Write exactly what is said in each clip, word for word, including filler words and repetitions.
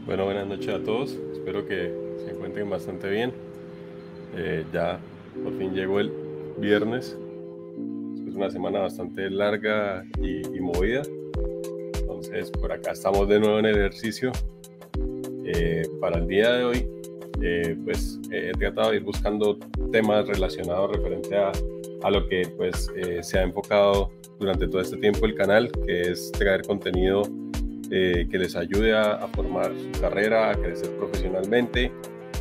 Bueno, buenas noches a todos. Espero que se encuentren bastante bien. Eh, ya por fin llegó el viernes. Es una semana bastante larga y, y movida. Entonces, por acá estamos de nuevo en el ejercicio. Eh, para el día de hoy, eh, pues eh, he tratado de ir buscando temas relacionados referente a, a lo que pues eh, se ha enfocado durante todo este tiempo el canal, que es traer contenido Eh, que les ayude a, a formar su carrera, a crecer profesionalmente.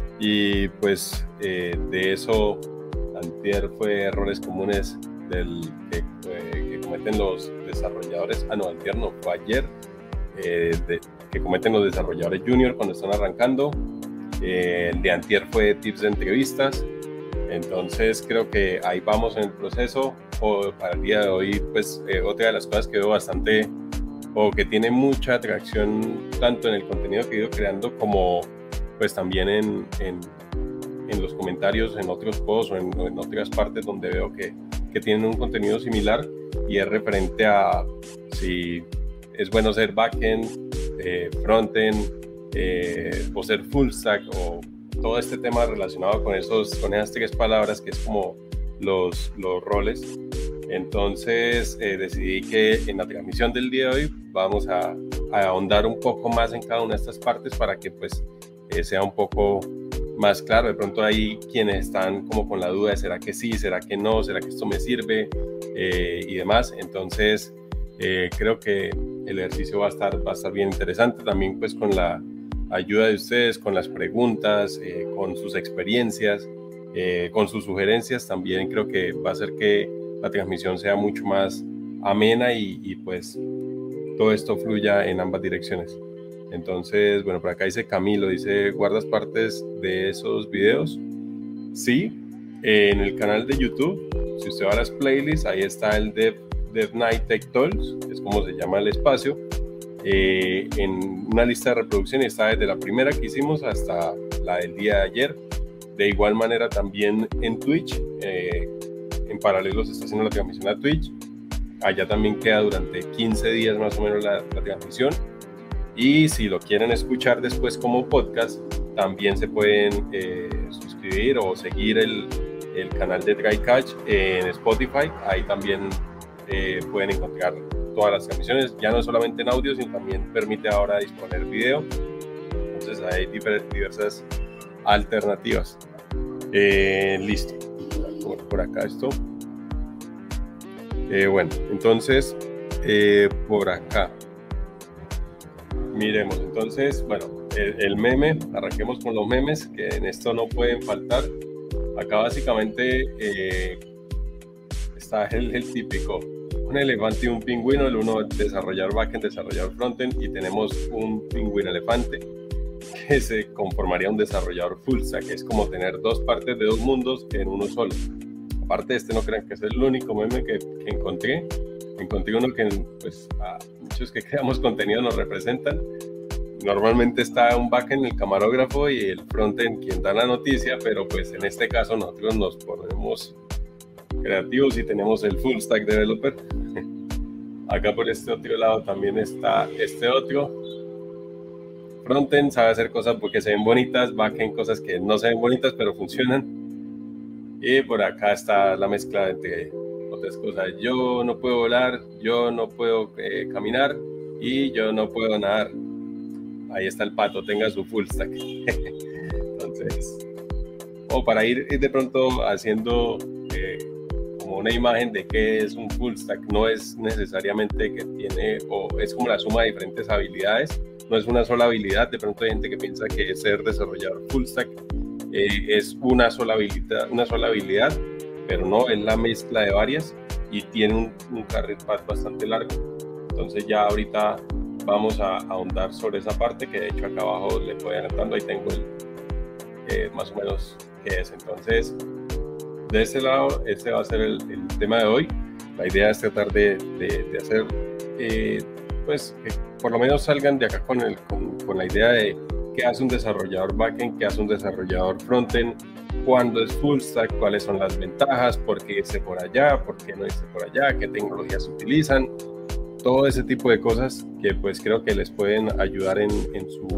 Y pues eh, de eso, antier fue errores comunes del, que, eh, que cometen los desarrolladores. Ah, no, antier no, fue ayer, eh, de, que cometen los desarrolladores junior cuando están arrancando. Eh, el de antier fue tips de entrevistas. Entonces creo que ahí vamos en el proceso. O para el día de hoy, pues eh, otra de las cosas que veo bastante o que tiene mucha atracción tanto en el contenido que he ido creando como pues también en, en, en los comentarios en otros posts o en, o en otras partes donde veo que, que tienen un contenido similar, y es referente a si es bueno ser backend, eh, frontend, eh, o ser full stack, o todo este tema relacionado con, esos, con esas tres palabras que es como los, los roles. Entonces eh, decidí que en la transmisión del día de hoy vamos a, a ahondar un poco más en cada una de estas partes para que pues eh, sea un poco más claro. De pronto hay quienes están como con la duda de será que sí, será que no, será que esto me sirve eh, y demás. Entonces eh, creo que el ejercicio va a estar, va a estar bien interesante también, pues con la ayuda de ustedes, con las preguntas, eh, con sus experiencias, eh, con sus sugerencias. También creo que va a hacer que la transmisión sea mucho más amena y, y pues todo esto fluya en ambas direcciones. Entonces, bueno, por acá dice Camilo, dice, ¿guardas partes de esos videos? Sí, eh, en el canal de YouTube, si usted va a las playlists, ahí está el Dev, Dev Night Tech Talks, es como se llama el espacio, eh, en una lista de reproducción, está desde la primera que hicimos hasta la del día de ayer. De igual manera también en Twitch, eh, en paralelo se está haciendo la transmisión a Twitch. Allá también queda durante quince días más o menos la, la transmisión. Y si lo quieren escuchar después como podcast, también se pueden eh, suscribir o seguir el, el canal de Dry Catch en Spotify. Ahí también eh, pueden encontrar todas las transmisiones, ya no solamente en audio, sino también permite ahora disponer video. Entonces hay diversas alternativas. Eh, listo. Por, por acá esto. Eh, bueno, entonces, eh, por acá. Miremos, entonces, bueno, el, el meme, arranquemos con los memes, que en esto no pueden faltar. Acá básicamente eh, está el, el típico, un elefante y un pingüino, el uno desarrollar backend, desarrollar frontend, y tenemos un pingüino elefante que se conformaría un desarrollador full stack, que es como tener dos partes de dos mundos en uno solo. Aparte de este, no crean que es el único meme que, que encontré. Encontré uno que pues, a muchos que creamos contenido nos representan. Normalmente está un backend, el camarógrafo, y el frontend quien da la noticia, pero pues en este caso nosotros nos ponemos creativos y tenemos el full stack developer. Acá por este otro lado también está este otro. Frontend sabe hacer cosas porque se ven bonitas, backend cosas que no se ven bonitas pero funcionan. Y por acá está la mezcla entre otras cosas. Yo no puedo volar, yo no puedo eh, caminar y yo no puedo nadar. Ahí está el pato, tenga su full stack. Entonces, o para ir de pronto haciendo eh, como una imagen de qué es un full stack, no es necesariamente que tiene, o es como la suma de diferentes habilidades, no es una sola habilidad. De pronto hay gente que piensa que ser desarrollador full stack Eh, es una sola habilidad, una sola habilidad, pero no, es la mezcla de varias y tiene un, un career path bastante largo. Entonces ya ahorita vamos a, a ahondar sobre esa parte, que de hecho acá abajo le voy adelantando, ahí tengo el, eh, más o menos qué es. Entonces de este lado, este va a ser el, el tema de hoy. La idea es tratar de, de, de hacer eh, pues que por lo menos salgan de acá con, el, con, con la idea de qué hace un desarrollador backend, qué hace un desarrollador frontend, cuándo es full stack, cuáles son las ventajas, por qué irse por allá, por qué no irse por allá, qué tecnologías utilizan, todo ese tipo de cosas que pues creo que les pueden ayudar en, en su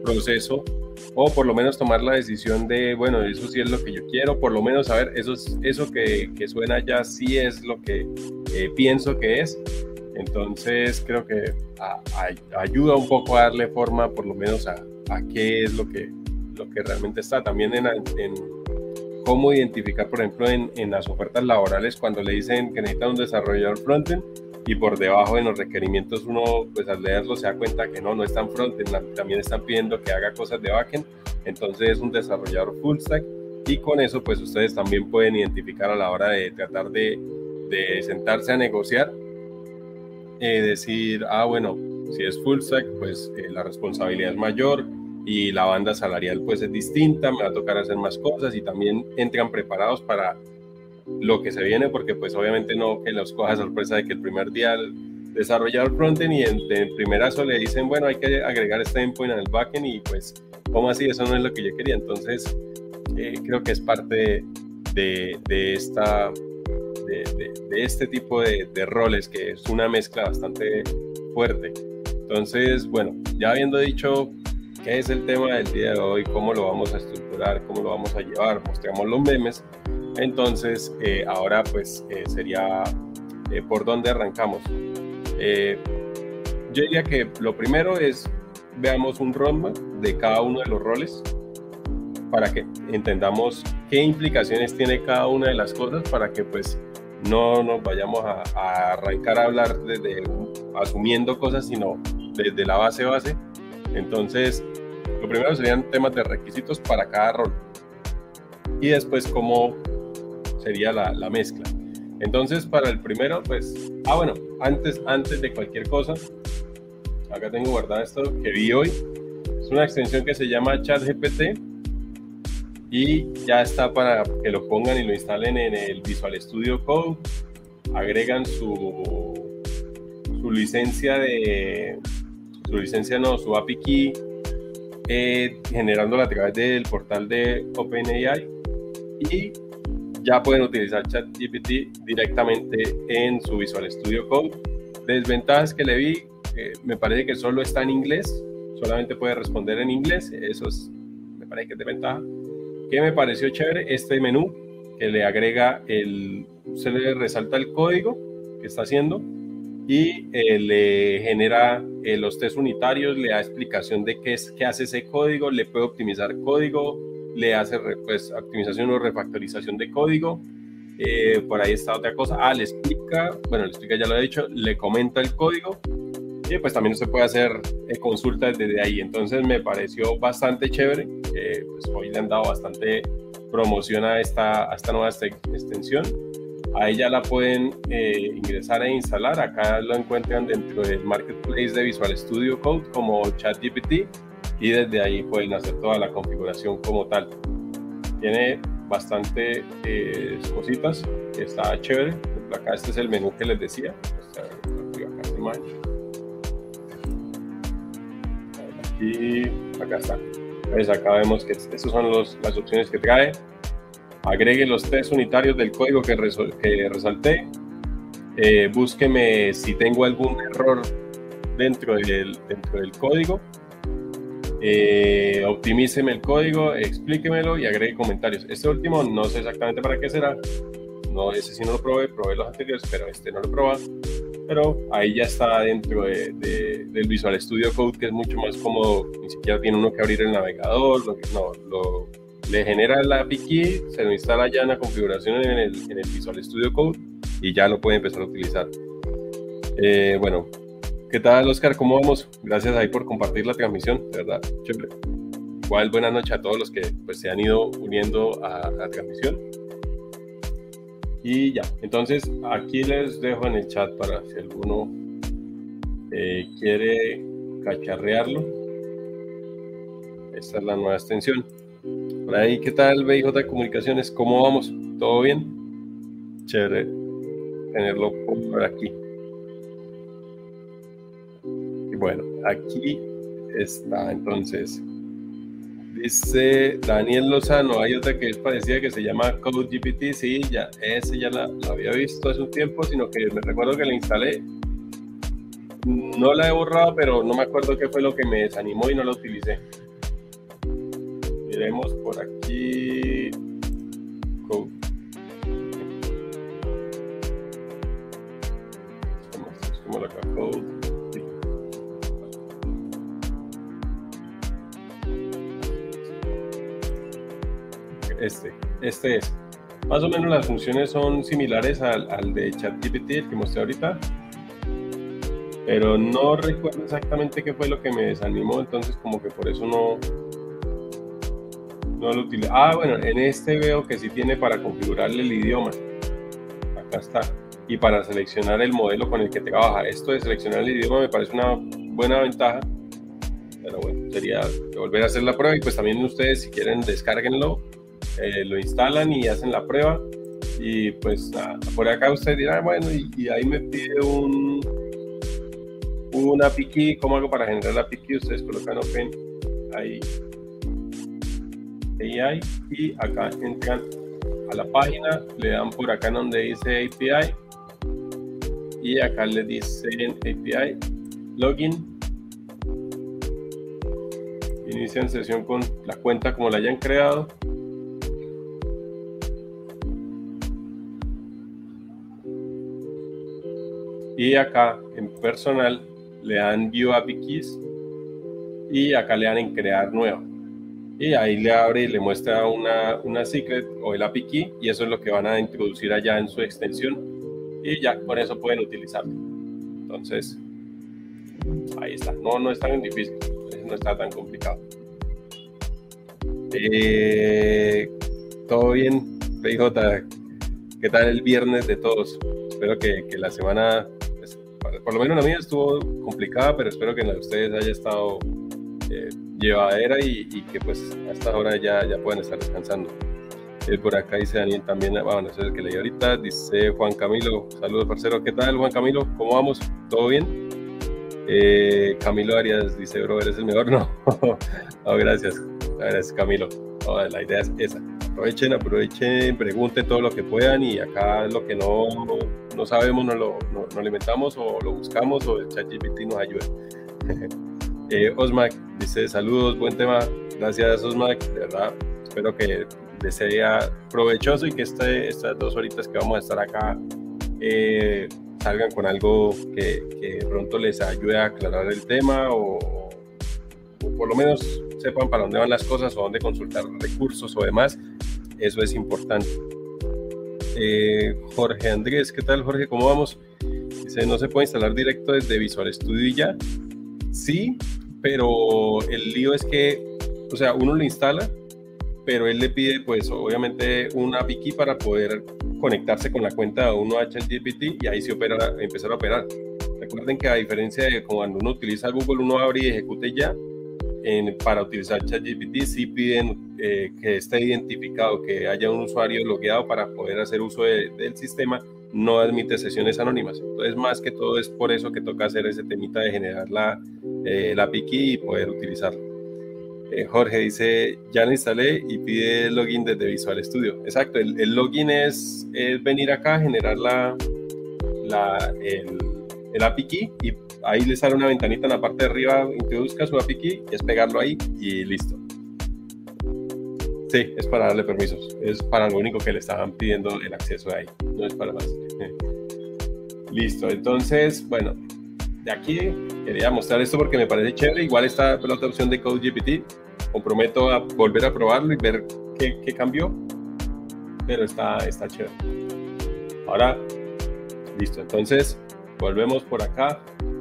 proceso, o por lo menos tomar la decisión de, bueno, eso sí es lo que yo quiero, por lo menos saber, eso, es, eso que, que suena ya sí es lo que eh, pienso que es. Entonces creo que a, a, ayuda un poco a darle forma por lo menos a, a qué es lo que, lo que realmente está. También en, en cómo identificar, por ejemplo, en, en las ofertas laborales cuando le dicen que necesitan un desarrollador frontend y por debajo en los requerimientos uno pues al leerlo se da cuenta que no, no están frontend, también están pidiendo que haga cosas de backend, entonces es un desarrollador full stack y con eso pues ustedes también pueden identificar a la hora de tratar de, de sentarse a negociar, eh, decir, ah bueno, si es full stack pues eh, la responsabilidad es mayor y la banda salarial pues es distinta, me va a tocar hacer más cosas y también entran preparados para lo que se viene, porque pues obviamente no que los coja sorpresa de que el primer día el desarrollador frontend y en, de primerazo le dicen, bueno, hay que agregar este endpoint en el backend y pues, ¿cómo así? Eso no es lo que yo quería. Entonces, eh, creo que es parte de, de, esta, de, de, de este tipo de, de roles, que es una mezcla bastante fuerte. Entonces, bueno, ya habiendo dicho qué es el tema del día de hoy, cómo lo vamos a estructurar, cómo lo vamos a llevar, mostramos los memes. Entonces, eh, ahora pues eh, sería eh, por dónde arrancamos. Eh, yo diría que lo primero es, veamos un roadmap de cada uno de los roles para que entendamos qué implicaciones tiene cada una de las cosas, para que pues no nos vayamos a, a arrancar a hablar desde asumiendo cosas, sino desde la base base. Entonces, lo primero serían temas de requisitos para cada rol y después cómo sería la, la mezcla. Entonces, para el primero, pues, ah, bueno, antes, antes de cualquier cosa, acá tengo guardado esto que vi hoy. Es una extensión que se llama ChatGPT y ya está para que lo pongan y lo instalen en el Visual Studio Code. Agregan su, su licencia de, su licencia no, su A P I Key, eh, generándola a través del portal de OpenAI y ya pueden utilizar ChatGPT directamente en su Visual Studio Code. Desventajas que le vi, eh, me parece que solo está en inglés, solamente puede responder en inglés, eso es, me parece que es desventaja. ¿Qué me pareció chévere? Este menú que le agrega, el, se le resalta el código que está haciendo y eh, le genera eh, los test unitarios, le da explicación de qué, es, qué hace ese código, le puede optimizar código, le hace pues, optimización o refactorización de código. Eh, por ahí está otra cosa. Ah, le explica, bueno, le explica, ya lo he dicho, le comenta el código y pues también usted puede hacer eh, consultas desde ahí. Entonces me pareció bastante chévere. Eh, pues hoy le han dado bastante promoción a esta, a esta nueva extensión. Ahí ya la pueden eh, ingresar e instalar. Acá lo encuentran dentro del marketplace de Visual Studio Code como ChatGPT. Y desde ahí pueden hacer toda la configuración como tal. Tiene bastante eh, cositas, está chévere. Acá este es el menú que les decía. Y acá está. Pues acá vemos que estas son los, las opciones que trae. Agregue los test unitarios del código que, resol, que resalté. Eh, búsqueme si tengo algún error dentro del, dentro del código. Eh, optimíceme el código, explíquemelo y agregue comentarios. Este último no sé exactamente para qué será, no, ese sí no lo probé, probé los anteriores, pero este no lo probé, pero ahí ya está dentro de, de, del Visual Studio Code, que es mucho más cómodo, ni siquiera tiene uno que abrir el navegador, lo que, no, lo, le genera la A P I Key, se lo instala ya en la configuración en el, en el Visual Studio Code y ya lo puede empezar a utilizar. Eh, bueno, ¿qué tal, Oscar? ¿Cómo vamos? Gracias ahí por compartir la transmisión, de verdad, chévere. Igual, buenas noches a todos los que pues, se han ido uniendo a la transmisión. Y ya, entonces aquí les dejo en el chat para si alguno eh, quiere cacharrearlo. Esta es la nueva extensión. Por ahí, ¿qué tal, B I J Comunicaciones? ¿Cómo vamos? ¿Todo bien? Chévere tenerlo por aquí. Y bueno, aquí está entonces. Dice Daniel Lozano, hay otra que es parecida que se llama CodeGPT, sí, ya, ese ya la, la había visto hace un tiempo, sino que me recuerdo que la instalé, no la he borrado, pero no me acuerdo qué fue lo que me desanimó y no la utilicé. miremos por aquí. Code. Es como la code. Este, este es. Más o menos las funciones son similares al, al de ChatGPT, el que mostré ahorita. Pero no recuerdo exactamente qué fue lo que me desanimó, entonces como que por eso no, no lo utilicé. Ah, bueno, en este veo que sí tiene para configurarle el idioma. Acá está. Y para seleccionar el modelo con el que trabaja. Esto de seleccionar el idioma me parece una buena ventaja. Pero bueno, sería volver a hacer la prueba y pues también ustedes si quieren descárguenlo, eh, lo instalan y hacen la prueba. Y pues nada, por acá ustedes dirán, bueno, y, y ahí me pide un... una A P I key. ¿Cómo hago para generar la A P I key? Ustedes colocan Open ahí A I y acá entran a la página, le dan por acá donde dice A P I y acá le dicen A P I Login, inician sesión con la cuenta como la hayan creado. Y acá en personal le dan View A P I Keys y acá le dan en crear nueva y ahí le abre y le muestra una, una secret o el A P I Key y eso es lo que van a introducir allá en su extensión y ya con eso pueden utilizarlo. Entonces ahí está, no, no es tan difícil, no está tan complicado. Eh, todo bien, P J, ¿qué tal el viernes de todos? Espero que, que la semana, pues, por lo menos la mía estuvo complicada, pero espero que la de ustedes haya estado eh, llevadera y, y que pues a esta hora ya, ya puedan estar descansando. Eh, por acá dice Daniel también, bueno, ese es el que leí ahorita, dice Juan Camilo, saludos parcero, ¿qué tal Juan Camilo? ¿Cómo vamos? ¿Todo bien? Eh, Camilo Arias dice, bro, ¿eres el mejor? No, no gracias, gracias Camilo, no, la idea es esa. Aprovechen, aprovechen, pregunten todo lo que puedan y acá lo que no, no sabemos no lo, no, no lo inventamos o lo buscamos o el ChatGPT nos ayuda. eh, Osmac dice saludos, buen tema, gracias Osmac, de verdad, espero que les sea provechoso y que este, estas dos horitas que vamos a estar acá eh, salgan con algo que, que pronto les ayude a aclarar el tema o, o por lo menos sepan para dónde van las cosas o dónde consultar recursos o demás. Eso es importante. Eh, Jorge Andrés, ¿qué tal Jorge? ¿Cómo vamos? Dice, ¿no se puede instalar directo desde Visual Studio y ya? Sí, pero el lío es que, o sea, uno lo instala, pero él le pide, pues, obviamente, una A P I key para poder conectarse con la cuenta de uno a ChatGPT y ahí se opera, empezar a operar. Recuerden que a diferencia de cuando uno utiliza Google, uno abre y ejecute ya, En, para utilizar ChatGPT sí piden eh, que esté identificado, que haya un usuario logueado para poder hacer uso de, del sistema, no admite sesiones anónimas. Entonces, más que todo es por eso que toca hacer ese temita de generar la, eh, la A P I key y poder utilizarlo. Eh, Jorge dice, ya lo instalé y pide login desde Visual Studio. Exacto, el, el login es, es venir acá, generar la, la, el, el A P I key y ahí le sale una ventanita en la parte de arriba, introduzca su A P I key, es pegarlo ahí y listo. Sí, es para darle permisos, es para lo único que le estaban pidiendo el acceso ahí, no es para más. Listo, entonces, bueno, de aquí quería mostrar esto porque me parece chévere, igual está la otra opción de CodeGPT, comprometo a volver a probarlo y ver qué, qué cambió, pero está, está chévere. Ahora, listo, entonces volvemos por acá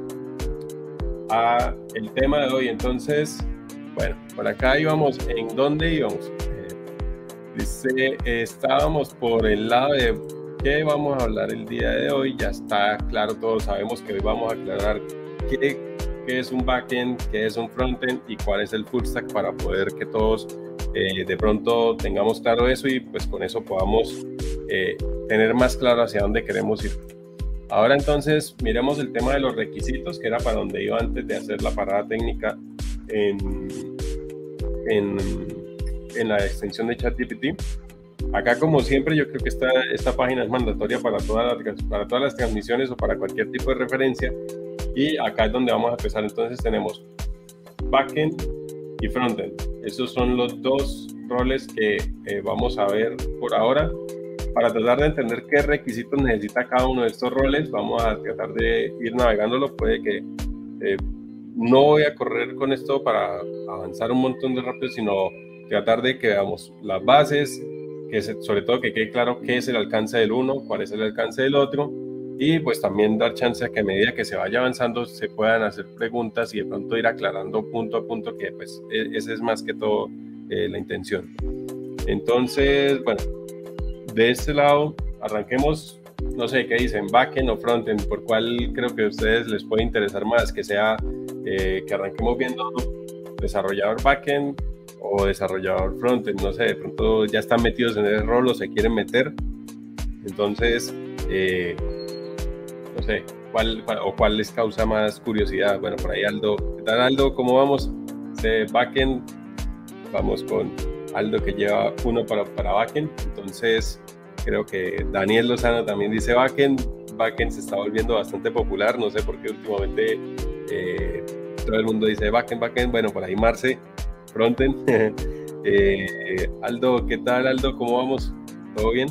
a el tema de hoy. Entonces, bueno, por acá íbamos, ¿en dónde íbamos? Eh, dice, eh, estábamos por el lado de qué vamos a hablar el día de hoy. Ya está claro, todos sabemos que hoy vamos a aclarar qué, qué es un backend, qué es un frontend y cuál es el full stack para poder que todos eh, de pronto tengamos claro eso y pues con eso podamos eh, tener más claro hacia dónde queremos ir. Ahora entonces miremos el tema de los requisitos, que era para donde iba antes de hacer la parada técnica en, en, en la extensión de ChatGPT. Acá como siempre yo creo que esta, esta página es mandatoria para todas, las, para todas las transmisiones o para cualquier tipo de referencia y acá es donde vamos a empezar. Entonces tenemos backend y frontend. Esos son los dos roles que eh, vamos a ver por ahora. Para tratar de entender qué requisitos necesita cada uno de estos roles, vamos a tratar de ir navegándolo. Puede que eh, no voy a correr con esto para avanzar un montón de rápido, sino tratar de que veamos las bases, que se, sobre todo que quede claro qué es el alcance del uno, cuál es el alcance del otro, y pues también dar chance a que a medida que se vaya avanzando se puedan hacer preguntas y de pronto ir aclarando punto a punto, que pues esa es más que todo eh, la intención. Entonces, bueno, de este lado arranquemos, no sé qué dicen, backend o frontend, por cuál creo que a ustedes les puede interesar más, que sea eh, que arranquemos viendo desarrollador backend o desarrollador frontend. No sé, de pronto ya están metidos en el rol o se quieren meter, entonces eh, no sé cuál, cuál o cuál les causa más curiosidad. Bueno, por ahí Aldo, ¿qué tal Aldo? ¿Cómo vamos? De backend, vamos con Aldo que lleva uno para, para backend. Entonces creo que Daniel Lozano también dice backend. Backend se está volviendo bastante popular, no sé por qué últimamente eh, todo el mundo dice backend, backend. Bueno, por ahí Marce, frontend. eh, Aldo, ¿qué tal Aldo? ¿Cómo vamos? ¿Todo bien?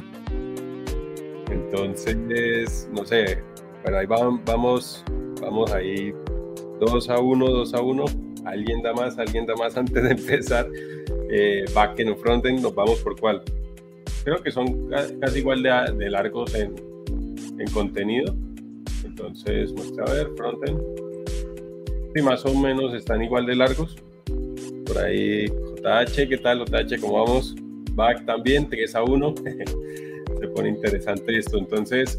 Entonces, no sé, bueno, ahí va, vamos, vamos ahí dos a uno, dos a uno. ¿Alguien da más? ¿Alguien da más antes de empezar? Eh, backend o frontend, nos vamos por cuál. Creo que son casi igual de, de largos en, en contenido. Entonces, muestra a ver, frontend. Sí, más o menos están igual de largos. Por ahí, J H, ¿qué tal J H? ¿Cómo vamos? Back también, tres a uno. Se pone interesante esto. Entonces,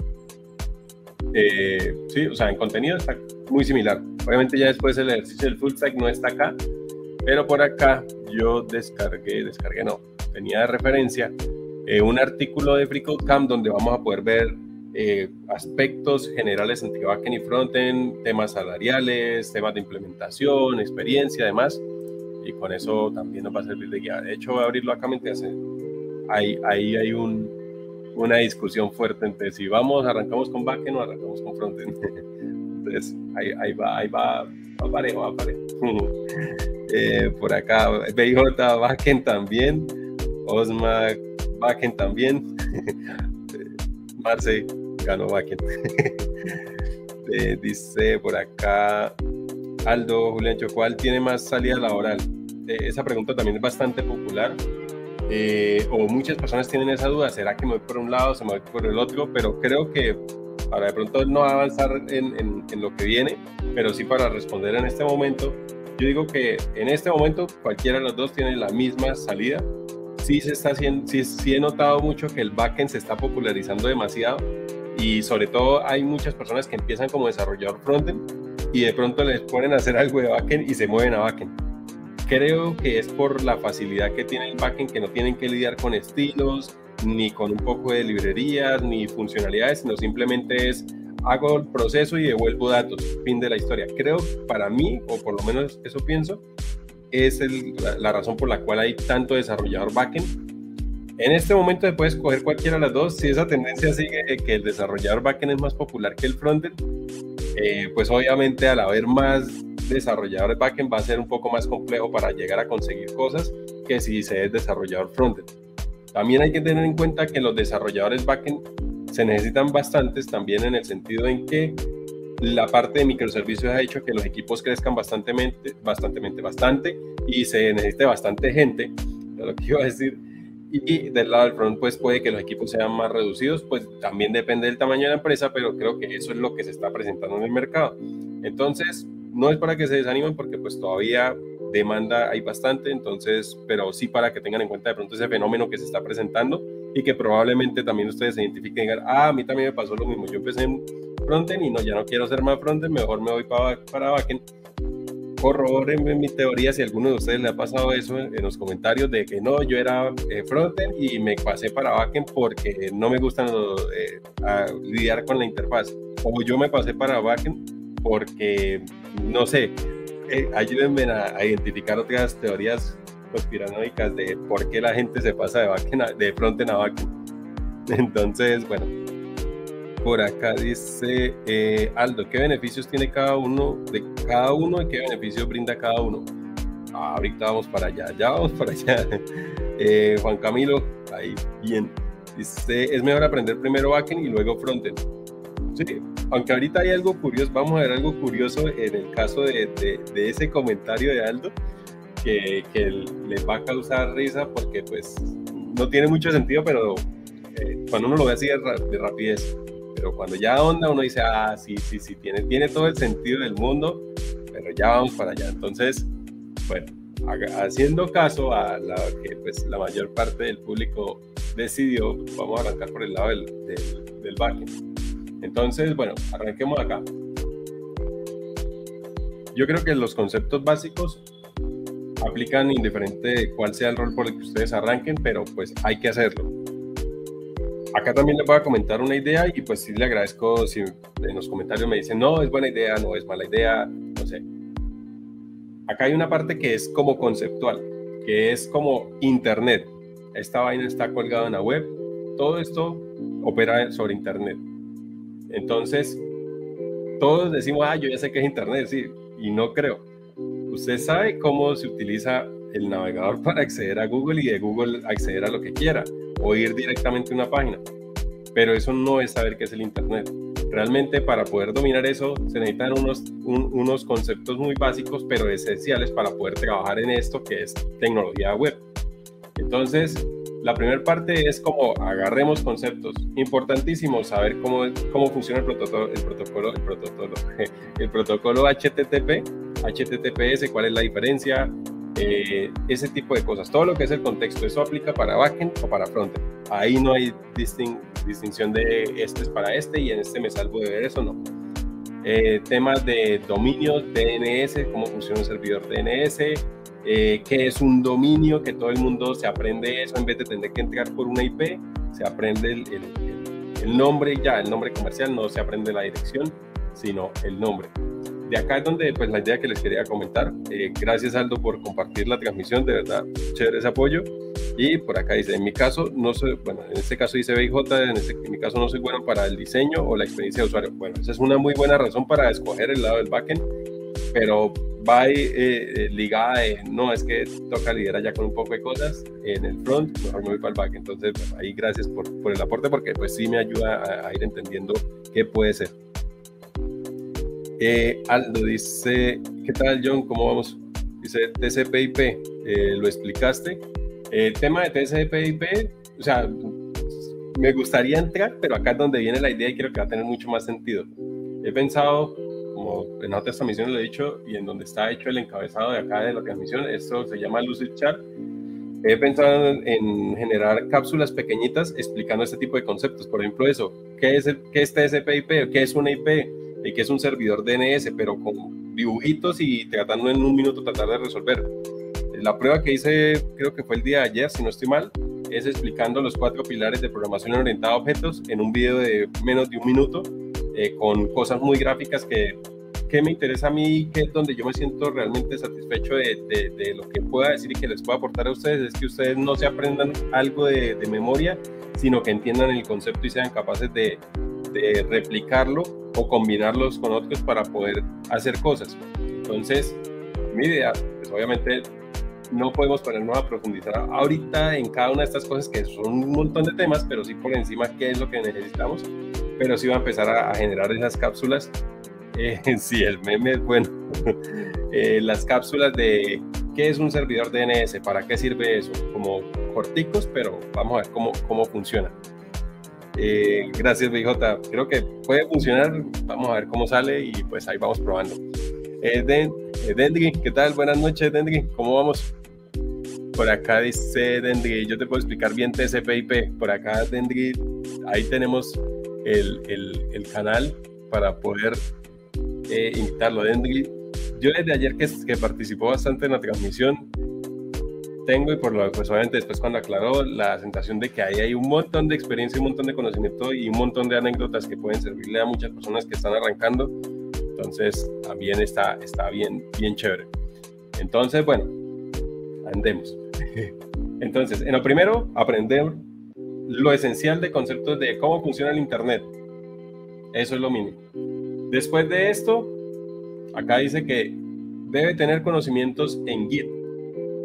eh, sí, o sea, en contenido está muy similar. Obviamente ya después el ejercicio del full stack no está acá, pero por acá yo descargué, descargué no, tenía de referencia eh, un artículo de FreeCodeCamp donde vamos a poder ver eh, aspectos generales entre backend y frontend, temas salariales, temas de implementación, experiencia, además, y con eso también nos va a servir de guía. De hecho, voy a abrirlo acá mientras ahí, ahí hay un, una discusión fuerte entre si vamos, arrancamos con backend o arrancamos con frontend. Entonces, ahí, ahí va, ahí va, va parejo, va parejo. Eh, por acá, B J backend también, Osma backend también, Marce ganó backend. eh, dice por acá Aldo, Julián ¿cuál tiene más salida laboral? Eh, esa pregunta también es bastante popular, eh, o muchas personas tienen esa duda, ¿será que me voy por un lado, se me voy por el otro? Pero creo que para de pronto no avanzar en, en, en lo que viene, pero sí para responder en este momento, yo digo que en este momento cualquiera de los dos tiene la misma salida. Sí, se está haciendo, sí, sí he notado mucho que el backend se está popularizando demasiado y sobre todo hay muchas personas que empiezan como desarrollador frontend y de pronto les ponen a hacer algo de backend y se mueven a backend. Creo que es por la facilidad que tiene el backend, que no tienen que lidiar con estilos, ni con un poco de librerías, ni funcionalidades, sino simplemente es hago el proceso y devuelvo datos, fin de la historia. Creo, para mí, o por lo menos eso pienso, es el, la, la razón por la cual hay tanto desarrollador backend. En este momento se puede escoger cualquiera de las dos. Si esa tendencia sigue que el desarrollador backend es más popular que el frontend, eh, pues obviamente al haber más desarrolladores backend va a ser un poco más complejo para llegar a conseguir cosas que si se es desarrollador frontend. También hay que tener en cuenta que los desarrolladores backend se necesitan bastantes también en el sentido en que la parte de microservicios ha hecho que los equipos crezcan bastante, bastante, bastante y se necesite bastante gente, es lo que iba a decir. Y del lado del front, pues puede que los equipos sean más reducidos, pues también depende del tamaño de la empresa, pero creo que eso es lo que se está presentando en el mercado. Entonces, no es para que se desanimen porque pues todavía demanda hay bastante, entonces, pero sí para que tengan en cuenta de pronto ese fenómeno que se está presentando y que probablemente también ustedes se identifiquen y digan, ah, a mí también me pasó lo mismo, yo empecé en frontend y no, ya no quiero ser más frontend, mejor me voy para, para backend. Corroboren mi teoría si a alguno de ustedes le ha pasado eso en, en los comentarios de que no, yo era eh, frontend y me pasé para backend porque no me gustan los, eh, a lidiar con la interfaz, o yo me pasé para backend porque, no sé, eh, ayúdenme a, a identificar otras teorías conspiranoicas de por qué la gente se pasa de, backend a, de frontend a backend. Entonces, bueno, por acá dice eh, Aldo, ¿qué beneficios tiene cada uno de cada uno y qué beneficios brinda cada uno? ahorita vamos para allá, ya vamos para allá. Eh, Juan Camilo, ahí, bien. Dice, es mejor aprender primero backend y luego frontend. Sí, aunque ahorita hay algo curioso, vamos a ver algo curioso en el caso de, de, de ese comentario de Aldo, que, que le va a causar risa porque pues no tiene mucho sentido, pero eh, cuando uno lo ve así de, de rapidez, pero cuando ya onda uno dice, ah, sí, sí, sí, tiene, tiene todo el sentido del mundo, pero ya vamos para allá. Entonces, bueno, haciendo caso a la que pues la mayor parte del público decidió, vamos a arrancar por el lado del, del, del backend. Entonces, bueno, arranquemos acá. Yo creo que los conceptos básicos aplican indiferente de cuál sea el rol por el que ustedes arranquen, pero pues hay que hacerlo. Acá también les voy a comentar una idea y pues sí le agradezco si en los comentarios me dicen, no, es buena idea, no es mala idea, no sé. Acá hay una parte que es como conceptual, que es como internet. Esta vaina está colgada en la web, todo esto opera sobre internet. Entonces, todos decimos, ah, yo ya sé qué es internet, sí, y no creo. Usted sabe cómo se utiliza el navegador para acceder a Google y de Google acceder a lo que quiera, o ir directamente a una página. Pero eso no es saber qué es el internet. Realmente para poder dominar eso se necesitan unos, un, unos conceptos muy básicos, pero esenciales para poder trabajar en esto que es tecnología web. Entonces, la primera parte es como agarremos conceptos. Importantísimo saber cómo, cómo funciona el protocolo, el protocolo, el protocolo, el protocolo H T T P, H T T P S, cuál es la diferencia, eh, ese tipo de cosas. Todo lo que es el contexto, eso aplica para backend o para frontend. Ahí no hay distin, distinción de este es para este y en este me salvo de ver eso, no. Eh, temas de dominios, D N S, cómo funciona un servidor D N S, eh, qué es un dominio, que todo el mundo se aprende eso en vez de tener que entrar por una I P, se aprende el, el, el, el nombre ya, el nombre comercial, no se aprende la dirección, sino el nombre. De acá es donde pues la idea que les quería comentar. Eh, gracias Aldo por compartir la transmisión, de verdad, chévere ese apoyo. Y por acá dice, en mi caso, no soy, bueno, en este caso dice B I J, en, este, en mi caso no soy bueno para el diseño o la experiencia de usuario. Bueno, esa es una muy buena razón para escoger el lado del backend, pero va ahí, eh, ligada de, no, es que toca liderar ya con un poco de cosas en el front, mejor me voy para el back. Entonces, bueno, ahí gracias por, por el aporte, porque pues sí me ayuda a, a ir entendiendo qué puede ser. Eh, Aldo dice, ¿qué tal John? ¿Cómo vamos? Dice T C P I P, eh, lo explicaste. El tema de T C P I P, o sea, me gustaría entrar, pero acá es donde viene la idea y creo que va a tener mucho más sentido. He pensado, como en otras transmisiones lo he dicho, y en donde está hecho el encabezado de acá de la transmisión, esto se llama Lucidchart. He pensado en, en generar cápsulas pequeñitas explicando este tipo de conceptos. Por ejemplo, eso, ¿qué es, el, qué es T C P I P? ¿Qué es una I P? ¿Y qué es un servidor D N S? Pero con dibujitos y tratando en un minuto tratar de resolver. La prueba que hice, creo que fue el día de ayer, si no estoy mal, es explicando los cuatro pilares de programación orientada a objetos en un video de menos de un minuto, eh, con cosas muy gráficas que, que me interesa a mí, que es donde yo me siento realmente satisfecho de, de, de lo que pueda decir y que les pueda aportar a ustedes, es que ustedes no se aprendan algo de, de memoria, sino que entiendan el concepto y sean capaces de, de replicarlo o combinarlos con otros para poder hacer cosas. Entonces, mi idea, pues obviamente, no podemos ponernos a profundizar ahorita en cada una de estas cosas que son un montón de temas, pero sí por encima qué es lo que necesitamos, pero sí va a empezar a, a generar esas cápsulas. Eh, sí, el meme es bueno. eh, las cápsulas de qué es un servidor D N S, para qué sirve eso, como corticos, pero vamos a ver cómo, cómo funciona. Eh, gracias B J, creo que puede funcionar, vamos a ver cómo sale y pues ahí vamos probando. Eh, Den, eh, Dendry, ¿qué tal? Buenas noches Dendry, ¿cómo vamos? Por acá dice Dendry, yo te puedo explicar bien T C P I P. Por acá Dendry, ahí tenemos el, el, el canal para poder eh, invitarlo. Dendry, yo desde ayer que, que participó bastante en la transmisión, tengo, y por lo pues obviamente después cuando aclaró, la sensación de que ahí hay un montón de experiencia, un montón de conocimiento y un montón de anécdotas que pueden servirle a muchas personas que están arrancando. Entonces también está, está bien, bien chévere. Entonces, bueno, andemos. Entonces, en lo primero, aprender lo esencial de conceptos de cómo funciona el internet. Eso es lo mínimo. Después de esto, acá dice que debe tener conocimientos en Git.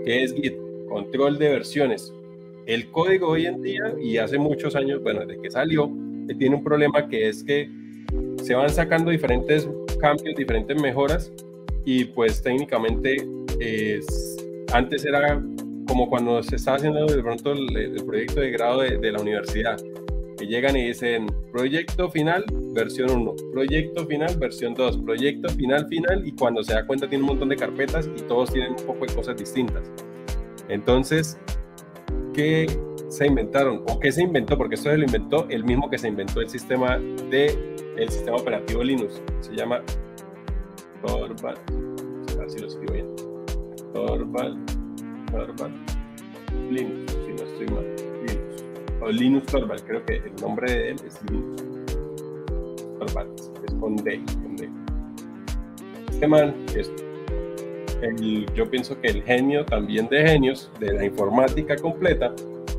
¿Qué es Git? Control de versiones. El código hoy en día, y hace muchos años, bueno, desde que salió, tiene un problema que es que se van sacando diferentes cambios, diferentes mejoras, y pues técnicamente eh, antes era como cuando se está haciendo de pronto el, el proyecto de grado de, de la universidad, que llegan y dicen proyecto final versión uno, proyecto final versión dos, proyecto final final, y cuando se da cuenta tiene un montón de carpetas y todos tienen un poco de cosas distintas. Entonces, ¿qué se inventaron? ¿O qué se inventó? Porque esto se lo inventó el mismo que se inventó el sistema de el sistema operativo Linux. Se llama Torvald. A ver si lo escribo bien. Torvald. Torvald. Linux, si no estoy mal. Linux. O Linux Torvald. Creo que el nombre de él es Linux Torvald. Es con D. Con D. Este man es el, yo pienso que el genio también de genios de la informática completa.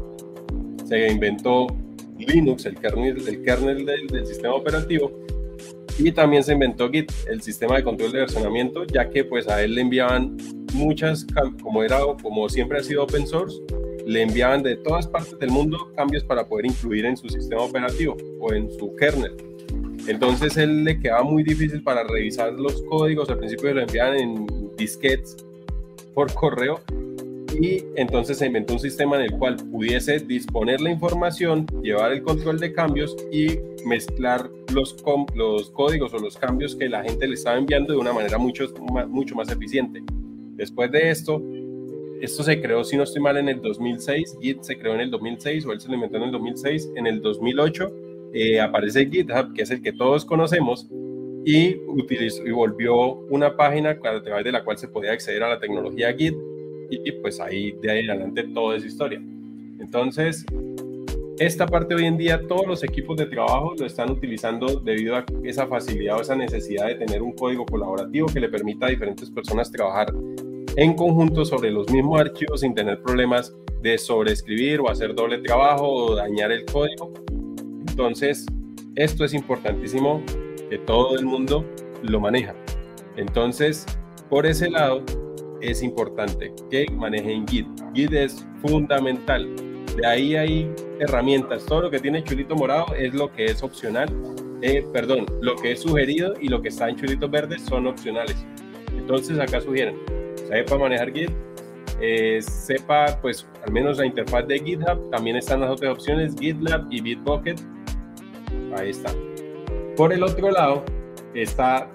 Se inventó Linux, el kernel, el kernel del, del sistema operativo, y también se inventó Git, el sistema de control de versionamiento, ya que pues a él le enviaban muchas, como era, como siempre ha sido open source, le enviaban de todas partes del mundo cambios para poder incluir en su sistema operativo o en su kernel. Entonces él le quedaba muy difícil para revisar los códigos. Al principio lo enviaban en disquetes por correo, y entonces se inventó un sistema en el cual pudiese disponer la información, llevar el control de cambios y mezclar los, los códigos o los cambios que la gente le estaba enviando de una manera mucho, mucho más eficiente. Después de esto, esto se creó, si no estoy mal, en el dos mil seis. Git se creó en el dos mil seis, o él se lo inventó en el dos mil seis. En el dos mil ocho eh, aparece GitHub, que es el que todos conocemos, y, utilizó, y volvió una página a través de la cual se podía acceder a la tecnología Git, y pues ahí de ahí en adelante toda esa historia. Entonces, esta parte hoy en día todos los equipos de trabajo lo están utilizando debido a esa facilidad o esa necesidad de tener un código colaborativo que le permita a diferentes personas trabajar en conjunto sobre los mismos archivos sin tener problemas de sobreescribir o hacer doble trabajo o dañar el código. Entonces, esto es importantísimo que todo el mundo lo maneja. Entonces, por ese lado, es importante que manejen Git. Git es fundamental. De ahí hay herramientas. Todo lo que tiene chulito morado es lo que es opcional. Eh, perdón, lo que es sugerido y lo que está en chulitos verdes son opcionales. Entonces acá sugieren, sepa manejar Git, eh, sepa pues al menos la interfaz de GitHub. También están las otras opciones, GitLab y Bitbucket. Ahí está. Por el otro lado está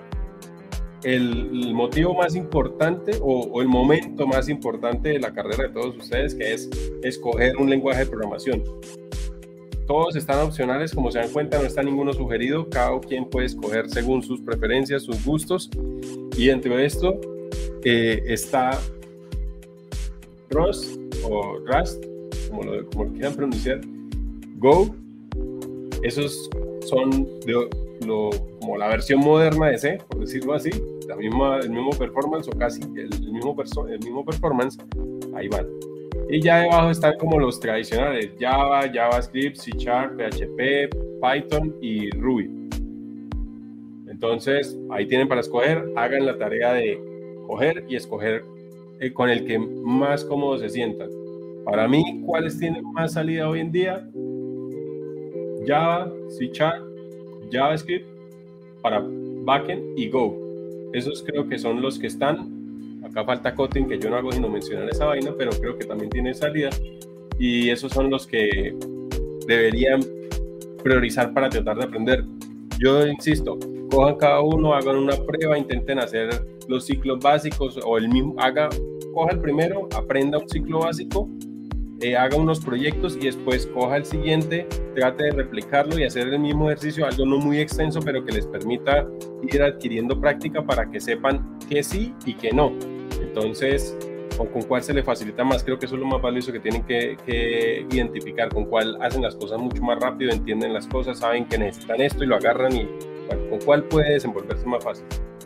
El, el motivo más importante o, o el momento más importante de la carrera de todos ustedes, que es escoger un lenguaje de programación. Todos están opcionales, como se dan cuenta, no está ninguno sugerido. Cada quien puede escoger según sus preferencias, sus gustos, y dentro de esto eh, está Rust o Rust, como lo, como lo quieran pronunciar, Go. Esos son de, lo, como la versión moderna de C, por decirlo así, la misma, el mismo performance o casi el, el, mismo perso, el mismo performance, ahí van. Y ya debajo están como los tradicionales, Java, JavaScript, C Sharp, P H P, Python y Ruby. Entonces, ahí tienen para escoger, hagan la tarea de coger y escoger eh, con el que más cómodos se sientan. Para mí, ¿cuáles tienen más salida hoy en día? Java, C Sharp, JavaScript para backend y Go. Esos creo que son los que están. Acá falta Kotlin, que yo no hago sino mencionar esa vaina, pero creo que también tiene salida. Y esos son los que deberían priorizar para tratar de aprender. Yo insisto, cojan cada uno, hagan una prueba, intenten hacer los ciclos básicos o el mismo, haga, coja el primero, aprenda un ciclo básico, eh, haga unos proyectos y después coja el siguiente, trate de replicarlo y hacer el mismo ejercicio, algo no muy extenso, pero que les permita ir adquiriendo práctica para que sepan que sí y que no. Entonces, o con cuál se les facilita más, creo que eso es lo más valioso que tienen que, que identificar, con cuál hacen las cosas mucho más rápido, entienden las cosas, saben que necesitan esto y lo agarran, y bueno, con cuál puede desenvolverse más fácil.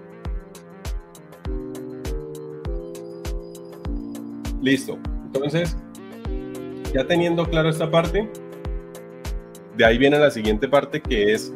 Listo. Entonces, ya teniendo claro esta parte, de ahí viene la siguiente parte, que es,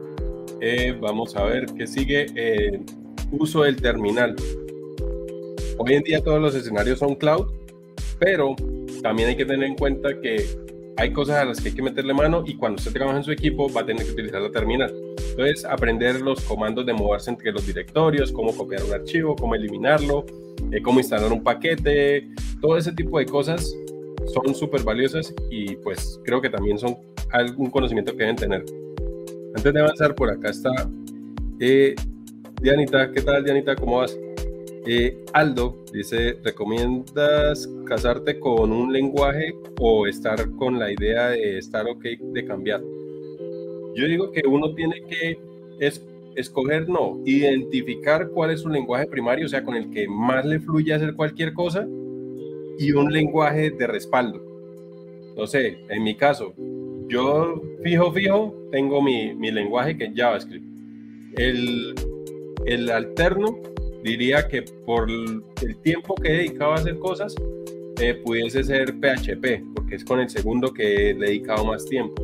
eh, vamos a ver qué sigue, eh, uso del terminal. Hoy en día todos los escenarios son cloud, pero también hay que tener en cuenta que hay cosas a las que hay que meterle mano y cuando usted trabaja en su equipo va a tener que utilizar la terminal. Entonces, aprender los comandos de moverse entre los directorios, cómo copiar un archivo, cómo eliminarlo, eh, cómo instalar un paquete, todo ese tipo de cosas son súper valiosas y pues creo que también son algún conocimiento que deben tener. Antes de avanzar, por acá está eh, Dianita. ¿Qué tal, Dianita? ¿Cómo vas? Eh, Aldo dice, ¿recomiendas casarte con un lenguaje o estar con la idea de estar ok de cambiar? Yo digo que uno tiene que es, escoger, no, identificar cuál es su lenguaje primario, o sea, con el que más le fluye hacer cualquier cosa, y un lenguaje de respaldo. No sé, en mi caso, yo fijo, fijo, tengo mi, mi lenguaje que es JavaScript. El, el alterno, diría que por el tiempo que he dedicado a hacer cosas, eh, pudiese ser P H P, porque es con el segundo que he dedicado más tiempo.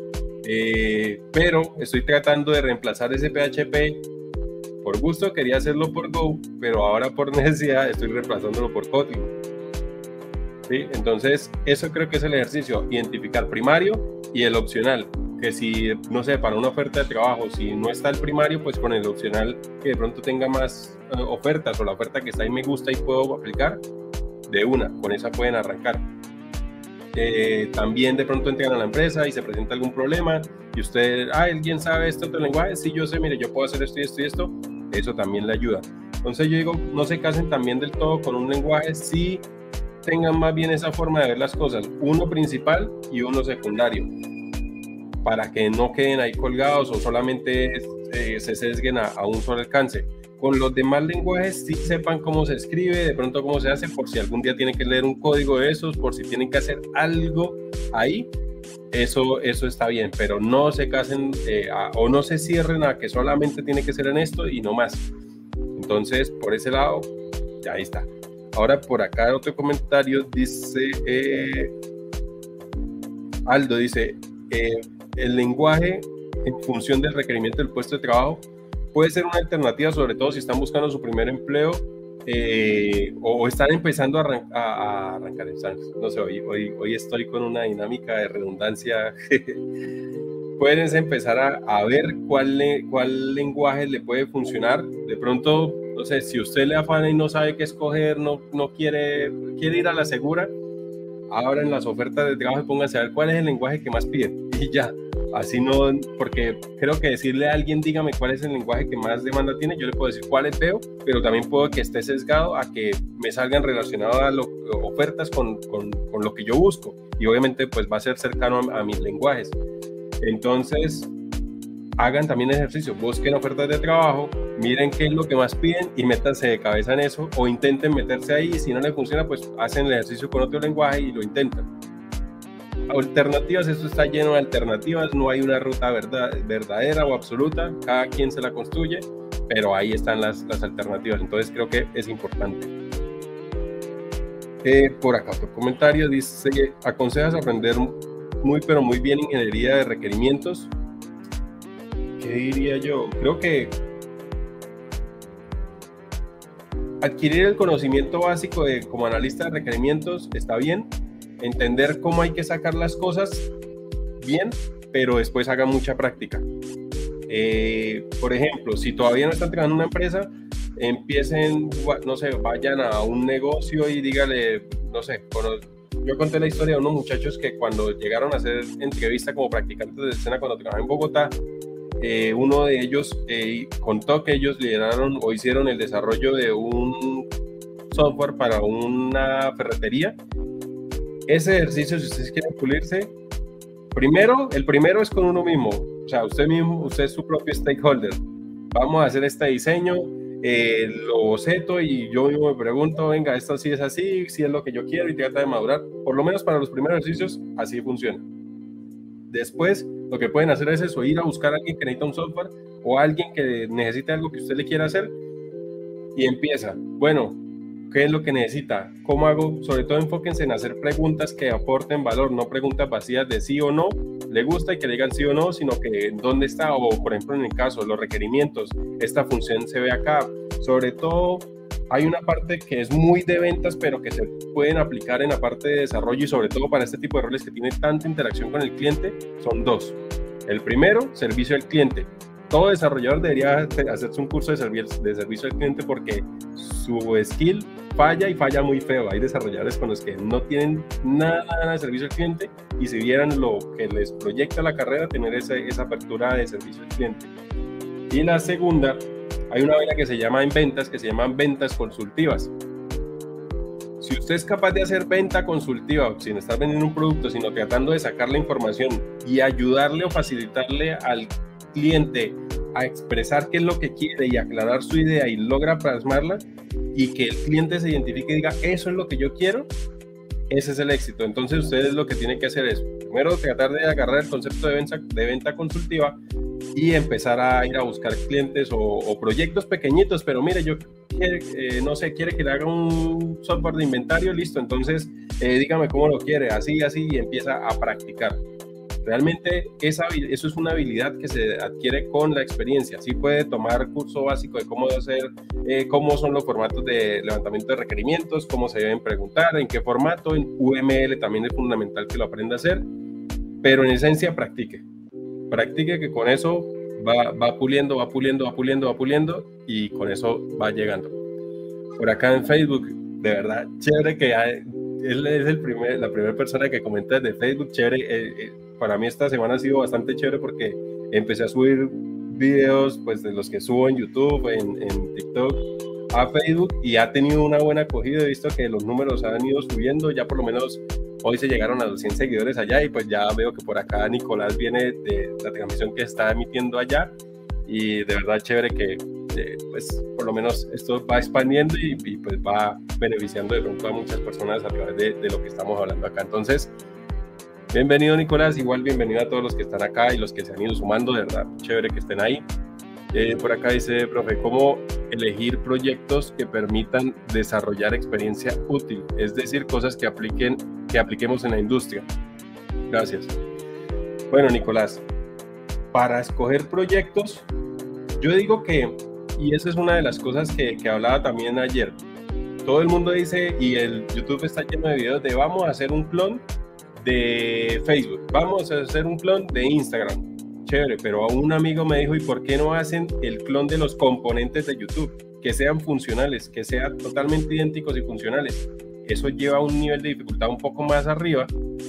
Eh, pero estoy tratando de reemplazar ese P H P. Por gusto quería hacerlo por Go, pero ahora por necesidad estoy reemplazándolo por Kotlin. ¿Sí? Entonces, eso creo que es el ejercicio, identificar primario y el opcional. Que si, no sé, para una oferta de trabajo, si no está el primario, pues con el opcional que de pronto tenga más uh, ofertas o la oferta que está ahí me gusta y puedo aplicar, de una, con esa pueden arrancar. Eh, también de pronto entran a la empresa y se presenta algún problema y usted, ah, ¿alguien sabe este otro lenguaje? Sí, yo sé, mire, yo puedo hacer esto y esto y esto, eso también le ayuda. Entonces yo digo, no se casen también del todo con un lenguaje, sí tengan más bien esa forma de ver las cosas, uno principal y uno secundario, para que no queden ahí colgados o solamente eh, se sesguen a, a un solo alcance. Con los demás lenguajes sí sepan cómo se escribe, de pronto cómo se hace, por si algún día tienen que leer un código de esos, por si tienen que hacer algo ahí, eso, eso está bien, pero no se casen eh, a, o no se cierren a que solamente tiene que ser en esto y no más. Entonces, por ese lado, ya ahí está. Ahora por acá otro comentario dice, eh, Aldo dice, eh, el lenguaje en función del requerimiento del puesto de trabajo puede ser una alternativa, sobre todo si están buscando su primer empleo eh, o están empezando a, arran a, a arrancar. No sé, hoy, hoy, hoy estoy con una dinámica de redundancia. Pueden empezar a, a ver cuál, le, cuál lenguaje le puede funcionar. De pronto, no sé, si usted le afana y no sabe qué escoger, no, no quiere, quiere ir a la segura, ahora en las ofertas de trabajo pónganse a ver cuál es el lenguaje que más piden y ya, así no, porque creo que decirle a alguien dígame cuál es el lenguaje que más demanda tiene, yo le puedo decir cuáles veo, pero también puedo que esté sesgado a que me salgan relacionadas a lo, ofertas con, con, con lo que yo busco y obviamente pues va a ser cercano a, a mis lenguajes. Entonces hagan también ejercicio, busquen ofertas de trabajo, miren qué es lo que más piden y métanse de cabeza en eso o intenten meterse ahí y si no les funciona pues hacen el ejercicio con otro lenguaje y lo intentan. Alternativas, esto está lleno de alternativas, no hay una ruta verdad, verdadera o absoluta, cada quien se la construye, pero ahí están las, las alternativas, entonces creo que es importante. Eh, por acá otro comentario dice, ¿aconsejas aprender muy pero muy bien ingeniería de requerimientos? ¿Qué diría yo? Creo que adquirir el conocimiento básico de, como analista de requerimientos está bien, entender cómo hay que sacar las cosas bien, pero después hagan mucha práctica. Eh, por ejemplo, si todavía no están trabajando en una empresa, empiecen, no sé, vayan a un negocio y dígale, no sé, yo conté la historia de unos muchachos que cuando llegaron a hacer entrevista como practicantes de escena cuando trabajaban en Bogotá, Eh, uno de ellos eh, contó que ellos lideraron o hicieron el desarrollo de un software para una ferretería. Ese ejercicio, si ustedes quieren pulirse, primero, el primero es con uno mismo, o sea, usted mismo, usted es su propio stakeholder. Vamos a hacer este diseño, eh, lo boceto y yo mismo me pregunto, venga, esto sí es así, si es lo que yo quiero y trata de madurar. Por lo menos para los primeros ejercicios, así funciona. Después, lo que pueden hacer es eso, ir a buscar a alguien que necesita un software o a alguien que necesite algo que usted le quiera hacer y empieza. Bueno, ¿qué es lo que necesita? ¿Cómo hago? Sobre todo enfóquense en hacer preguntas que aporten valor, no preguntas vacías de sí o no, le gusta y que le digan sí o no, sino que dónde está, o por ejemplo en el caso, los requerimientos, esta función se ve acá. Sobre todo, hay una parte que es muy de ventas, pero que se pueden aplicar en la parte de desarrollo y sobre todo para este tipo de roles que tienen tanta interacción con el cliente, son dos. El primero, servicio al cliente. Todo desarrollador debería hacerse un curso de, servir, de servicio al cliente porque su skill falla y falla muy feo. Hay desarrolladores con los que no tienen nada de servicio al cliente y si vieran lo que les proyecta la carrera, tener esa, esa apertura de servicio al cliente. Y la segunda, hay una vaina que se llama en ventas, que se llaman ventas consultivas. Si usted es capaz de hacer venta consultiva, sin estar vendiendo un producto, sino tratando de sacar la información y ayudarle o facilitarle al cliente a expresar qué es lo que quiere y aclarar su idea y logra plasmarla y que el cliente se identifique y diga, eso es lo que yo quiero, ese es el éxito. Entonces ustedes lo que tienen que hacer es, primero, tratar de agarrar el concepto de venta, de venta consultiva y empezar a ir a buscar clientes o, o proyectos pequeñitos, pero mire, yo quiere, eh, no sé, quiere que le haga un software de inventario, listo, entonces eh, dígame cómo lo quiere, así, así, y empieza a practicar. Realmente esa, eso es una habilidad que se adquiere con la experiencia. Sí puede tomar curso básico de cómo hacer, eh, cómo son los formatos de levantamiento de requerimientos, cómo se deben preguntar, en qué formato, en U M L también es fundamental que lo aprenda a hacer, pero en esencia practique. Practique que con eso va, va puliendo, va puliendo, va puliendo, va puliendo y con eso va llegando. Por acá en Facebook, de verdad, chévere que hay, él es el primer, la primera persona que comenta desde Facebook, chévere. Eh, eh, para mí esta semana ha sido bastante chévere porque empecé a subir videos pues, de los que subo en YouTube, en, en TikTok, a Facebook y ha tenido una buena acogida. He visto que los números han ido subiendo, ya por lo menos hoy se llegaron a los cien seguidores allá y pues ya veo que por acá Nicolás viene de la transmisión que está emitiendo allá y de verdad chévere que eh, pues por lo menos esto va expandiendo y, y pues va beneficiando de pronto a muchas personas a través de, de lo que estamos hablando acá. Entonces, bienvenido Nicolás, igual bienvenido a todos los que están acá y los que se han ido sumando, de verdad chévere que estén ahí. Eh, por acá dice, profe, ¿cómo elegir proyectos que permitan desarrollar experiencia útil? Es decir, cosas que, apliquen, que apliquemos en la industria. Gracias. Bueno, Nicolás, para escoger proyectos, yo digo que, y esa es una de las cosas que, que hablaba también ayer, todo el mundo dice, y el YouTube está lleno de videos de vamos a hacer un clon de Facebook, vamos a hacer un clon de Instagram. Chévere, pero a un amigo me dijo, ¿y por qué no hacen el clon de los componentes de YouTube? Que sean funcionales, que sean totalmente idénticos y funcionales. Eso lleva a un nivel de dificultad un poco más arriba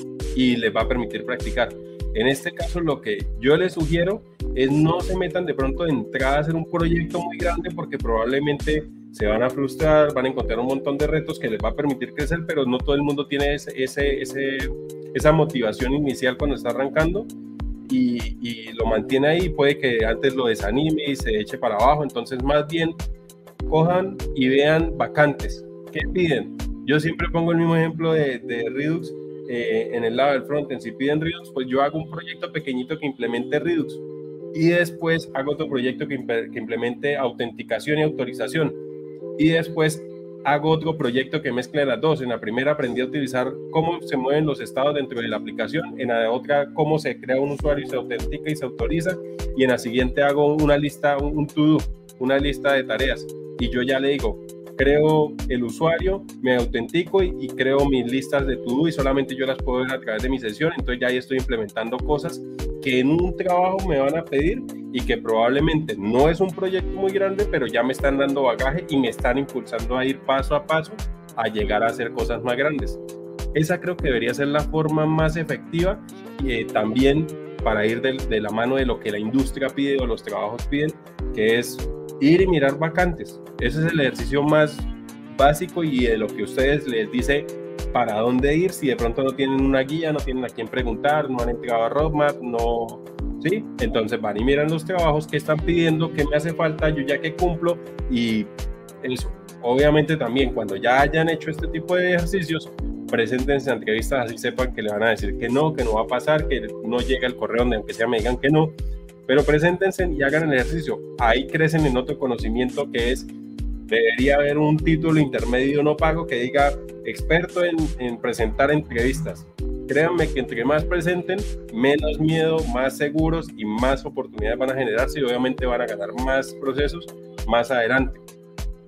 y les va a permitir practicar. En este caso, lo que yo les sugiero es no se metan de pronto de entrada a hacer un proyecto muy grande porque probablemente se van a frustrar, van a encontrar un montón de retos que les va a permitir crecer, pero no todo el mundo tiene ese, ese, ese, esa motivación inicial cuando está arrancando. Y, y lo mantiene ahí, puede que antes lo desanime y se eche para abajo. Entonces más bien cojan y vean vacantes, ¿qué piden? Yo siempre pongo el mismo ejemplo de, de Redux eh, en el lado del frontend. Si piden Redux, pues yo hago un proyecto pequeñito que implemente Redux y después hago otro proyecto que, que implemente autenticación y autorización y después hago otro proyecto que mezcle las dos. En la primera aprendí a utilizar cómo se mueven los estados dentro de la aplicación, en la otra cómo se crea un usuario y se autentica y se autoriza, y en la siguiente hago una lista, un, un to-do, una lista de tareas, y yo ya le digo, creo el usuario, me autentico y, y creo mis listas de to-do y solamente yo las puedo ver a través de mi sesión. Entonces ya ahí estoy implementando cosas que en un trabajo me van a pedir y que probablemente no es un proyecto muy grande, pero ya me están dando bagaje y me están impulsando a ir paso a paso a llegar a hacer cosas más grandes. Esa creo que debería ser la forma más efectiva y eh, también para ir de, de la mano de lo que la industria pide o los trabajos piden, que es ir y mirar vacantes. Ese es el ejercicio más básico y de lo que ustedes les dice para dónde ir si de pronto no tienen una guía, no tienen a quién preguntar, no han entregado a roadmap, no, ¿sí? Entonces van y miran los trabajos que están pidiendo, qué me hace falta, yo ya que cumplo y eso. Obviamente también cuando ya hayan hecho este tipo de ejercicios, preséntense a entrevistas así sepan que le van a decir que no, que no va a pasar, que no llega el correo donde aunque sea me digan que no, pero preséntense y hagan el ejercicio. Ahí crecen en otro conocimiento que es, debería haber un título intermedio no pago que diga experto en, en presentar entrevistas. Créanme que entre más presenten, menos miedo, más seguros y más oportunidades van a generarse y obviamente van a ganar más procesos más adelante.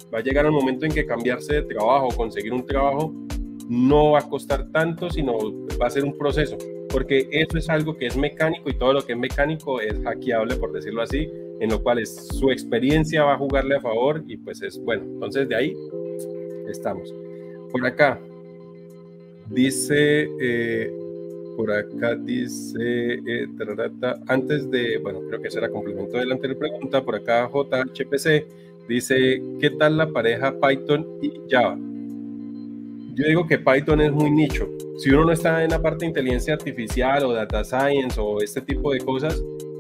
Va a llegar un momento en que cambiarse de trabajo, conseguir un trabajo, no va a costar tanto, sino va a ser un proceso, porque eso es algo que es mecánico y todo lo que es mecánico es hackeable, por decirlo así, en lo cual es, su experiencia va a jugarle a favor y pues es bueno. Entonces de ahí estamos. Por acá dice, eh, por acá dice, eh, tararata, antes de, bueno, creo que será complemento de la anterior pregunta, por acá J H P C dice, ¿qué tal la pareja Python y Java? Yo digo que Python es muy nicho. Si uno no está en la parte de inteligencia artificial o data science o este tipo de cosas,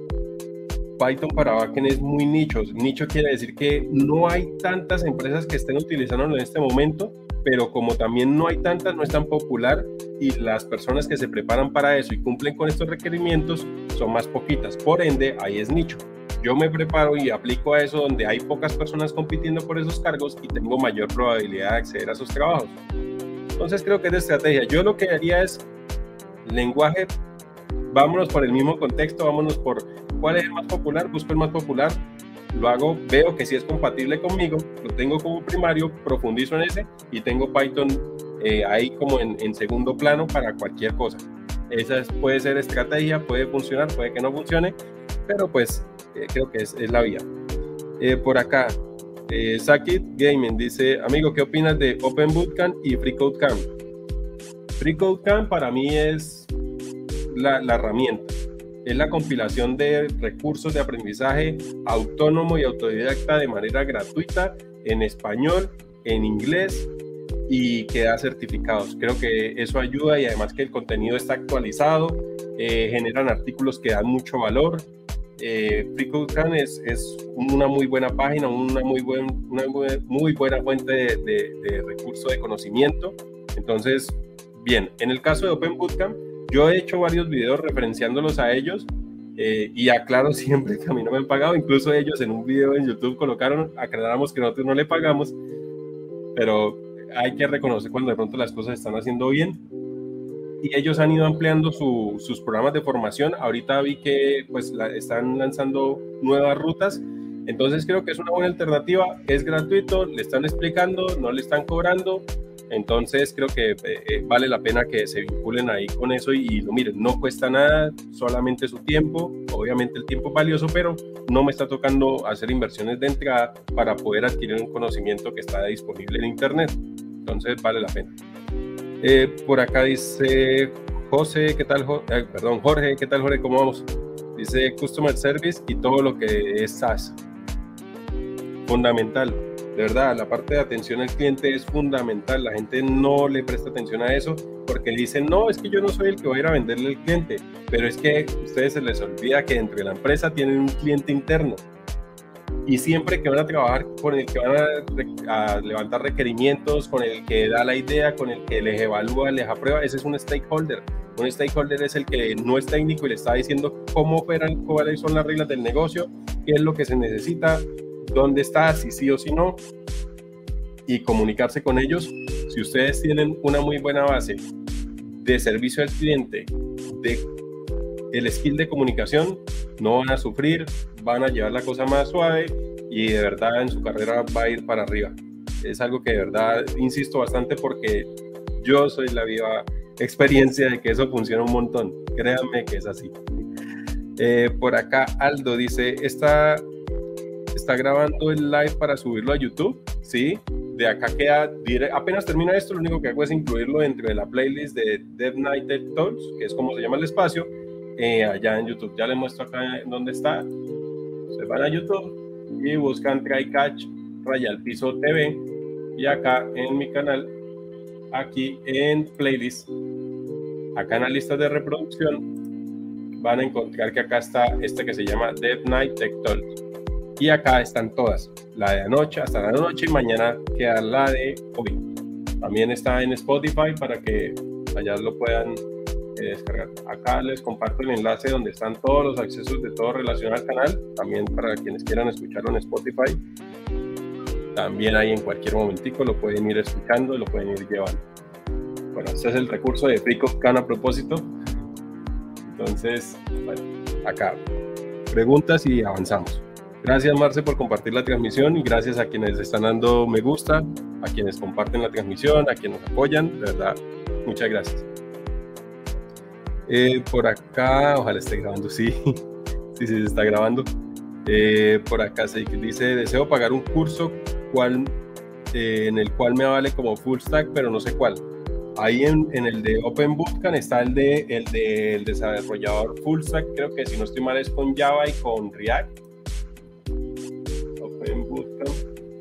Python para backend es muy nicho. Nicho quiere decir que no hay tantas empresas que estén utilizándolo en este momento, pero como también no hay tantas, no es tan popular y las personas que se preparan para eso y cumplen con estos requerimientos son más poquitas. Por ende, ahí es nicho. Yo me preparo y aplico a eso donde hay pocas personas compitiendo por esos cargos y tengo mayor probabilidad de acceder a esos trabajos. Entonces creo que es de estrategia. Yo lo que haría es lenguaje, vámonos por el mismo contexto, vámonos por cuál es el más popular, busco el más popular, lo hago, veo que si es compatible conmigo, lo tengo como primario, profundizo en ese y tengo Python eh, ahí como en, en segundo plano para cualquier cosa. Esa es, puede ser estrategia, puede funcionar, puede que no funcione, pero pues eh, creo que es, es la vía. Eh, por acá, eh, Sakit Gaming dice, amigo, ¿qué opinas de Open Bootcamp y FreeCodeCamp? FreeCodeCamp para mí es la, la herramienta, es la compilación de recursos de aprendizaje autónomo y autodidacta de manera gratuita en español, en inglés y que da certificados. Creo que eso ayuda y además que el contenido está actualizado, eh, generan artículos que dan mucho valor. Eh, FreeCodeCamp es, es una muy buena página, una muy, buen, una muy buena fuente de, de, de recurso de conocimiento. Entonces, bien, en el caso de Open Bootcamp, yo he hecho varios videos referenciándolos a ellos eh, y aclaro siempre que a mí no me han pagado. Incluso ellos en un video en YouTube colocaron, aclaramos que nosotros no le pagamos, pero hay que reconocer cuando de pronto las cosas están haciendo bien. Y ellos han ido ampliando su, sus programas de formación. Ahorita vi que pues, la, están lanzando nuevas rutas. Entonces creo que es una buena alternativa. Es gratuito, le están explicando, no le están cobrando. Entonces creo que eh, vale la pena que se vinculen ahí con eso y, y lo miren. No cuesta nada, solamente su tiempo. Obviamente el tiempo es valioso, pero no me está tocando hacer inversiones de entrada para poder adquirir un conocimiento que está disponible en internet. Entonces vale la pena. Eh, por acá dice José, ¿qué tal? Eh, perdón, Jorge, ¿qué tal, Jorge? ¿Cómo vamos? Dice Customer Service y todo lo que es SaaS. Fundamental, de verdad, la parte de atención al cliente es fundamental. La gente no le presta atención a eso porque le dicen, no, es que yo no soy el que va a ir a venderle al cliente, pero es que a ustedes se les olvida que dentro de la empresa tienen un cliente interno. Y siempre que van a trabajar con el que van a, a levantar requerimientos, con el que da la idea, con el que les evalúa, les aprueba, ese es un stakeholder. Un stakeholder es el que no es técnico y le está diciendo cómo operan, cuáles son las reglas del negocio, qué es lo que se necesita, dónde está, si sí o si no, y comunicarse con ellos. Si ustedes tienen una muy buena base de servicio al cliente, de el skill de comunicación, no van a sufrir, van a llevar la cosa más suave y de verdad en su carrera va a ir para arriba. Es algo que de verdad insisto bastante porque yo soy la viva experiencia de que eso funciona un montón. Créanme que es así. Eh, por acá Aldo dice, ¿está, ¿está grabando el live para subirlo a YouTube? Sí, de acá queda, apenas termina esto, lo único que hago es incluirlo dentro de la playlist de Dev Night Tech Talks, que es como se llama el espacio, eh, allá en YouTube. Ya les muestro acá dónde está. Se van a YouTube y buscan Try Catch Raya al Piso T V y acá en mi canal, aquí en playlist, acá en la lista de reproducción van a encontrar que acá está este que se llama Dev Night Tech Talks y acá están todas, la de anoche hasta la noche y mañana queda la de hoy. También está en Spotify para que allá lo puedan eh, descargar. Acá les comparto el enlace donde están todos los accesos de todo relacionado al canal, también para quienes quieran escucharlo en Spotify. También ahí en cualquier momentico lo pueden ir escuchando, lo pueden ir llevando. Bueno, este es el recurso de FreeCodeCamp a propósito. Entonces, bueno, acá preguntas y avanzamos. Gracias, Marce, por compartir la transmisión y gracias a quienes están dando me gusta, a quienes comparten la transmisión, a quienes nos apoyan, de verdad, muchas gracias. Eh, por acá, ojalá esté grabando, sí, sí, sí, se está grabando. Eh, por acá se dice, deseo pagar un curso cual, eh, en el cual me vale como full stack, pero no sé cuál. Ahí en, en el de Open Bootcamp está el de el de el desarrollador full stack, creo que si no estoy mal es con Java y con React. Open Bootcamp.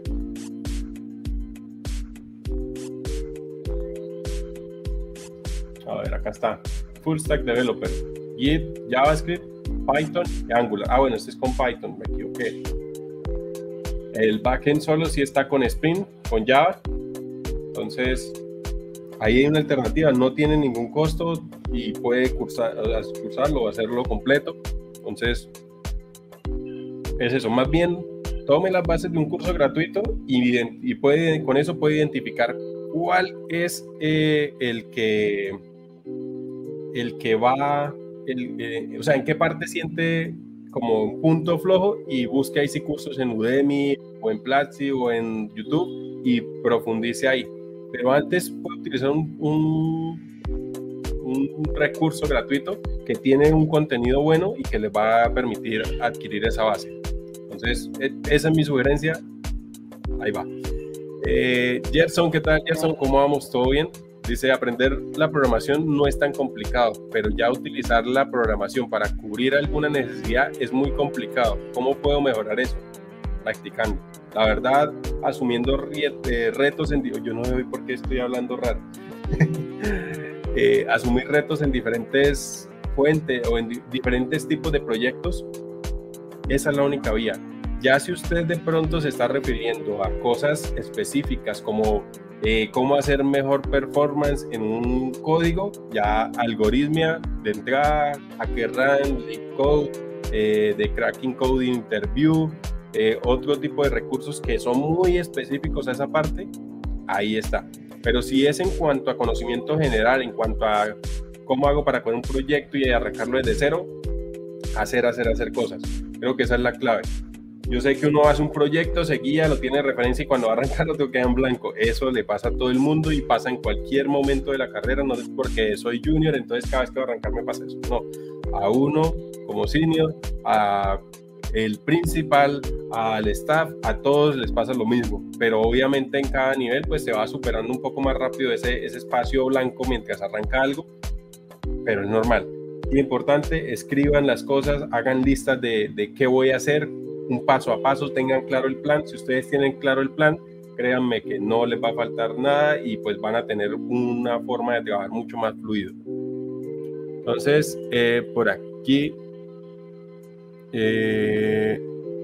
A ver, acá está. Full stack developer. Git, JavaScript, Python y Angular. Ah, bueno, este es con Python, me equivoqué. El backend solo sí está con Spring, con Java. Entonces, ahí hay una alternativa, no tiene ningún costo y puede cursar, cursarlo o hacerlo completo. Entonces, es eso. Más bien, tome las bases de un curso gratuito y, y puede, con eso puede identificar cuál es eh, el que el que va, el, eh, o sea, en qué parte siente como un punto flojo y busque ahí sí cursos en Udemy o en Platzi o en YouTube y profundice ahí. Pero antes puede utilizar un, un, un recurso gratuito que tiene un contenido bueno y que les va a permitir adquirir esa base. Entonces, esa es mi sugerencia. Ahí va. Eh, Gerson, ¿qué tal, Gerson? ¿Cómo vamos? ¿Todo bien? Dice, aprender la programación no es tan complicado, pero ya utilizar la programación para cubrir alguna necesidad es muy complicado. ¿Cómo puedo mejorar eso? Practicando. La verdad, asumiendo retos en... Yo no sé por qué estoy hablando raro. eh, asumir retos en diferentes fuentes o en di diferentes tipos de proyectos, esa es la única vía. Ya si usted de pronto se está refiriendo a cosas específicas como eh, cómo hacer mejor performance en un código, ya algoritmia de entrada, HackerRank, LeetCode, eh, de Cracking Coding Interview, eh, otro tipo de recursos que son muy específicos a esa parte, ahí está. Pero si es en cuanto a conocimiento general, en cuanto a cómo hago para poner un proyecto y arrancarlo desde cero, hacer, hacer, hacer cosas. Creo que esa es la clave. Yo sé que uno hace un proyecto, se guía, lo tiene de referencia y cuando va a arrancar lo queda en blanco. Eso le pasa a todo el mundo y pasa en cualquier momento de la carrera. No es porque soy junior, entonces cada vez que voy a arrancar me pasa eso. No, a uno como senior, a el principal, al staff, a todos les pasa lo mismo. Pero obviamente en cada nivel pues se va superando un poco más rápido ese, ese espacio blanco mientras arranca algo, pero es normal. Y importante, escriban las cosas, hagan listas de, de qué voy a hacer, un paso a paso, tengan claro el plan. Si ustedes tienen claro el plan, créanme que no les va a faltar nada y pues van a tener una forma de trabajar mucho más fluido. Entonces, eh, por aquí, eh,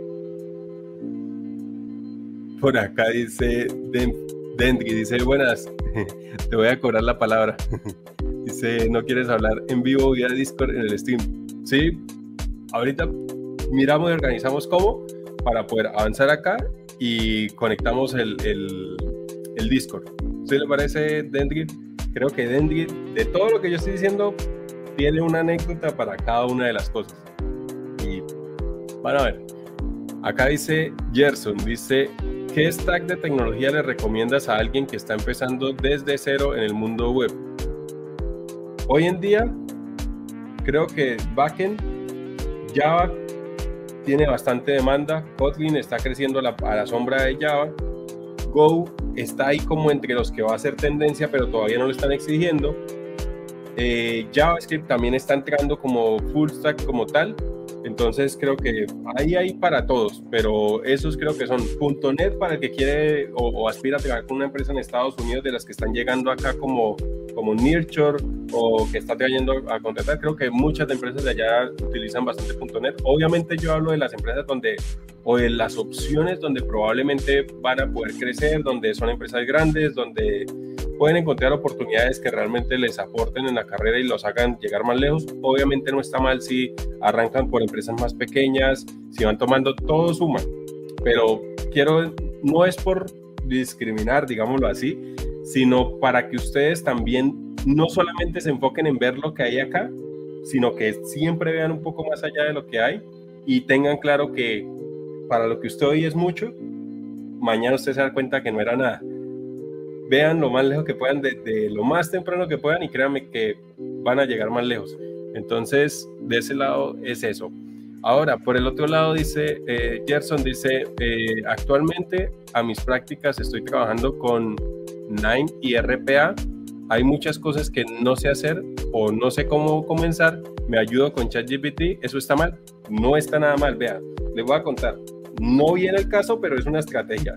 por acá dice Dendry, dice, buenas, te voy a cobrar la palabra. Dice, ¿no quieres hablar en vivo vía Discord en el Steam? Sí, ahorita miramos y organizamos cómo para poder avanzar acá y conectamos el, el, el Discord. ¿Sí le parece, Dendry? Creo que Dendry, de todo lo que yo estoy diciendo, tiene una anécdota para cada una de las cosas. Y van a ver. Acá dice Gerson, dice, ¿qué stack de tecnología le recomiendas a alguien que está empezando desde cero en el mundo web? Hoy en día, creo que backend, Java tiene bastante demanda, Kotlin está creciendo a la, a la sombra de Java, Go está ahí como entre los que va a ser tendencia, pero todavía no lo están exigiendo. Eh, JavaScript también está entrando como full stack como tal, entonces creo que ahí hay para todos, pero esos creo que son punto net para el que quiere o, o aspira a trabajar con una empresa en Estados Unidos, de las que están llegando acá como, como Nearshore o que está trayendo a contratar. Creo que muchas empresas de allá utilizan bastante punto net. Obviamente yo hablo de las empresas donde, o de las opciones donde probablemente van a poder crecer, donde son empresas grandes, donde pueden encontrar oportunidades que realmente les aporten en la carrera y los hagan llegar más lejos. Obviamente no está mal si arrancan por empresas más pequeñas, si van tomando, todo suma, pero quiero, no es por discriminar, digámoslo así, sino para que ustedes también no solamente se enfoquen en ver lo que hay acá, sino que siempre vean un poco más allá de lo que hay y tengan claro que para lo que usted hoy es mucho, mañana usted se da cuenta que no era nada. Vean lo más lejos que puedan, de, de lo más temprano que puedan, y créanme que van a llegar más lejos. Entonces, de ese lado es eso. Ahora, por el otro lado, dice eh, Gerson, dice, eh, actualmente a mis prácticas estoy trabajando con Nine y R P A. Hay muchas cosas que no sé hacer o no sé cómo comenzar. Me ayudo con ChatGPT. ¿Eso está mal? No está nada mal. Vea, les voy a contar. No viene el caso, pero es una estrategia.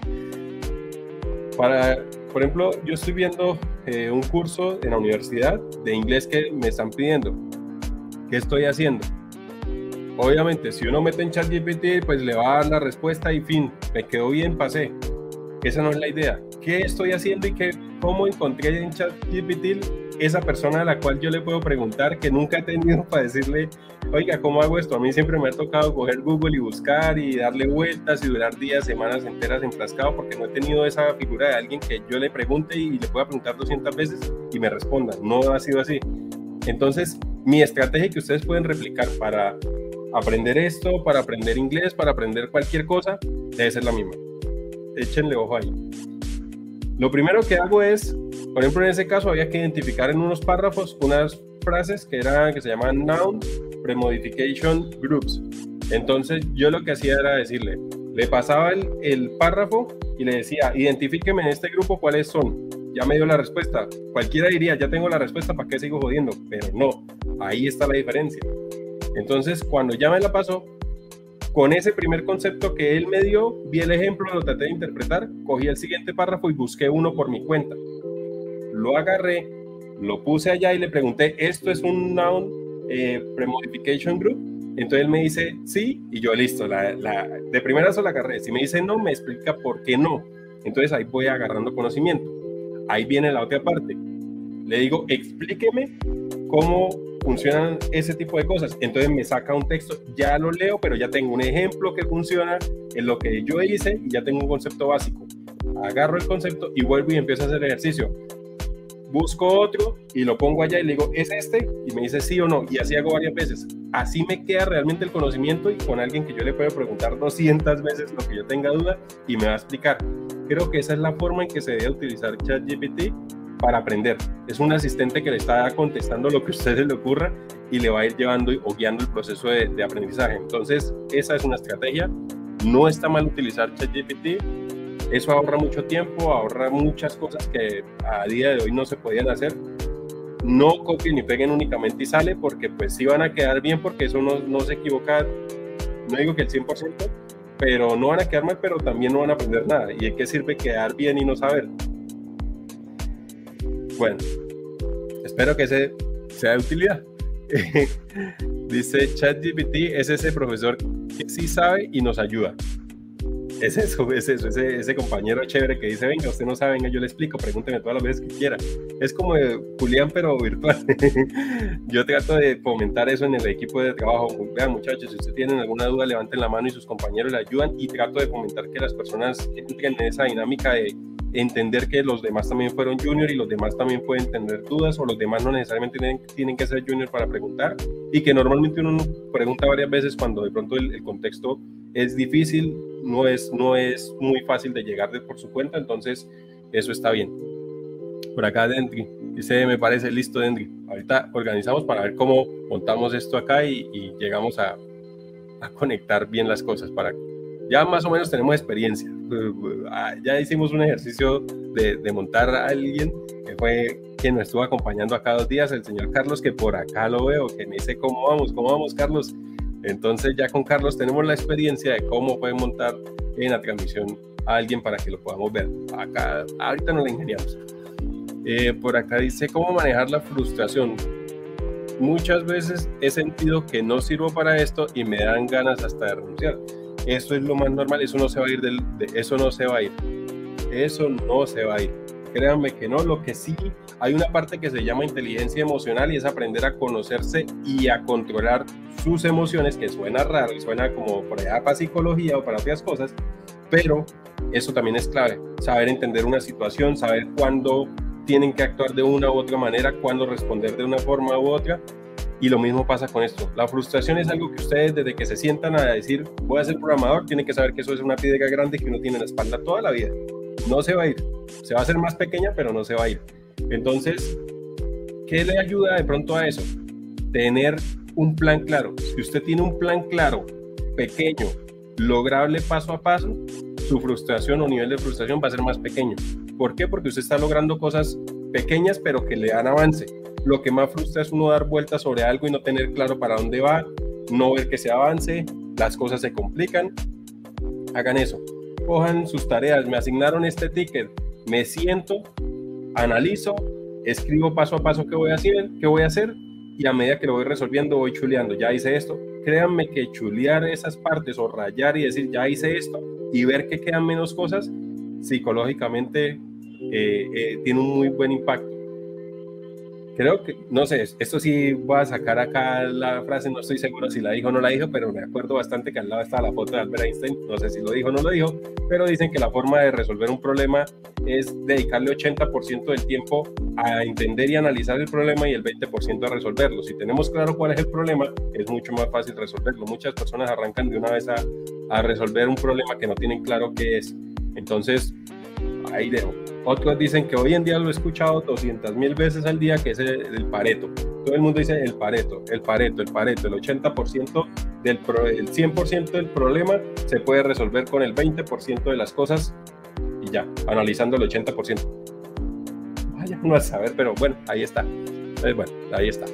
Para, por ejemplo, yo estoy viendo eh, un curso en la universidad de inglés que me están pidiendo. ¿Qué estoy haciendo? Obviamente, si uno mete en ChatGPT, pues le va a dar la respuesta y fin, me quedó bien, pasé. Esa no es la idea. ¿Qué estoy haciendo y qué, cómo encontré en ChatGPT esa persona a la cual yo le puedo preguntar, que nunca he tenido para decirle, oiga, ¿cómo hago esto? A mí siempre me ha tocado coger Google y buscar y darle vueltas y durar días, semanas enteras enfrascado, porque no he tenido esa figura de alguien que yo le pregunte y le pueda preguntar doscientas veces y me responda. No ha sido así. Entonces, mi estrategia que ustedes pueden replicar para aprender esto, para aprender inglés, para aprender cualquier cosa, debe ser la misma. Échenle ojo ahí. Lo primero que hago es, por ejemplo, en ese caso había que identificar en unos párrafos unas frases que, eran, que se llamaban Noun Premodification Groups. Entonces yo lo que hacía era decirle, le pasaba el, el párrafo y le decía, identifíqueme en este grupo cuáles son. Ya me dio la respuesta. Cualquiera diría, ya tengo la respuesta, ¿para qué sigo jodiendo? Pero no, ahí está la diferencia. Entonces, cuando ya me la pasó, con ese primer concepto que él me dio, vi el ejemplo, lo traté de interpretar, cogí el siguiente párrafo y busqué uno por mi cuenta. Lo agarré, lo puse allá y le pregunté, ¿esto es un Noun eh, Premodification Group? Entonces él me dice, sí, y yo listo, la, la, de primerazo la agarré. Si me dice no, me explica por qué no. Entonces ahí voy agarrando conocimiento. Ahí viene la otra parte. Le digo, explíqueme cómo funcionan ese tipo de cosas. Entonces me saca un texto, ya lo leo, pero ya tengo un ejemplo que funciona en lo que yo hice y ya tengo un concepto básico. Agarro el concepto y vuelvo y empiezo a hacer ejercicio. Busco otro y lo pongo allá y le digo, ¿es este? Y me dice sí o no, y así hago varias veces. Así me queda realmente el conocimiento y con alguien que yo le puedo preguntar doscientas veces lo que yo tenga duda y me va a explicar. Creo que esa es la forma en que se debe utilizar ChatGPT para aprender. Es un asistente que le está contestando lo que a usted se le ocurra y le va a ir llevando o guiando el proceso de, de aprendizaje. Entonces, esa es una estrategia. No está mal utilizar ChatGPT. Eso ahorra mucho tiempo, ahorra muchas cosas que a día de hoy no se podían hacer. No copien ni peguen únicamente y sale, porque pues sí van a quedar bien, porque eso no, no se equivoca, no digo que el cien por ciento, pero no van a quedar mal, pero también no van a aprender nada. ¿Y de qué sirve quedar bien y no saber? Bueno, espero que ese sea de utilidad. Dice ChatGPT es ese profesor que sí sabe y nos ayuda. Es eso, es eso, ese, ese compañero chévere que dice, venga, usted no sabe, venga, yo le explico, pregúnteme todas las veces que quiera. Es como de Julián, pero virtual. Yo trato de fomentar eso en el equipo de trabajo. Vean, muchachos, si ustedes tienen alguna duda, levanten la mano y sus compañeros le ayudan, y trato de fomentar que las personas entren en esa dinámica de entender que los demás también fueron junior y los demás también pueden tener dudas, o los demás no necesariamente tienen, tienen que ser junior para preguntar, y que normalmente uno pregunta varias veces cuando de pronto el, el contexto es difícil, no es, no es muy fácil de llegar de por su cuenta. Entonces eso está bien. Por acá Dendry dice, me parece listo, Dendry. Ahorita organizamos para ver cómo montamos esto acá y, y llegamos a, a conectar bien las cosas. Para ya más o menos tenemos experiencia. Ya hicimos un ejercicio de, de montar a alguien que fue quien nos estuvo acompañando acá dos días, el señor Carlos, que por acá lo veo, que me dice cómo vamos, cómo vamos, Carlos. Entonces ya con Carlos tenemos la experiencia de cómo puede montar en la transmisión a alguien para que lo podamos ver. Acá ahorita no la ingeniamos. Eh, por acá dice cómo manejar la frustración. Muchas veces he sentido que no sirvo para esto y me dan ganas hasta de renunciar. Eso es lo más normal, eso no se va a ir del, de, eso no se va a ir. Eso no se va a ir. Créanme que no. Lo que sí, hay una parte que se llama inteligencia emocional, y es aprender a conocerse y a controlar sus emociones, que suena raro y suena como por allá para psicología o para otras cosas, pero eso también es clave. Saber entender una situación, saber cuándo tienen que actuar de una u otra manera, cuándo responder de una forma u otra, Y lo mismo pasa con esto. La frustración es algo que ustedes desde que se sientan a decir voy a ser programador, tienen que saber que eso es una piedra grande que uno tiene en la espalda toda la vida. No se va a ir. Se va a hacer más pequeña, pero no se va a ir. Entonces, ¿qué le ayuda de pronto a eso? Tener un plan claro. Si usted tiene un plan claro, pequeño, lograble paso a paso, su frustración o nivel de frustración va a ser más pequeño. ¿Por qué? Porque usted está logrando cosas pequeñas, pero que le dan avance. Lo que más frustra es uno dar vueltas sobre algo y no tener claro para dónde va, no ver que se avance, las cosas se complican. Hagan eso. Cojan sus tareas. Me asignaron este ticket. Me siento, analizo, escribo paso a paso qué voy a hacer, qué voy a hacer y a medida que lo voy resolviendo voy chuleando. Ya hice esto. Créanme que chulear esas partes o rayar y decir ya hice esto y ver que quedan menos cosas, psicológicamente eh, eh, tiene un muy buen impacto. Creo que, no sé, esto sí voy a sacar acá la frase, no estoy seguro si la dijo o no la dijo, pero me acuerdo bastante que al lado estaba la foto de Albert Einstein, no sé si lo dijo o no lo dijo, pero dicen que la forma de resolver un problema es dedicarle ochenta por ciento del tiempo a entender y analizar el problema y el veinte por ciento a resolverlo. Si tenemos claro cuál es el problema, es mucho más fácil resolverlo. Muchas personas arrancan de una vez a, a resolver un problema que no tienen claro qué es. Entonces, ahí dejo. Otros dicen que hoy en día lo he escuchado doscientas mil veces al día, que es el, el Pareto. Todo el mundo dice el Pareto, el Pareto, el Pareto. El ochenta por ciento del pro, el cien por ciento del problema se puede resolver con el veinte por ciento de las cosas y ya, analizando el ochenta por ciento. Vaya uno a saber, pero bueno, ahí está. Entonces, bueno, ahí está.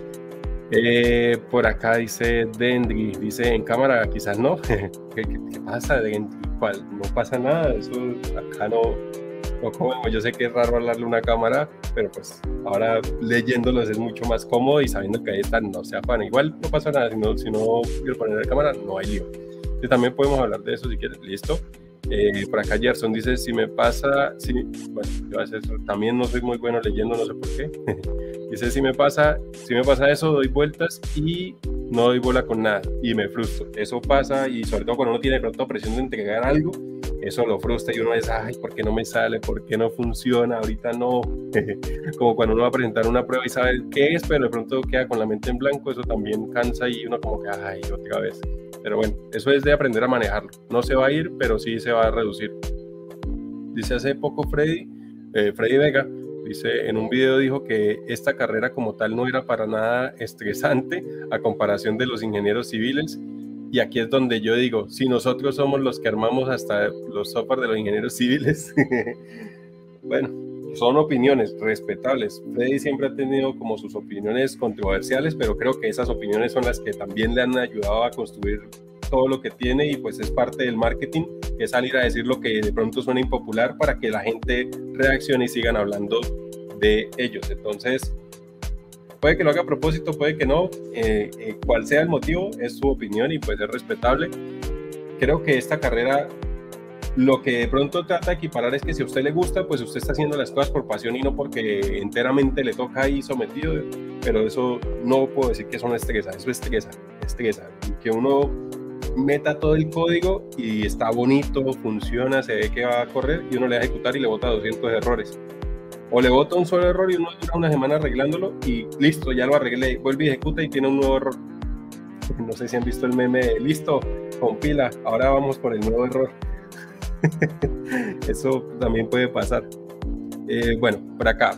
Eh, por acá dice Dendry, dice en cámara quizás no. ¿Qué, qué, qué pasa, Dendry? ¿Cuál? No pasa nada, eso acá no... No comemos. Yo sé que es raro hablarle a una cámara, pero pues ahora leyéndolos es mucho más cómodo y sabiendo que ahí están, no se afanen. Igual no pasa nada, si no, si no quiero poner la cámara, no hay lío. Y también podemos hablar de eso si quieres, listo. Eh, por acá Gerson dice, si me pasa, si, bueno, yo a veces también no soy muy bueno leyendo, no sé por qué. Dice, si me pasa, si me pasa eso, doy vueltas y no doy bola con nada y me frustro. Eso pasa y sobre todo cuando uno tiene de pronto presión de entregar algo, eso lo frustra y uno dice, ay, ¿por qué no me sale? ¿Por qué no funciona? Ahorita no. Como cuando uno va a presentar una prueba y sabe qué es, pero de pronto queda con la mente en blanco, eso también cansa y uno como que, ay, otra vez. Pero bueno, eso es de aprender a manejarlo. No se va a ir, pero sí se va a reducir. Dice hace poco Freddy, eh, Freddy Vega, dice, en un video dijo que esta carrera como tal no era para nada estresante a comparación de los ingenieros civiles. Y aquí es donde yo digo, si nosotros somos los que armamos hasta los software de los ingenieros civiles, bueno, son opiniones respetables. Freddy siempre ha tenido como sus opiniones controversiales, pero creo que esas opiniones son las que también le han ayudado a construir todo lo que tiene y pues es parte del marketing, que es salir a decir lo que de pronto suena impopular para que la gente reaccione y sigan hablando de ellos. Entonces, puede que lo haga a propósito, puede que no, eh, eh, cual sea el motivo, es su opinión y pues es respetable. Creo que esta carrera lo que de pronto trata de equiparar es que si a usted le gusta, pues usted está haciendo las cosas por pasión y no porque enteramente le toca ahí sometido, pero eso no puedo decir que eso no estresa, eso estresa, estresa, que uno meta todo el código y está bonito, funciona, se ve que va a correr y uno le va a ejecutar y le bota doscientos errores. O le bota un solo error y uno dura una semana arreglándolo y listo, ya lo arreglé, vuelve y ejecuta y tiene un nuevo error. No sé si han visto el meme de, listo, compila, ahora vamos por el nuevo error. Eso también puede pasar. Eh, bueno, por acá.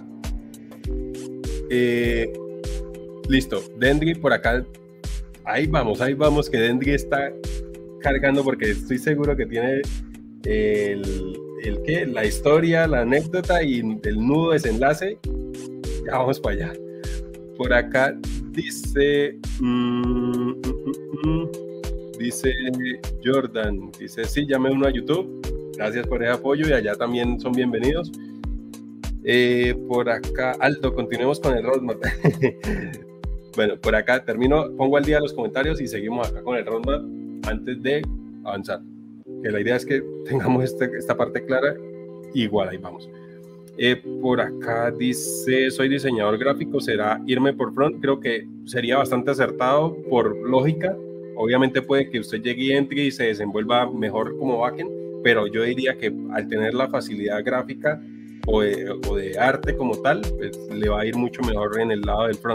Eh, listo, Dendry por acá. Ahí vamos, ahí vamos, que Dendry está cargando porque estoy seguro que tiene el... el qué, la historia, la anécdota y el nudo desenlace. Ya vamos para allá. Por acá dice mmm, mm, mm, mm, dice Jordan, dice sí, llame uno a YouTube, gracias por el apoyo y allá también son bienvenidos. Eh, por acá Aldo, continuemos con el roadmap. Bueno, por acá termino, pongo al día los comentarios y seguimos acá con el roadmap antes de avanzar. Que la idea es que tengamos este, esta parte clara, igual ahí vamos. Eh, por acá dice, soy diseñador gráfico, ¿será irme por front? Creo que sería bastante acertado por lógica. Obviamente puede que usted llegue y entre y se desenvuelva mejor como backend, pero yo diría que al tener la facilidad gráfica o de, o de arte como tal, pues le va a ir mucho mejor en el lado del front.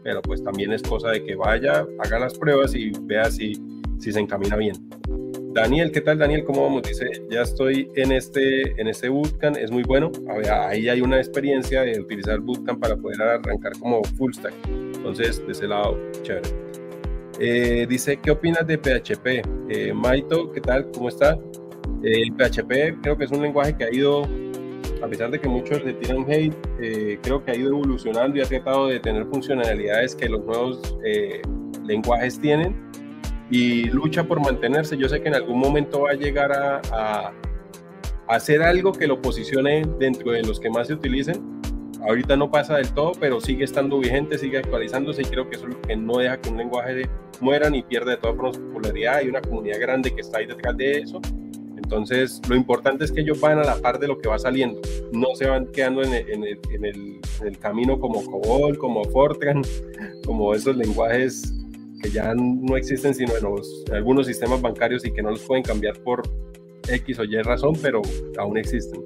pero pues también es cosa de que vaya, haga las pruebas y vea si, si se encamina bien. Daniel, ¿qué tal Daniel? ¿Cómo vamos? Dice, ya estoy en este, en este bootcamp, es muy bueno. A ver, ahí hay una experiencia de utilizar bootcamp para poder arrancar como full stack. Entonces, de ese lado, chévere. Eh, dice, ¿qué opinas de P H P? Eh, Maito, ¿qué tal? ¿Cómo está? Eh, el P H P creo que es un lenguaje que ha ido, a pesar de que muchos le tiran hate, eh, creo que ha ido evolucionando y ha tratado de tener funcionalidades que los nuevos eh, lenguajes tienen y lucha por mantenerse. Yo sé que en algún momento va a llegar a, a, a hacer algo que lo posicione dentro de los que más se utilicen. Ahorita no pasa del todo, pero sigue estando vigente, sigue actualizándose y creo que eso es lo que no deja que un lenguaje muera ni pierda de todas formas popularidad. Hay una comunidad grande que está ahí detrás de eso. Entonces, lo importante es que ellos van a la par de lo que va saliendo. No se van quedando en el, en el, en el, en el camino como COBOL, como Fortran, como esos lenguajes que ya no existen sino en, los, en algunos sistemas bancarios y que no los pueden cambiar por X o Y razón, pero aún existen.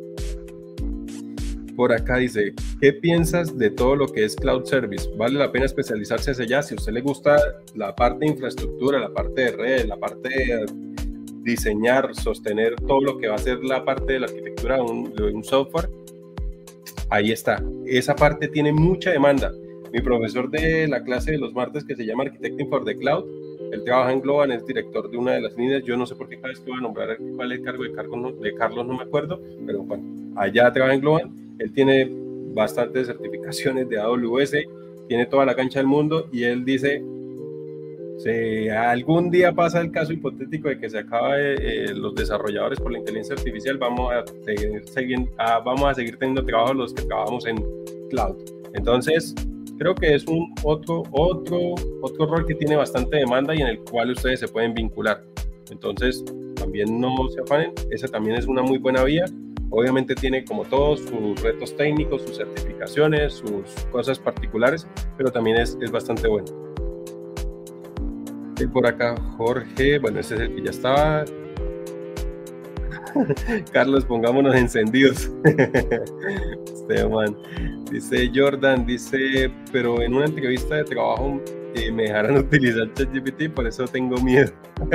Por acá dice, ¿qué piensas de todo lo que es Cloud Service? ¿Vale la pena especializarse hacia allá? Si a usted le gusta la parte de infraestructura, la parte de red, la parte de diseñar, sostener todo lo que va a ser la parte de la arquitectura de un, de un software, ahí está. Esa parte tiene mucha demanda. Mi profesor de la clase de los martes, que se llama Architecting for the Cloud, él trabaja en Globant, es director de una de las líneas. Yo no sé por qué cada vez que voy a nombrar cuál es el cargo de, cargo, no, de Carlos, no me acuerdo, pero bueno, allá trabaja en Globant. Él tiene bastantes certificaciones de A W S, tiene toda la cancha del mundo y él dice, si algún día pasa el caso hipotético de que se acabe eh, los desarrolladores por la inteligencia artificial, vamos a, seguir, seguir, a, vamos a seguir teniendo trabajo los que trabajamos en cloud. Entonces, creo que es un otro, otro, otro rol que tiene bastante demanda y en el cual ustedes se pueden vincular. Entonces, también no se afanen, esa también es una muy buena vía. Obviamente tiene como todos sus retos técnicos, sus certificaciones, sus cosas particulares, pero también es, es bastante bueno. Y por acá Jorge, bueno, ese es el que ya estaba. Carlos, pongámonos encendidos. Este man. Dice Jordan, dice, pero en una entrevista de trabajo eh, me dejarán utilizar ChatGPT, por eso tengo miedo.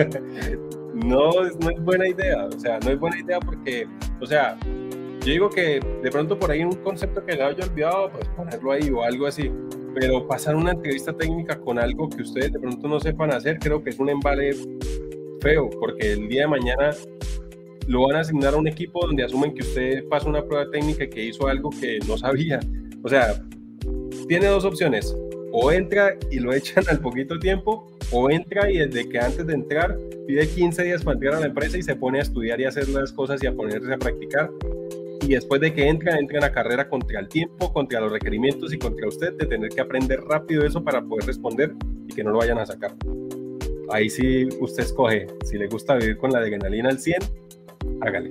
No, no es buena idea, o sea, no es buena idea porque, o sea, yo digo que de pronto por ahí un concepto que le haya olvidado, pues ponerlo ahí o algo así, pero pasar una entrevista técnica con algo que ustedes de pronto no sepan hacer, creo que es un embale feo, porque el día de mañana lo van a asignar a un equipo donde asumen que usted pasa una prueba técnica que hizo algo que no sabía. O sea, tiene dos opciones, o entra y lo echan al poquito tiempo, o entra y desde que antes de entrar pide quince días para entrar a la empresa y se pone a estudiar y a hacer las cosas y a ponerse a practicar. Y después de que entra, entra en la carrera contra el tiempo, contra los requerimientos y contra usted de tener que aprender rápido eso para poder responder y que no lo vayan a sacar. Ahí sí usted escoge, si le gusta vivir con la adrenalina al cien, hágale.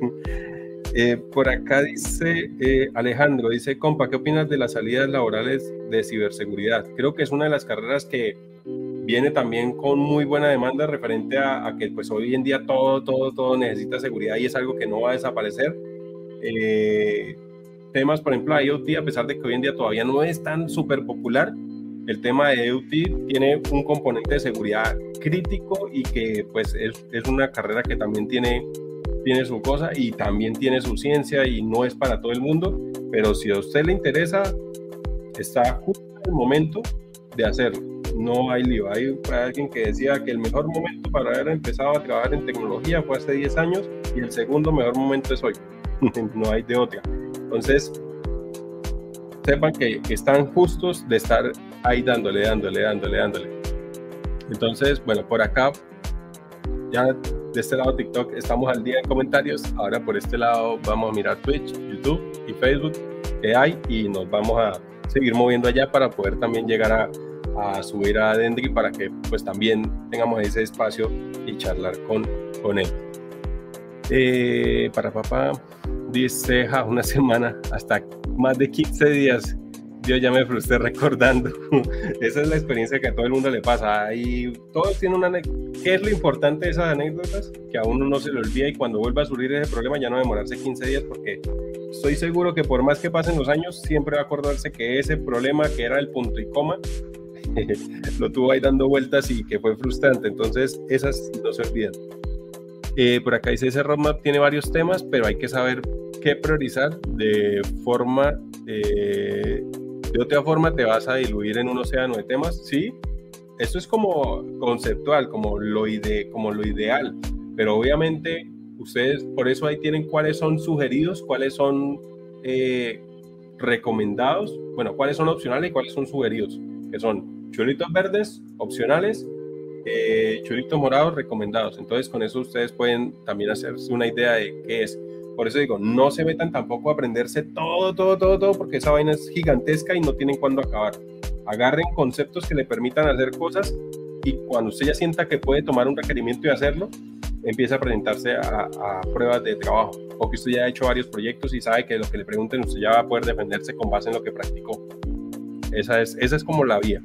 eh, por acá dice eh, Alejandro, dice, compa, ¿qué opinas de las salidas laborales de ciberseguridad? Creo que es una de las carreras que viene también con muy buena demanda referente a, a que pues hoy en día todo, todo, todo necesita seguridad y es algo que no va a desaparecer. Eh, temas, por ejemplo, I O T, a pesar de que hoy en día todavía no es tan súper popular, el tema de I O T tiene un componente de seguridad crítico y que pues es, es una carrera que también tiene, tiene su cosa y también tiene su ciencia y no es para todo el mundo, pero si a usted le interesa, está justo el momento de hacerlo. No hay lío. Hay alguien que decía que el mejor momento para haber empezado a trabajar en tecnología fue hace diez años y el segundo mejor momento es hoy. No hay de otra. Entonces, sepan que, que están justos de estar ahí dándole, dándole, dándole, dándole. Entonces, bueno, por acá, ya de este lado TikTok estamos al día en comentarios. Ahora por este lado vamos a mirar Twitch, YouTube y Facebook que hay y nos vamos a seguir moviendo allá para poder también llegar a a subir a Dendry para que pues también tengamos ese espacio y charlar con, con él. Eh, para papá dice, ja, una semana, hasta más de quince días, yo ya me frustré recordando. Esa es la experiencia que a todo el mundo le pasa y todos tienen una, ¿qué es lo importante de esas anécdotas? Que a uno no se le olvida y cuando vuelva a surgir ese problema ya no demorarse quince días, porque estoy seguro que por más que pasen los años siempre va a acordarse que ese problema que era el punto y coma lo tuvo ahí dando vueltas y que fue frustrante. Entonces, esas no se olvidan. Eh, por acá dice, ese roadmap tiene varios temas, pero hay que saber qué priorizar de forma, eh, de otra forma te vas a diluir en un océano de temas. Sí, esto es como conceptual, como lo, ide, como lo ideal, pero obviamente ustedes por eso ahí tienen cuáles son sugeridos, cuáles son eh, recomendados, bueno, cuáles son opcionales y cuáles son sugeridos, que son churritos verdes, opcionales, eh, churritos morados, recomendados. Entonces con eso ustedes pueden también hacerse una idea de qué es. Por eso digo, no se metan tampoco a aprenderse todo, todo, todo, todo, porque esa vaina es gigantesca y no tienen cuándo acabar. Agarren conceptos que le permitan hacer cosas y cuando usted ya sienta que puede tomar un requerimiento y hacerlo, empieza a presentarse a, a pruebas de trabajo, o que usted ya ha hecho varios proyectos y sabe que lo que le pregunten usted ya va a poder defenderse con base en lo que practicó. Esa es, esa es como la vía.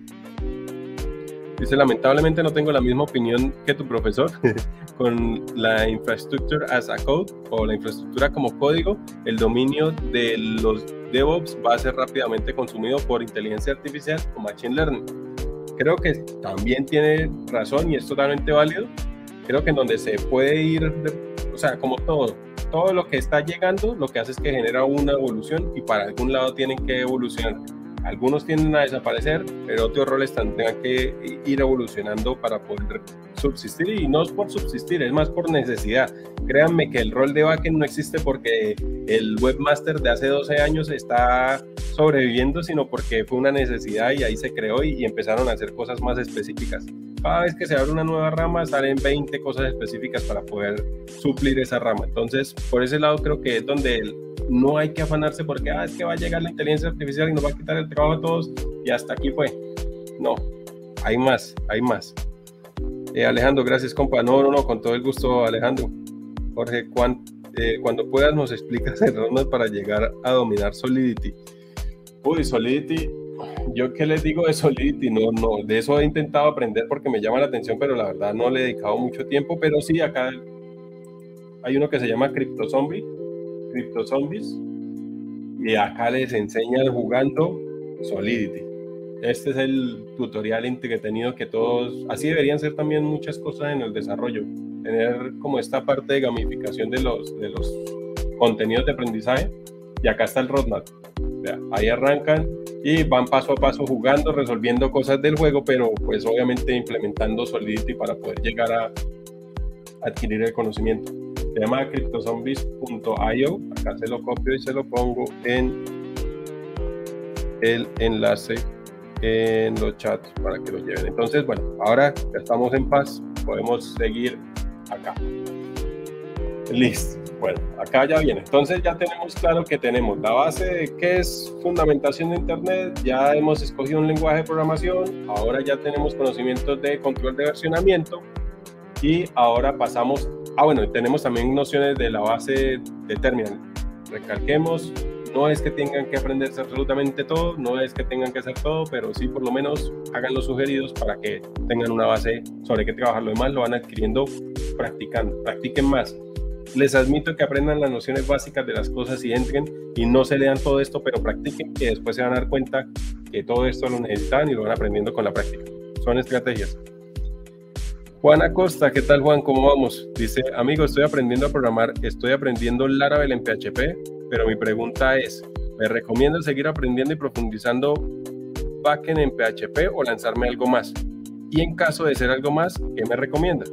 Dice, lamentablemente no tengo la misma opinión que tu profesor con la infrastructure as a code o la infraestructura como código. El dominio de los DevOps va a ser rápidamente consumido por inteligencia artificial o machine learning. Creo que también tiene razón y es totalmente válido. Creo que en donde se puede ir, o sea, como todo, todo lo que está llegando, lo que hace es que genera una evolución y para algún lado tienen que evolucionar. Algunos tienden a desaparecer, pero otros roles tendrán que ir evolucionando para poder subsistir, y no es por subsistir, es más por necesidad. Créanme que el rol de backend no existe porque el webmaster de hace doce años está sobreviviendo, sino porque fue una necesidad y ahí se creó y, y empezaron a hacer cosas más específicas. Cada vez que se abre una nueva rama salen veinte cosas específicas para poder suplir esa rama. Entonces, por ese lado creo que es donde el, no hay que afanarse porque ah, es que va a llegar la inteligencia artificial y nos va a quitar el trabajo a todos y hasta aquí fue. No, hay más, hay más. Eh, Alejandro, gracias compa. No, no, no, con todo el gusto, Alejandro. Jorge, cuan, eh, cuando puedas nos explicas el roadmap para llegar a dominar Solidity. Uy, Solidity, yo qué les digo de Solidity, no, no, de eso he intentado aprender porque me llama la atención, pero la verdad no le he dedicado mucho tiempo, pero sí, acá hay uno que se llama CryptoZombie, CryptoZombies, y acá les enseñan jugando Solidity. Este es el tutorial entretenido que todos, así deberían ser también muchas cosas en el desarrollo, tener como esta parte de gamificación de los, de los contenidos de aprendizaje, y acá está el roadmap. O sea, ahí arrancan y van paso a paso jugando, resolviendo cosas del juego, pero pues obviamente implementando Solidity para poder llegar a adquirir el conocimiento. Se llama cryptozombies punto i o, acá se lo copio y se lo pongo en el enlace en los chats para que lo lleven. Entonces, bueno, ahora ya estamos en paz, podemos seguir acá. Listo. Bueno, acá ya viene. Entonces ya tenemos claro que tenemos la base de qué es fundamentación de Internet, ya hemos escogido un lenguaje de programación, ahora ya tenemos conocimientos de control de versionamiento y ahora pasamos, ah bueno, tenemos también nociones de la base de terminal. Recalquemos, no es que tengan que aprenderse absolutamente todo, no es que tengan que hacer todo, pero sí por lo menos hagan los sugeridos para que tengan una base sobre qué trabajar. Lo demás lo van adquiriendo practicando, practiquen más. Les admito que aprendan las nociones básicas de las cosas y entren y no se lean todo esto, pero practiquen, que después se van a dar cuenta que todo esto lo necesitan y lo van aprendiendo con la práctica. Son estrategias. Juan Acosta, ¿qué tal Juan? ¿Cómo vamos? Dice, amigo, estoy aprendiendo a programar, estoy aprendiendo Laravel en P H P, pero mi pregunta es, ¿me recomiendan seguir aprendiendo y profundizando backend en P H P o lanzarme algo más? Y en caso de ser algo más, ¿qué me recomienda?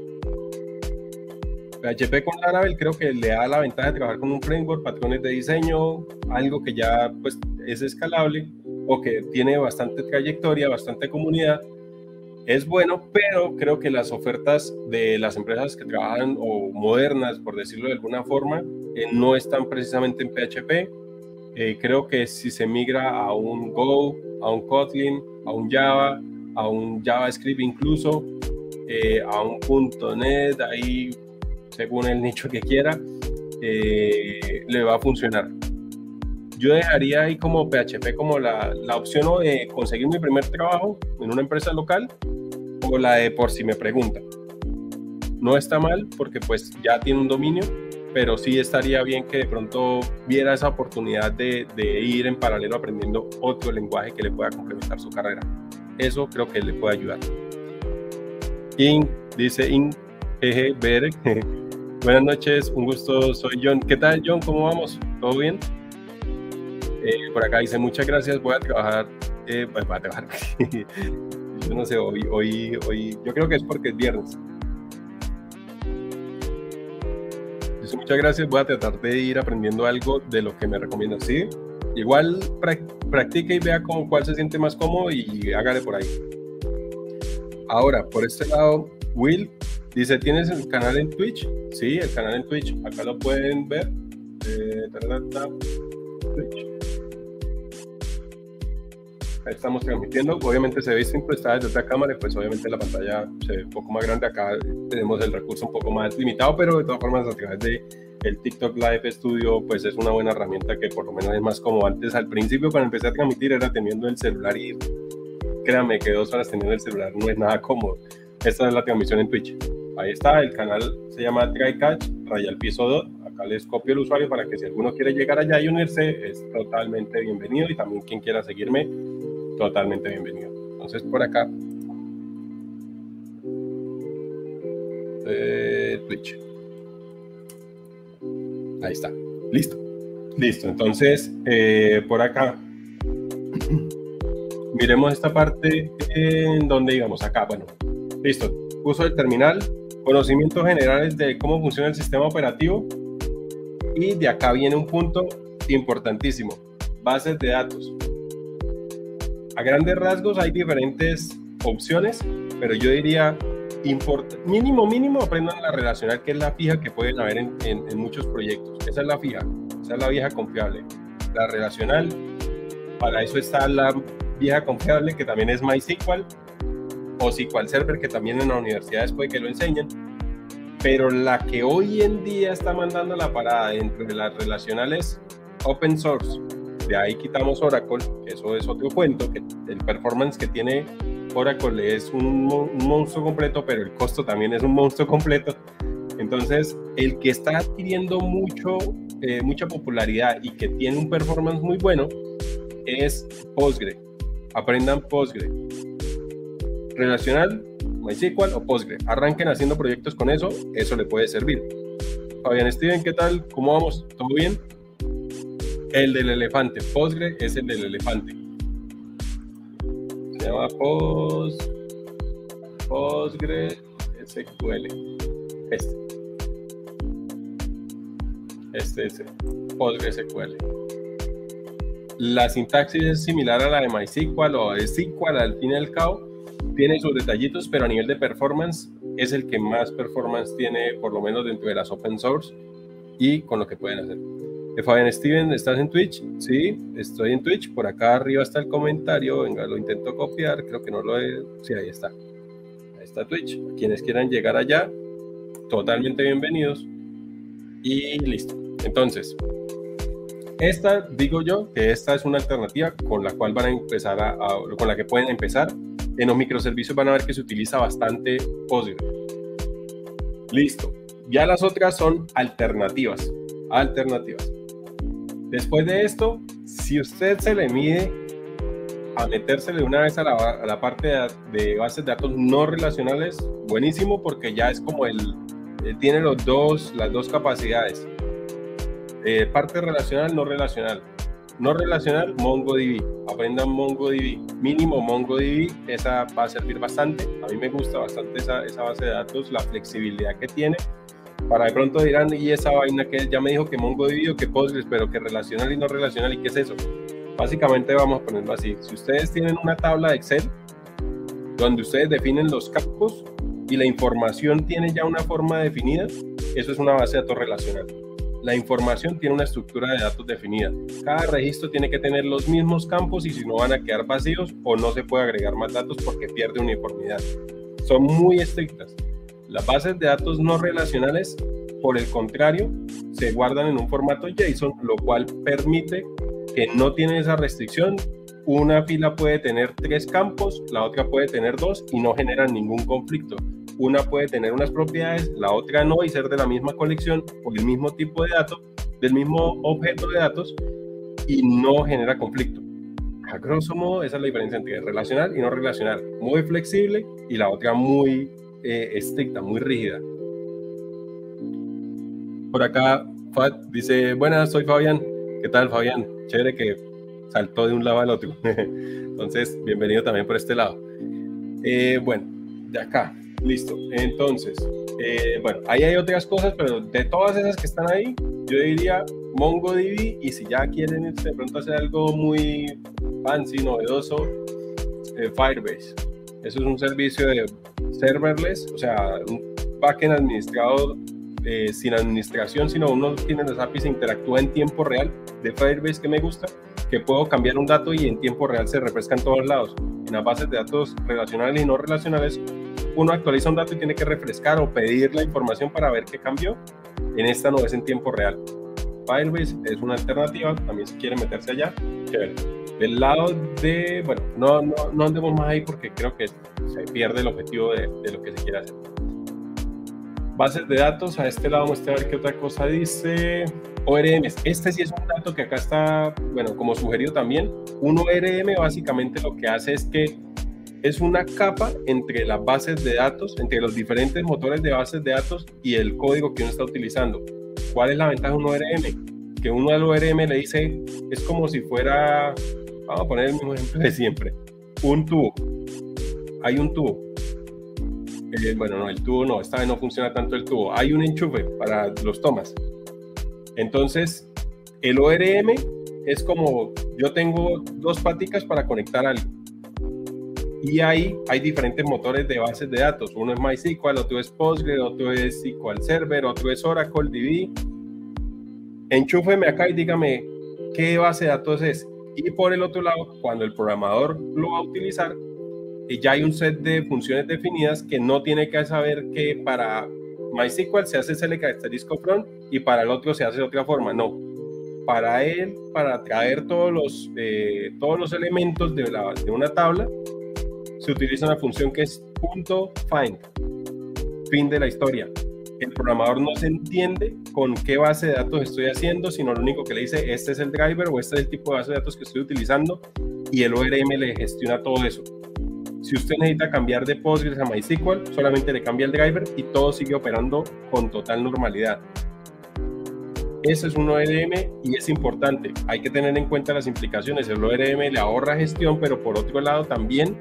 P H P con Laravel creo que le da la ventaja de trabajar con un framework, patrones de diseño, algo que ya pues es escalable o que tiene bastante trayectoria, bastante comunidad. Es bueno, pero creo que las ofertas de las empresas que trabajan o modernas, por decirlo de alguna forma, eh, no están precisamente en P H P. Eh, creo que si se migra a un Go, a un Kotlin, a un Java, a un JavaScript incluso, eh, a un punto net, ahí según el nicho que quiera, eh, le va a funcionar. Yo dejaría ahí como P H P como la, la opción o de conseguir mi primer trabajo en una empresa local o la de por si me preguntan. No está mal porque pues ya tiene un dominio, pero sí estaría bien que de pronto viera esa oportunidad de, de ir en paralelo aprendiendo otro lenguaje que le pueda complementar su carrera. eso creo que le puede ayudar. In, dice In, jeje, ver. Buenas noches, un gusto, soy John. ¿Qué tal, John? ¿Cómo vamos? ¿Todo bien? Eh, por acá dice, muchas gracias, voy a trabajar, eh, pues voy a trabajar. Yo no sé, hoy, hoy, hoy, yo creo que es porque es viernes. Dice, muchas gracias, voy a tratar de ir aprendiendo algo de lo que me recomiendan, ¿sí? Igual practique y vea con cuál se siente más cómodo y hágale por ahí. Ahora, por este lado, Will dice, ¿tienes el canal en Twitch? Sí, el canal en Twitch, acá lo pueden ver. Eh, Twitch. Ahí estamos transmitiendo, obviamente se ve distinto, está desde otra cámara, pues obviamente la pantalla se ve un poco más grande, acá tenemos el recurso un poco más limitado, pero de todas formas a través de el TikTok Live Studio, pues es una buena herramienta que por lo menos es más como antes. Al principio cuando empecé a transmitir era teniendo el celular y créanme que dos horas teniendo el celular no es nada cómodo. Esta es la transmisión en Twitch. Ahí está, el canal se llama TryCatch, Raya al Piso dos. Acá les copio el usuario para que si alguno quiere llegar allá y unirse, es totalmente bienvenido. Y también quien quiera seguirme, totalmente bienvenido. Entonces por acá, eh, Twitch. Ahí está, listo. Listo, entonces eh, por acá, miremos esta parte en donde digamos acá, bueno, listo. Uso del terminal, conocimientos generales de cómo funciona el sistema operativo y de acá viene un punto importantísimo, bases de datos. A grandes rasgos hay diferentes opciones, pero yo diría mínimo, mínimo aprendan la relacional, que es la fija que pueden haber en, en, en muchos proyectos. Esa es la fija, esa es la vieja confiable. La relacional, para eso está la vieja confiable, que también es MySQL, o S Q L Server, que también en la universidad después que lo enseñan. Pero la que hoy en día está mandando la parada dentro de las relacionales open source, de ahí quitamos Oracle, que eso es otro cuento, que el performance que tiene Oracle es un, un monstruo completo, pero el costo también es un monstruo completo. Entonces, el que está adquiriendo mucho, eh, mucha popularidad y que tiene un performance muy bueno es Postgre. Aprendan Postgre. Relacional, MySQL o Postgre. Arranquen haciendo proyectos con eso, eso le puede servir. Fabián Steven, ¿qué tal? ¿Cómo vamos? ¿Todo bien? El del elefante, Postgre es el del elefante. Se llama Post, Postgre S Q L. Este. Este es Postgre S Q L. La sintaxis es similar a la de MySQL o de S Q L al fin y al cabo. Tiene sus detallitos, pero a nivel de performance es el que más performance tiene, por lo menos dentro de las open source y con lo que pueden hacer. Eh, Fabián Steven, ¿estás en Twitch? Sí, estoy en Twitch. Por acá arriba está el comentario. Venga, lo intento copiar. Creo que no lo he... Sí, ahí está. Ahí está Twitch. Quienes quieran llegar allá, totalmente bienvenidos. Y listo. Entonces, esta, digo yo, que esta es una alternativa con la cual van a empezar a, a, con la que pueden empezar. En los microservicios van a ver que se utiliza bastante Postgre. Listo. Ya las otras son alternativas. Alternativas. Después de esto, si usted se le mide a metérsele una vez a la, a la parte de, de bases de datos no relacionales, buenísimo, porque ya es como el, el tiene los dos, las dos capacidades. Eh, parte relacional, no relacional. No relacional, MongoDB. Aprendan MongoDB. Mínimo MongoDB, esa va a servir bastante. A mí me gusta bastante esa, esa base de datos, la flexibilidad que tiene. Para de pronto dirán, y esa vaina que ya me dijo que MongoDB o que Postgres, pero que relacional y no relacional, ¿y qué es eso? Básicamente vamos a ponerlo así. Si ustedes tienen una tabla de Excel donde ustedes definen los campos y la información tiene ya una forma definida, eso es una base de datos relacional. La información tiene una estructura de datos definida. Cada registro tiene que tener los mismos campos y si no van a quedar vacíos o no se puede agregar más datos porque pierde uniformidad. Son muy estrictas. Las bases de datos no relacionales, por el contrario, se guardan en un formato JSON, lo cual permite que no tiene esa restricción. Una fila puede tener tres campos, la otra puede tener dos y no generan ningún conflicto. Una puede tener unas propiedades, la otra no, y ser de la misma colección o del mismo tipo de datos, del mismo objeto de datos, y no genera conflicto. A grosso modo, esa es la diferencia entre relacional y no relacional. Muy flexible y la otra muy eh, estricta, muy rígida. Por acá, Fat dice, buenas, soy Fabián. ¿Qué tal, Fabián? Chévere que saltó de un lado al otro. Entonces, bienvenido también por este lado. Eh, bueno, de acá, listo. Entonces, eh, bueno, ahí hay otras cosas, pero de todas esas que están ahí, yo diría MongoDB, y si ya quieren de pronto hacer algo muy fancy, novedoso, eh, Firebase. Eso es un servicio de serverless, o sea, un backend administrado eh, sin administración, sino uno tiene las A P Is e interactúa en tiempo real. De Firebase que me gusta, que puedo cambiar un dato y en tiempo real se refresca en todos lados. En las bases de datos relacionales y no relacionales, uno actualiza un dato y tiene que refrescar o pedir la información para ver qué cambió. En esta no es en tiempo real. Firebase es una alternativa, también si quieren meterse allá, chévere. Del lado de, bueno, no, no, no andemos más ahí porque creo que se pierde el objetivo de, de lo que se quiere hacer. Bases de datos, a este lado vamos a ver qué otra cosa dice. O R Ms, este sí es un dato que acá está, bueno, como sugerido también. Un O R M básicamente lo que hace es que es una capa entre las bases de datos, entre los diferentes motores de bases de datos y el código que uno está utilizando. ¿Cuál es la ventaja de un O R M? Que uno al O R M le dice, es como si fuera, vamos a poner el mismo ejemplo de siempre, un tubo. Hay un tubo. Eh, bueno, no, el tubo no, esta vez no funciona tanto el tubo. Hay un enchufe para los tomas. Entonces, el O R M es como, yo tengo dos paticas para conectar algo. Y ahí hay diferentes motores de bases de datos. Uno es MySQL, otro es Postgre, otro es S Q L Server, otro es Oracle D B. Enchúfeme acá y dígame qué base de datos es. Y por el otro lado, cuando el programador lo va a utilizar, ya hay un set de funciones definidas que no tiene que saber que para MySQL se hace select asterisco from y para el otro se hace de otra forma. No. Para él, para traer todos los, eh, todos los elementos de, la, de una tabla, se utiliza una función que es .find, fin de la historia. El programador no se entiende con qué base de datos estoy haciendo, sino lo único que le dice, este es el driver o este es el tipo de base de datos que estoy utilizando, y el O R M le gestiona todo eso. Si usted necesita cambiar de Postgres a MySQL, solamente le cambia el driver y todo sigue operando con total normalidad. Ese es un O R M y es importante. Hay que tener en cuenta las implicaciones. El O R M le ahorra gestión, pero por otro lado también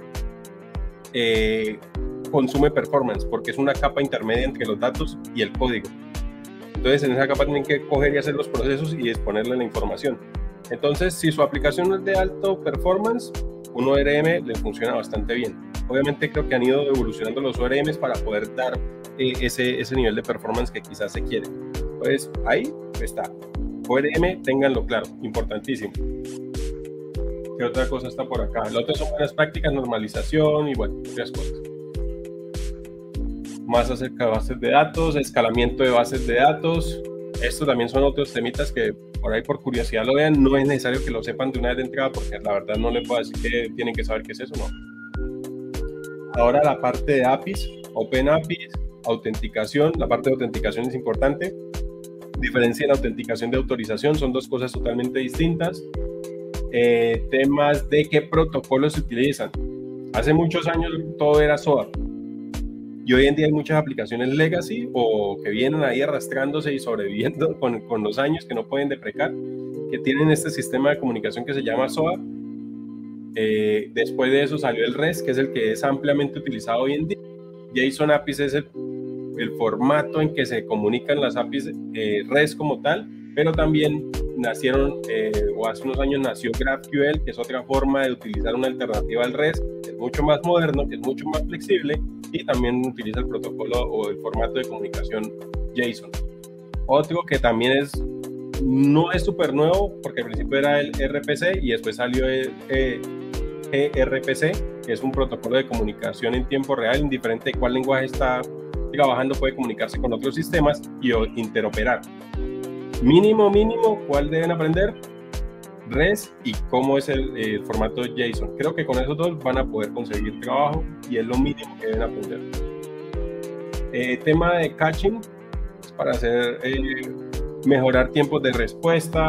eh, consume performance, porque es una capa intermedia entre los datos y el código. Entonces, en esa capa tienen que coger y hacer los procesos y exponerle la información. Entonces, si su aplicación es de alto performance, un O R M le funciona bastante bien. Obviamente creo que han ido evolucionando los O R Ms para poder dar eh, ese, ese nivel de performance que quizás se quiere. Pues ahí está. O R M, ténganlo claro, importantísimo. ¿Qué otra cosa está por acá? Lo otro son buenas prácticas, normalización y bueno, otras cosas. Más acerca de bases de datos, escalamiento de bases de datos. Estos también son otros temitas que por ahí por curiosidad lo vean. No es necesario que lo sepan de una vez de entrada porque la verdad no les puedo decir que tienen que saber qué es eso, no. Ahora la parte de A P Is, Open A P Is, autenticación. La parte de autenticación es importante. Diferencian autenticación de autorización, son dos cosas totalmente distintas. Eh, temas de qué protocolos se utilizan. Hace muchos años todo era S O A. Y hoy en día hay muchas aplicaciones legacy o que vienen ahí arrastrándose y sobreviviendo con, con los años que no pueden deprecar, que tienen este sistema de comunicación que se llama S O A. Eh, después de eso salió el REST, que es el que es ampliamente utilizado hoy en día. JSON A P Is es el, el formato en que se comunican las A P Is eh, REST como tal, pero también nacieron, eh, o hace unos años nació GraphQL, que es otra forma de utilizar una alternativa al REST, que es mucho más moderno, que es mucho más flexible y también utiliza el protocolo o el formato de comunicación JSON. Otro que también es, no es súper nuevo, porque al principio era el R P C y después salió el eh, G R P C, que es un protocolo de comunicación en tiempo real, indiferente de cuál lenguaje está trabajando, puede comunicarse con otros sistemas y interoperar. Mínimo, mínimo, ¿cuál deben aprender? REST y cómo es el, el formato JSON. Creo que con esos dos van a poder conseguir trabajo y es lo mínimo que deben aprender. Eh, tema de caching para hacer, eh, mejorar tiempos de respuesta,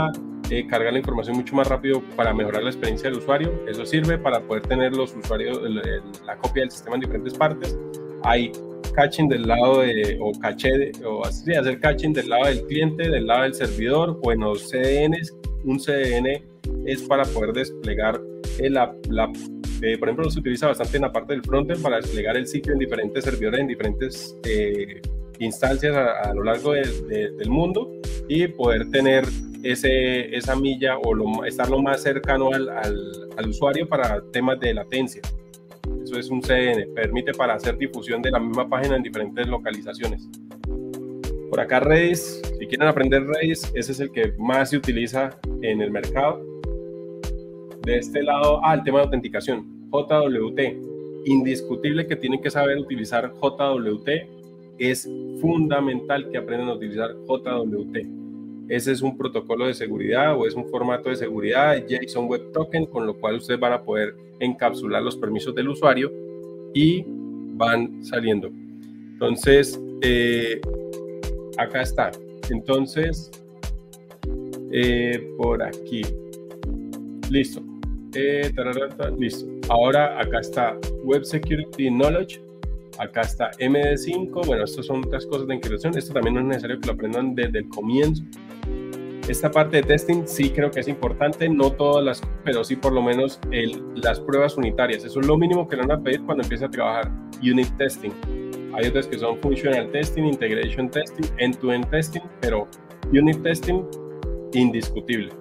eh, cargar la información mucho más rápido para mejorar la experiencia del usuario. Eso sirve para poder tener los usuarios, el, el, la copia del sistema en diferentes partes. Hay caching del lado de, o caché, de, o así, hacer caching del lado del cliente, del lado del servidor, o en los C D Ns. Un C D N es para poder desplegar eh, la, la eh, por ejemplo, se utiliza bastante en la parte del frontend para desplegar el sitio en diferentes servidores, en diferentes eh, instancias a, a lo largo de, de, del mundo, y poder tener ese, esa milla o lo, estar lo más cercano al, al, al usuario para temas de latencia. Eso es un C D N, permite para hacer difusión de la misma página en diferentes localizaciones. Por acá Redis, si quieren aprender Redis, ese es el que más se utiliza en el mercado. De este lado, ah, el tema de autenticación, J W T. Indiscutible que tienen que saber utilizar J W T. Es fundamental que aprendan a utilizar J W T. Ese es un protocolo de seguridad o es un formato de seguridad, JSON Web Token, con lo cual ustedes van a poder encapsular los permisos del usuario y van saliendo. Entonces, eh, acá está. Entonces, eh, por aquí. Listo. Eh, tararata, listo. Ahora acá está Web Security Knowledge. Acá está M D cinco. Bueno, estas son otras cosas de integración. Esto también no es necesario que lo aprendan desde el comienzo. Esta parte de testing sí creo que es importante. No todas las, pero sí por lo menos el, las pruebas unitarias. Eso es lo mínimo que le van a pedir cuando empiece a trabajar. Unit testing. Hay otras que son functional testing, integration testing, end-to-end testing, pero unit testing indiscutible.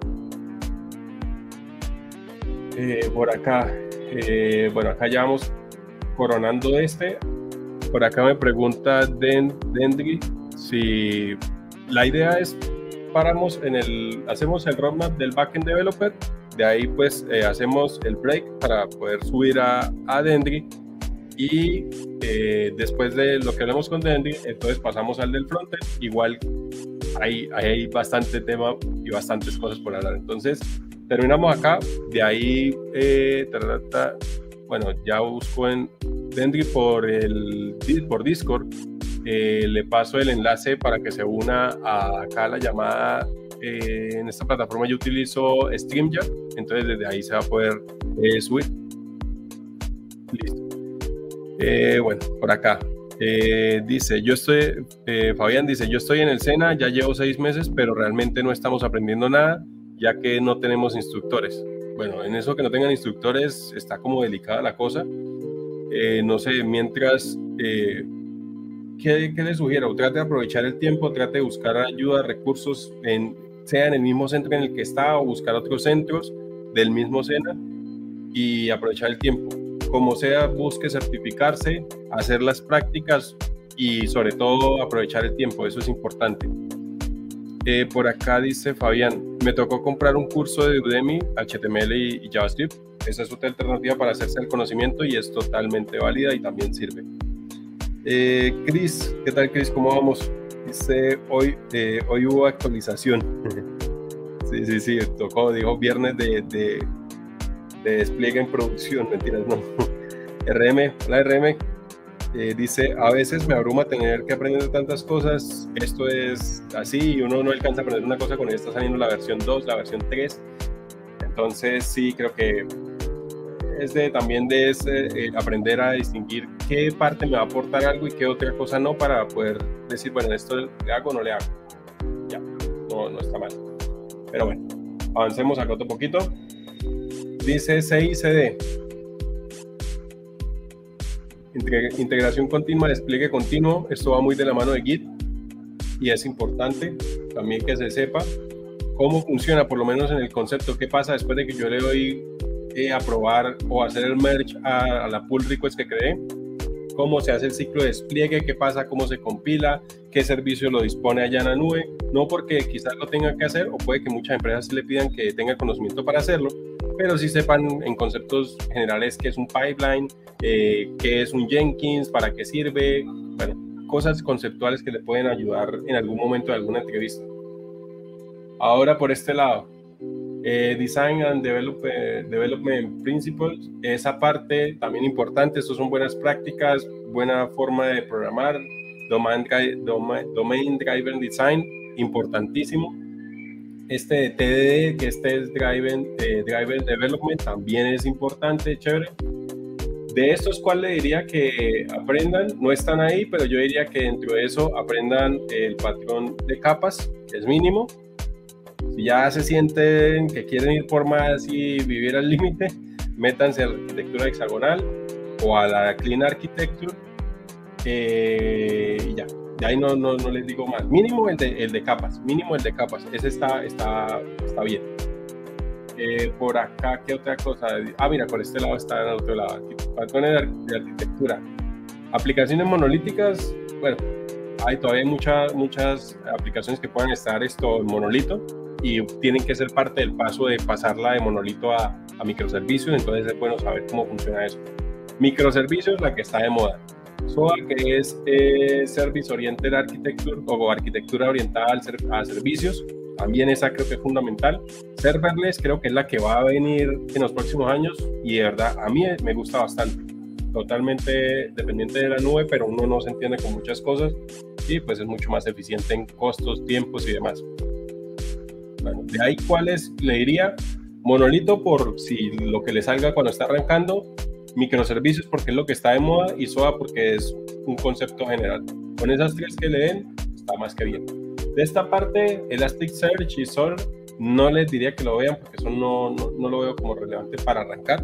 Eh, por acá, eh, bueno, acá ya vamos coronando este. Por acá me pregunta Den, Dendry si la idea es paramos en el, hacemos el roadmap del backend developer, de ahí pues eh, hacemos el break para poder subir a, a Dendry, y eh, después de lo que hablemos con Dendry, entonces pasamos al del frontend. Igual hay, hay bastante tema y bastantes cosas por hablar, entonces terminamos acá. De ahí, eh, tarata, bueno, ya busco en Dendry por, el, por Discord. Eh, le paso el enlace para que se una a acá a la llamada. Eh, en esta plataforma yo utilizo StreamYard, entonces desde ahí se va a poder eh, subir. Listo. Eh, bueno, por acá. Eh, dice, yo estoy, eh, Fabián dice, yo estoy en el SENA, ya llevo seis meses, pero realmente no estamos aprendiendo nada, ya que no tenemos instructores. Bueno, en eso que no tengan instructores está como delicada la cosa. Eh, no sé, mientras, eh, ¿qué, ¿qué les sugiero? Trate de aprovechar el tiempo, trate de buscar ayuda, recursos, en, sea en el mismo centro en el que está o buscar otros centros del mismo SENA y aprovechar el tiempo. Como sea, busque certificarse, hacer las prácticas y sobre todo aprovechar el tiempo, eso es importante. Eh, por acá dice Fabián, me tocó comprar un curso de Udemy, H T M L y, y JavaScript. Esa es otra alternativa para hacerse el conocimiento y es totalmente válida y también sirve. Eh, Chris, ¿qué tal Chris? ¿Cómo vamos? Dice, hoy, eh, hoy hubo actualización. Sí, sí, sí, tocó, dijo viernes de, de, de despliegue en producción, mentiras, no. R M, la R M. Eh, dice, a veces me abruma tener que aprender tantas cosas, esto es así y uno no alcanza a aprender una cosa cuando ya está saliendo la versión dos, la versión tres, entonces sí, creo que es de, también de ese, eh, aprender a distinguir qué parte me va a aportar algo y qué otra cosa no, para poder decir, bueno, esto le hago o no le hago, ya, no, no está mal, pero bueno, avancemos acá otro poquito. Dice C I C D, integración continua, despliegue continuo. Esto va muy de la mano de Git y es importante también que se sepa cómo funciona, por lo menos en el concepto, qué pasa después de que yo le doy eh, a probar o hacer el merge a, a la pull request que creé, cómo se hace el ciclo de despliegue, qué pasa, cómo se compila, qué servicio lo dispone allá en la nube, no porque quizás lo tengan que hacer o puede que muchas empresas sí le pidan que tenga conocimiento para hacerlo, pero sí sepan en conceptos generales qué es un pipeline, eh, qué es un Jenkins, para qué sirve, bueno, cosas conceptuales que le pueden ayudar en algún momento de alguna entrevista. Ahora por este lado, eh, Design and Develop, eh, Development Principles, esa parte también importante, estas son buenas prácticas, buena forma de programar, Domain, domain, domain Driven Design, importantísimo. Este de T D D, que este es Driver, eh, Driver Development, también es importante, chévere. De estos, ¿cuál le diría que aprendan? No están ahí, pero yo diría que dentro de eso aprendan el patrón de capas, que es mínimo. Si ya se sienten que quieren ir por más y vivir al límite, métanse a la arquitectura hexagonal o a la Clean Architecture, eh, y ya. De ahí no, no, no les digo más. Mínimo el de, el de capas, mínimo el de capas. Ese está, está, está bien. Eh, por acá, ¿qué otra cosa? Ah, mira, por este lado está en el otro lado. Patrones de arquitectura. Aplicaciones monolíticas, bueno, hay todavía muchas, muchas aplicaciones que pueden estar esto en monolito y tienen que ser parte del paso de pasarla de monolito a, a microservicios, entonces es bueno saber cómo funciona eso. Microservicios, la que está de moda. S O A, que es eh, Service Oriented Architecture o arquitectura orientada al ser, a servicios, también esa creo que es fundamental. Serverless creo que es la que va a venir en los próximos años y de verdad a mí me gusta bastante. Totalmente dependiente de la nube, pero uno no se entiende con muchas cosas y pues es mucho más eficiente en costos, tiempos y demás. Bueno, de ahí cuáles le diría: monolito por si lo que le salga cuando está arrancando, microservicios porque es lo que está de moda y S O A porque es un concepto general. Con esas tres que le den, está más que bien. De esta parte, Elasticsearch y S O A R no les diría que lo vean porque eso no, no, no lo veo como relevante para arrancar.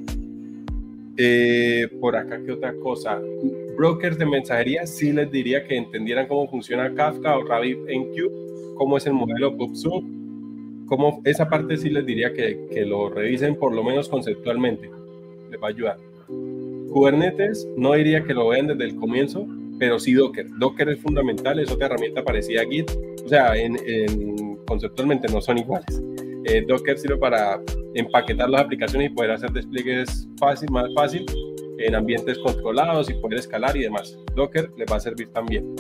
Eh, por acá, ¿qué otra cosa? Brokers de mensajería, sí les diría que entendieran cómo funciona Kafka o RabbitMQ, cómo es el modelo PubSub, cómo, esa parte sí les diría que, que lo revisen por lo menos conceptualmente, les va a ayudar. Kubernetes, no diría que lo vean desde el comienzo, pero sí Docker. Docker es fundamental, es otra herramienta parecida a Git, o sea, en, en, conceptualmente no son iguales. Eh, Docker sirve para empaquetar las aplicaciones y poder hacer despliegues fácil, más fácil en ambientes controlados y poder escalar y demás. Docker les va a servir también.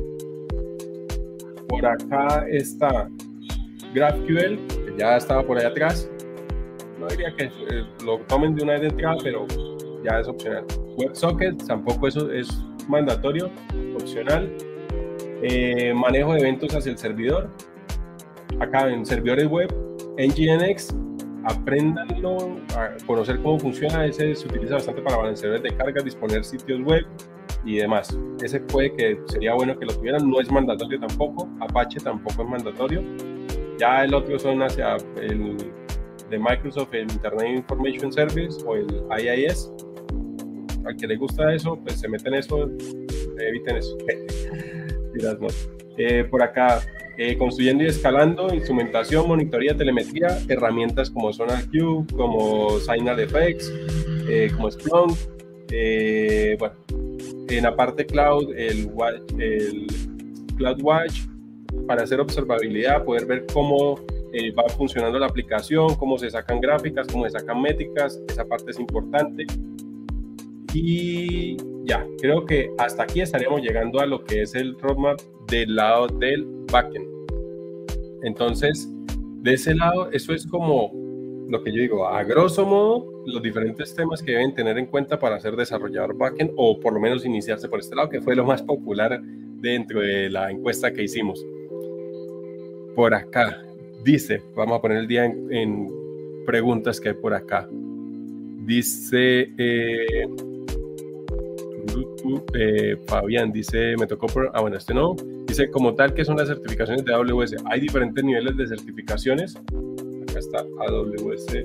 Por acá está GraphQL, que ya estaba por allá atrás. No diría que eh, lo tomen de una vez de entrada, pero ya es opcional. WebSocket tampoco eso es mandatorio, opcional. Eh, manejo de eventos hacia el servidor. Acá en servidores web, Nginx, apréndanlo, a conocer cómo funciona. Ese se utiliza bastante para balanceadores de cargas, disponer sitios web y demás. Ese puede que sería bueno que lo tuvieran, no es mandatorio tampoco. Apache tampoco es mandatorio. Ya el otro son hacia el de Microsoft, el Internet Information Service o el I I S. Al que le gusta eso, pues se meten eso, eviten eso. Dirás, no. Eh, por acá, eh, construyendo y escalando, instrumentación, monitoría, telemetría, herramientas como SonarQube, como SignalFX, eh, como Splunk. Eh, bueno, en la parte cloud, el, watch, el CloudWatch, para hacer observabilidad, poder ver cómo eh, va funcionando la aplicación, cómo se sacan gráficas, cómo se sacan métricas, esa parte es importante. Y ya, creo que hasta aquí estaríamos llegando a lo que es el roadmap del lado del backend. Entonces, de ese lado, eso es como lo que yo digo, a grosso modo, los diferentes temas que deben tener en cuenta para ser desarrollador backend o por lo menos iniciarse por este lado, que fue lo más popular dentro de la encuesta que hicimos. Por acá, dice, vamos a poner el día en, en preguntas que hay por acá. Dice... Eh, Eh, Fabián dice, me tocó por, ah bueno, este no, dice como tal que son las certificaciones de A W S. Hay diferentes niveles de certificaciones. Acá está A W S.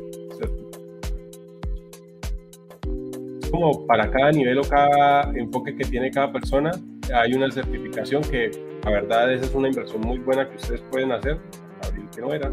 Es como para cada nivel o cada enfoque que tiene cada persona, hay una certificación que la verdad esa es una inversión muy buena que ustedes pueden hacer. Abrir que no era.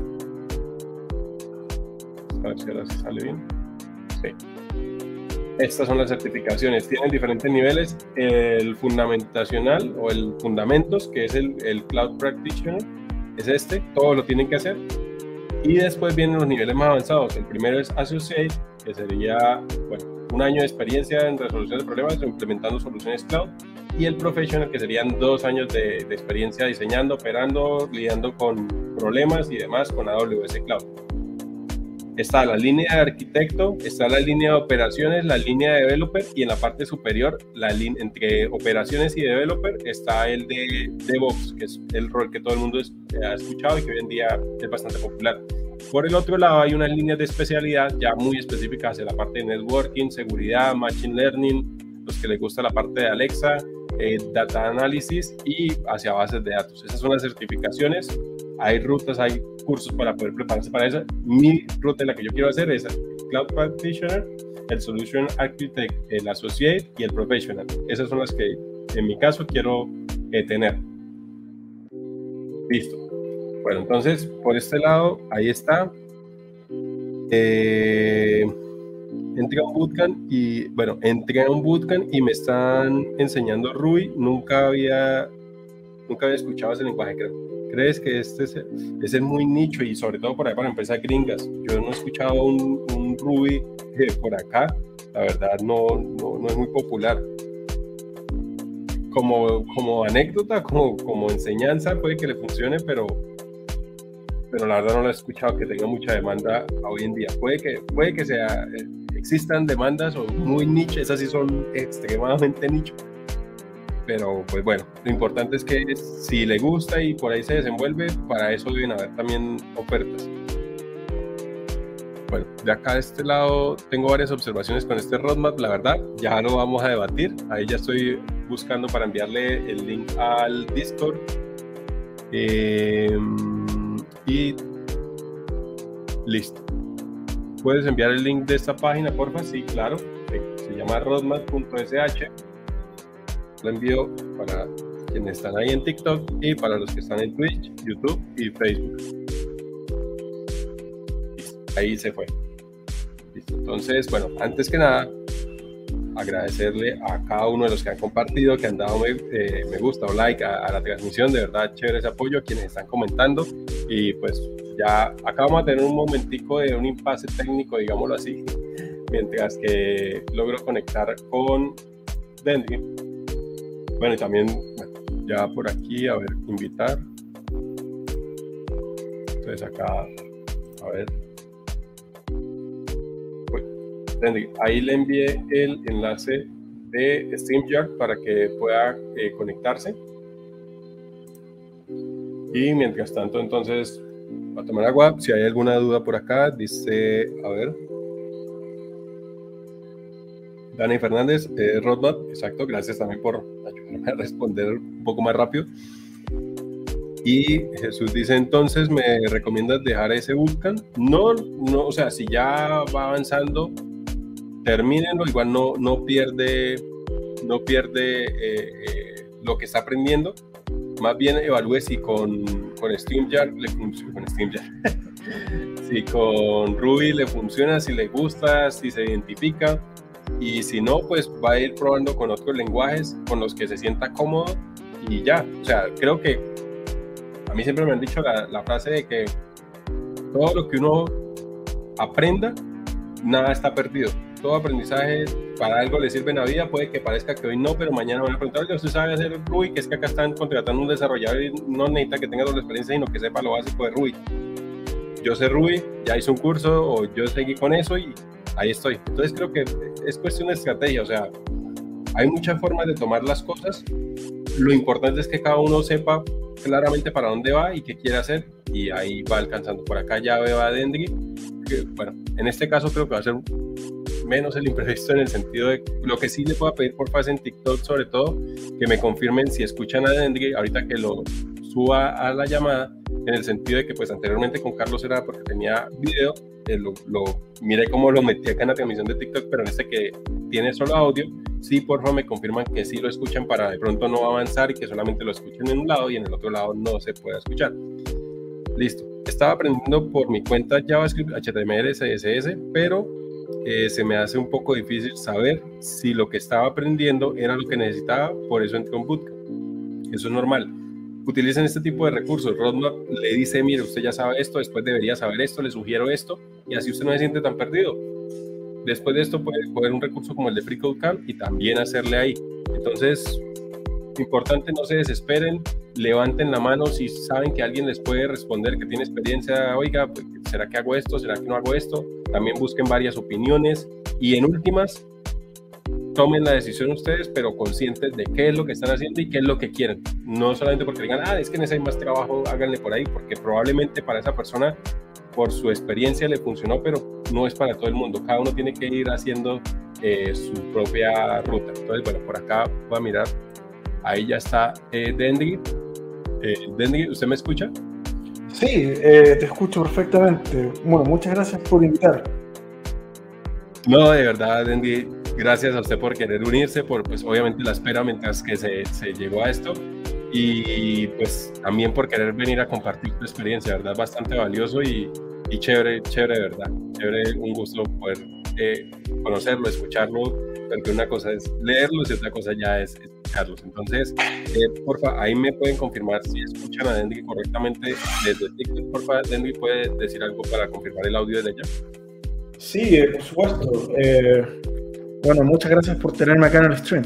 A ver si ahora se sale bien. Sí. Estas son las certificaciones, tienen diferentes niveles. El fundamentacional o el fundamentos, que es el, el Cloud Practitioner, es este, todo lo tienen que hacer. Y después vienen los niveles más avanzados. El primero es Associate, que sería, bueno, un año de experiencia en resolución de problemas o implementando soluciones cloud. Y el Professional, que serían dos años de, de experiencia diseñando, operando, lidiando con problemas y demás con A W S Cloud. está la línea de arquitecto, está la línea de operaciones, la línea de developer, y en la parte superior, la línea entre operaciones y developer, está el de DevOps, que es el rol que todo el mundo es, ha escuchado y que hoy en día es bastante popular. Por el otro lado, hay unas líneas de especialidad ya muy específicas hacia la parte de networking, seguridad, machine learning, los que les gusta la parte de Alexa, eh, data analysis y hacia bases de datos. Esas son las certificaciones. Hay rutas, hay cursos para poder prepararse para eso. Mi ruta, la que yo quiero hacer, es el Cloud Practitioner, el Solution Architect, el Associate y el Professional. Esas son las que en mi caso quiero eh, tener. Listo. Bueno, entonces por este lado, ahí está. Eh, entré a un bootcamp y, bueno, entré a un bootcamp y me están enseñando Ruby. Nunca había, nunca había escuchado ese lenguaje, creo. ¿Crees que este es, es el muy nicho y sobre todo por ahí para empresas gringas? Yo no he escuchado un, un Ruby eh, por acá, la verdad no, no, no es muy popular. Como, como anécdota, como, como enseñanza puede que le funcione, pero, pero la verdad no lo he escuchado que tenga mucha demanda hoy en día. Puede que, puede que sea, eh, existan demandas o muy nicho, esas sí son extremadamente nicho. Pero pues bueno, lo importante es que si le gusta y por ahí se desenvuelve, para eso deben haber también ofertas. Bueno, de acá de este lado tengo varias observaciones con este roadmap, la verdad, ya lo vamos a debatir. Ahí ya estoy buscando para enviarle el link al Discord. Eh, y listo. ¿Puedes enviar el link de esta página, porfa? Sí, claro. Se llama roadmap punto s h. Lo envío para quienes están ahí en TikTok y para los que están en Twitch, YouTube y Facebook. Listo, ahí se fue. Listo. Entonces, bueno, antes que nada, agradecerle a cada uno de los que han compartido, que han dado me, eh, me gusta o like a, a la transmisión. De verdad, chévere ese apoyo, a quienes están comentando. Y pues ya acá vamos a tener un momentico de un impasse técnico, digámoslo así, mientras que logro conectar con Dendry. Bueno, y también, bueno, ya por aquí, a ver, invitar. Entonces acá, a ver. Uy, ahí le envié el enlace de StreamYard para que pueda eh, conectarse. Y mientras tanto, entonces, va a tomar agua. Si hay alguna duda por acá, dice, a ver. Dani Fernández, eh, roadmap, exacto, gracias también por ayudarme a responder un poco más rápido. Y Jesús dice, entonces, ¿me recomiendas dejar ese bootcamp? No, no, o sea, si ya va avanzando, termínenlo, igual no, no pierde, no pierde eh, eh, lo que está aprendiendo. Más bien evalúe si con, con StreamYard le funciona, con StreamYard. si con Ruby le funciona, si le gusta, si se identifica. Y si no, pues va a ir probando con otros lenguajes con los que se sienta cómodo y ya. O sea, creo que a mí siempre me han dicho la, la frase de que todo lo que uno aprenda, nada está perdido. Todo aprendizaje para algo le sirve en la vida. Puede que parezca que hoy no, pero mañana van a preguntar, oye, ¿usted sabe hacer Ruby? Que es que acá están contratando un desarrollador y no necesita que tenga toda la experiencia, sino que sepa lo básico de Ruby. Yo sé Ruby, ya hice un curso o yo seguí con eso y ahí estoy. Entonces creo que es cuestión de estrategia, o sea, hay muchas formas de tomar las cosas. Lo importante es que cada uno sepa claramente para dónde va y qué quiere hacer, y ahí va alcanzando. Por acá ya veo a Dendry, que bueno, en este caso creo que va a ser menos el imprevisto en el sentido de lo que sí le puedo pedir por favor en TikTok, sobre todo, que me confirmen si escuchan a Dendry ahorita que lo suba a la llamada, en el sentido de que pues anteriormente con Carlos era porque tenía video, eh, lo, lo miré cómo lo metí acá en la transmisión de TikTok, pero en este que tiene solo audio, sí, por favor me confirman que sí lo escuchan para de pronto no avanzar y que solamente lo escuchen en un lado y en el otro lado no se pueda escuchar. Listo. Estaba aprendiendo por mi cuenta JavaScript, H T M L, C S S, pero eh, se me hace un poco difícil saber si lo que estaba aprendiendo era lo que necesitaba, por eso entré a un bootcamp. Eso es normal. Utilicen este tipo de recursos. Roadmap le dice, mire, usted ya sabe esto, después debería saber esto, le sugiero esto, y así usted no se siente tan perdido. Después de esto puede coger un recurso como el de FreeCodeCamp y también hacerle ahí. Entonces, importante, no se desesperen, levanten la mano si saben que alguien les puede responder, que tiene experiencia, oiga, pues, ¿será que hago esto? ¿Será que no hago esto? También busquen varias opiniones y en últimas, tomen la decisión ustedes, pero conscientes de qué es lo que están haciendo y qué es lo que quieren. No solamente porque digan, ah, es que en ese hay más trabajo, háganle por ahí, porque probablemente para esa persona, por su experiencia le funcionó, pero no es para todo el mundo. Cada uno tiene que ir haciendo eh, su propia ruta. Entonces, bueno, por acá voy a mirar. Ahí ya está eh, Dendry. Eh, Dendry, ¿usted me escucha? Sí, eh, te escucho perfectamente. Bueno, muchas gracias por invitar. No, de verdad, Dendry, gracias a usted por querer unirse, por pues obviamente la espera mientras que se, se llegó a esto y pues también por querer venir a compartir tu experiencia, ¿verdad? Bastante valioso y, y chévere, chévere, de verdad. Chévere, un gusto poder eh, conocerlo, escucharlo, porque una cosa es leerlos y otra cosa ya es escucharlos. Entonces, eh, porfa, ahí me pueden confirmar si escuchan a Dendry correctamente desde TikTok. Porfa, Dendry, ¿puede decir algo para confirmar el audio desde allá? Sí, eh, por supuesto. Eh, bueno, muchas gracias por tenerme acá en el stream.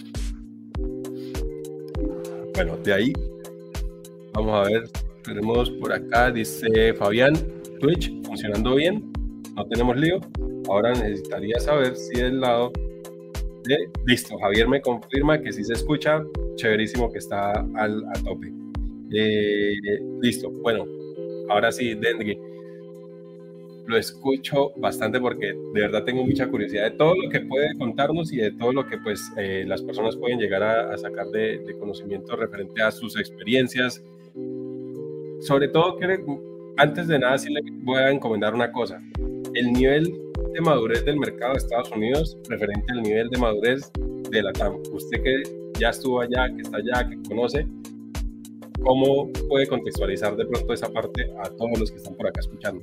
Bueno, de ahí, vamos a ver, tenemos por acá, dice Fabián, Twitch, funcionando bien, no tenemos lío. Ahora necesitaría saber si del lado de... Listo, Javier me confirma que sí se escucha, chéverísimo que está al, a tope. Eh, listo, bueno, ahora sí, Dendry. Lo escucho bastante porque de verdad tengo mucha curiosidad de todo lo que puede contarnos y de todo lo que pues eh, las personas pueden llegar a, a sacar de, de conocimiento referente a sus experiencias. Sobre todo, que, antes de nada sí le voy a encomendar una cosa: el nivel de madurez del mercado de Estados Unidos referente al nivel de madurez de la T A M. Usted que ya estuvo allá, que está allá, que conoce, ¿cómo puede contextualizar de pronto esa parte a todos los que están por acá escuchando?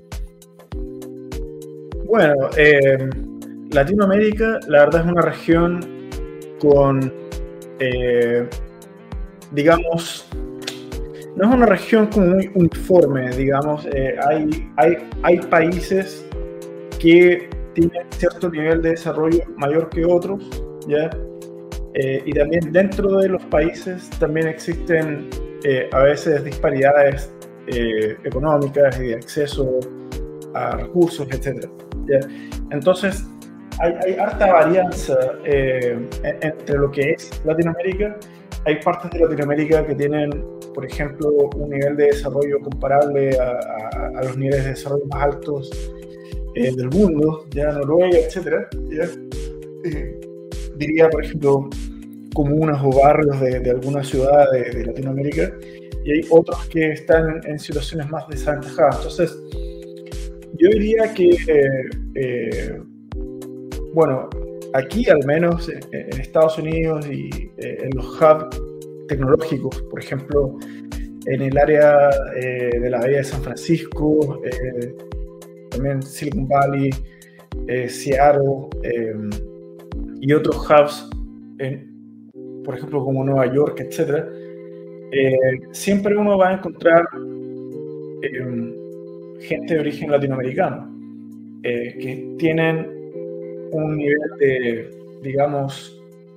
Bueno, eh, Latinoamérica, la verdad, es una región con, eh, digamos, no es una región como muy uniforme, digamos. Eh, hay, hay, hay países que tienen cierto nivel de desarrollo mayor que otros, ¿ya? Eh, y también dentro de los países también existen eh, a veces disparidades eh, económicas y de acceso a recursos, etcétera. ¿Ya? Entonces, hay, hay harta varianza eh, entre lo que es Latinoamérica. Hay partes de Latinoamérica que tienen, por ejemplo, un nivel de desarrollo comparable a, a, a los niveles de desarrollo más altos eh, del mundo, ya Noruega, etcétera. ¿Ya? Eh, diría, por ejemplo, comunas o barrios de, de alguna ciudad de, de Latinoamérica, y hay otros que están en, en situaciones más desaventajadas. Entonces, yo diría que, eh, eh, bueno, aquí al menos en, en Estados Unidos y eh, en los hubs tecnológicos, por ejemplo, en el área eh, de la Bahía de San Francisco, eh, también Silicon Valley, eh, Seattle eh, y otros hubs, en, por ejemplo, como Nueva York, etcétera, eh, siempre uno va a encontrar eh, gente de origen latinoamericano, eh, que tienen un nivel de, digamos,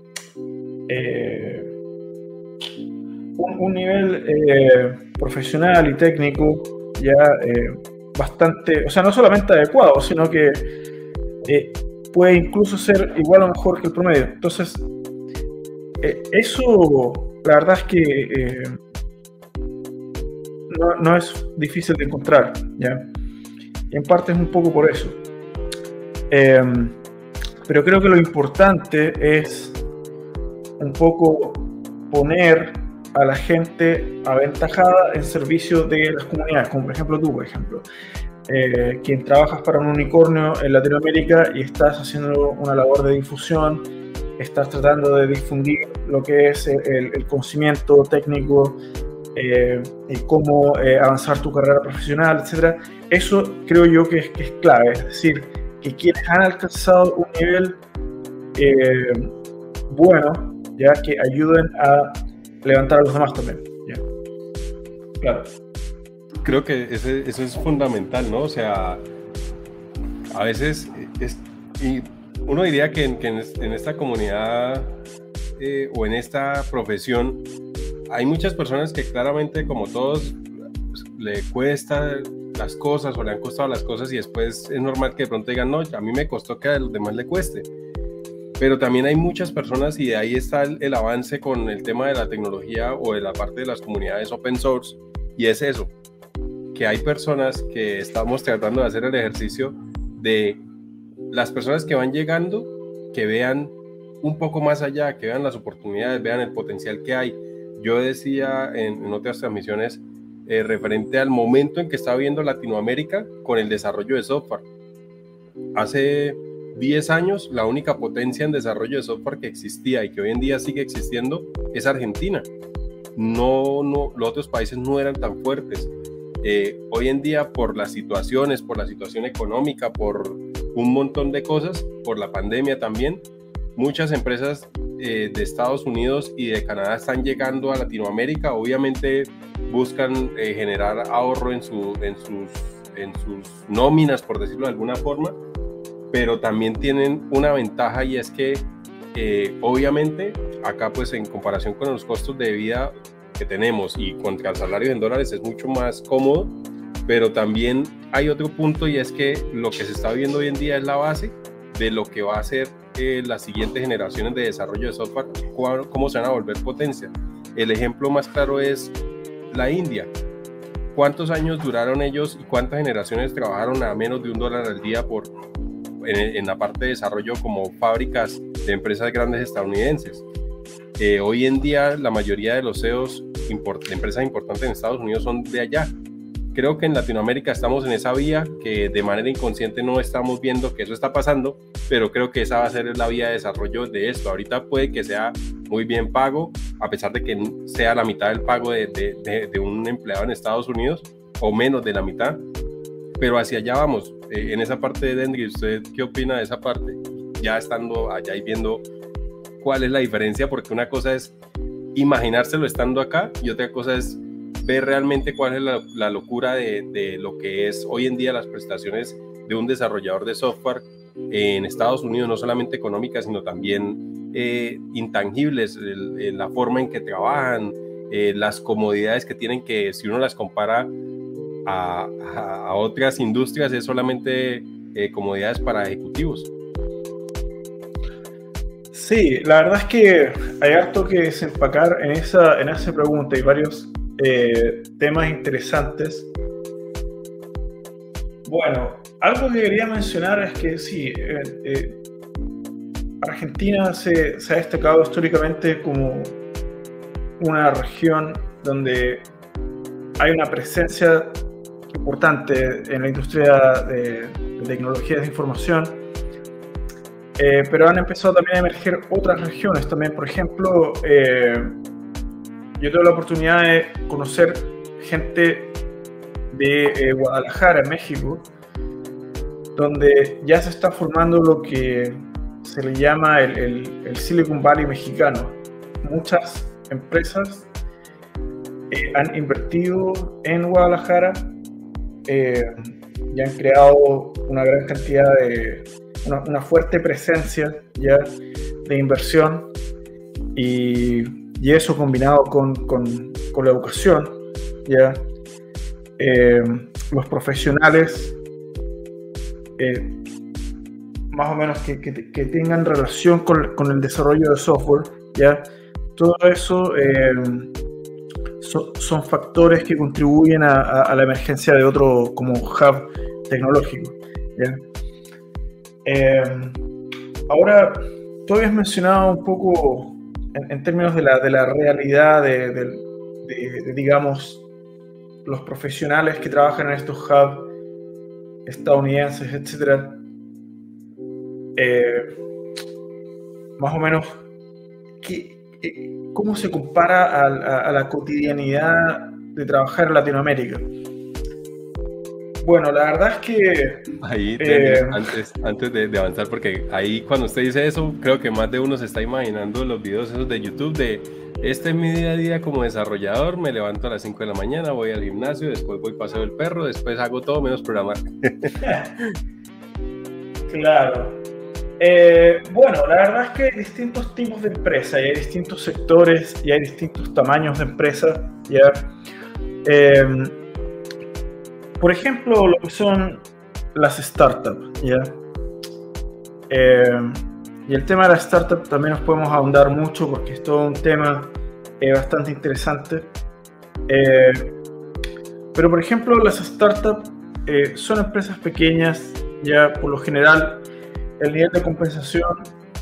eh, un, un nivel eh, profesional y técnico ya eh, bastante, o sea, no solamente adecuado, sino que eh, puede incluso ser igual o mejor que el promedio. Entonces, eh, eso, la verdad es que eh, No, no es difícil de encontrar, ¿ya? Y en parte es un poco por eso. Eh, pero creo que lo importante es un poco poner a la gente aventajada en servicio de las comunidades, como por ejemplo tú, por ejemplo, eh, quien trabajas para un unicornio en Latinoamérica y estás haciendo una labor de difusión, estás tratando de difundir lo que es el, el conocimiento técnico, Eh, y cómo eh, avanzar tu carrera profesional, etcétera. Eso creo yo que es, que es clave, es decir, que quienes han alcanzado un nivel eh, bueno, ya, que ayuden a levantar a los demás también, ¿ya? Claro. Creo que ese, eso es fundamental, ¿no? O sea, a veces es, y uno diría que en, que en, en esta comunidad eh, o en esta profesión hay muchas personas que claramente, como todos, pues, le cuesta las cosas o le han costado las cosas y después es normal que de pronto digan, no, a mí me costó que a los demás le cueste. Pero también hay muchas personas y de ahí está el, el avance con el tema de la tecnología o de la parte de las comunidades open source, y es eso, que hay personas que estamos tratando de hacer el ejercicio de las personas que van llegando, que vean un poco más allá, que vean las oportunidades, vean el potencial que hay. Yo decía en, en otras transmisiones eh, referente al momento en que está viviendo Latinoamérica con el desarrollo de software. Hace diez años la única potencia en desarrollo de software que existía y que hoy en día sigue existiendo es Argentina. No, no, los otros países no eran tan fuertes. Eh, hoy en día, por las situaciones, por la situación económica, por un montón de cosas, por la pandemia también, muchas empresas eh, de Estados Unidos y de Canadá están llegando a Latinoamérica. Obviamente buscan eh, generar ahorro en, su, en, sus, en sus nóminas, por decirlo de alguna forma, pero también tienen una ventaja, y es que eh, obviamente acá pues en comparación con los costos de vida que tenemos y contra el salario en dólares es mucho más cómodo, pero también hay otro punto, y es que lo que se está viendo hoy en día es la base de lo que va a ser eh, las siguientes generaciones de desarrollo de software, cómo se van a volver potencia. El ejemplo más claro es la India. ¿Cuántos años duraron ellos y cuántas generaciones trabajaron a menos de un dólar al día por, en, en la parte de desarrollo como fábricas de empresas grandes estadounidenses? Eh, hoy en día la mayoría de los C E Os import, de empresas importantes en Estados Unidos son de allá. Creo que en Latinoamérica estamos en esa vía que de manera inconsciente no estamos viendo que eso está pasando, pero creo que esa va a ser la vía de desarrollo de esto. Ahorita puede que sea muy bien pago, a pesar de que sea la mitad del pago de, de, de, de un empleado en Estados Unidos, o menos de la mitad, pero hacia allá vamos. Eh, en esa parte de Dendry, ¿usted qué opina de esa parte? Ya estando allá y viendo cuál es la diferencia, porque una cosa es imaginárselo estando acá y otra cosa es ver realmente cuál es la, la locura de, de lo que es hoy en día las prestaciones de un desarrollador de software en Estados Unidos, no solamente económicas, sino también eh, intangibles, el, el, la forma en que trabajan, eh, las comodidades que tienen, que si uno las compara a, a, a otras industrias es solamente eh, comodidades para ejecutivos. Sí, la verdad es que hay harto que desempacar en esa, en esa pregunta y varios eh, temas interesantes. Bueno, algo que quería mencionar es que sí, eh, eh, Argentina se, se ha destacado históricamente como una región donde hay una presencia importante en la industria de, de tecnologías de información. Eh, pero han empezado también a emerger otras regiones también. Por ejemplo, eh, yo tuve la oportunidad de conocer gente de eh, Guadalajara, en México, donde ya se está formando lo que se le llama el, el, el Silicon Valley mexicano. Muchas empresas eh, han invertido en Guadalajara eh, y han creado una gran cantidad de Una, una fuerte presencia ya de inversión, y, y eso combinado con, con, con la educación, ya eh, los profesionales eh, más o menos que, que, que tengan relación con, con el desarrollo de software, ya todo eso eh, so, son factores que contribuyen a, a, a la emergencia de otro como hub tecnológico, ya. Eh, ahora, tú habías mencionado un poco en, en términos de la, de la realidad de, de, de, de, digamos, los profesionales que trabajan en estos hubs estadounidenses, etcétera. Eh, más o menos, ¿qué, ¿cómo se compara a, a, a la cotidianidad de trabajar en Latinoamérica? Bueno, la verdad es que... Ahí, eh, antes, antes de, de avanzar, porque ahí cuando usted dice eso, creo que más de uno se está imaginando los videos esos de YouTube de este es mi día a día como desarrollador, me levanto a las cinco de la mañana, voy al gimnasio, después voy paseo el perro, después hago todo menos programar. Claro. Eh, bueno, la verdad es que hay distintos tipos de empresas y hay distintos sectores y hay distintos tamaños de empresas, ¿ya? Eh, por ejemplo, lo que son las startups, ¿ya? Eh, y el tema de las startups también nos podemos ahondar mucho porque es todo un tema eh, bastante interesante. Eh, pero, por ejemplo, las startups eh, son empresas pequeñas, ya por lo general el nivel de compensación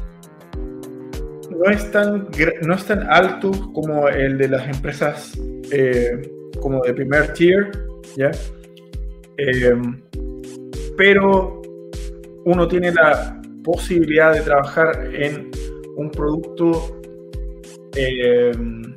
no es tan, no es tan alto como el de las empresas eh, como de primer tier, ¿ya? Eh, pero uno tiene la posibilidad de trabajar en un producto, eh,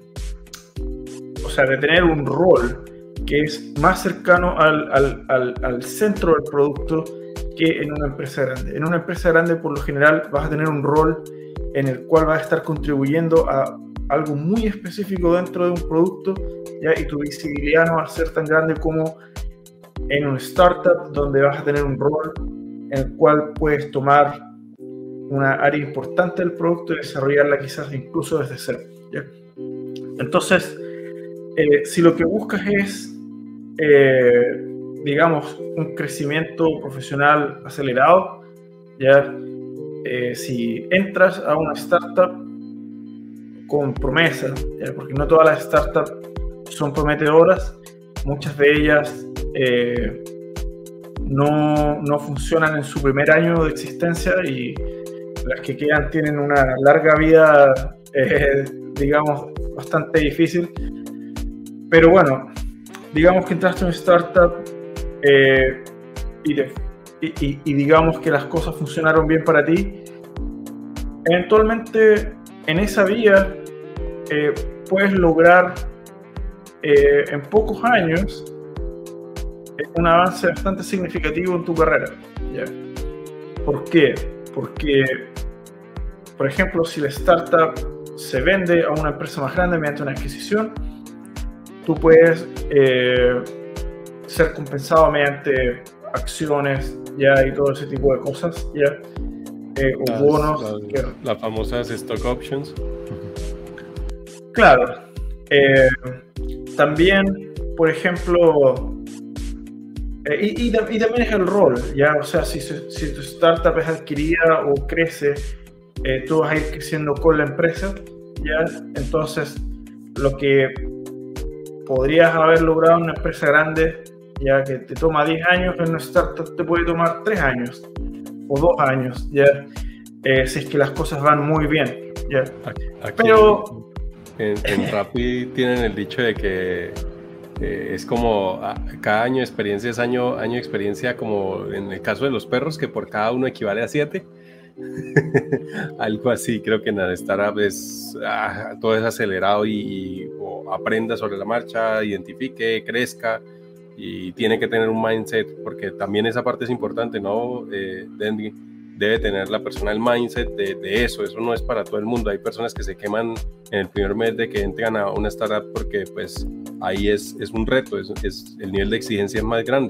o sea, de tener un rol que es más cercano al, al, al, al centro del producto que en una empresa grande. En una empresa grande, por lo general, vas a tener un rol en el cual vas a estar contribuyendo a algo muy específico dentro de un producto, ¿ya? Y tu visibilidad no va a ser tan grande como en un startup, donde vas a tener un rol en el cual puedes tomar una área importante del producto y desarrollarla quizás incluso desde cero, ¿ya? Entonces, eh, si lo que buscas es, eh, digamos, un crecimiento profesional acelerado, ya, eh, si entras a una startup con promesa, ¿ya? Porque no todas las startups son prometedoras, muchas de ellas eh, no, no funcionan en su primer año de existencia y las que quedan tienen una larga vida, eh, digamos, bastante difícil. Pero bueno, digamos que entraste en una startup eh, y, te, y, y, y digamos que las cosas funcionaron bien para ti. Eventualmente, en esa vía, eh, puedes lograr eh, en pocos años un avance bastante significativo en tu carrera, ¿ya? ¿Por qué? Porque, por ejemplo, si la startup se vende a una empresa más grande mediante una adquisición, tú puedes eh, ser compensado mediante acciones, ya, y todo ese tipo de cosas, ya, eh, o las, bonos. Las, que... las famosas stock options. Claro. Eh, también, por ejemplo, eh, y, y, y también es el rol, ya, o sea, si, si tu startup es adquirida o crece, eh, tú vas a ir creciendo con la empresa, ya. Entonces, lo que podrías haber logrado en una empresa grande, ya que te toma diez años, en una startup te puede tomar tres años o dos años, ya, eh, si es que las cosas van muy bien, ya. Aquí, pero en, en Rappi tienen el dicho de que eh, es como a, cada año de experiencia es año, año de experiencia, como en el caso de los perros, que por cada uno equivale a siete. Algo así. Creo que en la startup es ah, todo es acelerado y, y o aprenda sobre la marcha, identifique, crezca, y tiene que tener un mindset, porque también esa parte es importante, ¿no? Eh, debe tener la persona el mindset de, de eso. Eso no es para todo el mundo. Hay personas que se queman en el primer mes de que entran a una startup porque pues ahí es, es un reto, es, es, el nivel de exigencia es más grande.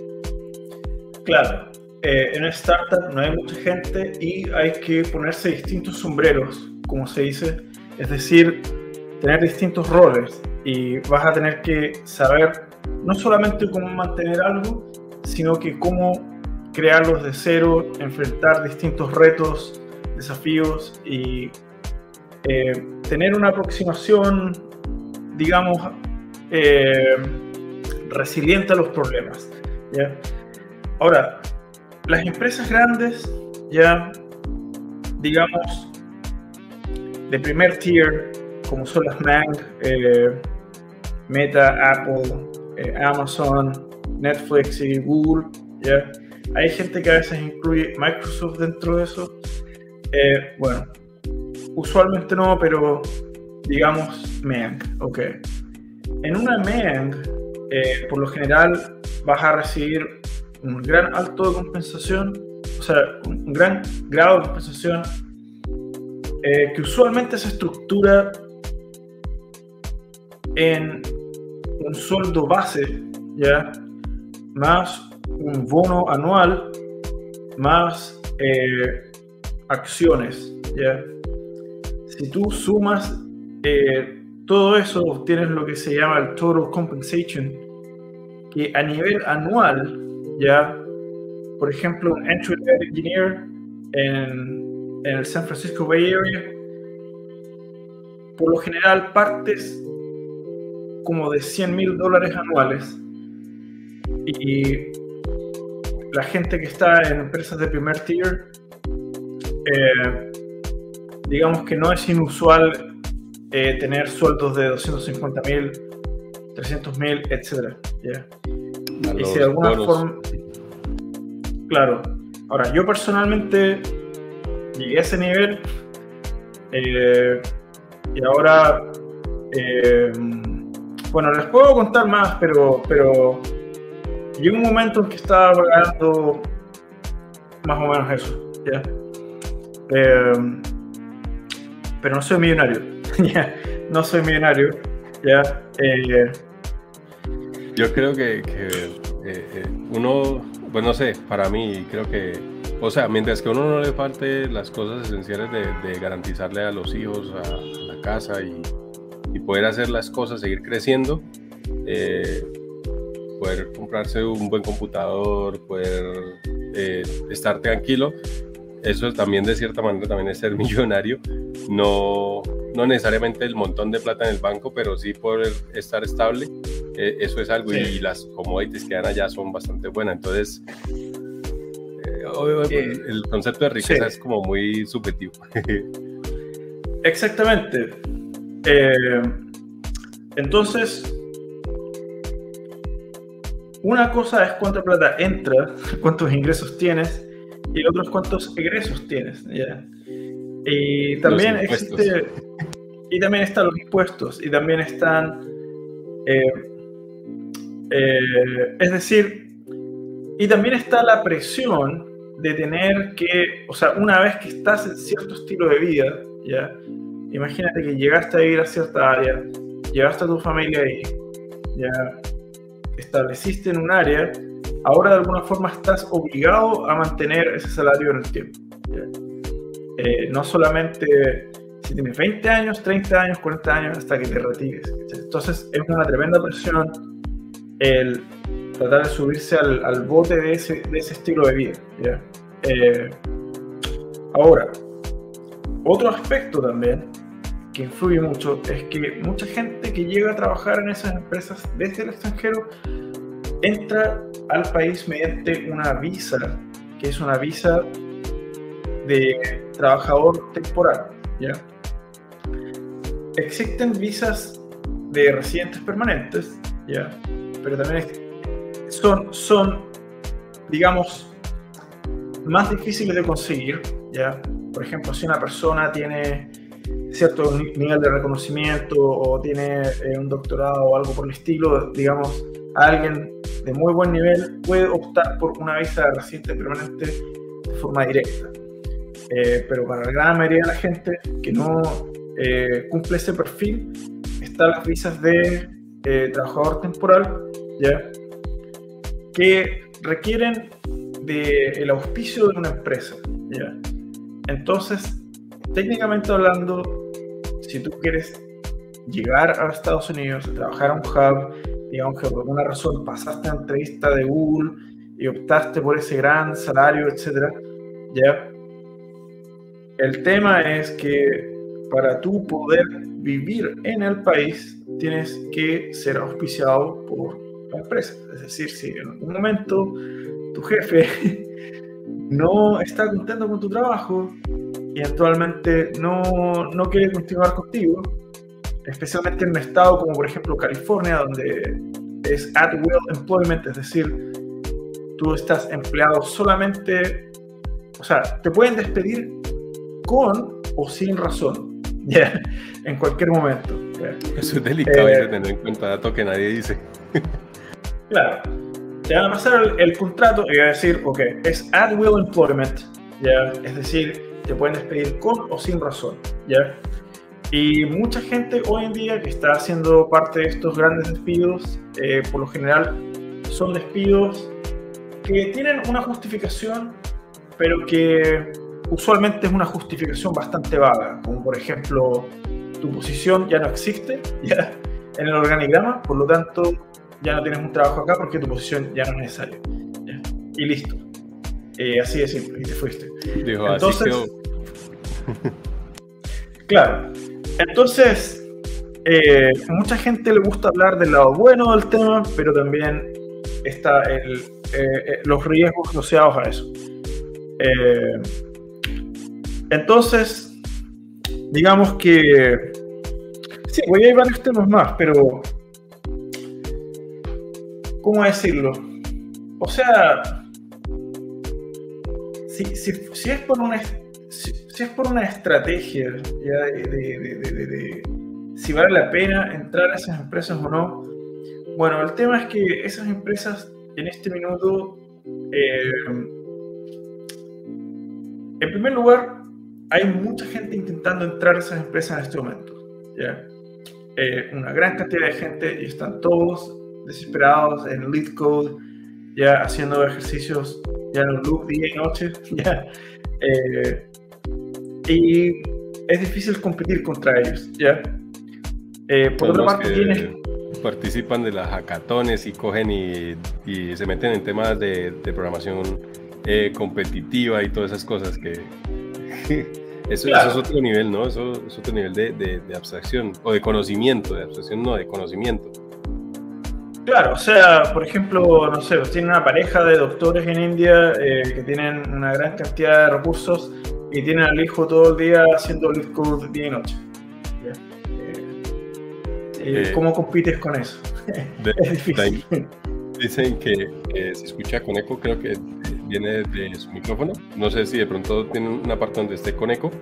Claro. Eh, en una startup no hay mucha gente y hay que ponerse distintos sombreros, como se dice, es decir, tener distintos roles, y vas a tener que saber no solamente cómo mantener algo, sino que cómo crearlos de cero, enfrentar distintos retos, desafíos y eh, tener una aproximación, digamos, eh, resiliente a los problemas, ¿ya? Ahora, las empresas grandes, ya, digamos, de primer tier, como son las Mang, eh, Meta, Apple, eh, Amazon, Netflix y Google, ya. Hay gente que a veces incluye Microsoft dentro de eso. Eh, bueno, usualmente no, pero digamos Mang, ok. En una Mang, eh, por lo general, vas a recibir un gran alto de compensación, o sea, un gran grado de compensación eh, que usualmente se estructura en un sueldo base, ya, más un bono anual, más eh, acciones, ya. Si tú sumas eh, todo eso, obtienes lo que se llama el total compensation, que a nivel anual, ya, por ejemplo, un entry level engineer en, en el San Francisco Bay Area, por lo general partes como de cien mil dólares anuales, y la gente que está en empresas de primer tier, eh, digamos que no es inusual eh, tener sueldos de doscientos cincuenta mil, trescientos mil, etcétera. Yeah. Y si de alguna bonos. forma, claro. Ahora, yo personalmente llegué a ese nivel eh, y ahora, eh, bueno, les puedo contar más, pero, pero llegó un momento en que estaba pagando más o menos eso, ¿ya? Eh, pero no soy millonario, ¿ya? No soy millonario, ¿ya? Eh, Yo creo que, que eh, eh, uno, pues no sé, para mí creo que, o sea, mientras que a uno no le falte las cosas esenciales de, de garantizarle a los hijos, a, a la casa y, y poder hacer las cosas, seguir creciendo, eh, poder comprarse un buen computador, poder eh, estar tranquilo, eso también de cierta manera también es ser millonario, no, no necesariamente el montón de plata en el banco, pero sí poder estar estable, eh, eso es algo, sí. Y las commodities que dan allá son bastante buenas, entonces eh, eh, el concepto de riqueza sí. es como muy subjetivo. Exactamente. Eh, entonces, una cosa es cuánta plata entra, cuántos ingresos tienes, y el otro es cuántos egresos tienes, ¿ya? Y también existe, y también están los impuestos, y también están, eh, eh, es decir, y también está la presión de tener que, o sea, una vez que estás en cierto estilo de vida, ¿ya? Imagínate que llegaste a vivir a cierta área, llevaste a tu familia ahí, ya estableciste en un área, ahora de alguna forma estás obligado a mantener ese salario en el tiempo, ¿ya? Eh, no solamente si tienes veinte años, treinta años, cuarenta años, hasta que te retires, ¿cachai? Entonces es una tremenda presión el tratar de subirse al, al bote de ese, de ese estilo de vida, ¿ya? Eh, ahora, otro aspecto también que influye mucho es que mucha gente que llega a trabajar en esas empresas desde el extranjero entra al país mediante una visa, que es una visa de trabajador temporal, ¿ya? Existen visas de residentes permanentes, ¿ya? Pero también son, son, digamos, más difíciles de conseguir, ¿ya? Por ejemplo, si una persona tiene cierto nivel de reconocimiento o tiene eh, un doctorado o algo por el estilo, digamos, alguien de muy buen nivel puede optar por una visa de residente permanente de forma directa. Eh, pero para la gran mayoría de la gente que no eh, cumple ese perfil, están las visas de eh, trabajador temporal, ¿ya? Que requieren del auspicio de una empresa, ¿ya? Entonces, técnicamente hablando, si tú quieres llegar a Estados Unidos, a trabajar a un hub, digamos que por alguna razón pasaste la entrevista de Google y optaste por ese gran salario, etcétera, ¿ya? El tema es que para tú poder vivir en el país tienes que ser auspiciado por la empresa. Es decir, si en algún momento tu jefe no está contento con tu trabajo y actualmente no, no quiere continuar contigo, especialmente en un estado como por ejemplo California, donde es at will employment, es decir, tú estás empleado solamente, o sea, te pueden despedir con o sin razón, ¿ya? En cualquier momento, ¿ya? Eso es delicado, eh, de tener en cuenta, dato que nadie dice. Claro, te van a pasar el, el contrato y van a decir, ok, es at will employment, ¿ya? Es decir, te pueden despedir con o sin razón, ¿ya? Y mucha gente hoy en día que está haciendo parte de estos grandes despidos, eh, por lo general son despidos que tienen una justificación, pero que usualmente es una justificación bastante vaga, como por ejemplo, tu posición ya no existe, ¿ya? En el organigrama, por lo tanto ya no tienes un trabajo acá porque tu posición ya no es necesaria. ¿Ya? Y listo. Eh, así de simple, y te fuiste. Dijo, entonces, así claro. Entonces, eh, mucha gente le gusta hablar del lado bueno del tema, pero también está el, eh, los riesgos asociados a eso. Eh, entonces, digamos que sí, voy a ir varios temas más, pero ¿cómo decirlo? O sea, si, si, si es por una si, si es por una estrategia ya de, de, de, de, de, de si vale la pena entrar a esas empresas o no, bueno, el tema es que esas empresas en este minuto, eh, en primer lugar, hay mucha gente intentando entrar a esas empresas en este momento, ¿ya? Eh, una gran cantidad de gente y están todos desesperados en lead code, ya haciendo ejercicios ya en un loop día y noche, ya. Eh, y es difícil competir contra ellos, ya. Eh, por Son otra los parte que tienes... participan de las hackatones y cogen y, y se meten en temas de, de programación eh, competitiva y todas esas cosas que... Eso, claro. Eso es otro nivel, ¿no? Eso es otro nivel de, de, de abstracción, o de conocimiento, de abstracción no, de conocimiento. Claro, o sea, por ejemplo, no sé, tienen una pareja de doctores en India eh, que tienen una gran cantidad de recursos y tienen al hijo todo el día haciendo lead code día y noche. Eh, eh, ¿Cómo compites con eso? De, es difícil. De, dicen que, que se escucha con eco, creo que viene de su micrófono. No sé si de pronto tiene una parte donde esté con eco.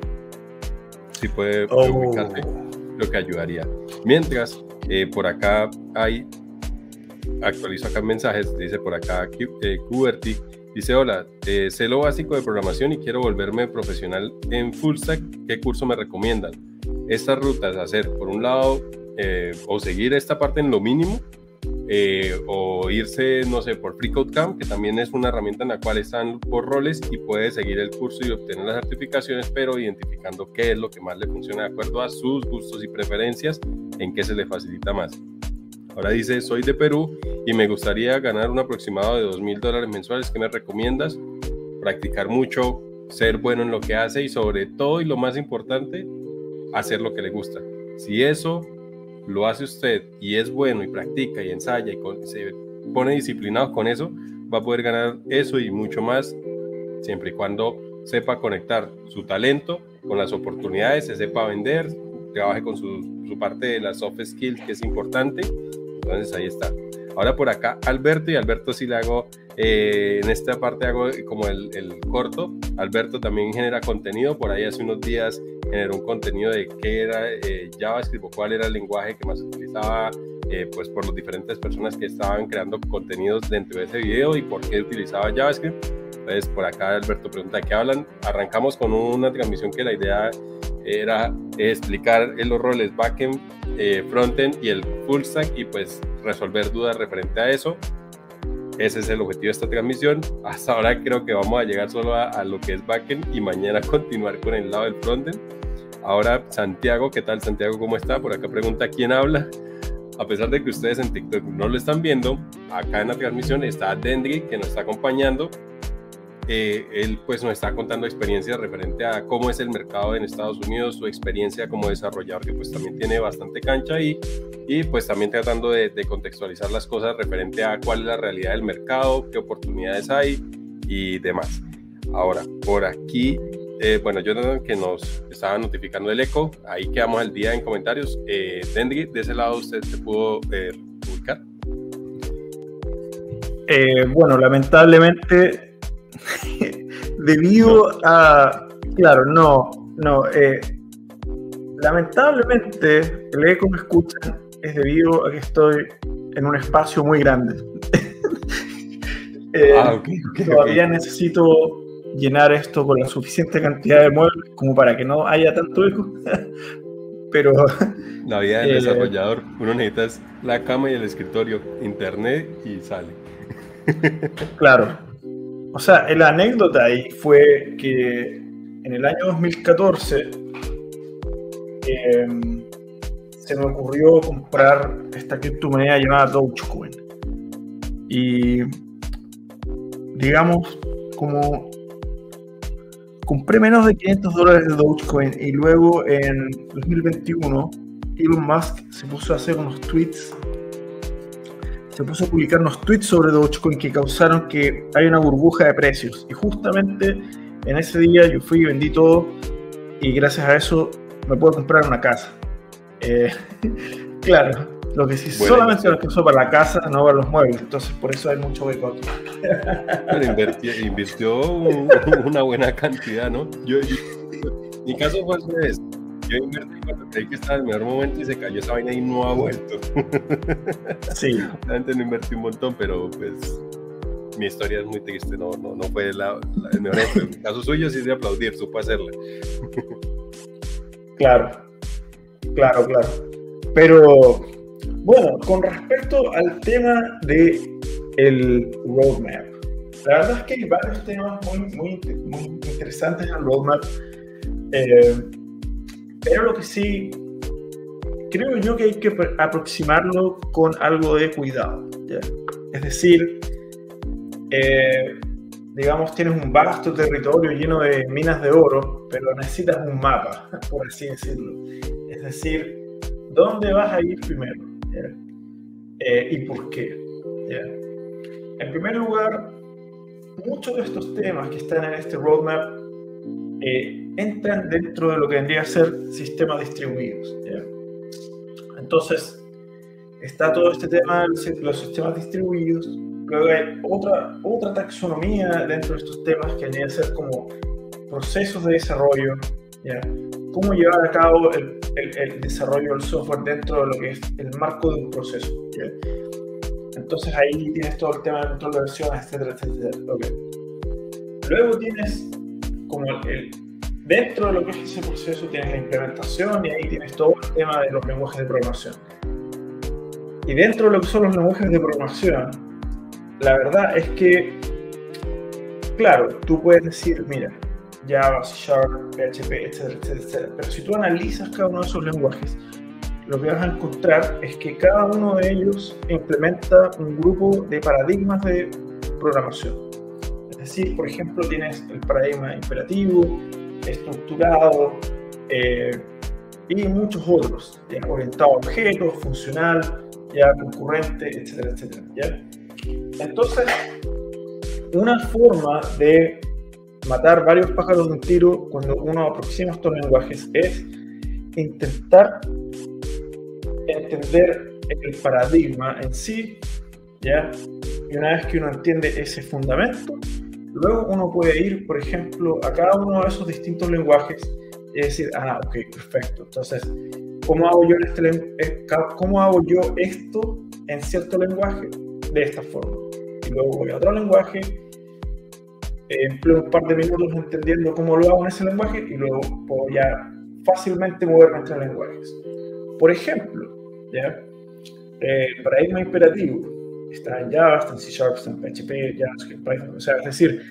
Si puede, puede oh. ubicarse, creo que ayudaría. Mientras, eh, por acá hay, actualizo acá mensajes, dice por acá eh, Kuberti, dice: hola, eh, sé lo básico de programación y quiero volverme profesional en full stack. ¿Qué curso me recomiendan? Estas rutas, hacer por un lado, eh, o seguir esta parte en lo mínimo, Eh, o irse, no sé, por FreeCodeCamp, que también es una herramienta en la cual están por roles y puede seguir el curso y obtener las certificaciones, pero identificando qué es lo que más le funciona de acuerdo a sus gustos y preferencias, en qué se le facilita más. Ahora dice: soy de Perú y me gustaría ganar un aproximado de dos mil dólares mensuales. ¿Qué me recomiendas? Practicar mucho, ser bueno en lo que hace y sobre todo, y lo más importante, hacer lo que le gusta. Si eso lo hace usted y es bueno y practica y ensaya y con, se pone disciplinado con eso, va a poder ganar eso y mucho más, siempre y cuando sepa conectar su talento con las oportunidades, se sepa vender, trabaje con su, su parte de las soft skills, que es importante. Entonces ahí está. Ahora por acá Alberto, y Alberto sí le hago, eh, en esta parte hago como el, el corto. Alberto también genera contenido, por ahí hace unos días generó un contenido de qué era eh, JavaScript, o cuál era el lenguaje que más se utilizaba, eh, pues por las diferentes personas que estaban creando contenidos dentro de ese video y por qué utilizaba JavaScript. Entonces por acá Alberto pregunta: ¿de qué hablan? Arrancamos con una transmisión que la idea era explicar los roles backend, eh, frontend y el full stack, y pues resolver dudas referente a eso. Ese es el objetivo de esta transmisión. Hasta ahora creo que vamos a llegar solo a, a lo que es backend y mañana continuar con el lado del frontend. Ahora Santiago, ¿qué tal Santiago? ¿Cómo está? Por acá pregunta: ¿quién habla? A pesar de que ustedes en TikTok no lo están viendo, acá en la transmisión está Dendry, que nos está acompañando. Eh, él pues nos está contando experiencias referente a cómo es el mercado en Estados Unidos, su experiencia como desarrollador, que pues también tiene bastante cancha ahí, y pues también tratando de, de contextualizar las cosas referente a cuál es la realidad del mercado, qué oportunidades hay y demás. Ahora, por aquí, eh, bueno, Jonathan, que nos estaba notificando el eco, ahí quedamos al día en comentarios. eh, Dendry, de ese lado usted se pudo eh, ubicar. Eh, bueno, lamentablemente debido no. a... Claro, no, no. Eh, lamentablemente el eco que escuchan es debido a que estoy en un espacio muy grande. eh, ah, okay, okay, todavía okay. necesito llenar esto con la suficiente cantidad de muebles como para que no haya tanto eco. Pero... La vida del eh, desarrollador, uno necesita la cama y el escritorio, internet y sale. Claro. O sea, la anécdota ahí fue que en el año dos mil catorce eh, se me ocurrió comprar esta criptomoneda llamada Dogecoin. y digamos, como compré menos de quinientos dólares de Dogecoin y luego en dos mil veintiuno Elon Musk se puso a hacer unos tweets, se puso a publicar unos tweets sobre Dogecoin que causaron que haya una burbuja de precios, y justamente en ese día yo fui y vendí todo, y gracias a eso me puedo comprar una casa. Eh, claro, lo que sí bueno, solamente lo que usó para la casa, no para los muebles, entonces por eso hay mucho boicot. Pero invirtió, invirtió una buena cantidad, ¿no? Yo, yo, mi caso fue al revés. Yo invertí cuando creí que estaba en el mejor momento y se cayó esa vaina y no ha vuelto. Sí. Antes no invertí un montón, pero pues mi historia es muy triste, no, no, no fue la, la, el mejor ejemplo. En el caso suyo sí es de aplaudir, supo hacerla. Claro, claro, claro. Pero bueno, con respecto al tema de el roadmap, la verdad es que hay varios temas muy, muy, muy interesantes en el roadmap, eh, pero lo que sí creo yo que hay que aproximarlo con algo de cuidado, ¿ya? Es decir, eh, digamos, tienes un vasto territorio lleno de minas de oro, pero necesitas un mapa, por así decirlo. Es decir, ¿dónde vas a ir primero? ¿Ya? Eh, ¿Y por qué? ¿Ya? En primer lugar, muchos de estos temas que están en este roadmap eh, entran dentro de lo que vendría a ser sistemas distribuidos, ¿ya? Entonces, está todo este tema de los sistemas distribuidos. Luego hay otra, otra taxonomía dentro de estos temas que vendría a ser como procesos de desarrollo, ¿ya? Cómo llevar a cabo el, el, el desarrollo del software dentro de lo que es el marco de un proceso, ¿ya? Entonces ahí tienes todo el tema de control de versiones, etcétera, etcétera. Okay. Luego tienes como el, el, dentro de lo que es ese proceso tienes la implementación, y ahí tienes todo el tema de los lenguajes de programación. Y dentro de lo que son los lenguajes de programación, la verdad es que, claro, tú puedes decir, mira, Java, C Sharp, P H P, etcétera, etcétera, etcétera. Pero si tú analizas cada uno de esos lenguajes, lo que vas a encontrar es que cada uno de ellos implementa un grupo de paradigmas de programación. Es decir, por ejemplo, tienes el paradigma imperativo, estructurado, eh, y muchos otros, ya, orientado a objetos, funcional, ya, concurrente, etcétera, etcétera, ¿ya? Entonces, una forma de matar varios pájaros de un tiro cuando uno aproxima estos lenguajes es intentar entender el paradigma en sí, ¿ya? Y una vez que uno entiende ese fundamento, luego uno puede ir, por ejemplo, a cada uno de esos distintos lenguajes y decir, ah, ok, perfecto. Entonces, ¿cómo hago yo, este, ¿cómo hago yo esto en cierto lenguaje? De esta forma. Y luego voy a otro lenguaje, eh, empleo un par de minutos entendiendo cómo lo hago en ese lenguaje, y luego puedo ya fácilmente moverme entre lenguajes. Por ejemplo, ¿ya? Eh, el paradigma imperativo está en Java, está en C Sharp, está en P H P, JavaScript, Python. O sea, es decir,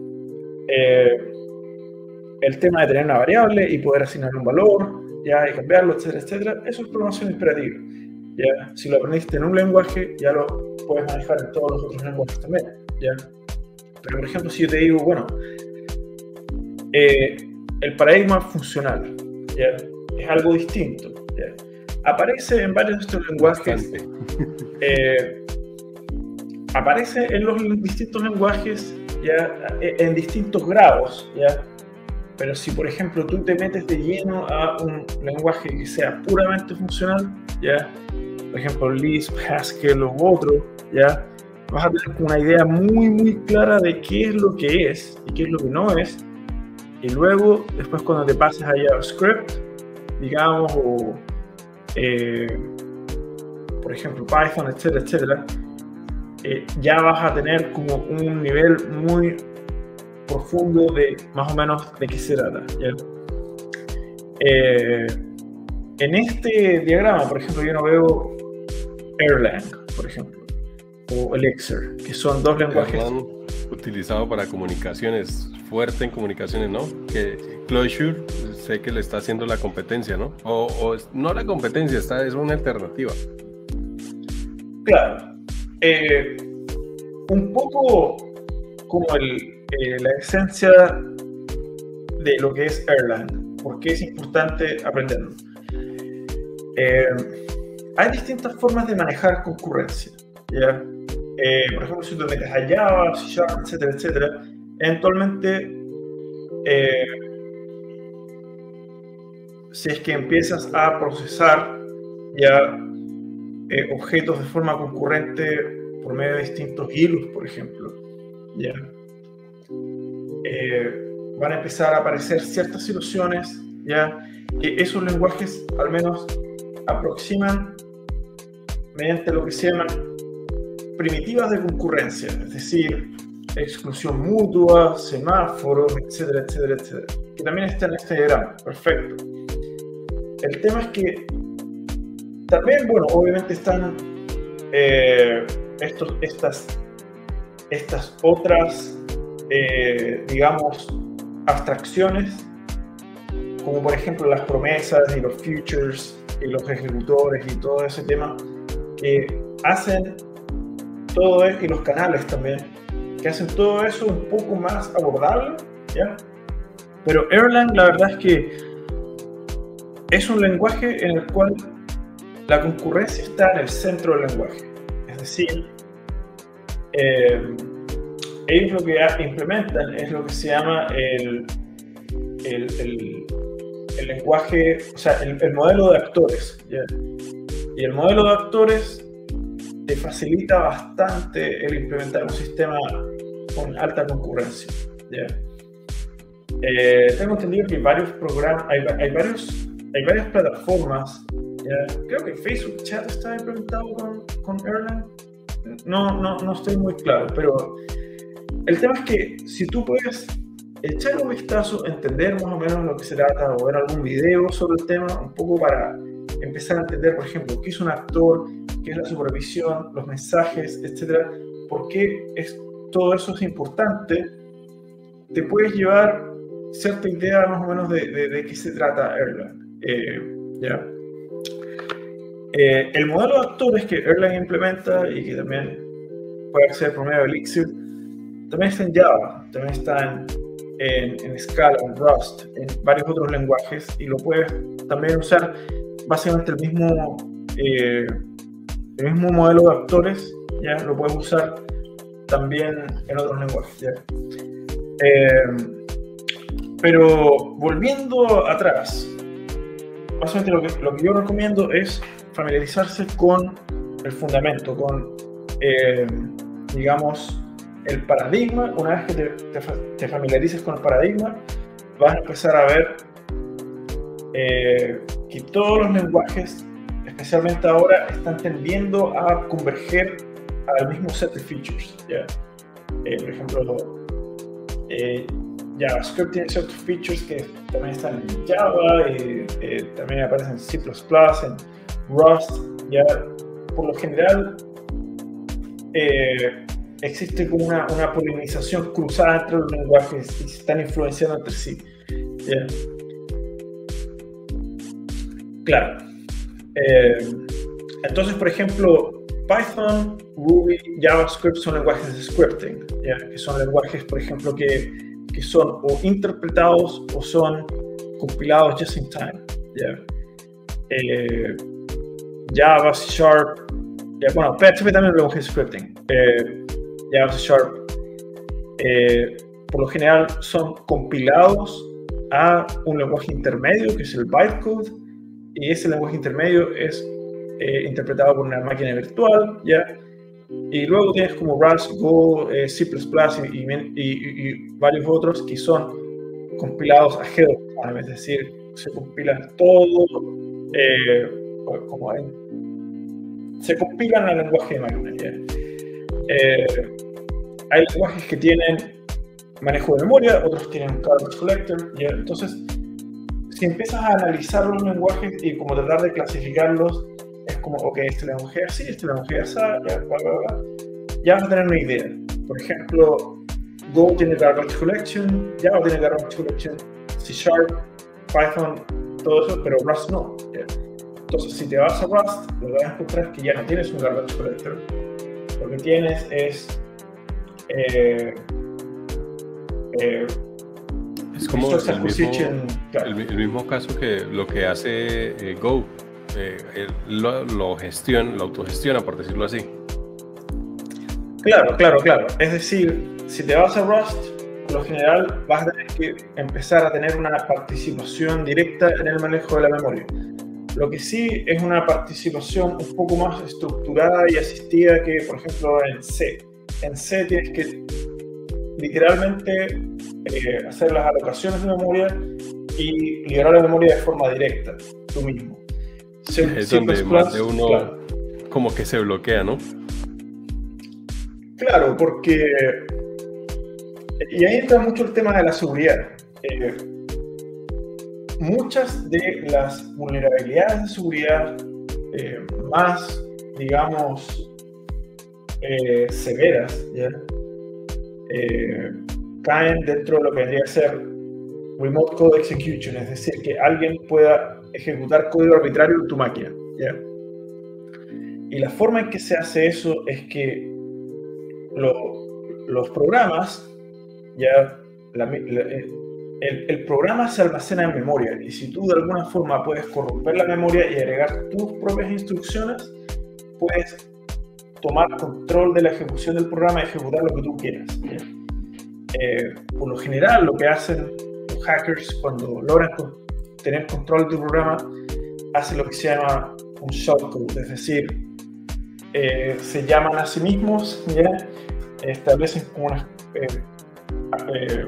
eh, el tema de tener una variable y poder asignar un valor, ya, y cambiarlo, etcétera, etcétera, eso es programación imperativa. ¿Ya? Si lo aprendiste en un lenguaje, ya lo puedes manejar en todos los otros lenguajes también, ¿ya? Pero, por ejemplo, si yo te digo, bueno, eh, el paradigma funcional, ¿ya? Es algo distinto, ¿ya? Aparece en varios de estos lenguajes, eh, aparece en los distintos lenguajes, ¿ya? En distintos grados, ¿ya? Pero si, por ejemplo, tú te metes de lleno a un lenguaje que sea puramente funcional, ¿ya? Por ejemplo, Lisp, Haskell u otro, ¿ya? Vas a tener una idea muy, muy clara de qué es lo que es y qué es lo que no es. Y luego, después cuando te pases a JavaScript, digamos, o eh, por ejemplo Python, etcétera, etcétera, eh, ya vas a tener como un nivel muy profundo de más o menos de qué se trata, ¿ya? Eh, en este diagrama, por ejemplo, yo no veo Erlang, por ejemplo, o Elixir, que son dos lenguajes Erlang, utilizado para comunicaciones, fuerte en comunicaciones, ¿no? Que Clojure, sé que le está haciendo la competencia, ¿no? O, o no la competencia, está, es una alternativa. Claro. Eh, un poco como el, eh, la esencia de lo que es Erlang, por qué es importante aprenderlo. Eh, hay distintas formas de manejar concurrencia, ¿ya? Eh, por ejemplo, si tú metes a Java, C Sharp, etcétera, etcétera, eventualmente, eh, si es que empiezas a procesar ya eh, objetos de forma concurrente por medio de distintos hilos, por ejemplo, ya eh, van a empezar a aparecer ciertas situaciones ya que esos lenguajes al menos aproximan mediante lo que se llaman primitivas de concurrencia, es decir, exclusión mutua, semáforos, etcétera, etcétera, etcétera, que también está en este diagrama. Perfecto. El tema es que también, bueno, obviamente están eh, estos, estas, estas otras, eh, digamos, abstracciones, como por ejemplo las promesas y los futures y los ejecutores y todo ese tema, que hacen todo eso, y los canales también, que hacen todo eso un poco más abordable, ¿ya? Pero Erlang, la verdad es que es un lenguaje en el cual la concurrencia está en el centro del lenguaje. Es decir, eh, ellos lo que implementan es lo que se llama el, el, el, el lenguaje, o sea, el, el modelo de actores, ¿ya? Y el modelo de actores te facilita bastante el implementar un sistema con alta concurrencia, ¿ya? Eh, tengo entendido que hay varios programas, hay, hay, varios, hay varias plataformas, ¿ya? Creo que Facebook Chat está implementado con, con Erlang, no, no, no estoy muy claro, pero el tema es que si tú puedes echar un vistazo, entender más o menos lo que se trata, o ver algún video sobre el tema, un poco para empezar a entender, por ejemplo, qué es un actor, qué es la supervisión, los mensajes, etcétera, por qué es, todo eso es importante, te puedes llevar cierta idea más o menos de, de, de qué se trata Erlang. Eh, ¿ya? Eh, el modelo de actores que Erlang implementa y que también puede acceder por medio de Elixir, también está en Java, también está en, en, en Scala, en Rust, en varios otros lenguajes, y lo puedes también usar básicamente el mismo, eh, el mismo modelo de actores, ya lo puedes usar también en otros lenguajes, ¿ya? Eh, pero volviendo atrás, básicamente lo que, lo que yo recomiendo es familiarizarse con el fundamento, con, eh, digamos, el paradigma. Una vez que te, te, te familiarices con el paradigma, vas a empezar a ver eh, que todos los lenguajes, especialmente ahora, están tendiendo a converger al mismo set de features, ¿ya? Eh, por ejemplo, eh, JavaScript tiene ciertos features que también están en Java, y eh, también aparecen en C plus plus, en Rust, ¿ya? Por lo general eh, existe como una, una polinización cruzada entre los lenguajes y se están influenciando entre sí, ¿ya? Claro. Eh, entonces, por ejemplo, Python, Ruby, JavaScript son lenguajes de scripting, ¿ya? Que son lenguajes, por ejemplo, que, que son o interpretados o son compilados just in time, ¿ya? Eh, Java, C Sharp, ¿ya? Bueno, P H P también es un lenguaje de scripting, eh, Java, C Sharp, eh, por lo general son compilados a un lenguaje intermedio que es el bytecode, y ese lenguaje intermedio es eh, interpretado por una máquina virtual, ¿ya? Y luego tienes como Rust, Go, eh, C plus plus y, y, y, y varios otros que son compilados ahead of time, es decir, se compilan todo, eh, como en, se compilan al lenguaje de máquina, ¿ya? Eh, hay lenguajes que tienen manejo de memoria, otros tienen garbage collector, ¿ya? Entonces, si empiezas a analizar los lenguajes y como tratar de clasificarlos, es como, ok, este lenguaje es así, este lenguaje es así, ya, bla, bla, bla, ya vas a tener una idea. Por ejemplo, Go tiene garbage collection, Java tiene garbage collection, C Sharp, Python, todo eso, pero Rust no, ¿ya? Entonces, si te vas a Rust, lo que vas a encontrar es que ya no tienes un garbage collector. Lo que tienes es Eh, eh, es como el mismo, claro. el, el mismo caso que lo que hace eh, Go, eh, lo, lo gestiona, lo autogestiona, por decirlo así. Claro, claro, claro. Es decir, si te vas a Rust, por lo general vas a tener que empezar a tener una participación directa en el manejo de la memoria. Lo que sí es una participación un poco más estructurada y asistida que, por ejemplo, en C. En C tienes que literalmente eh, hacer las alocaciones de memoria y liberar la memoria de forma directa, tú mismo. C, es C++, donde más de uno claro. como que se bloquea, ¿no? Claro, porque... Y ahí entra mucho el tema de la seguridad. Eh, muchas de las vulnerabilidades de seguridad eh, más, digamos, eh, severas, ¿ya? Eh, caen dentro de lo que vendría a ser Remote Code Execution, es decir, que alguien pueda ejecutar código arbitrario en tu máquina, ¿ya? Y la forma en que se hace eso es que lo, los programas, ya, la, la, el, el programa se almacena en memoria, y si tú de alguna forma puedes corromper la memoria y agregar tus propias instrucciones, puedes tomar control de la ejecución del programa y ejecutar lo que tú quieras, ¿ya? Eh, por lo general, lo que hacen los hackers cuando logran con, tener control de tu programa, hacen lo que se llama un shellcode, es decir, eh, se llaman a sí mismos, ¿ya? Establecen como una eh, eh,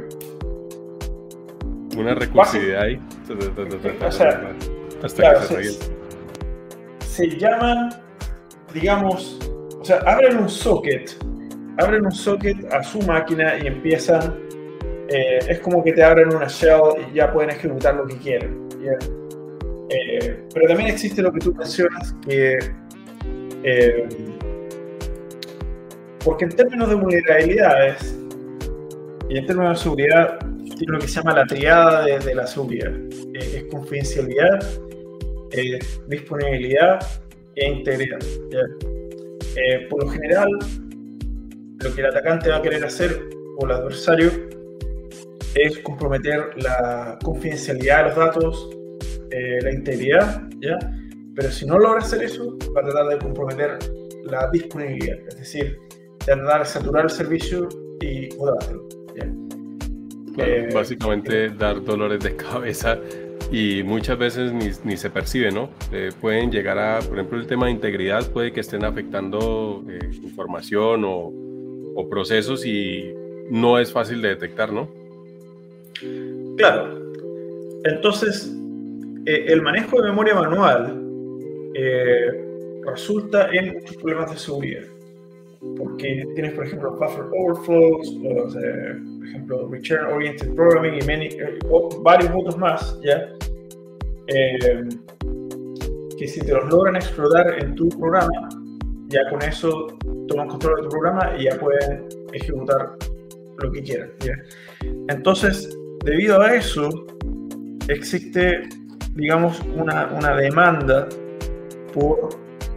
una recursividad ahí o sea, hasta claro, que se, se, se llaman, digamos, o sea, abren un socket abren un socket a su máquina y empiezan, eh, es como que te abren una shell y ya pueden ejecutar lo que quieren, ¿ya? Eh, pero también existe lo que tú mencionas, que eh, porque en términos de vulnerabilidades y en términos de seguridad tiene lo que se llama la triada de, de la seguridad, eh, es confidencialidad, eh, disponibilidad e integridad, ¿ya? Eh, por lo general lo que el atacante va a querer hacer, o el adversario, es comprometer la confidencialidad de los datos, eh, la integridad, ¿ya? Pero si no logra hacer eso, va a tratar de comprometer la disponibilidad, es decir, tratar de saturar el servicio y jodártelo, ¿ya? Claro, eh, básicamente eh, dar dolores de cabeza y muchas veces ni, ni se percibe, ¿no? Eh, pueden llegar a, por ejemplo, el tema de integridad puede que estén afectando eh, información o o procesos y no es fácil de detectar, ¿no? Claro. Entonces, eh, el manejo de memoria manual eh, resulta en muchos problemas de seguridad. Porque tienes, por ejemplo, buffer overflows, los, eh, por ejemplo, return oriented programming y many, eh, o varios otros más, ¿ya? Eh, que si te los logran explotar en tu programa, ya con eso toman control de tu programa y ya pueden ejecutar lo que quieran, ¿ya? Entonces, debido a eso, existe, digamos, una, una demanda por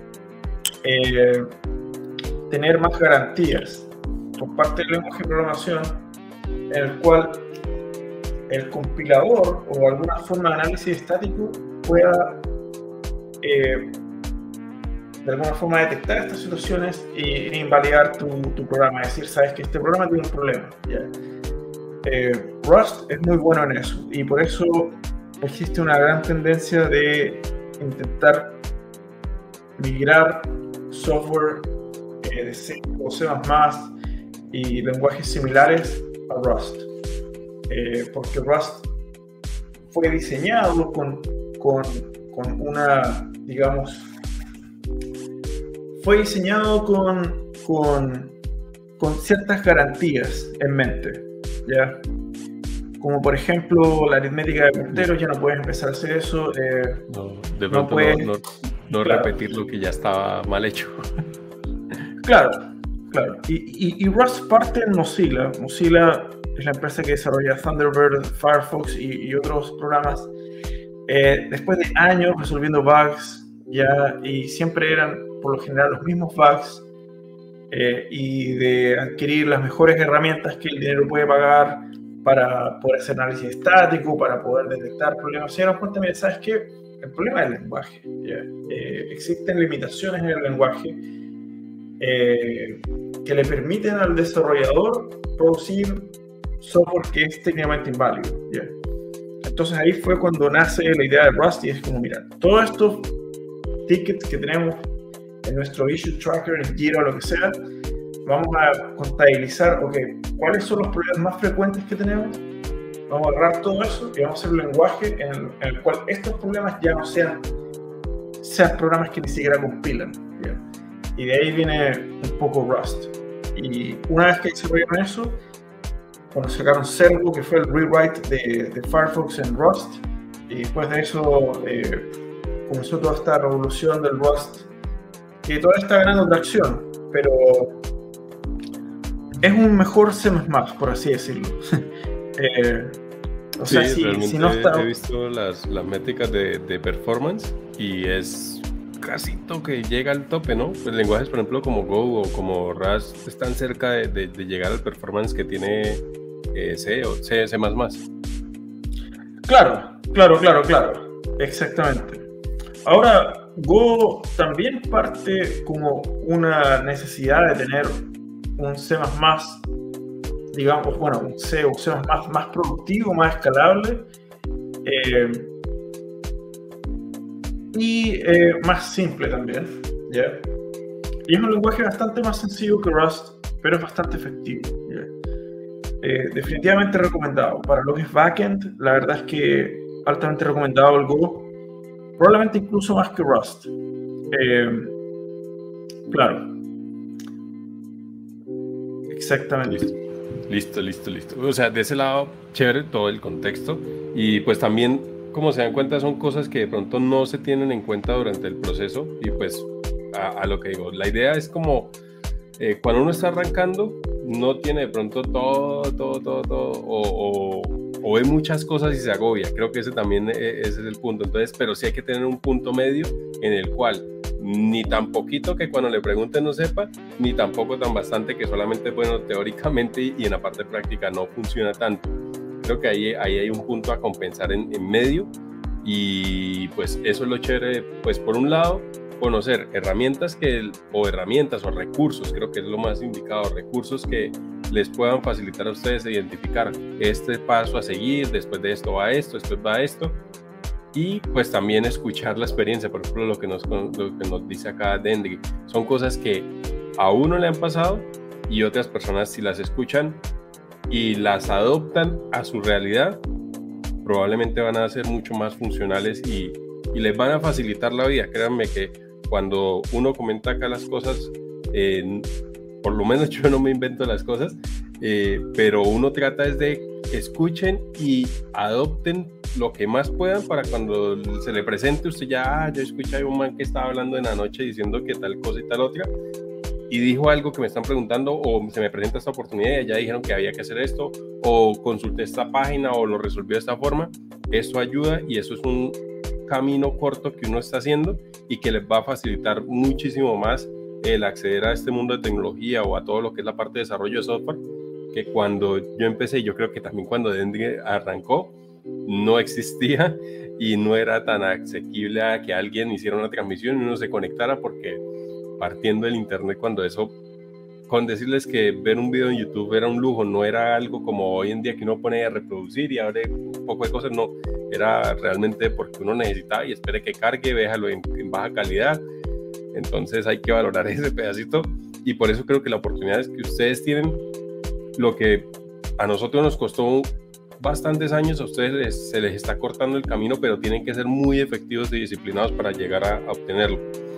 eh, tener más garantías por parte del lenguaje de programación, en el cual el compilador o alguna forma de análisis estático pueda eh, de alguna forma detectar estas situaciones e invalidar tu, tu programa, es decir, sabes que este programa tiene un problema, ¿ya? Eh, Rust es muy bueno en eso y por eso existe una gran tendencia de intentar migrar software eh, de C o C más más y lenguajes similares a Rust, eh, porque Rust fue diseñado con, con, con una, digamos, fue diseñado con, con, con ciertas garantías en mente, ¿ya? Como por ejemplo la aritmética de punteros, ya no puedes empezar a hacer eso. Eh, no, de pronto no, puedes, no, no, no claro. repetir lo que ya estaba mal hecho. Claro, claro. Y, y, y Rust parte en Mozilla. Mozilla es la empresa que desarrolla Thunderbird, Firefox y, y otros programas. Eh, después de años resolviendo bugs, ya, y siempre eran por lo general los mismos bugs, eh, y de adquirir las mejores herramientas que el dinero puede pagar para poder hacer análisis estático, para poder detectar problemas. Se dieron cuenta, mira, ¿sabes qué? El problema es el lenguaje. Eh, existen limitaciones en el lenguaje eh, que le permiten al desarrollador producir software que es técnicamente inválido. ¿Ya? Entonces ahí fue cuando nace la idea de Rust, y es como, mira, todos estos tickets que tenemos en nuestro issue tracker, en Jira o lo que sea, vamos a contabilizar, ok, cuáles son los problemas más frecuentes que tenemos, vamos a agarrar todo eso y vamos a hacer un lenguaje en el, en el cual estos problemas ya no sean, sean programas que ni siquiera compilan. ¿Ya? Y de ahí viene un poco Rust. Y una vez que desarrollaron eso, cuando sacaron Servo, que fue el rewrite de, de Firefox en Rust, y después de eso eh, comenzó toda esta revolución del Rust, que todavía está ganando tracción, pero es un mejor C más más, por así decirlo. eh, o sí, sea, si, realmente si no está... he visto las, las métricas de, de performance y es casi que llega al tope, ¿no? Pues lenguajes, por ejemplo, como Go o como Rust están cerca de, de, de llegar al performance que tiene eh, C o C, C más más. Claro, claro, claro, claro. Exactamente. Ahora, Go también parte como una necesidad de tener un C más más, digamos, bueno, un C o C más más más productivo, más escalable eh, y eh, más simple también, ¿ya? Y es un lenguaje bastante más sencillo que Rust, pero es bastante efectivo, ¿ya? Eh, definitivamente recomendado. Para lo que es backend, la verdad es que altamente recomendado el Go, probablemente incluso más que Rust. Eh, claro. Exactamente. Listo. listo, listo, listo. O sea, de ese lado, chévere todo el contexto. Y pues también, como se dan cuenta, son cosas que de pronto no se tienen en cuenta durante el proceso. Y pues, a, a lo que digo, la idea es como, eh, cuando uno está arrancando, no tiene de pronto todo, todo, todo, todo, o, o, o ve muchas cosas y se agobia. Creo que ese también es, ese es el punto. Entonces, pero sí hay que tener un punto medio en el cual ni tan poquito que cuando le pregunten no sepa, ni tampoco tan bastante que solamente, bueno, teóricamente y en la parte práctica no funciona tanto. Creo que ahí, ahí hay un punto a compensar en, en medio, y pues eso es lo chévere. Pues por un lado, conocer herramientas que, o herramientas o recursos, creo que es lo más indicado, recursos que les puedan facilitar a ustedes identificar este paso a seguir, después de esto va esto, después va esto, y pues también escuchar la experiencia. Por ejemplo, lo que nos, lo que nos dice acá Dendry, son cosas que a uno le han pasado y otras personas, si las escuchan y las adoptan a su realidad, probablemente van a ser mucho más funcionales y, y les van a facilitar la vida. Créanme que cuando uno comenta acá las cosas, eh, por lo menos yo no me invento las cosas, eh, pero uno trata es de escuchen y adopten lo que más puedan para cuando se le presente usted ya, ah, yo escuché a un man que estaba hablando en la noche diciendo que tal cosa y tal otra, y dijo algo que me están preguntando, o se me presenta esta oportunidad y ya dijeron que había que hacer esto, o consulté esta página o lo resolvió de esta forma. Eso ayuda, y eso es un camino corto que uno está haciendo y que les va a facilitar muchísimo más el acceder a este mundo de tecnología o a todo lo que es la parte de desarrollo de software, que cuando yo empecé, yo creo que también cuando Dendry arrancó, no existía y no era tan asequible a que alguien hiciera una transmisión y uno se conectara, porque partiendo del internet, cuando eso, con decirles que ver un video en YouTube era un lujo, no era algo como hoy en día que uno pone a reproducir y abre un poco de cosas, no, era realmente porque uno necesitaba y espere que cargue, déjalo en, en baja calidad. Entonces hay que valorar ese pedacito, y por eso creo que la oportunidad es que ustedes tienen lo que a nosotros nos costó bastantes años, a ustedes les, se les está cortando el camino, pero tienen que ser muy efectivos y disciplinados para llegar a, a obtenerlo.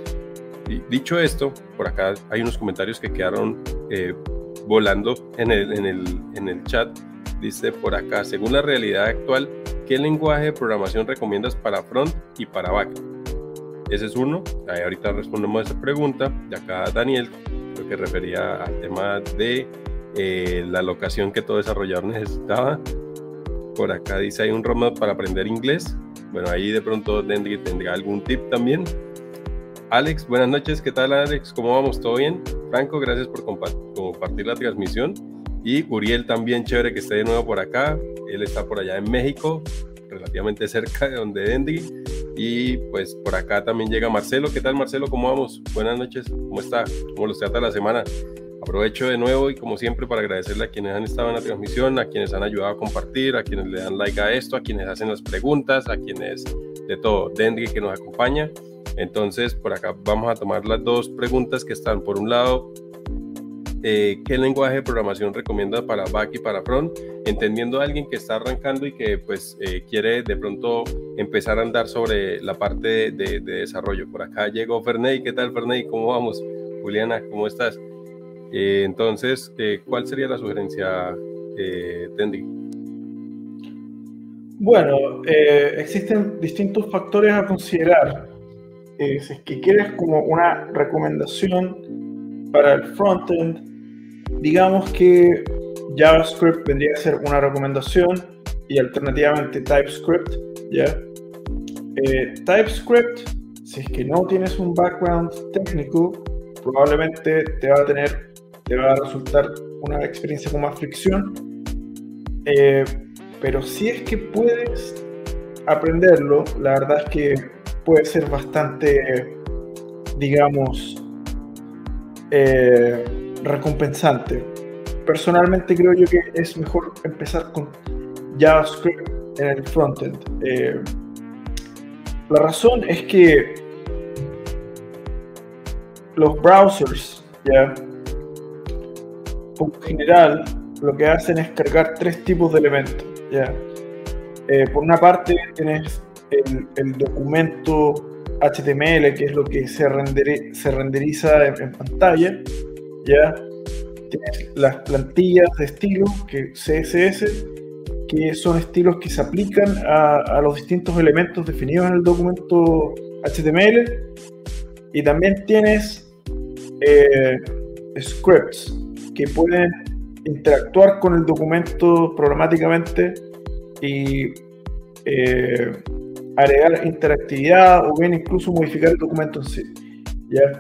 Y dicho esto, por acá hay unos comentarios que quedaron eh, volando en el, en, el, en el chat. Dice por acá, según la realidad actual, ¿qué lenguaje de programación recomiendas para front y para back? Ese es uno. Ahí ahorita respondemos a esa pregunta. De acá Daniel, creo que refería al tema de eh, la locación que todo desarrollador necesitaba. Por acá dice, hay un roadmap para aprender inglés. Bueno, ahí de pronto tendrá algún tip también. Alex, buenas noches, ¿qué tal Alex? ¿Cómo vamos? ¿Todo bien? Franco, gracias por compartir la transmisión. Y Uriel también, chévere que esté de nuevo por acá. Él está por allá en México, relativamente cerca de donde Dendry. Y pues por acá también llega Marcelo. ¿Qué tal, Marcelo? ¿Cómo vamos? Buenas noches. ¿Cómo está? ¿Cómo los trata la semana? Aprovecho de nuevo y como siempre para agradecerle a quienes han estado en la transmisión, a quienes han ayudado a compartir, a quienes le dan like a esto, a quienes hacen las preguntas, a quienes de todo, Dendry que nos acompaña. Entonces por acá vamos a tomar las dos preguntas que están. Por un lado, eh, ¿qué lenguaje de programación recomienda para back y para front? Entendiendo a alguien que está arrancando y que pues eh, quiere de pronto empezar a andar sobre la parte de, de, de desarrollo. Por acá llegó Ferney. ¿Qué tal, Ferney? ¿Cómo vamos? Juliana, ¿cómo estás? Eh, entonces, eh, ¿cuál sería la sugerencia, eh, Dendry? Bueno, eh, existen distintos factores a considerar. Eh, si es que quieres como una recomendación para el frontend, digamos que JavaScript vendría a ser una recomendación y alternativamente TypeScript, ¿ya? Eh, TypeScript, si es que no tienes un background técnico, probablemente te va a tener te va a resultar una experiencia con más fricción, eh, pero si es que puedes aprenderlo, la verdad es que puede ser bastante, digamos, eh, recompensante. Personalmente creo yo que es mejor empezar con JavaScript en el frontend. Eh, la razón es que los browsers, ya, por general, lo que hacen es cargar tres tipos de elementos, ¿ya? Eh, por una parte tienes el, el documento H T M L, que es lo que se, renderi- se renderiza en, en pantalla, ¿ya? Tienes las plantillas de estilo, que C S S, que son estilos que se aplican a, a los distintos elementos definidos en el documento H T M L, y también tienes eh, scripts, que pueden interactuar con el documento programáticamente y eh, agregar interactividad o bien incluso modificar el documento en sí, ¿ya?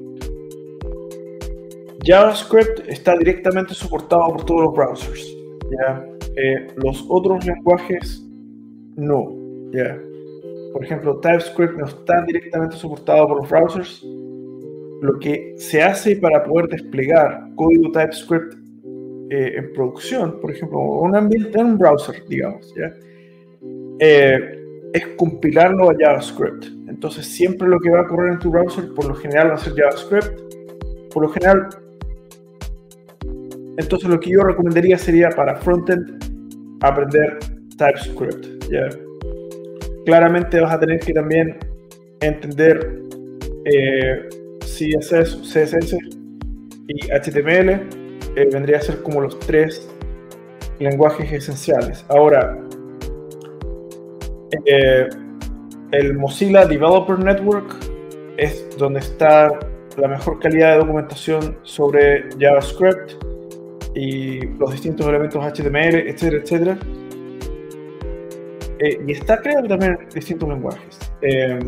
JavaScript está directamente soportado por todos los browsers, ¿ya? Eh, los otros lenguajes no, ¿ya? Por ejemplo, TypeScript no está directamente soportado por los browsers. Lo que se hace para poder desplegar código TypeScript eh, en producción, por ejemplo, un ambiente en un browser, digamos, ¿ya? Eh, es compilarlo a JavaScript. Entonces, siempre lo que va a correr en tu browser, por lo general, va a ser JavaScript. Por lo general, entonces lo que yo recomendaría sería para frontend aprender TypeScript, ¿ya? Claramente vas a tener que también entender eh, C S S, C S S y H T M L, eh, vendría a ser como los tres lenguajes esenciales. Ahora, eh, el Mozilla Developer Network es donde está la mejor calidad de documentación sobre JavaScript y los distintos elementos H T M L, etcétera, etcétera. Eh, y está creado también en distintos lenguajes. Eh,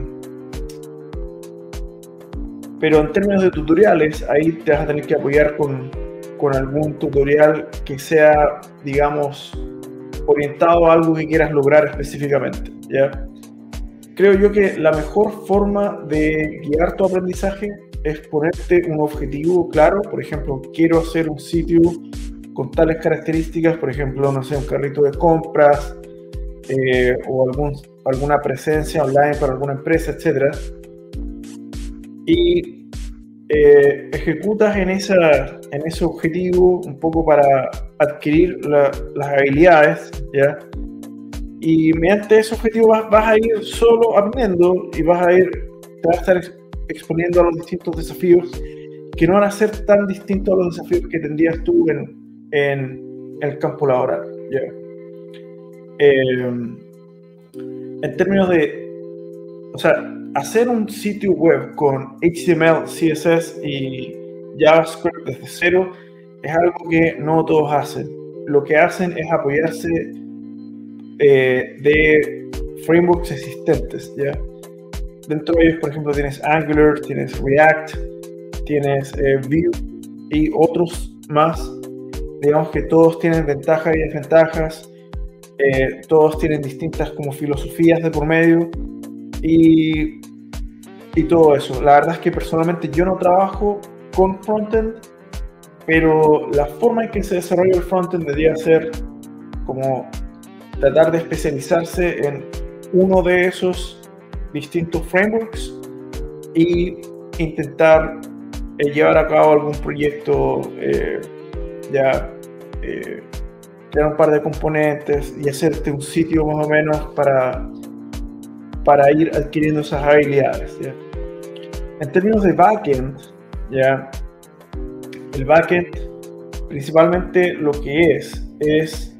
Pero en términos de tutoriales, ahí te vas a tener que apoyar con, con algún tutorial que sea, digamos, orientado a algo que quieras lograr específicamente, ¿ya? Creo yo que la mejor forma de guiar tu aprendizaje es ponerte un objetivo claro. Por ejemplo, quiero hacer un sitio con tales características, por ejemplo, no sé, un carrito de compras eh, o algún, alguna presencia online para alguna empresa, etcétera. Y eh, ejecutas en, esa, en ese objetivo un poco para adquirir la, las habilidades, ¿ya? Y mediante ese objetivo vas, vas a ir solo aprendiendo y vas a ir, te vas a estar ex, exponiendo a los distintos desafíos que no van a ser tan distintos a los desafíos que tendrías tú en, en, en el campo laboral, ¿ya? Eh, en términos de, o sea, hacer un sitio web con H T M L, C S S y JavaScript desde cero es algo que no todos hacen. Lo que hacen es apoyarse eh, de frameworks existentes, ¿ya? Dentro de ellos, por ejemplo, tienes Angular, tienes React, tienes eh, Vue y otros más. Digamos que todos tienen ventajas y desventajas, eh, todos tienen distintas como filosofías de por medio y, y todo eso. La verdad es que personalmente yo no trabajo con frontend, pero la forma en que se desarrolla el frontend debería ser como tratar de especializarse en uno de esos distintos frameworks y intentar eh, llevar a cabo algún proyecto, eh, ya eh, crear un par de componentes y hacerte un sitio más o menos para, para ir adquiriendo esas habilidades, ¿ya? En términos de backend, ya el backend principalmente lo que es es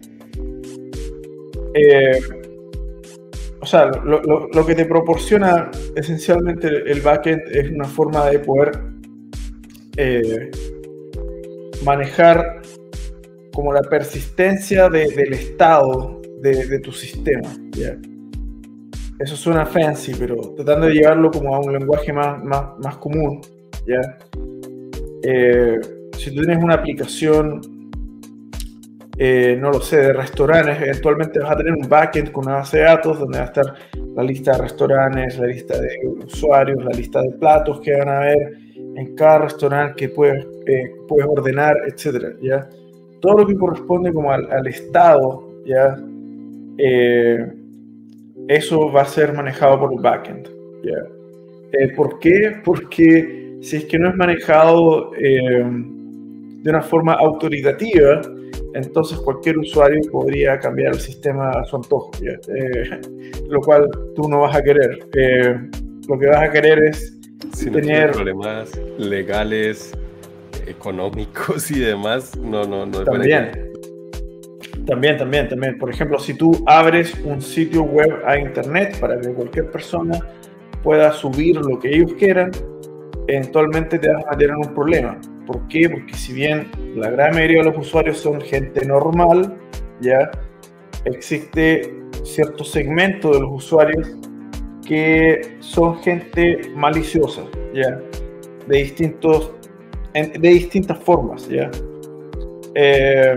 eh, o sea, lo, lo, lo que te proporciona esencialmente el backend es una forma de poder eh, manejar como la persistencia de, del estado de, de tu sistema, ¿ya? Eso suena fancy, pero tratando de llevarlo como a un lenguaje más, más, más común, ¿ya? Eh, si tú tienes una aplicación, eh, no lo sé, de restaurantes, eventualmente vas a tener un backend con una base de datos donde va a estar la lista de restaurantes, la lista de usuarios, la lista de platos que van a haber en cada restaurante que puedes, eh, puedes ordenar, etcétera, ¿ya? Todo lo que corresponde como al, al estado, ¿ya? Eh, eso va a ser manejado por el backend, ¿ya? Eh, ¿Por qué? Porque si es que no es manejado eh, de una forma autoritativa, entonces cualquier usuario podría cambiar el sistema a su antojo, ¿ya? Eh, lo cual tú no vas a querer. Eh, lo que vas a querer es si no tener problemas legales, económicos y demás. No, no, no. También. También, también, también. Por ejemplo, si tú abres un sitio web a internet para que cualquier persona pueda subir lo que ellos quieran, eventualmente te vas a meter en un problema. ¿Por qué? Porque si bien la gran mayoría de los usuarios son gente normal, ya existe cierto segmento de los usuarios que son gente maliciosa, ya, de distintos, de distintas formas, ya. Eh,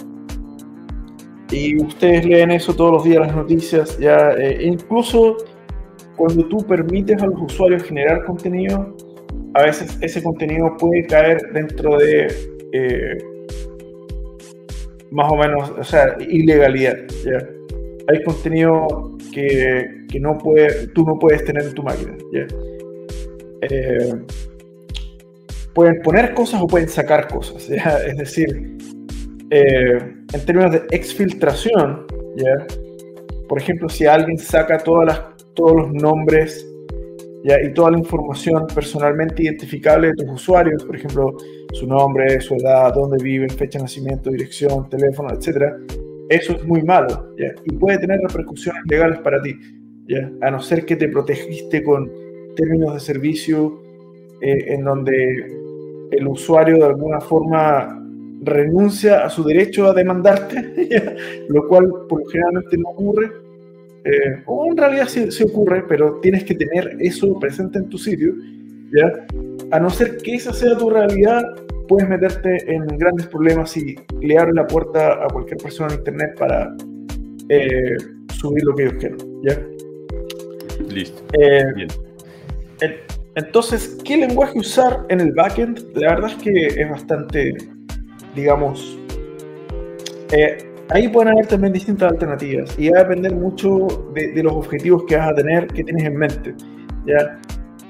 y ustedes leen eso todos los días en las noticias, ya, eh, incluso cuando tú permites a los usuarios generar contenido, a veces ese contenido puede caer dentro de eh, más o menos, o sea, ilegalidad, ¿ya? Hay contenido que, que no puede, tú no puedes tener en tu máquina, ¿ya? Eh, pueden poner cosas o pueden sacar cosas, ¿ya? Es decir, eh, en términos de exfiltración, ¿ya? Por ejemplo, si alguien saca todas las, todos los nombres, ¿ya? Y toda la información personalmente identificable de tus usuarios, por ejemplo, su nombre, su edad, dónde viven, fecha de nacimiento, dirección, teléfono, etcétera, eso es muy malo, ¿ya? Y puede tener repercusiones legales para ti, ¿ya? A no ser que te protegiste con términos de servicio eh, en donde el usuario de alguna forma renuncia a su derecho a demandarte, ¿ya? Lo cual por lo generalmente no ocurre, eh, o en realidad sí, sí ocurre, pero tienes que tener eso presente en tu sitio, ¿ya? A no ser que esa sea tu realidad, puedes meterte en grandes problemas y le abres la puerta a cualquier persona en internet para eh, subir lo que ellos quieran, ¿ya? Listo. Eh, Bien. El, entonces, ¿qué lenguaje usar en el backend? La verdad es que es bastante, digamos, eh, ahí pueden haber también distintas alternativas y va a depender mucho de, de los objetivos que vas a tener, que tienes en mente, ¿ya?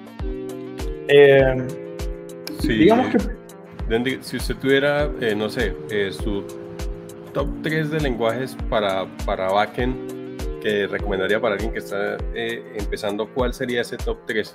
Eh, sí, digamos que eh, si usted tuviera, eh, no sé, eh, su top tres de lenguajes para, para backend que recomendaría para alguien que está eh, empezando, ¿cuál sería ese top tres?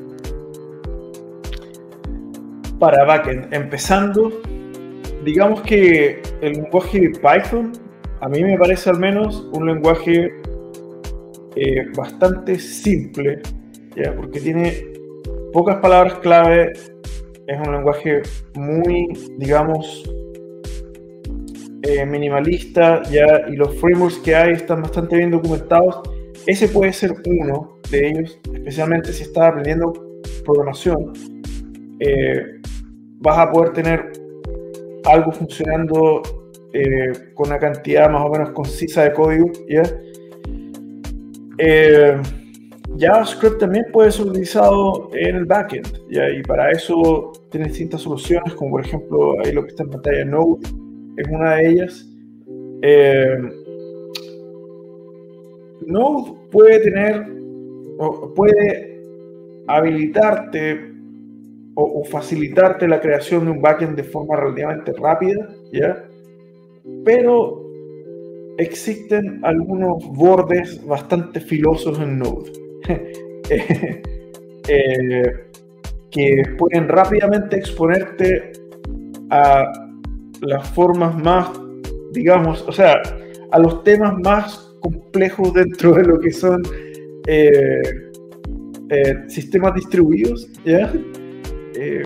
Para backend, empezando, digamos que el lenguaje Python, a mí me parece al menos un lenguaje eh, bastante simple, ¿ya? Porque tiene pocas palabras clave, es un lenguaje muy, digamos, eh, minimalista, ¿ya? Y los frameworks que hay están bastante bien documentados. Ese puede ser uno de ellos, especialmente si estás aprendiendo programación. eh, vas a poder tener algo funcionando eh, con una cantidad más o menos concisa de código, ¿ya? Eh, JavaScript también puede ser utilizado en el backend, ¿ya? Y para eso tiene distintas soluciones, como por ejemplo ahí lo que está en pantalla, Node es una de ellas. Eh, Node puede tener, o puede habilitarte o, o facilitarte la creación de un backend de forma relativamente rápida, ¿ya? Pero existen algunos bordes bastante filosos en Node eh, eh, que pueden rápidamente exponerte a las formas más, digamos, o sea, a los temas más complejos dentro de lo que son eh, eh, sistemas distribuidos, ¿ya? Eh,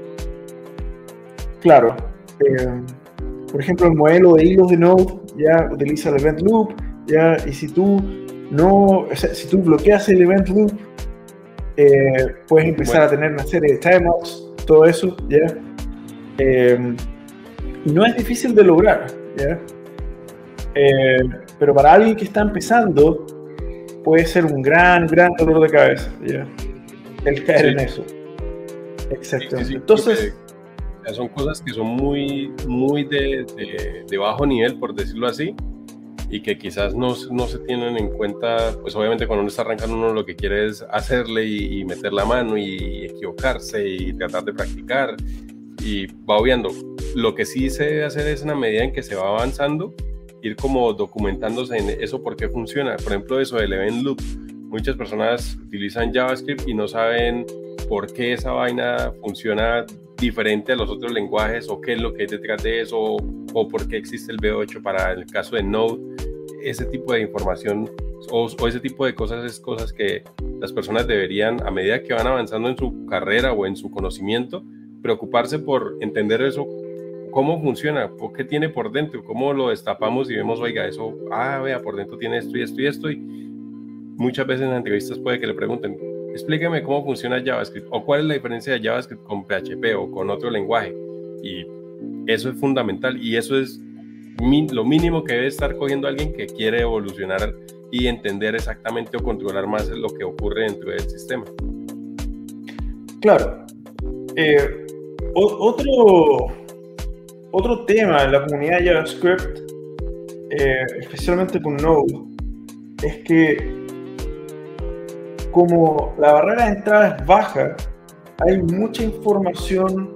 claro, eh, por ejemplo, el modelo de hilos de Node ya utiliza el event loop, ya, y si tú no, o sea, si tú bloqueas el event loop, eh, puedes empezar bueno. a tener una serie de timeouts, todo eso, ya. Eh, y no es difícil de lograr, ya. Eh, pero para alguien que está empezando, puede ser un gran, gran dolor de cabeza, ya, el caer sí. en eso. Exactamente. Sí, sí, sí, Entonces, porque son cosas que son muy, muy de, de, de bajo nivel, por decirlo así, y que quizás no, no se tienen en cuenta. Pues obviamente cuando uno está arrancando, uno lo que quiere es hacerle y, y meter la mano y equivocarse y tratar de practicar y va obviando. Lo que sí se debe hacer es, en la medida en que se va avanzando, ir como documentándose en eso, por qué funciona. Por ejemplo, eso del event loop, muchas personas utilizan JavaScript y no saben por qué esa vaina funciona diferente a los otros lenguajes, o qué es lo que hay detrás de eso, o, o por qué existe el V ocho para el caso de Node. Ese tipo de información o, o ese tipo de cosas es cosas que las personas deberían, a medida que van avanzando en su carrera o en su conocimiento, preocuparse por entender eso, cómo funciona, qué tiene por dentro, cómo lo destapamos y vemos, oiga, eso, ah, vea, por dentro tiene esto y esto y esto. Y muchas veces en las entrevistas puede que le pregunten, explíqueme cómo funciona JavaScript, o cuál es la diferencia de JavaScript con P H P o con otro lenguaje. Y eso es fundamental, y eso es min, lo mínimo que debe estar cogiendo alguien que quiere evolucionar y entender exactamente o controlar más lo que ocurre dentro del sistema. Claro. Eh, o, otro, otro tema en la comunidad de JavaScript, eh, especialmente con Node, es que como la barrera de entrada es baja, hay mucha información,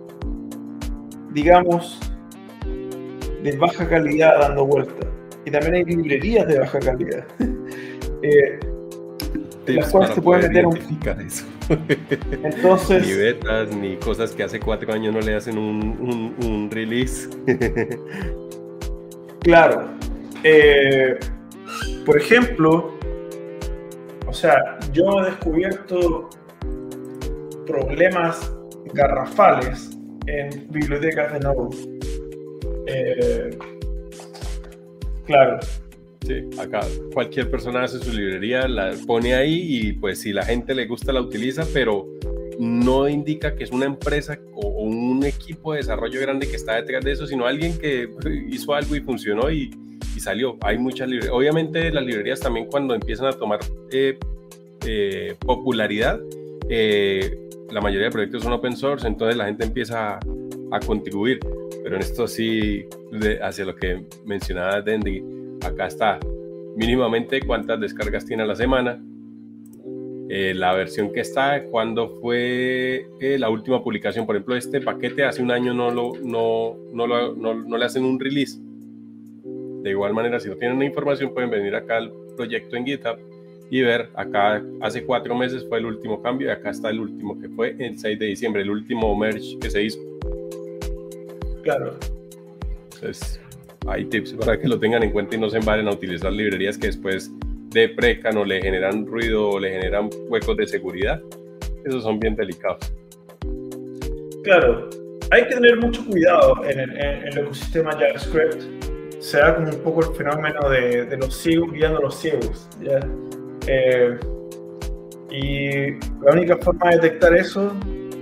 digamos, de baja calidad dando vuelta. Y también hay librerías de baja calidad. eh, las cuales se pueden meter un... eso. Entonces... Ni betas, ni cosas que hace cuatro años no le hacen un, un, un release. Claro. Eh, por ejemplo... O sea, yo he descubierto problemas garrafales en bibliotecas de Node. Eh, claro. Sí, acá cualquier persona hace su librería, la pone ahí y pues si la gente le gusta la utiliza, pero no indica que es una empresa o un equipo de desarrollo grande que está detrás de eso, sino alguien que hizo algo y funcionó y y salió. Hay muchas librerías. Obviamente las librerías también, cuando empiezan a tomar eh, eh, popularidad, eh, la mayoría de proyectos son open source, entonces la gente empieza a, a contribuir, pero en esto sí, de, hacia lo que mencionaba Dendy, acá está mínimamente cuántas descargas tiene a la semana, eh, la versión que está, cuándo fue eh, la última publicación. Por ejemplo, este paquete hace un año no, lo, no, no, lo, no, no le hacen un release. De igual manera, si no tienen la información, pueden venir acá al proyecto en GitHub y ver, acá hace cuatro meses fue el último cambio y acá está el último, que fue el seis de diciembre, el último merge que se hizo. Claro. Entonces, hay tips para que lo tengan en cuenta y no se embaren a utilizar librerías que después deprecan o le generan ruido o le generan huecos de seguridad. Esos son bien delicados. Claro, hay que tener mucho cuidado en el, en el ecosistema JavaScript. Se da como un poco el fenómeno de, de los ciegos guiando a los ciegos, ¿ya? Eh, y la única forma de detectar eso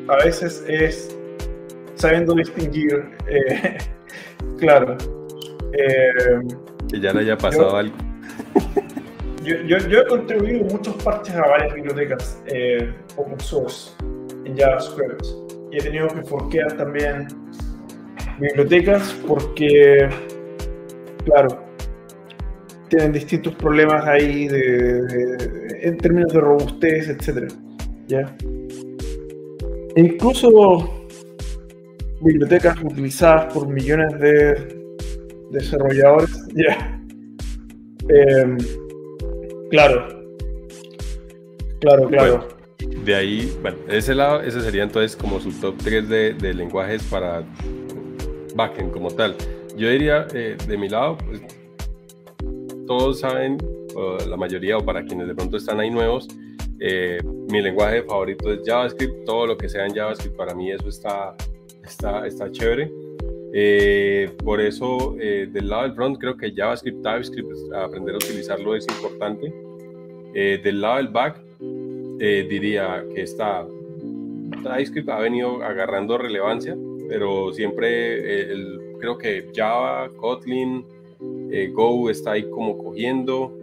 a veces es sabiendo distinguir, eh, claro. Eh, que ya le haya pasado yo, algo. Yo, yo, yo he contribuido muchos parches a varias bibliotecas eh, open source en JavaScript y he tenido que forkear también bibliotecas porque, claro, tienen distintos problemas ahí de, de, en términos de robustez, etcétera. ¿Ya? E incluso bibliotecas utilizadas por millones de desarrolladores. ¿Ya? Eh, claro, claro, claro. Bueno, de ahí, bueno, de ese lado, ese sería entonces como su top tres de, de lenguajes para backend como tal. Yo diría, eh, de mi lado, pues, todos saben, o la mayoría, o para quienes de pronto están ahí nuevos, eh, mi lenguaje favorito es JavaScript. Todo lo que sea en JavaScript, para mí eso está, está, está chévere. Eh, por eso, eh, del lado del front, creo que JavaScript, TypeScript, aprender a utilizarlo es importante. Eh, del lado del back, eh, diría que está TypeScript ha venido agarrando relevancia, pero siempre eh, el, creo que Java, Kotlin, eh, Go está ahí como cogiendo.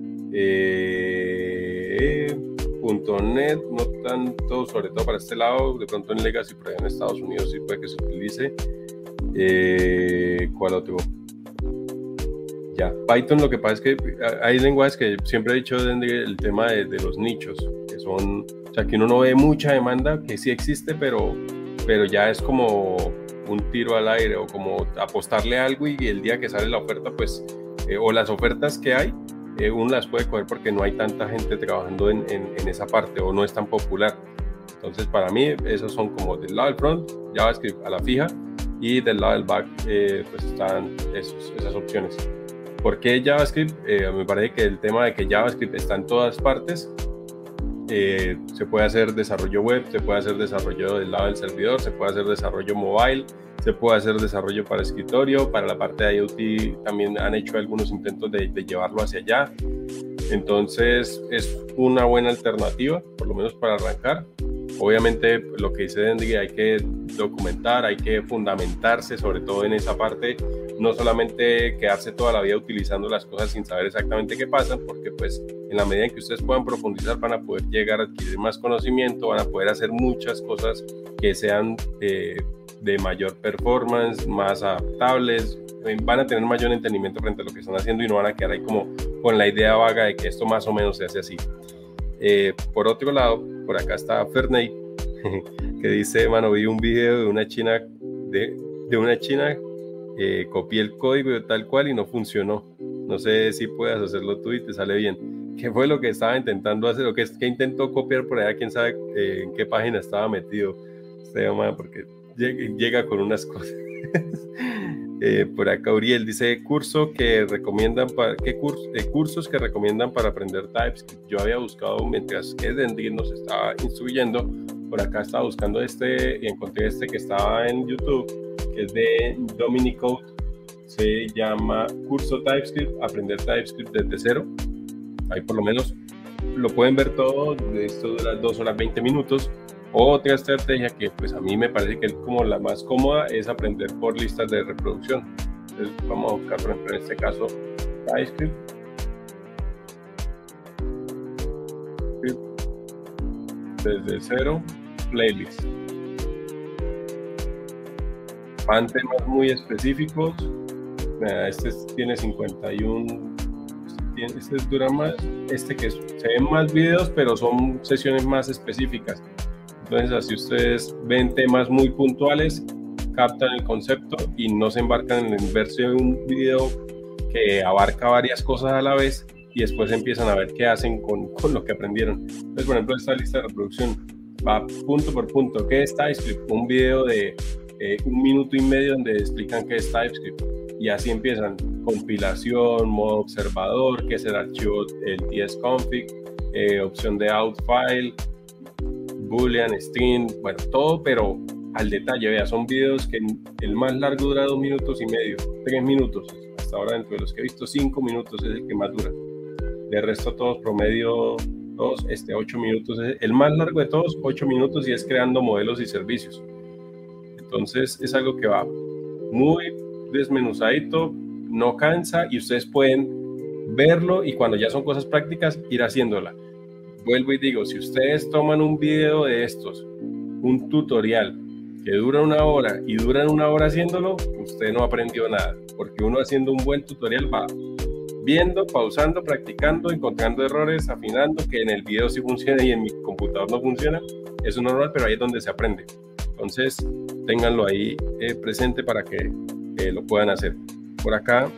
Eh, punto net no tanto, sobre todo para este lado, de pronto en Legacy, por allá en Estados Unidos sí puede que se utilice. Eh, ¿Cuál otro? Ya, Python, lo que pasa es que hay lenguajes que siempre he dicho el tema de, de los nichos, que son, o sea, que uno no ve mucha demanda, que sí existe, pero, pero ya es como un tiro al aire o como apostarle a algo y el día que sale la oferta, pues, eh, o las ofertas que hay, eh, uno las puede coger porque no hay tanta gente trabajando en, en, en esa parte o no es tan popular. Entonces, para mí, esos son como del lado del front, JavaScript a la fija, y del lado del back, eh, pues están esos, esas opciones. ¿Por qué JavaScript? Eh, me parece que el tema de que JavaScript está en todas partes, eh, se puede hacer desarrollo web, se puede hacer desarrollo del lado del servidor, se puede hacer desarrollo mobile, se puede hacer desarrollo para escritorio, para la parte de IoT también han hecho algunos intentos de, de llevarlo hacia allá. Entonces es una buena alternativa, por lo menos para arrancar. Obviamente lo que dice Dendy, hay que documentar, hay que fundamentarse sobre todo en esa parte, no solamente quedarse toda la vida utilizando las cosas sin saber exactamente qué pasan, porque pues en la medida en que ustedes puedan profundizar van a poder llegar a adquirir más conocimiento, van a poder hacer muchas cosas que sean eh, de mayor performance, más adaptables, van a tener mayor entendimiento frente a lo que están haciendo y no van a quedar ahí como con la idea vaga de que esto más o menos se hace así. Eh, por otro lado, por acá está Ferney, que dice, mano, vi un video de una china, de, de una china, eh, copié el código tal cual y no funcionó. No sé si puedes hacerlo tú y te sale bien. ¿Qué fue lo que estaba intentando hacer? ¿O qué, qué intentó copiar por allá? ¿Quién sabe eh, en qué página estaba metido? Este man, porque llega, llega con unas cosas. Eh, por acá Uriel dice curso que recomiendan para qué curso, eh, cursos que recomiendan para aprender TypeScript. Yo había buscado mientras que Dendy nos estaba instruyendo, por acá estaba buscando este y encontré este que estaba en YouTube, que es de Dominic Code, se llama curso TypeScript, aprender TypeScript desde cero. Ahí por lo menos lo pueden ver todo, de esto dura dos horas veinte minutos. Otra estrategia que pues a mí me parece que es como la más cómoda es aprender por listas de reproducción. Entonces vamos a buscar, por ejemplo, en este caso TypeScript. Desde cero, playlist. Van temas muy específicos. Este tiene cincuenta y uno, este dura más, este que se ven más videos, pero son sesiones más específicas. Entonces así ustedes ven temas muy puntuales, captan el concepto y no se embarcan en verse un video que abarca varias cosas a la vez y después empiezan a ver qué hacen con, con lo que aprendieron. Entonces, por ejemplo, esta lista de reproducción va punto por punto. ¿Qué es TypeScript? Un video de eh, un minuto y medio donde explican qué es TypeScript. Y así empiezan compilación, modo observador, qué es el archivo, el tsconfig, eh, opción de out file, boolean, string, bueno, todo, pero al detalle. Vea, son videos que el más largo dura dos minutos y medio, tres minutos. Hasta ahora, dentro de los que he visto, cinco minutos es el que más dura. De resto, todos promedio todos, este ocho minutos, el más largo de todos, ocho minutos, y es creando modelos y servicios. Entonces es algo que va muy desmenuzadito, no cansa, y ustedes pueden verlo y cuando ya son cosas prácticas ir haciéndola. Vuelvo y digo, si ustedes toman un video de estos, un tutorial que dura una hora y duran una hora haciéndolo, usted no aprendió nada, porque uno haciendo un buen tutorial va viendo, pausando, practicando, encontrando errores, afinando, que en el video sí funciona y en mi computador no funciona. Eso es normal, pero ahí es donde se aprende. Entonces, ténganlo ahí eh, presente para que eh, lo puedan hacer. Por acá,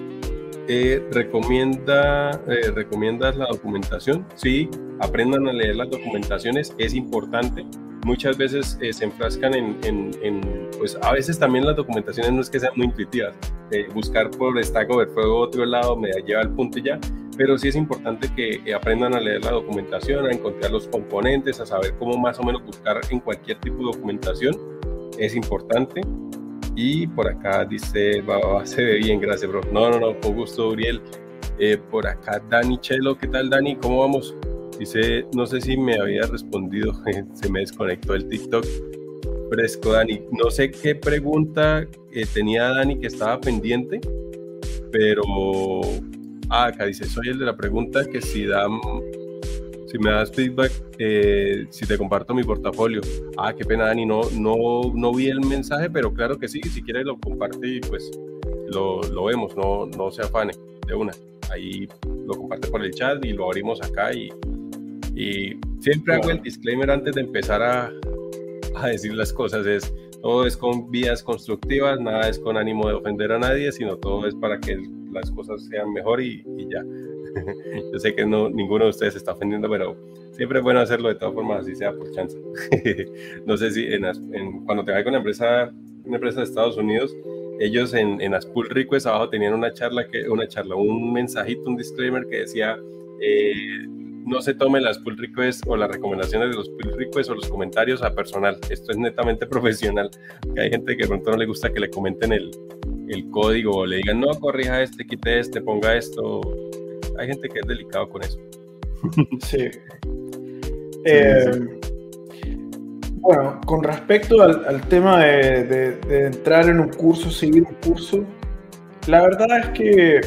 eh, recomienda, eh, ¿recomiendas la documentación? Sí, aprendan a leer las documentaciones, es importante. Muchas veces eh, se enfrascan en, en, en, pues a veces también las documentaciones no es que sean muy intuitivas, eh, buscar por Stack Overflow otro lado me lleva al punto y ya, pero sí es importante que eh, aprendan a leer la documentación, a encontrar los componentes, a saber cómo más o menos buscar en cualquier tipo de documentación, es importante. Y por acá dice, va, va, se ve bien, gracias bro. No, no, no, con gusto Uriel. Eh, por acá Dani Chelo, ¿qué tal Dani? ¿Cómo vamos? Dice, no sé si me había respondido, se me desconectó el TikTok. Fresco, Dani. No sé qué pregunta eh, tenía Dani que estaba pendiente, pero... Ah, acá dice, soy el de la pregunta que si, da, si me das feedback, eh, si te comparto mi portafolio. Ah, qué pena, Dani, no, no, no vi el mensaje, pero claro que sí, si quieres lo comparte y pues lo, lo vemos, no, no se afane de una. Ahí lo comparte por el chat y lo abrimos acá y... Y siempre hago el disclaimer antes de empezar a, a decir las cosas, es todo es con vías constructivas, nada es con ánimo de ofender a nadie, sino todo es para que las cosas sean mejor y, y ya. Yo sé que no, ninguno de ustedes se está ofendiendo, pero siempre es bueno hacerlo de todas formas, así sea por chance. No sé si en, en, cuando te vas con una empresa, una empresa de Estados Unidos, ellos en, en las pull requests abajo tenían una charla, que, una charla, un mensajito, un disclaimer que decía... Eh, no se tomen las pull requests o las recomendaciones de los pull requests o los comentarios a personal. Esto es netamente profesional. Que hay gente que de pronto no le gusta que le comenten el, el código o le digan, no, corrija este, quite este, ponga esto. Hay gente que es delicado con eso. Sí. Eh, bueno, con respecto al, al tema de, de, de entrar en un curso, seguir un curso, la verdad es que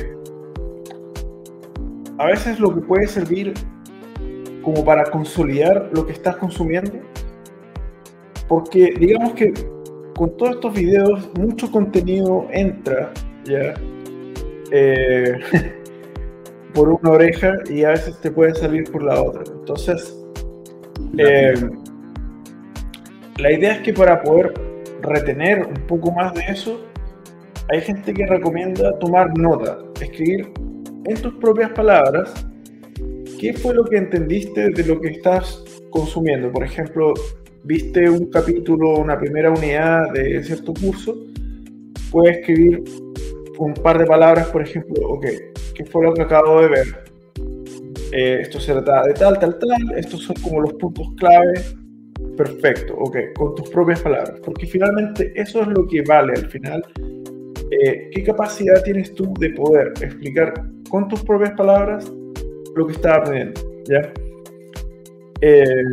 a veces lo que puede servir como para consolidar lo que estás consumiendo, porque digamos que con todos estos videos mucho contenido entra ya eh, por una oreja y a veces te puede salir por la otra. Entonces eh, la idea es que para poder retener un poco más de eso, hay gente que recomienda tomar nota, escribir en tus propias palabras qué fue lo que entendiste de lo que estás consumiendo. Por ejemplo, viste un capítulo, una primera unidad de cierto curso, puedes escribir un par de palabras, por ejemplo, ok, ¿qué fue lo que acabo de ver? Eh, esto se trata de tal, tal, tal, estos son como los puntos clave. Perfecto, ok, con tus propias palabras, porque finalmente eso es lo que vale al final. Eh, ¿qué capacidad tienes tú de poder explicar con tus propias palabras lo que estás aprendiendo? ¿Ya? Eh,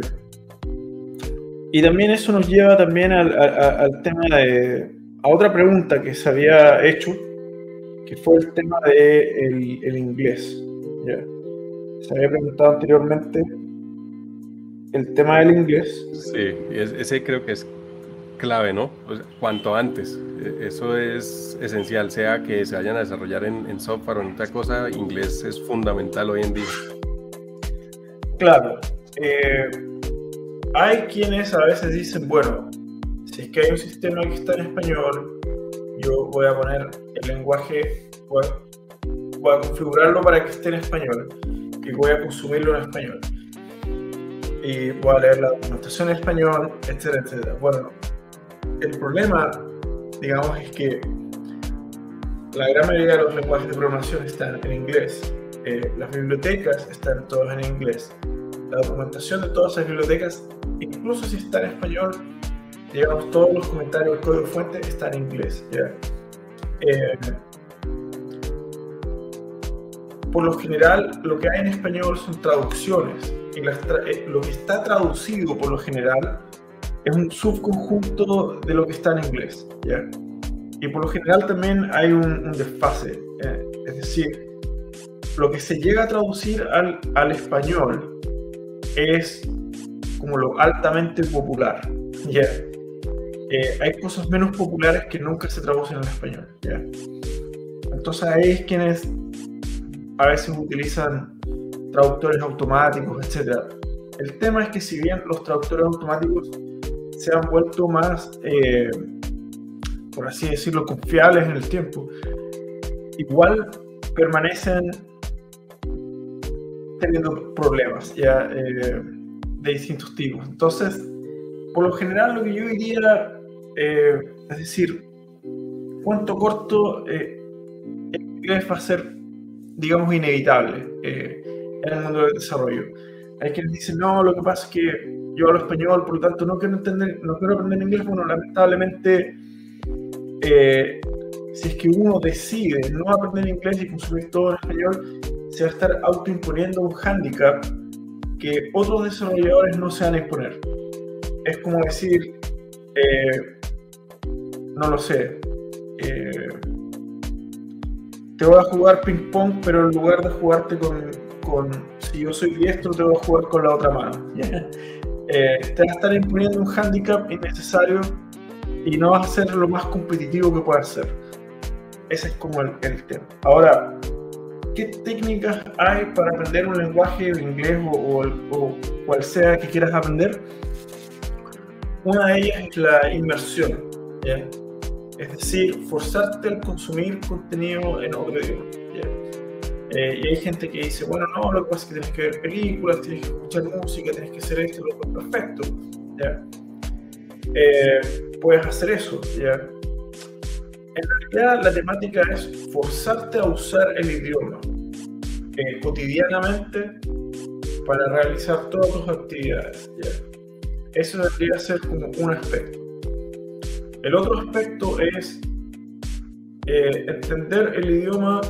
y también eso nos lleva también al, al, al tema de, a otra pregunta que se había hecho, que fue el tema de el, el inglés. ¿Ya? Se había preguntado anteriormente el tema del inglés. Sí, ese creo que es clave, ¿no? O sea, cuanto antes, eso es esencial, sea que se vayan a desarrollar en, en software o en otra cosa, inglés es fundamental hoy en día. Claro, eh, hay quienes a veces dicen, bueno, si es que hay un sistema que está en español, yo voy a poner el lenguaje, voy a, voy a configurarlo para que esté en español y voy a consumirlo en español. Y voy a leer la documentación en español, etcétera, etcétera. Bueno, el problema, digamos, es que la gran mayoría de los lenguajes de programación están en inglés. Eh, las bibliotecas están todas en inglés. La documentación de todas esas bibliotecas, incluso si está en español, digamos, todos los comentarios del código fuente están en inglés. ¿Ya? Eh, por lo general, lo que hay en español son traducciones. Y las tra eh, lo que está traducido, por lo general, es un subconjunto de lo que está en inglés, ¿ya? Y por lo general también hay un, un desfase. ¿eh? Es decir, lo que se llega a traducir al, al español es como lo altamente popular, ¿ya? Eh, hay cosas menos populares que nunca se traducen al español, ¿ya? Entonces ahí es quienes a veces utilizan traductores automáticos, etcétera. El tema es que si bien los traductores automáticos se han vuelto más, eh, por así decirlo, confiables en el tiempo, igual permanecen teniendo problemas ya eh, de distintos tipos. Entonces, por lo general lo que yo diría, eh, es decir, cuento corto, eh, el inglés va a ser, digamos, inevitable eh, en el mundo del desarrollo. Hay quienes dicen, no, lo que pasa es que yo hablo español, por lo tanto no quiero, entender, no quiero aprender inglés. Bueno, lamentablemente, eh, si es que uno decide no aprender inglés y consumir todo en español, se va a estar autoimponiendo un hándicap que otros desarrolladores no se van a imponer. Es como decir, eh, no lo sé, eh, te voy a jugar ping pong, pero en lugar de jugarte con, con si yo soy diestro, te voy a jugar con la otra mano. eh, te vas a estar imponiendo un hándicap innecesario y no vas a ser lo más competitivo que puedas ser. Ese es como el, el tema. Ahora, ¿qué técnicas hay para aprender un lenguaje de inglés o, o, o cual sea que quieras aprender? Una de ellas es la inmersión, ¿ya? Es decir, forzarte al consumir contenido en otro idioma, ¿ya? Eh, y hay gente que dice, bueno, no, lo que pasa es que tienes que ver películas, tienes que escuchar música, tienes que hacer esto, lo otro, perfecto, ¿ya? Eh, puedes hacer eso, ¿ya? En realidad la temática es forzarte a usar el idioma eh, cotidianamente para realizar todas tus actividades, ¿ya? Eso debería ser como un aspecto. El otro aspecto es eh, entender el idioma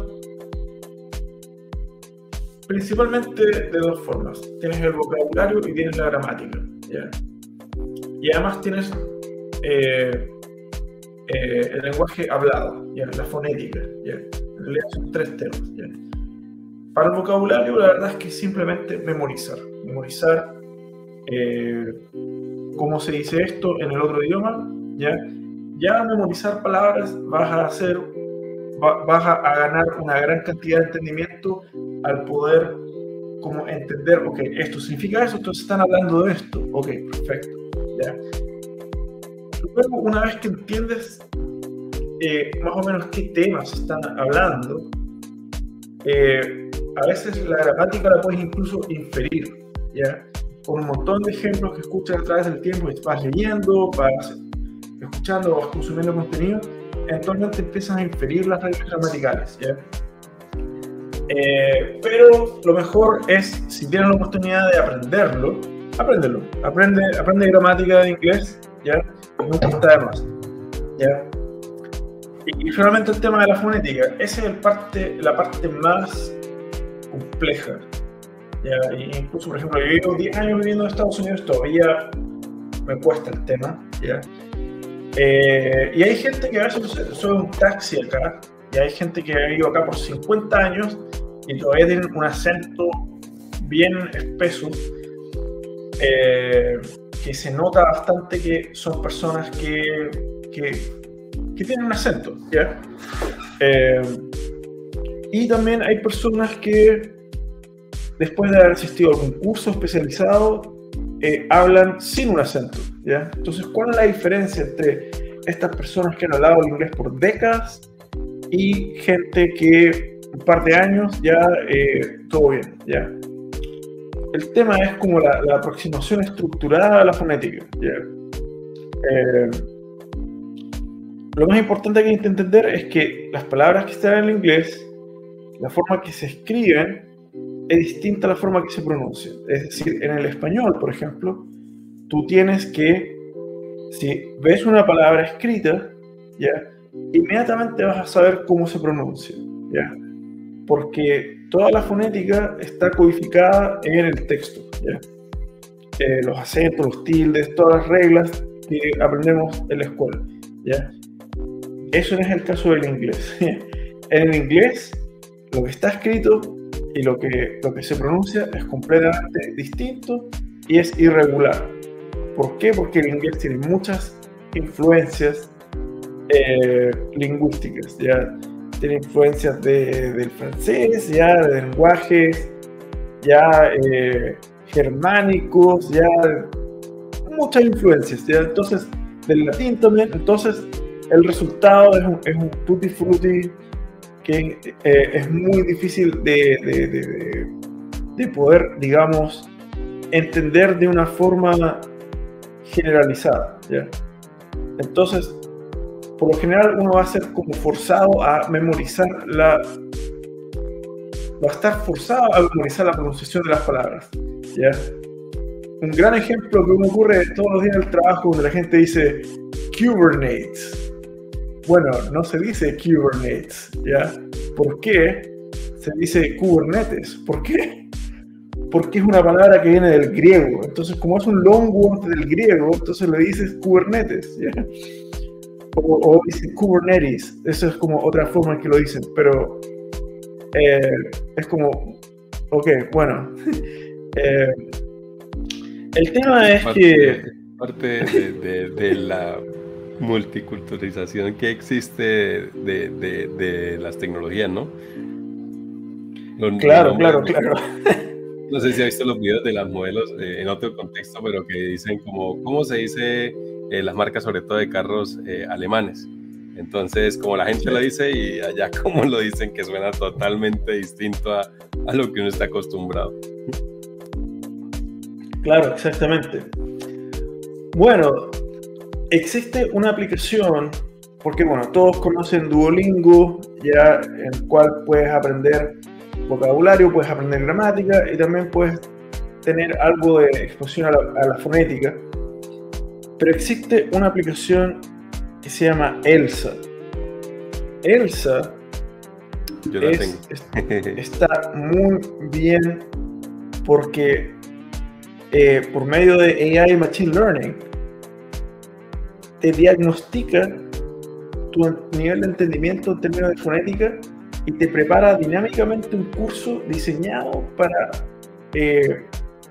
principalmente de dos formas. Tienes el vocabulario y tienes la gramática, ¿ya? Y además tienes eh, eh, el lenguaje hablado, ¿ya? La fonética, ¿ya? En realidad son tres temas, ¿ya? Para el vocabulario, la verdad es que es simplemente memorizar. Memorizar eh, cómo se dice esto en el otro idioma, ¿ya? Ya memorizar palabras vas a hacer, va, vas a, a ganar una gran cantidad de entendimiento al poder como entender, ok, esto significa eso, entonces están hablando de esto, ok, perfecto, ¿ya? Luego, una vez que entiendes eh, más o menos qué temas están hablando, eh, a veces la gramática la puedes incluso inferir, ¿ya? Con un montón de ejemplos que escuchas a través del tiempo, y vas leyendo, vas escuchando, vas consumiendo contenido, eventualmente empiezas a inferir las reglas gramaticales, ¿ya? Eh, pero lo mejor es, si tienes la oportunidad de aprenderlo, apréndelo. Aprende, aprende gramática de inglés, ¿ya? Nunca está de más, ¿ya? Y, y finalmente el tema de la fonética, esa es el parte, la parte más compleja, ¿ya? Y incluso, por ejemplo, yo llevo diez años viviendo en Estados Unidos, todavía me cuesta el tema, ¿ya? Eh, y hay gente que a veces sube un taxi acá, y hay gente que ha vivido acá por cincuenta años y todavía tienen un acento bien espeso, eh, que se nota bastante que son personas que, que, que tienen un acento, ¿ya? Eh, y también hay personas que, después de haber asistido a algún curso especializado, eh, hablan sin un acento, ¿ya? Entonces, ¿cuál es la diferencia entre estas personas que han hablado el inglés por décadas y gente que un par de años ya eh, todo bien, ¿ya? El tema es como la, la aproximación estructurada a la fonética, ¿ya? Eh, lo más importante que hay que entender es que las palabras que están en el inglés, la forma que se escriben es distinta a la forma que se pronuncia. Es decir, en el español, por ejemplo, tú tienes que, si ves una palabra escrita, ¿ya? Inmediatamente vas a saber cómo se pronuncia, ¿ya? Porque toda la fonética está codificada en el texto, ¿ya? Eh, los acentos, los tildes, todas las reglas que aprendemos en la escuela, ¿ya? Eso no es el caso del inglés. En el inglés, lo que está escrito y lo que, lo que se pronuncia es completamente distinto y es irregular. ¿Por qué? Porque el inglés tiene muchas influencias eh, lingüísticas, ¿ya? Tiene influencias de, del francés, ya, de lenguajes ya eh, germánicos, ya muchas influencias, ¿ya? Entonces, del latín también. Entonces, el resultado es un, es un tutti frutti que eh, es muy difícil de, de, de, de, de poder, digamos, entender de una forma generalizada, ¿ya? Entonces, por lo general uno va a ser como forzado a memorizar la... va a estar forzado a memorizar la pronunciación de las palabras, ¿ya? Un gran ejemplo que me ocurre todos los días en el trabajo, donde la gente dice Kubernetes. Bueno, no se dice Kubernetes, ¿ya? ¿Por qué se dice Kubernetes? ¿Por qué? Porque es una palabra que viene del griego. Entonces, como es un long word del griego, entonces le dices Kubernetes, ¿ya? O, o dicen Kubernetes. Eso es como otra forma en que lo dicen, pero eh, es como, ok, bueno. eh, el tema es parte, que... Parte de, de, de la multiculturalización que existe de, de, de las tecnologías, ¿no? Los, claro, los claro, nombres, claro. No sé si ha visto los videos de las modelos eh, en otro contexto, pero que dicen como, ¿cómo se dice eh, las marcas, sobre todo de carros eh, alemanes? Entonces, como la gente Sí. lo dice y allá como lo dicen, que suena totalmente distinto a, a lo que uno está acostumbrado. Claro, exactamente. Bueno, existe una aplicación, porque bueno, todos conocen Duolingo, ya en el cual puedes aprender vocabulario, puedes aprender gramática y también puedes tener algo de exposición a la, a la fonética. Pero existe una aplicación que se llama Elsa. Elsa Yo la es, tengo. es, está muy bien porque eh, por medio de A I y Machine Learning te diagnostica tu nivel de entendimiento en términos de fonética y te prepara dinámicamente un curso diseñado para eh,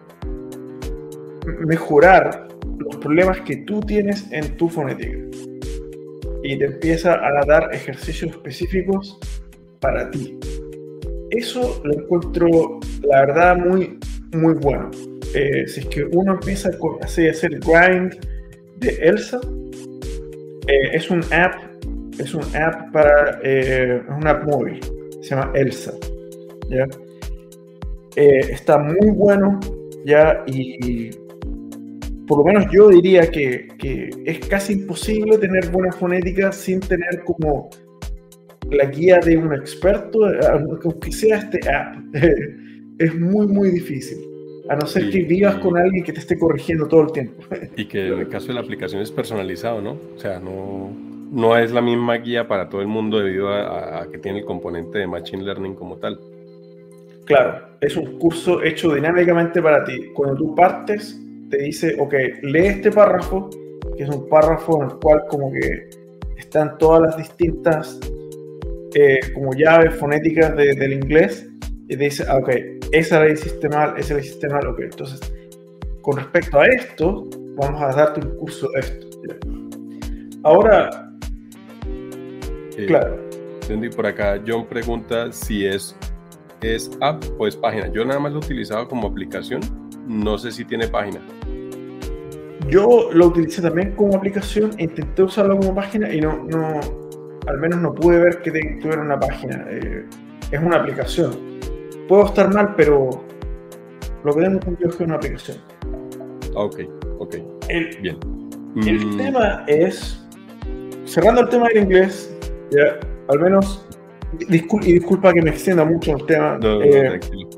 mejorar los problemas que tú tienes en tu fonética. Y te empieza a dar ejercicios específicos para ti. Eso lo encuentro, la verdad, muy, muy bueno. Eh, si es que uno empieza a hacer, hacer grind de Elsa, eh, es un app, es un app para, eh, es una app móvil, se llama Elsa, ¿ya? Eh, está muy bueno, ya, y, y por lo menos yo diría que, que es casi imposible tener buena fonética sin tener como la guía de un experto, aunque sea este app. Es muy, muy difícil. A no ser Sí, que vivas y, con alguien que te esté corrigiendo todo el tiempo. y que en el caso de la aplicación es personalizado, ¿no? O sea, no, no es la misma guía para todo el mundo debido a, a que tiene el componente de Machine Learning como tal. Claro, es un curso hecho dinámicamente para ti. Cuando tú partes, te dice, ok, lee este párrafo, que es un párrafo en el cual como que están todas las distintas eh, como llaves fonéticas de, del inglés, y te dice, ah, ok, esa la hiciste mal, esa la hiciste mal, ok, entonces, con respecto a esto, vamos a darte un curso de esto. Ahora, Eh, claro. Entendí por acá, John pregunta si es, es app o es página. Yo nada más lo he utilizado como aplicación, no sé si tiene página. Yo lo utilicé también como aplicación, intenté usarlo como página y no, no al menos no pude ver que tuviera una página. Eh, es una aplicación. Puedo estar mal, pero lo que tengo entendido es que es una aplicación. Ok, ok, El, bien. el mm. tema es, cerrando el tema del inglés, ya, al menos, discul y disculpa que me extienda mucho el tema. No, no, eh, tranquilo.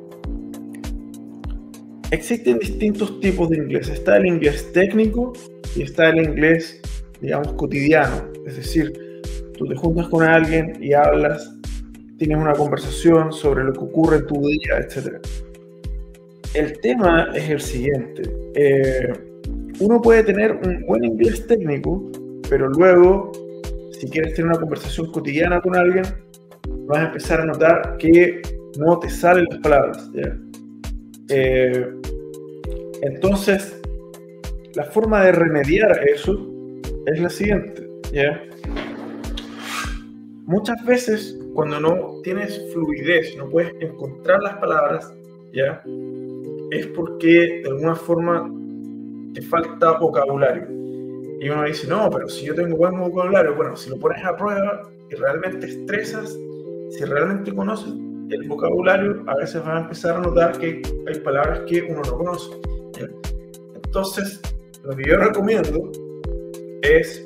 Existen distintos tipos de inglés. Está el inglés técnico y está el inglés, digamos, cotidiano. Es decir, tú te juntas con alguien y hablas, tienes una conversación sobre lo que ocurre en tu día, etcétera. El tema es el siguiente. Eh, uno puede tener un buen inglés técnico, pero luego, si quieres tener una conversación cotidiana con alguien, vas a empezar a notar que no te salen las palabras, ¿ya? Eh, entonces, la forma de remediar eso es la siguiente, ¿ya? Muchas veces, cuando no tienes fluidez, no puedes encontrar las palabras, ¿ya? Es porque de alguna forma te falta vocabulario. Y uno dice, no, pero si yo tengo buen vocabulario, bueno, si lo pones a prueba y realmente estresas, si realmente conoces el vocabulario, a veces vas a empezar a notar que hay palabras que uno no conoce, ¿ya? Entonces, lo que yo recomiendo es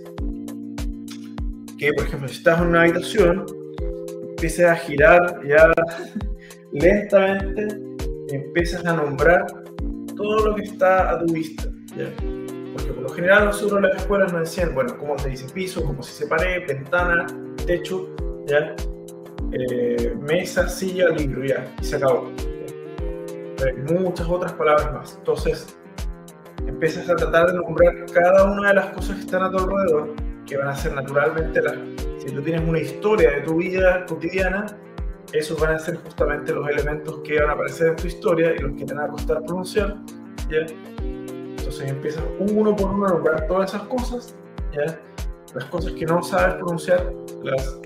que, por ejemplo, si estás en una habitación, empieces a girar ya lentamente y empiezas a nombrar todo lo que está a tu vista, ¿ya? Porque por lo general nosotros en las escuelas nos decían, bueno, cómo se dice piso, cómo se dice pared, ventana, techo, ¿ya? Eh, mesa, silla, libro, ya, y se acabó. Hay muchas otras palabras más. Entonces, empiezas a tratar de nombrar cada una de las cosas que están a tu alrededor, que van a ser naturalmente las... Si tú tienes una historia de tu vida cotidiana, esos van a ser justamente los elementos que van a aparecer en tu historia y los que te van a costar pronunciar, ¿ya? Entonces empiezas uno por uno a nombrar todas esas cosas, ¿ya? Las cosas que no sabes pronunciar, las,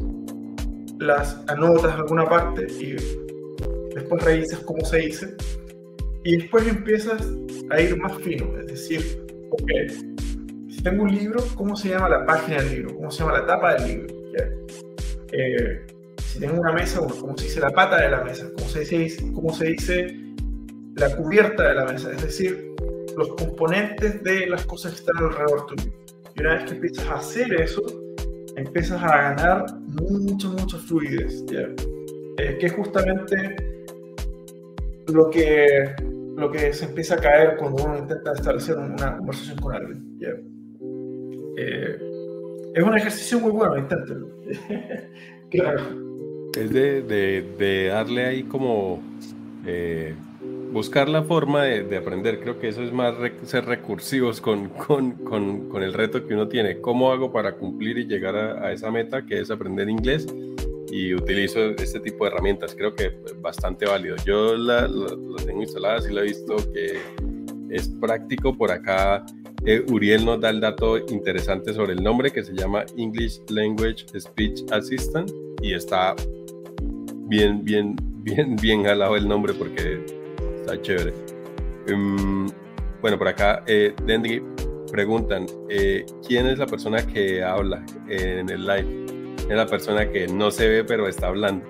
las anotas en alguna parte y después revisas cómo se dice. Y después empiezas a ir más fino, es decir, ok, si tengo un libro, ¿cómo se llama la página del libro? ¿Cómo se llama la tapa del libro? ¿Ya? Eh, si tengo una mesa, bueno, ¿cómo se dice la pata de la mesa? ¿Cómo se dice, cómo se dice la cubierta de la mesa? Es decir, los componentes de las cosas que están alrededor tuyo. Y una vez que empiezas a hacer eso, empiezas a ganar mucha, mucha fluidez, ¿ya? Eh, que es justamente lo que, lo que se empieza a caer cuando uno intenta establecer una conversación con alguien, ¿ya? Eh, es un ejercicio muy bueno, inténtelo. Claro. Es de, de, de darle ahí como eh, buscar la forma de, de aprender. Creo que eso es más rec- ser recursivos con, con, con, con el reto que uno tiene. ¿Cómo hago para cumplir y llegar a, a esa meta que es aprender inglés? Y utilizo este tipo de herramientas. Creo que es bastante válido. Yo la, la, la tengo instalada y la he visto que es práctico. Por acá eh, Uriel nos da el dato interesante sobre el nombre, que se llama English Language Speech Assistant, y está bien, bien, bien, bien jalado el nombre porque está chévere. Um, bueno, por acá eh, Dendry preguntan, eh, ¿quién es la persona que habla en el live? Es la persona que no se ve pero está hablando.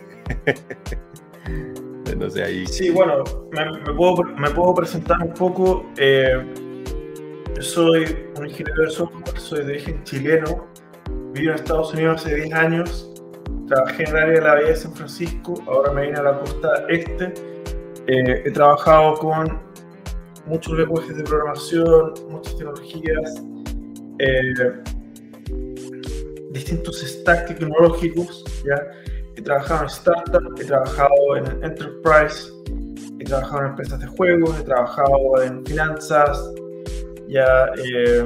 No sé, ahí... Sí, bueno, me, me, puedo, me puedo presentar un poco. Eh, yo soy un ingeniero de software, soy de origen chileno, vivo en Estados Unidos hace diez años, trabajé en el área de la Bahía de San Francisco, ahora me vine a la costa este. Eh, he trabajado con muchos lenguajes de programación, muchas tecnologías, eh, distintos stacks tecnológicos, ¿ya? He trabajado en startups, he trabajado en enterprise, he trabajado en empresas de juegos, he trabajado en finanzas, ya, eh,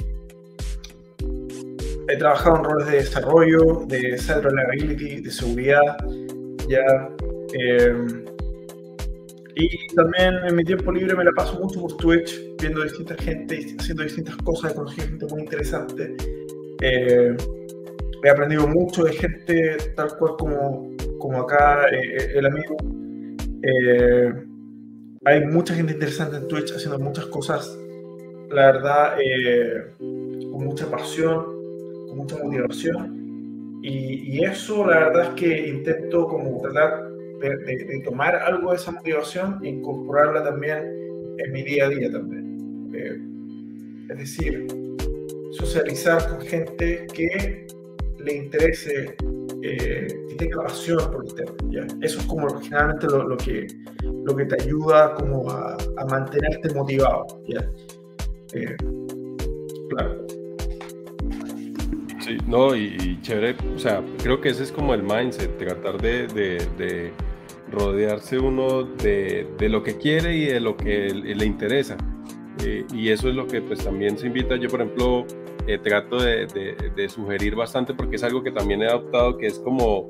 he trabajado en roles de desarrollo, de cyber reliability, de seguridad, ya, eh, y también en mi tiempo libre me la paso mucho por Twitch, viendo distinta gente, haciendo distintas cosas, he conocido gente muy interesante. Eh, he aprendido mucho de gente tal cual como, como acá eh, el amigo. Eh, hay mucha gente interesante en Twitch haciendo muchas cosas, la verdad, eh, con mucha pasión, con mucha motivación, y, y eso la verdad es que intento como tratar de, de, de tomar algo de esa motivación e incorporarla también en mi día a día también. Eh, es decir, socializar con gente que le interese, eh, que tenga pasión por el tema, ¿ya? Eso es como generalmente lo, lo, que, lo que te ayuda como a, a mantenerte motivado, ¿ya? Eh, claro. Sí, no, y, y chévere, o sea, creo que ese es como el mindset, tratar de, de, de rodearse uno de, de lo que quiere y de lo que le interesa. Eh, y eso es lo que pues también se invita. Yo, por ejemplo, eh, trato de, de, de sugerir bastante, porque es algo que también he adoptado, que es como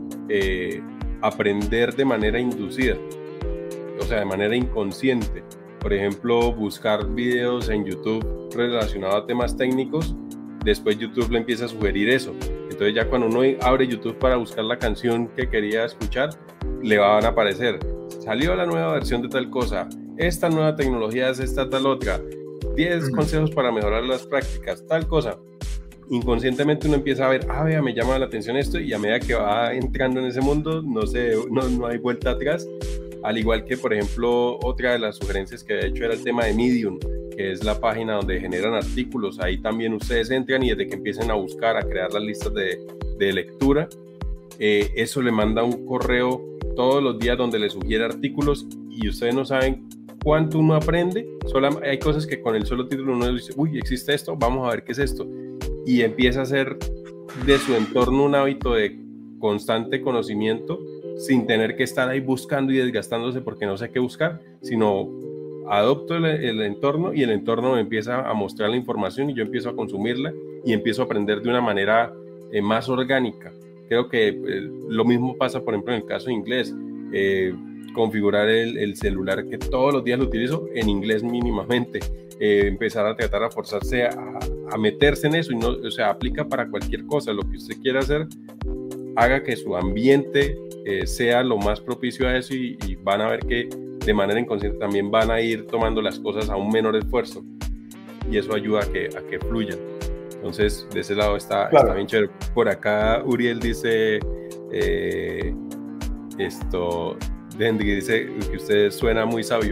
eh, aprender de manera inducida, o sea, de manera inconsciente. Por ejemplo, buscar videos en YouTube relacionados a temas técnicos. Después YouTube le empieza a sugerir eso. Entonces ya cuando uno abre YouTube para buscar la canción que quería escuchar, le van a aparecer: salió la nueva versión de tal cosa, esta nueva tecnología es esta tal otra, diez consejos para mejorar las prácticas, tal cosa. Inconscientemente uno empieza a ver, ah, vea, me llama la atención esto, y a medida que va entrando en ese mundo, no sé, no, no hay vuelta atrás. Al igual que, por ejemplo, otra de las sugerencias que de hecho era el tema de Medium, que es la página donde generan artículos. Ahí también ustedes entran y desde que empiecen a buscar, a crear las listas de, de lectura, eh, eso le manda un correo todos los días donde le sugiere artículos, y ustedes no saben cuánto uno aprende. Solo, hay cosas que con el solo título uno dice, uy, existe esto, vamos a ver qué es esto, y empieza a hacer de su entorno un hábito de constante conocimiento, sin tener que estar ahí buscando y desgastándose porque no sé qué buscar, sino adopto el, el entorno, y el entorno me empieza a mostrar la información y yo empiezo a consumirla y empiezo a aprender de una manera eh, más orgánica. Creo que eh, lo mismo pasa, por ejemplo, en el caso de inglés. Eh, configurar el, el celular, que todos los días lo utilizo, en inglés mínimamente. Eh, empezar a tratar a forzarse a, a meterse en eso, y no, o sea, aplica para cualquier cosa. Lo que usted quiera hacer, haga que su ambiente eh, sea lo más propicio a eso, y, y van a ver que de manera inconsciente también van a ir tomando las cosas a un menor esfuerzo, y eso ayuda a que, a que fluyan. Entonces, de ese lado está, claro, está bien chévere. Por acá Uriel dice eh, esto, Dendry dice que usted suena muy sabio.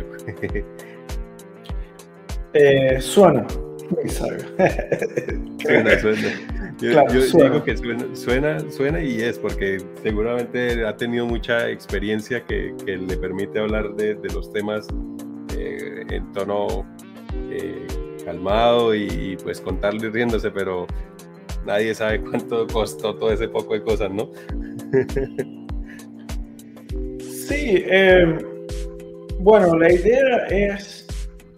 eh, suena muy sabio. Suena, suena. Yo, claro, yo suena. digo que suena, suena, suena y es porque seguramente ha tenido mucha experiencia que, que le permite hablar de, de los temas eh, en tono eh, calmado y, y pues contarle riéndose, pero nadie sabe cuánto costó todo ese poco de cosas, ¿no? Sí, eh, bueno, la idea es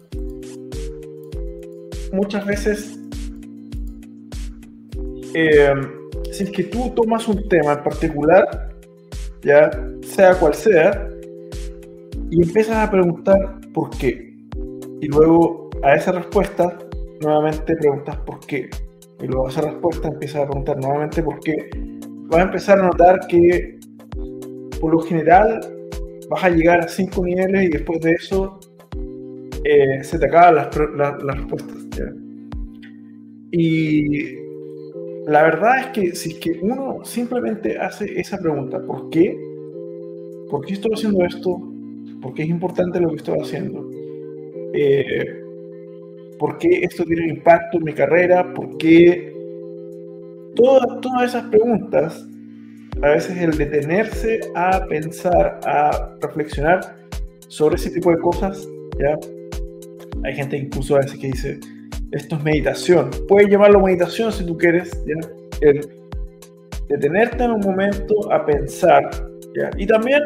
muchas veces, eh, si es que tú tomas un tema en particular, ya sea cual sea, y empiezas a preguntar por qué, y luego a esa respuesta nuevamente preguntas por qué, y luego a esa respuesta empiezas a preguntar nuevamente por qué, vas a empezar a notar que por lo general vas a llegar a cinco niveles, y después de eso eh, se te acaban las, las, las respuestas, ¿ya? Y la verdad es que si es que uno simplemente hace esa pregunta, ¿por qué? ¿Por qué estoy haciendo esto? ¿Por qué es importante lo que estoy haciendo? Eh, ¿Por qué esto tiene un impacto en mi carrera? ¿Por qué? Todas, todas esas preguntas, a veces el detenerse a pensar, a reflexionar sobre ese tipo de cosas, ¿ya? Hay gente incluso a veces que dice, esto es meditación. Puedes llamarlo meditación si tú quieres, ¿ya? El detenerte en un momento a pensar, ¿ya? Y también,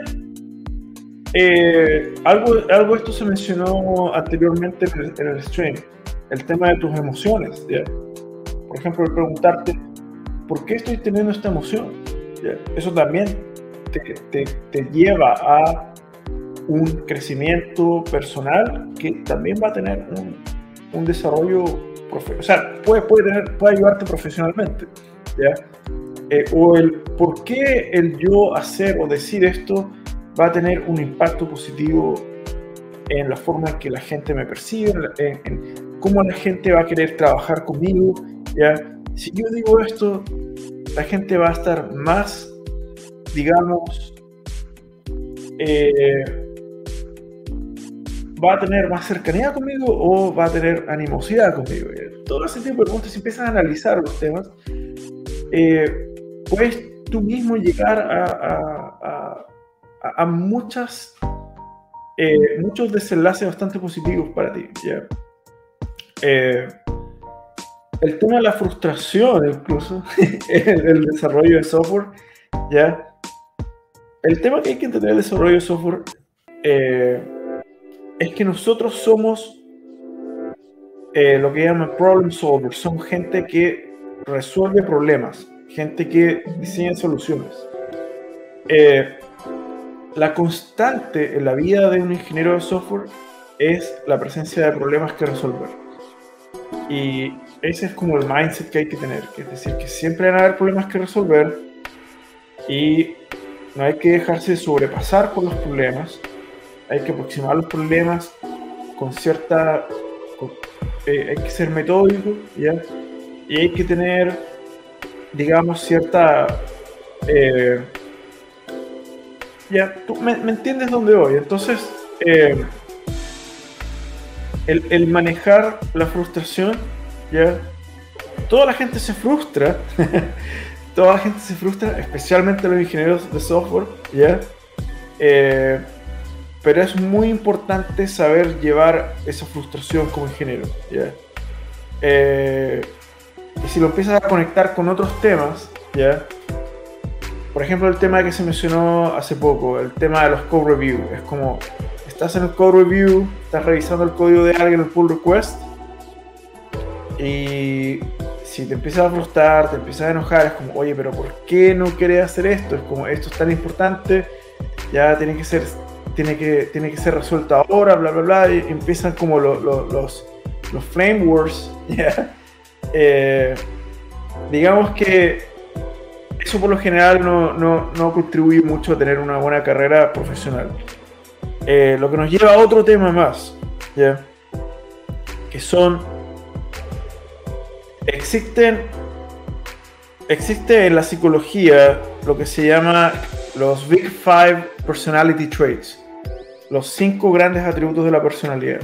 eh, algo, algo de esto se mencionó anteriormente en el, en el stream, el tema de tus emociones, ¿ya? Por ejemplo, el preguntarte, ¿por qué estoy teniendo esta emoción? ¿Ya? Eso también te, te, te lleva a un crecimiento personal que también va a tener un, un desarrollo profesional, o sea, puede, puede, tener, puede ayudarte profesionalmente, ¿ya? Eh, o el por qué el yo hacer o decir esto va a tener un impacto positivo en la forma en que la gente me percibe, en, en cómo la gente va a querer trabajar conmigo, ¿ya? Si yo digo esto, la gente va a estar más, digamos, eh, va a tener más cercanía conmigo o va a tener animosidad conmigo. Todo ese tipo de preguntas, si empiezas a analizar los temas, eh, puedes tú mismo llegar a, a, a, a muchas, eh, muchos desenlaces bastante positivos para ti, ¿ya? Eh, el tema de la frustración, incluso, el, el desarrollo de software, ¿ya? El tema que hay que entender el desarrollo de software eh, es que nosotros somos eh, lo que llaman problem solvers. Somos gente que resuelve problemas, gente que diseña soluciones. Eh, la constante en la vida de un ingeniero de software es la presencia de problemas que resolver. Y ese es como el mindset que hay que tener, que es decir, que siempre van a haber problemas que resolver y no hay que dejarse sobrepasar por los problemas, hay que aproximar los problemas con cierta... Con, eh, hay que ser metódico, ¿ya? Y hay que tener, digamos, cierta... Eh, ya, tú me, me entiendes dónde voy. Entonces, eh, el, el manejar la frustración, ¿ya? Toda la gente se frustra. Toda la gente se frustra, especialmente los ingenieros de software, ¿ya? Eh, pero es muy importante saber llevar esa frustración como ingeniero, ¿ya? Eh, y si lo empiezas a conectar con otros temas, ¿ya? Por ejemplo, el tema que se mencionó hace poco, el tema de los code review. Es como, estás en el code review, estás revisando el código de alguien en el pull request, y si te empiezas a frustrar, te empiezas a enojar, es como, oye, pero ¿por qué no quieres hacer esto? Es como, esto es tan importante, ya tiene que ser, tiene que, tiene que ser resuelto ahora, bla, bla, bla, y empiezan como lo, lo, los, los flame wars, ¿ya? Eh, digamos que eso por lo general no, no, no contribuye mucho a tener una buena carrera profesional. Eh, lo que nos lleva a otro tema más, ¿ya? Que son... Existen, existe en la psicología lo que se llama los Big Five Personality Traits, los cinco grandes atributos de la personalidad,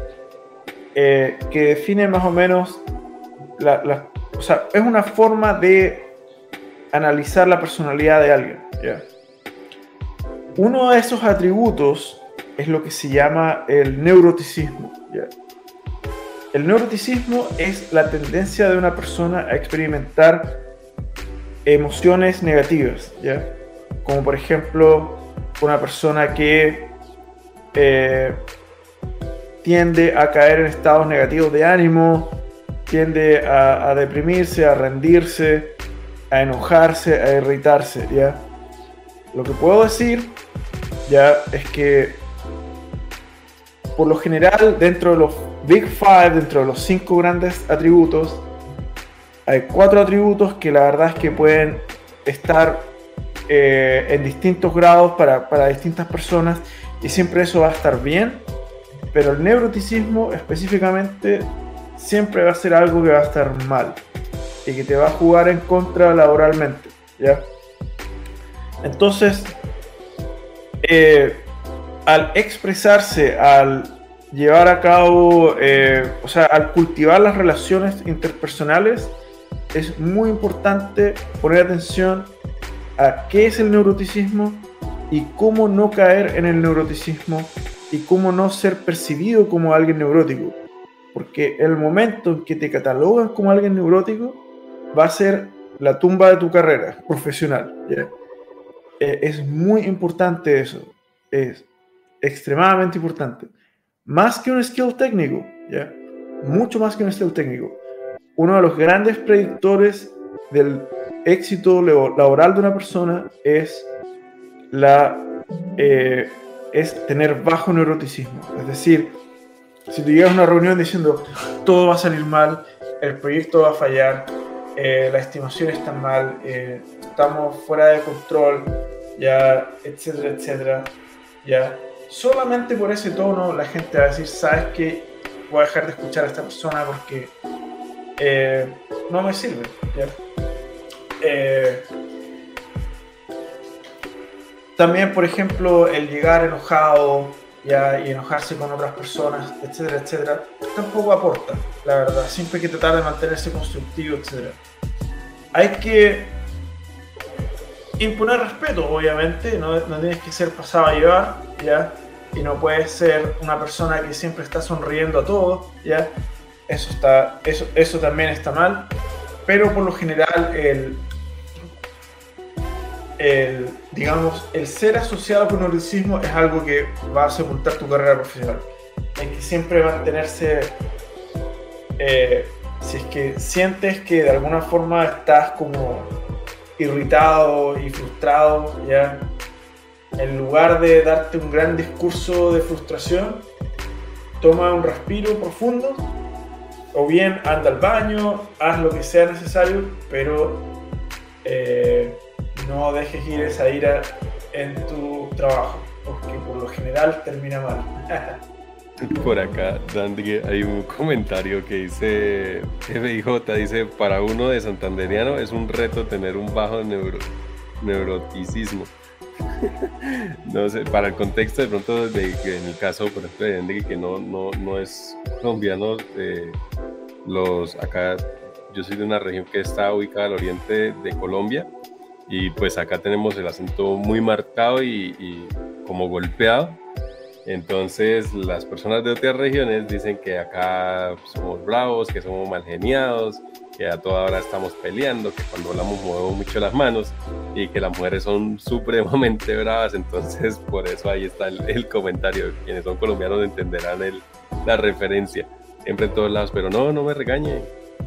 eh, que definen más o menos, la, la, o sea, es una forma de analizar la personalidad de alguien, ¿ya? Uno de esos atributos es lo que se llama el neuroticismo, ¿ya? El neuroticismo es la tendencia de una persona a experimentar emociones negativas, ¿ya? Como por ejemplo, una persona que eh, tiende a caer en estados negativos de ánimo, tiende a, a deprimirse, a rendirse, a enojarse, a irritarse, ¿ya? Lo que puedo decir, ya, es que por lo general, dentro de los Big Five, dentro de los cinco grandes atributos, hay cuatro atributos que la verdad es que pueden estar eh, en distintos grados para, para distintas personas, y siempre eso va a estar bien, pero el neuroticismo específicamente siempre va a ser algo que va a estar mal y que te va a jugar en contra laboralmente, ¿ya? Entonces, eh, al expresarse, al llevar a cabo, eh, o sea, al cultivar las relaciones interpersonales, es muy importante poner atención a qué es el neuroticismo y cómo no caer en el neuroticismo y cómo no ser percibido como alguien neurótico. Porque el momento en que te catalogan como alguien neurótico va a ser la tumba de tu carrera profesional, ¿ya? Eh, es muy importante eso, es extremadamente importante. Más que un skill técnico, ¿ya? Mucho más que un skill técnico. Uno de los grandes predictores del éxito laboral de una persona es, la, eh, es tener bajo neuroticismo. Es decir, si tú llegas a una reunión diciendo todo va a salir mal, el proyecto va a fallar, eh, la estimación está mal, eh, estamos fuera de control, ya, etcétera, etcétera, ya. Solamente por ese tono la gente va a decir, ¿sabes qué? Voy a dejar de escuchar a esta persona porque eh, no me sirve, ¿ya? Eh, también, por ejemplo, el llegar enojado, ¿ya? Y enojarse con otras personas, etcétera, etcétera, tampoco aporta, la verdad. Siempre hay que tratar de mantenerse constructivo, etcétera. Hay que imponer respeto, obviamente, no, no tienes que ser pasado a llevar, ¿ya? Y no puedes ser una persona que siempre está sonriendo a todos, ¿ya? eso, está, eso, eso también está mal, pero por lo general el, el, digamos, el ser asociado con eroticismo es algo que va a sepultar tu carrera profesional. Hay que siempre mantenerse, eh, si es que sientes que de alguna forma estás como irritado y frustrado, ¿ya? En lugar de darte un gran discurso de frustración, toma un respiro profundo, o bien anda al baño, haz lo que sea necesario, pero eh, no dejes ir esa ira en tu trabajo, porque por lo general termina mal. Por acá, Dandy, hay un comentario que dice F I J, dice, para uno de santanderiano es un reto tener un bajo neuro, neuroticismo. No sé, para el contexto de pronto, de que en el caso, por ejemplo, de Dandy, que no, no, no es colombiano, eh, los, acá yo soy de una región que está ubicada al oriente de Colombia, y pues acá tenemos el acento muy marcado y, y como golpeado. Entonces las personas de otras regiones dicen que acá somos bravos, que somos mal geniados, que a toda hora estamos peleando, que cuando hablamos movemos mucho las manos y que las mujeres son supremamente bravas. Entonces por eso ahí está el, el comentario. Quienes son colombianos entenderán el, la referencia siempre en todos lados, pero no, no me regañen.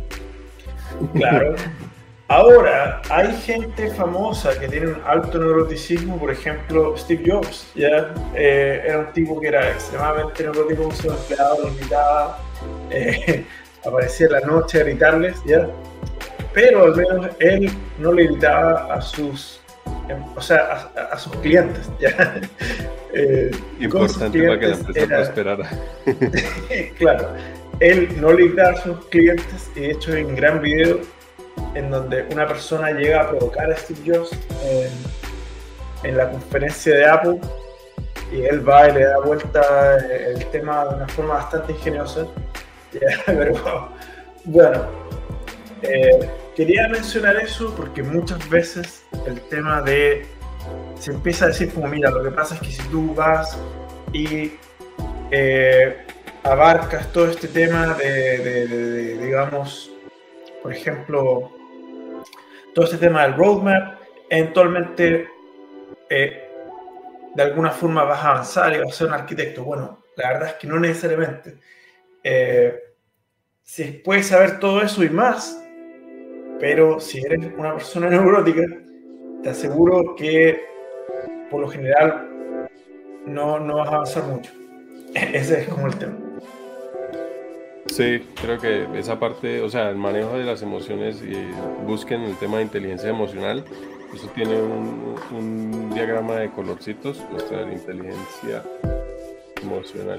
Claro. Ahora, hay gente famosa que tiene un alto neuroticismo, por ejemplo, Steve Jobs, ¿ya? Eh, era un tipo que era extremadamente neurótico, un solo empleado, lo invitaba, eh, aparecía en la noche a gritarles, ¿ya? Pero al menos él no le gritaba a sus, o sea, a, a sus clientes, ¿ya? Eh, Importante para que la empresa era, prosperara. Claro, él no le gritaba a sus clientes, y de hecho hay un gran video en donde una persona llega a provocar a Steve Jobs en, en la conferencia de Apple, y él va y le da vuelta el tema de una forma bastante ingeniosa. Pero bueno, eh, quería mencionar eso porque muchas veces el tema de se empieza a decir como, mira, lo que pasa es que si tú vas y eh, abarcas todo este tema de, de, de, de digamos, por ejemplo, todo este tema del roadmap, eventualmente eh, de alguna forma vas a avanzar y vas a ser un arquitecto. Bueno, la verdad es que no necesariamente. Eh, si puedes saber todo eso y más, pero si eres una persona neurótica, te aseguro que por lo general no, no vas a avanzar mucho. Ese es como el tema. Sí, creo que esa parte, o sea, el manejo de las emociones, y busquen el tema de inteligencia emocional. Eso tiene un, un diagrama de colorcitos, nuestra inteligencia emocional.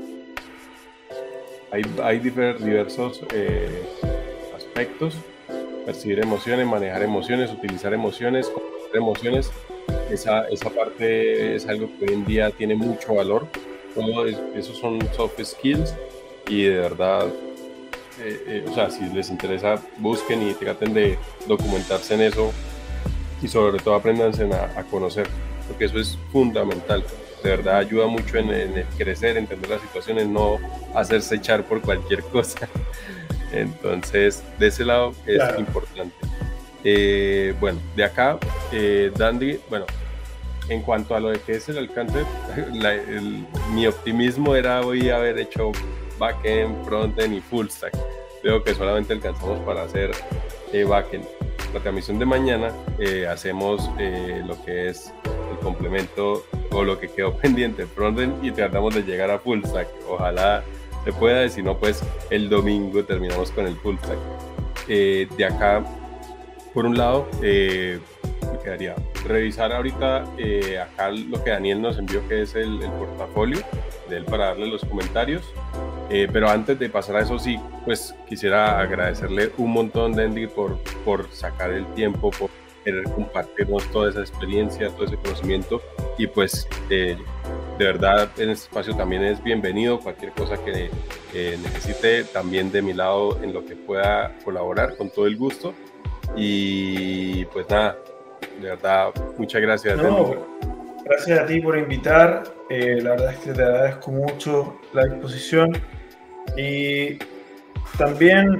Hay, hay diver, diversos eh, aspectos: percibir emociones, manejar emociones, utilizar emociones, compartir emociones. Esa, esa parte es algo que hoy en día tiene mucho valor. Todo es, esos son soft skills. Y de verdad, eh, eh, o sea, si les interesa, busquen y traten de documentarse en eso, y sobre todo apréndanse a, a conocer, porque eso es fundamental. De verdad ayuda mucho en, en el crecer, entender las situaciones, no hacerse echar por cualquier cosa. Entonces, de ese lado es claro. Importante. Eh, bueno, de acá, eh, Dandy, bueno, en cuanto a lo de que es el alcance, la, el, mi optimismo era hoy haber hecho backend, frontend y full stack. Veo que solamente alcanzamos para hacer eh, backend. La transmisión de mañana eh, hacemos eh, lo que es el complemento o lo que quedó pendiente frontend, y tratamos de llegar a full stack. Ojalá se pueda, y si no, pues el domingo terminamos con el full stack. Eh, de acá, por un lado, eh, me quedaría revisar ahorita eh, acá lo que Daniel nos envió, que es el, el portafolio de él, para darle los comentarios. Eh, pero antes de pasar a eso, sí, pues quisiera agradecerle un montón, Dandy, por, por sacar el tiempo, por querer compartirnos toda esa experiencia, todo ese conocimiento, y pues eh, de verdad en este espacio también es bienvenido. Cualquier cosa que eh, necesite, también de mi lado, en lo que pueda colaborar, con todo el gusto. Y pues nada, de verdad, muchas gracias. No, gracias a ti por invitar. Eh, la verdad es que te agradezco mucho la disposición. Y también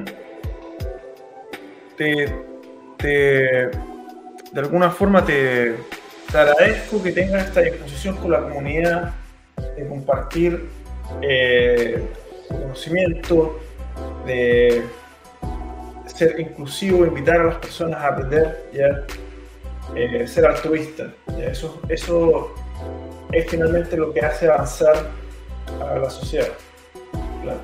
te, te, de alguna forma te, te agradezco que tengas esta disposición con la comunidad de compartir eh, conocimiento, de ser inclusivo, invitar a las personas a aprender, ¿ya? Eh, ser altruista. ¿Ya? Eso, eso es finalmente lo que hace avanzar a la sociedad. Claro.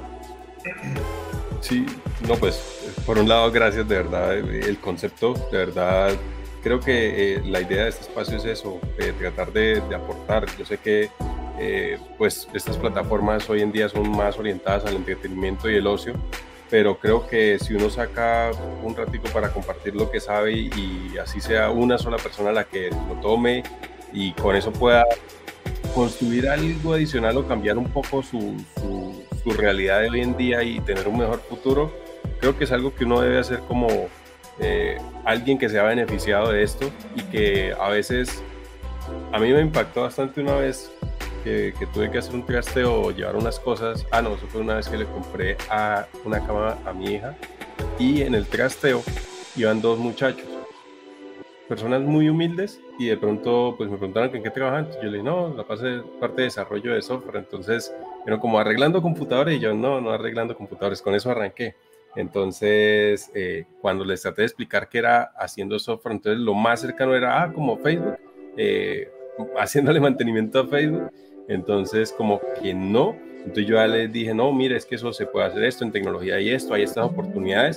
Sí, no, pues por un lado, gracias, de verdad, el concepto, de verdad, creo que eh, la idea de este espacio es eso, eh, tratar de, de aportar. Yo sé que eh, pues estas plataformas hoy en día son más orientadas al entretenimiento y el ocio, pero creo que si uno saca un ratico para compartir lo que sabe y, y así sea una sola persona la que lo tome y con eso pueda construir algo adicional o cambiar un poco su, su, su realidad de hoy en día y tener un mejor futuro, creo que es algo que uno debe hacer como eh, alguien que se ha beneficiado de esto y que a veces, a mí me impactó bastante una vez que, que tuve que hacer un trasteo o llevar unas cosas. Ah, no, eso fue una vez que le compré a una cama a mi hija y en el trasteo iban dos muchachos, personas muy humildes, y de pronto pues me preguntaron en qué trabajan. Yo le dije, no, la parte, parte de desarrollo de software. Entonces, pero como arreglando computadores, y yo no, no arreglando computadores, con eso arranqué. Entonces, eh, cuando les traté de explicar que era haciendo software, entonces lo más cercano era, ah, como Facebook, eh, haciéndole mantenimiento a Facebook. Entonces, como que no. Entonces yo ya les dije, no, mire, es que eso se puede hacer esto en tecnología y esto, hay estas oportunidades.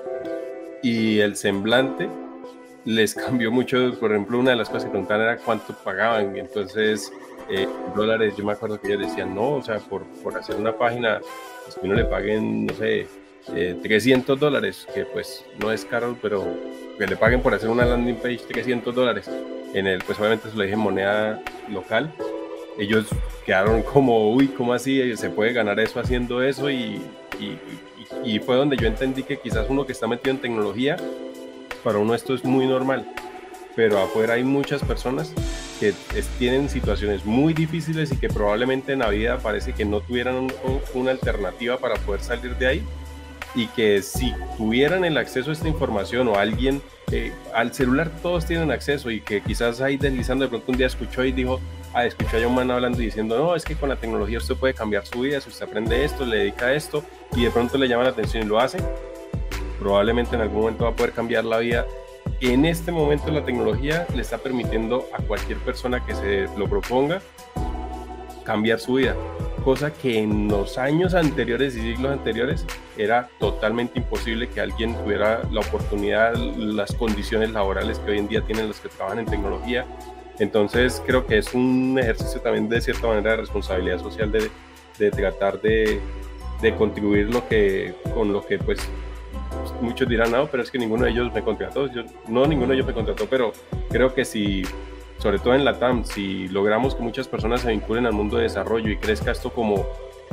Y el semblante les cambió mucho. Por ejemplo, una de las cosas que preguntaban era cuánto pagaban. Entonces, eh, dólares, yo me acuerdo que ellos decían, no, o sea, por, por hacer una página, pues que uno le paguen, no sé, eh, trescientos dólares, que pues no es caro, pero que le paguen por hacer una landing page trescientos dólares. En el, pues obviamente se lo dije en moneda local. Ellos quedaron como, uy, ¿cómo así? ¿Se puede ganar eso haciendo eso? Y, y, y, y fue donde yo entendí que quizás uno que está metido en tecnología, para uno esto es muy normal, pero afuera hay muchas personas que es, tienen situaciones muy difíciles y que probablemente en la vida parece que no tuvieran un, una alternativa para poder salir de ahí, y que si tuvieran el acceso a esta información o alguien, eh, al celular todos tienen acceso, y que quizás ahí deslizando de pronto un día escuchó y dijo, ah, escuchó a un man hablando y diciendo, no, es que con la tecnología usted puede cambiar su vida, si usted aprende esto, le dedica a esto, y de pronto le llama la atención y lo hace, probablemente en algún momento va a poder cambiar la vida. En este momento la tecnología le está permitiendo a cualquier persona que se lo proponga cambiar su vida, cosa que en los años anteriores y siglos anteriores era totalmente imposible que alguien tuviera la oportunidad, las condiciones laborales que hoy en día tienen los que trabajan en tecnología. Entonces creo que es un ejercicio también de cierta manera de responsabilidad social, de, de tratar de, de contribuir lo que, con lo que pues muchos dirán, no, pero es que ninguno de ellos me contrató. Yo, no, ninguno de ellos me contrató, pero creo que si, sobre todo en LATAM, si logramos que muchas personas se vinculen al mundo de desarrollo y crezca esto como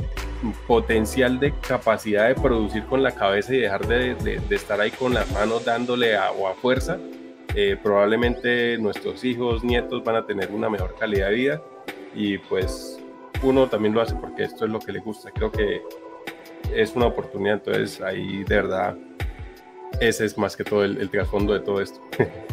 potencial de capacidad de producir con la cabeza y dejar de, de, de estar ahí con las manos dándole a, o a fuerza, eh, probablemente nuestros hijos, nietos van a tener una mejor calidad de vida, y pues uno también lo hace porque esto es lo que le gusta. Creo que es una oportunidad, entonces ahí de verdad ese es más que todo el, el trasfondo de todo esto.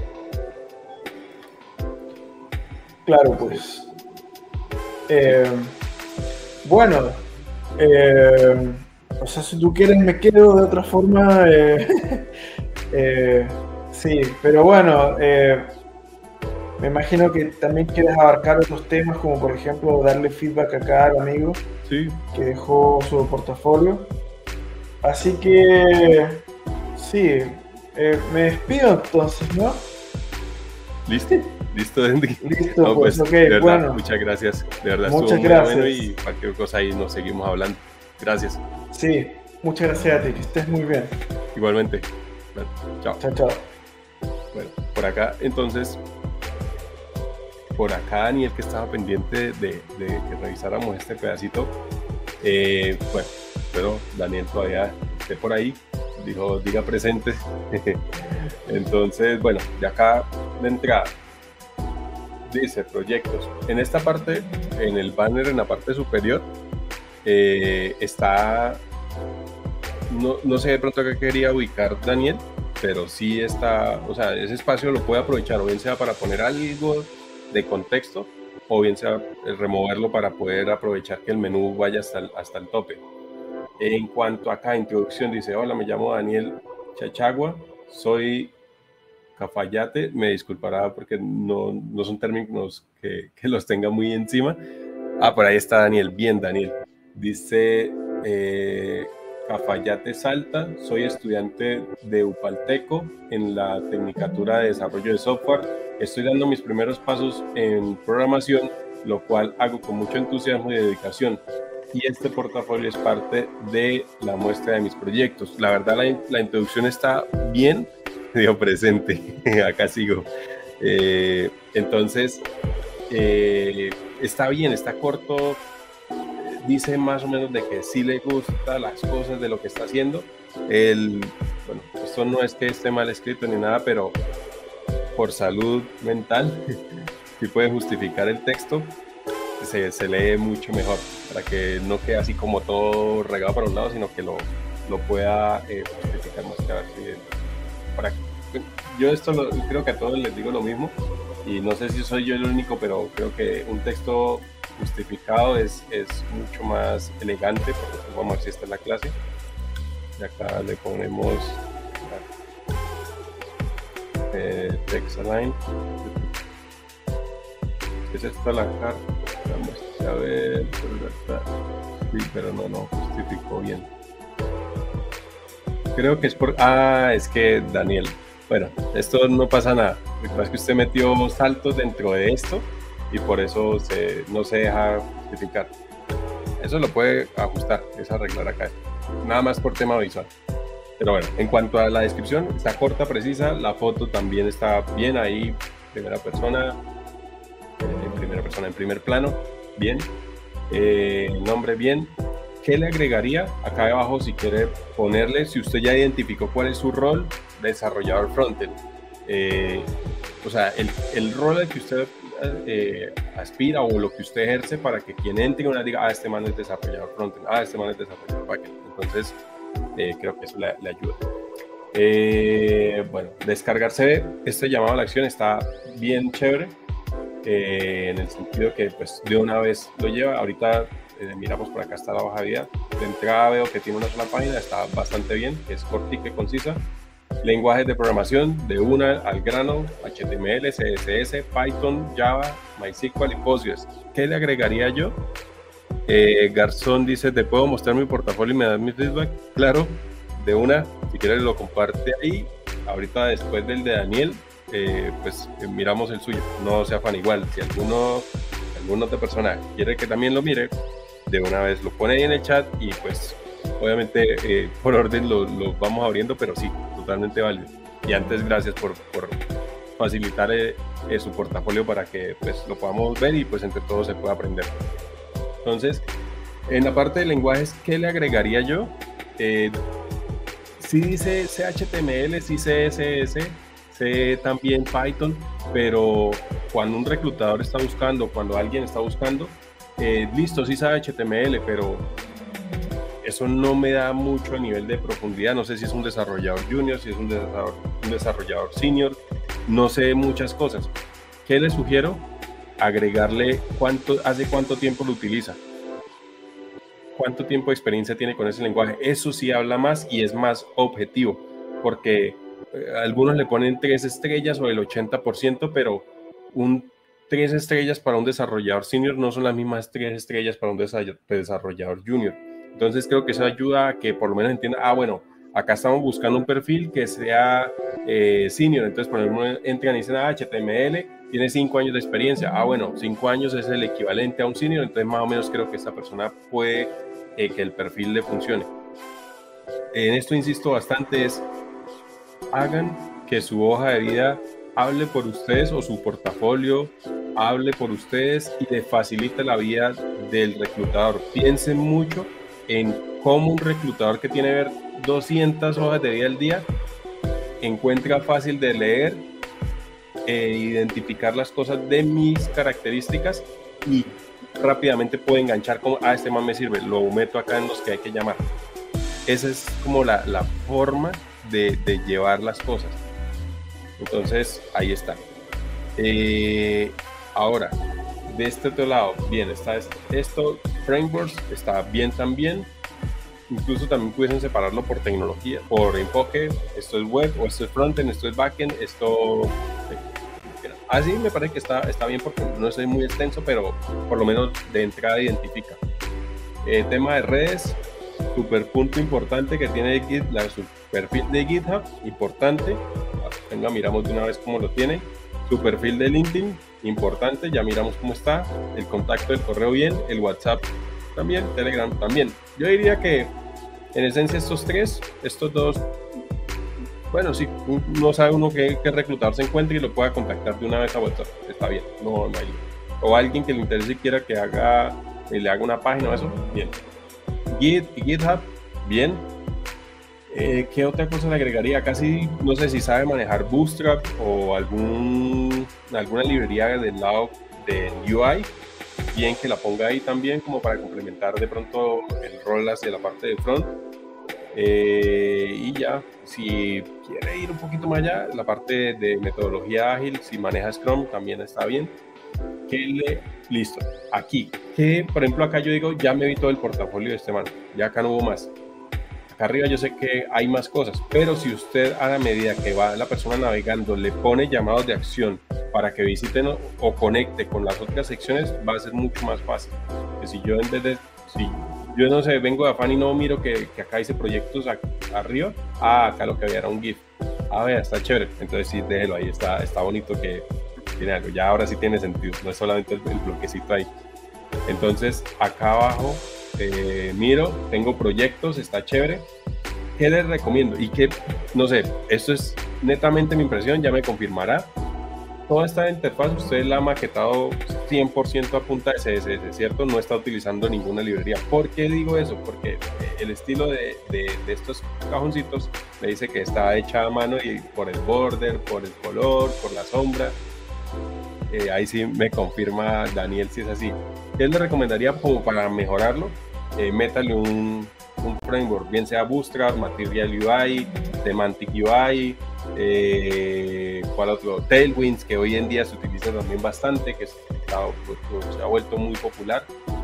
Claro, pues. Eh, bueno, eh, o sea, si tú quieres me quedo, de otra forma. Eh, eh, sí, pero bueno, eh, me imagino que también quieres abarcar otros temas, como por ejemplo darle feedback acá al amigo sí. que dejó su portafolio. Así que sí, eh, me despido entonces, ¿no? ¿Listo? ¿Listo, Andy? Listo, no, pues, pues, ok, de verdad, bueno. Muchas gracias. De verdad, Muchas estuvo muy gracias. bueno, y cualquier cosa ahí nos seguimos hablando. Gracias. Sí, muchas gracias a ti, que estés muy bien. Igualmente. Bueno, chao. Chao, chao. Bueno, por acá, entonces, por acá Daniel, que estaba pendiente de, de que revisáramos este pedacito. Eh, bueno, pero Daniel todavía esté por ahí. Dijo, diga presente. Entonces, bueno, de acá de entrada dice proyectos. En esta parte, en el banner, en la parte superior, eh, está no, no sé de pronto qué quería ubicar Daniel, pero sí está, o sea, ese espacio lo puede aprovechar, o bien sea para poner algo de contexto, o bien sea removerlo para poder aprovechar que el menú vaya hasta el, hasta el tope. En cuanto a acá, introducción, dice, hola, me llamo Daniel Chachagua, soy Cafayate, me disculpará porque no, no son términos que, que los tenga muy encima. Ah, por ahí está Daniel, bien Daniel. Dice, eh, Cafayate Salta, soy estudiante de Upalteco en la Tecnicatura de Desarrollo de Software. Estoy dando mis primeros pasos en programación, lo cual hago con mucho entusiasmo y dedicación. Y este portafolio es parte de la muestra de mis proyectos. La verdad, la, la introducción está bien, digo presente, acá sigo. Eh, entonces, eh, está bien, está corto, dice más o menos de que sí le gusta las cosas de lo que está haciendo. El, bueno, esto no es que esté mal escrito ni nada, pero por salud mental, si puede justificar el texto, se, se lee mucho mejor, para que no quede así como todo regado para un lado, sino que lo, lo pueda eh, justificar más que a ver si, para, yo esto lo, creo que a todos les digo lo mismo, y no sé si soy yo el único, pero creo que un texto justificado es, es mucho más elegante, porque pues, vamos a ver si esta es la clase, y acá le ponemos eh, text align, es esta la carta, vamos a ver, sí, pero no, no justificó bien, creo que es por, ah, es que Daniel, bueno, esto no pasa nada, lo que pasa es que usted metió saltos dentro de esto y por eso se, no se deja justificar. Eso lo puede ajustar, es arreglar acá, nada más por tema visual. Pero bueno, en cuanto a la descripción, está corta, precisa, la foto también está bien ahí, primera persona, en primera persona, en primer plano, bien, eh, nombre bien. ¿Qué le agregaría? Acá abajo, si quiere ponerle, si usted ya identificó cuál es su rol, desarrollador frontend. Eh, o sea, el, el rol al que usted eh, aspira o lo que usted ejerce para que quien entre una diga, ah, este man es desarrollador frontend, ah, este man es desarrollador backend. Entonces, eh, creo que eso le, le ayuda. Eh, bueno, descargarse este llamado a la acción está bien chévere, eh, en el sentido que pues de una vez lo lleva. Ahorita eh, miramos por acá, está la hoja de vida. De entrada veo que tiene una sola página, está bastante bien, que es cortica y concisa. Lenguajes de programación, de una al grano, H T M L, C S S, Python, Java, MySQL y Postgres. ¿Qué le agregaría yo? Eh, Garzón dice, ¿te puedo mostrar mi portafolio y me das mi feedback? Claro, de una, si quieres lo comparte ahí. Ahorita después del de Daniel, eh, pues eh, miramos el suyo. No se afan igual, si alguno, alguno otra persona quiere que también lo mire, de una vez lo pone ahí en el chat y pues obviamente eh, por orden lo, lo vamos abriendo, pero sí, totalmente válido. Y antes, gracias por, por facilitar eh, eh, su portafolio para que pues lo podamos ver y pues entre todos se pueda aprender. Entonces, en la parte de lenguajes, ¿qué le agregaría yo? Eh, sí dice C H T M L, sí C S S, sé también Python, pero cuando un reclutador está buscando, cuando alguien está buscando, eh, listo, sí sabe H T M L, pero eso no me da mucho a nivel de profundidad. No sé si es un desarrollador junior, si es un desarrollador, un desarrollador senior, no sé muchas cosas. ¿Qué le sugiero? Agregarle cuánto, hace cuánto tiempo lo utiliza, cuánto tiempo de experiencia tiene con ese lenguaje. Eso sí habla más y es más objetivo, porque eh, algunos le ponen tres estrellas o el ochenta por ciento, pero un tres estrellas para un desarrollador senior no son las mismas tres estrellas para un desarrollador junior. Entonces creo que eso ayuda a que por lo menos entienda, ah, bueno, acá estamos buscando un perfil que sea eh, senior. Entonces, por ejemplo, entran y dicen, ah, H T M L, tiene cinco años de experiencia. Ah, bueno, cinco años es el equivalente a un senior, entonces más o menos creo que esta persona puede eh, que el perfil le funcione. En esto insisto bastante, es hagan que su hoja de vida hable por ustedes o su portafolio hable por ustedes y le facilite la vida del reclutador. Piensen mucho en cómo un reclutador que tiene ver doscientas hojas de vida al día encuentra fácil de leer, e identificar las cosas de mis características y rápidamente puede enganchar como, ah, este man me sirve, lo meto acá en los que hay que llamar. esa es como la, la forma de, de llevar las cosas. Entonces, ahí está. Eh, ahora, de este otro lado, bien, está esto, frameworks, está bien también. Incluso también pudiesen separarlo por tecnología, por enfoque. Esto es web, o esto es frontend, esto es backend, esto... Así me parece que está, está bien porque no es muy extenso, pero por lo menos de entrada identifica. Eh, tema de redes, super punto importante que tiene Git, la, su perfil de GitHub, importante. Venga, miramos de una vez cómo lo tiene. Su perfil de LinkedIn, importante, ya miramos cómo está. El contacto del correo bien, el WhatsApp también, Telegram también. Yo diría que en esencia estos tres, estos dos, bueno, sí, no sabe uno qué, qué reclutador se encuentre y lo pueda contactar de una vez a WhatsApp, está bien, no, no hay. O alguien que le interese y quiera que haga, que le haga una página o eso, bien. Git y GitHub, bien. Eh, ¿Qué otra cosa le agregaría? Casi no sé si sabe manejar Bootstrap o algún, alguna librería del lado del U I, bien que la ponga ahí también como para complementar de pronto el rol hacia la parte de front. Eh, y ya, si quiere ir un poquito más allá, la parte de metodología ágil, si maneja Scrum también está bien. Que le, listo, aquí, que por ejemplo acá yo digo, ya me vi todo el portafolio de este man, ya acá no hubo más. Acá arriba yo sé que hay más cosas, pero si usted a la medida que va la persona navegando le pone llamados de acción para que visiten o, o conecte con las otras secciones, va a ser mucho más fácil. Que si yo en vez de, si yo no sé, vengo de afán y no miro que, que acá dice proyectos a, arriba, ah, acá lo que había era un GIF. Ah, vea, está chévere, entonces sí, déjelo ahí, está, está bonito que tiene algo, ya ahora sí tiene sentido, no es solamente el, el bloquecito ahí. Entonces acá abajo eh, miro, tengo proyectos, está chévere. ¿Qué les recomiendo? Y que, no sé, esto es netamente mi impresión, ya me confirmará. Toda esta interfaz usted la ha maquetado cien por ciento a punta de C S S, ¿cierto? No está utilizando ninguna librería. ¿Por qué digo eso? Porque el estilo de, de, de estos cajoncitos me dice que está hecha a mano y por el border, por el color, por la sombra. Eh, ahí sí me confirma Daniel si es así. ¿Qué le recomendaría como para mejorarlo? Eh, métale un, un framework, bien sea Bootstrap, Material U I, Semantic U I, eh, ¿cuál otro? Tailwinds, que hoy en día se utiliza también bastante, que se ha, pues, se ha vuelto muy popular.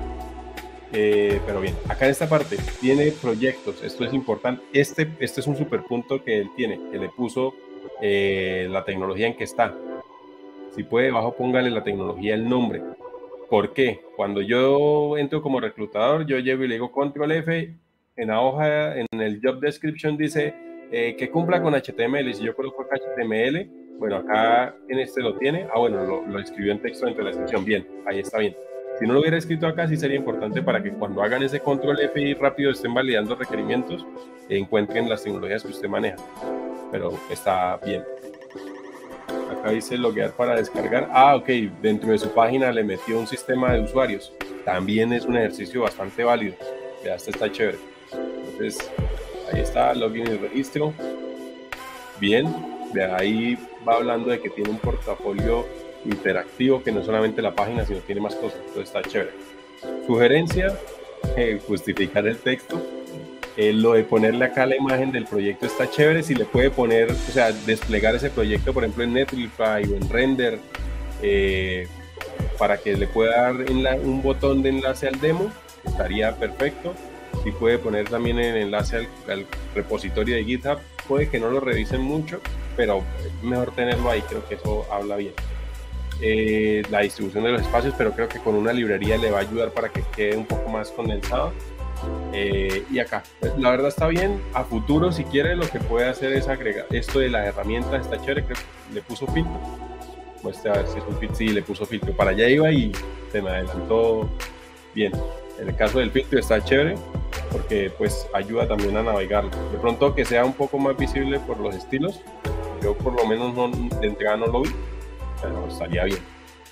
Eh, pero bien, acá en esta parte tiene proyectos, esto es importante. Este, este es un super punto que él tiene, que le puso eh, la tecnología en que está. Si puede, debajo póngale la tecnología, el nombre. ¿Por qué? Cuando yo entro como reclutador, yo llego y le digo control F, en la hoja, en el job description dice eh, que cumpla con H T M L. Si yo coloco acá H T M L, bueno, acá en este lo tiene. Ah, bueno, lo, lo escribió en texto dentro de la descripción. Bien, ahí está bien. Si no lo hubiera escrito acá, sí sería importante para que cuando hagan ese control F y rápido estén validando requerimientos, eh, encuentren las tecnologías que usted maneja. Pero está bien. Acá dice loguear para descargar. Ah, ok, dentro de su página le metió un sistema de usuarios. También es un ejercicio bastante válido. Ya, este está chévere. Entonces, ahí está, login y registro. Bien, de ahí va hablando de que tiene un portafolio interactivo, que no solamente la página, sino tiene más cosas. Entonces está chévere. Sugerencia, eh, justificar el texto. Eh, lo de ponerle acá la imagen del proyecto está chévere. Si le puede poner, o sea, desplegar ese proyecto, por ejemplo, en Netlify o en Render, eh, para que le pueda dar en la, un botón de enlace al demo, estaría perfecto. Si puede poner también el enlace al, al repositorio de GitHub, puede que no lo revisen mucho, pero es mejor tenerlo ahí, creo que eso habla bien. Eh, la distribución de los espacios, pero creo que con una librería le va a ayudar para que quede un poco más condensado. Eh, y acá, pues, la verdad está bien. A futuro, si quiere, lo que puede hacer es agregar esto de las herramientas, está chévere. Creo que le puso filtro. Muestre a ver si es un filtro. Sí, le puso filtro. Para allá iba y se me adelantó bien. En el caso del filtro está chévere porque pues ayuda también a navegarlo. De pronto que sea un poco más visible por los estilos. Yo por lo menos no, de entrada no lo vi, pero estaría bien.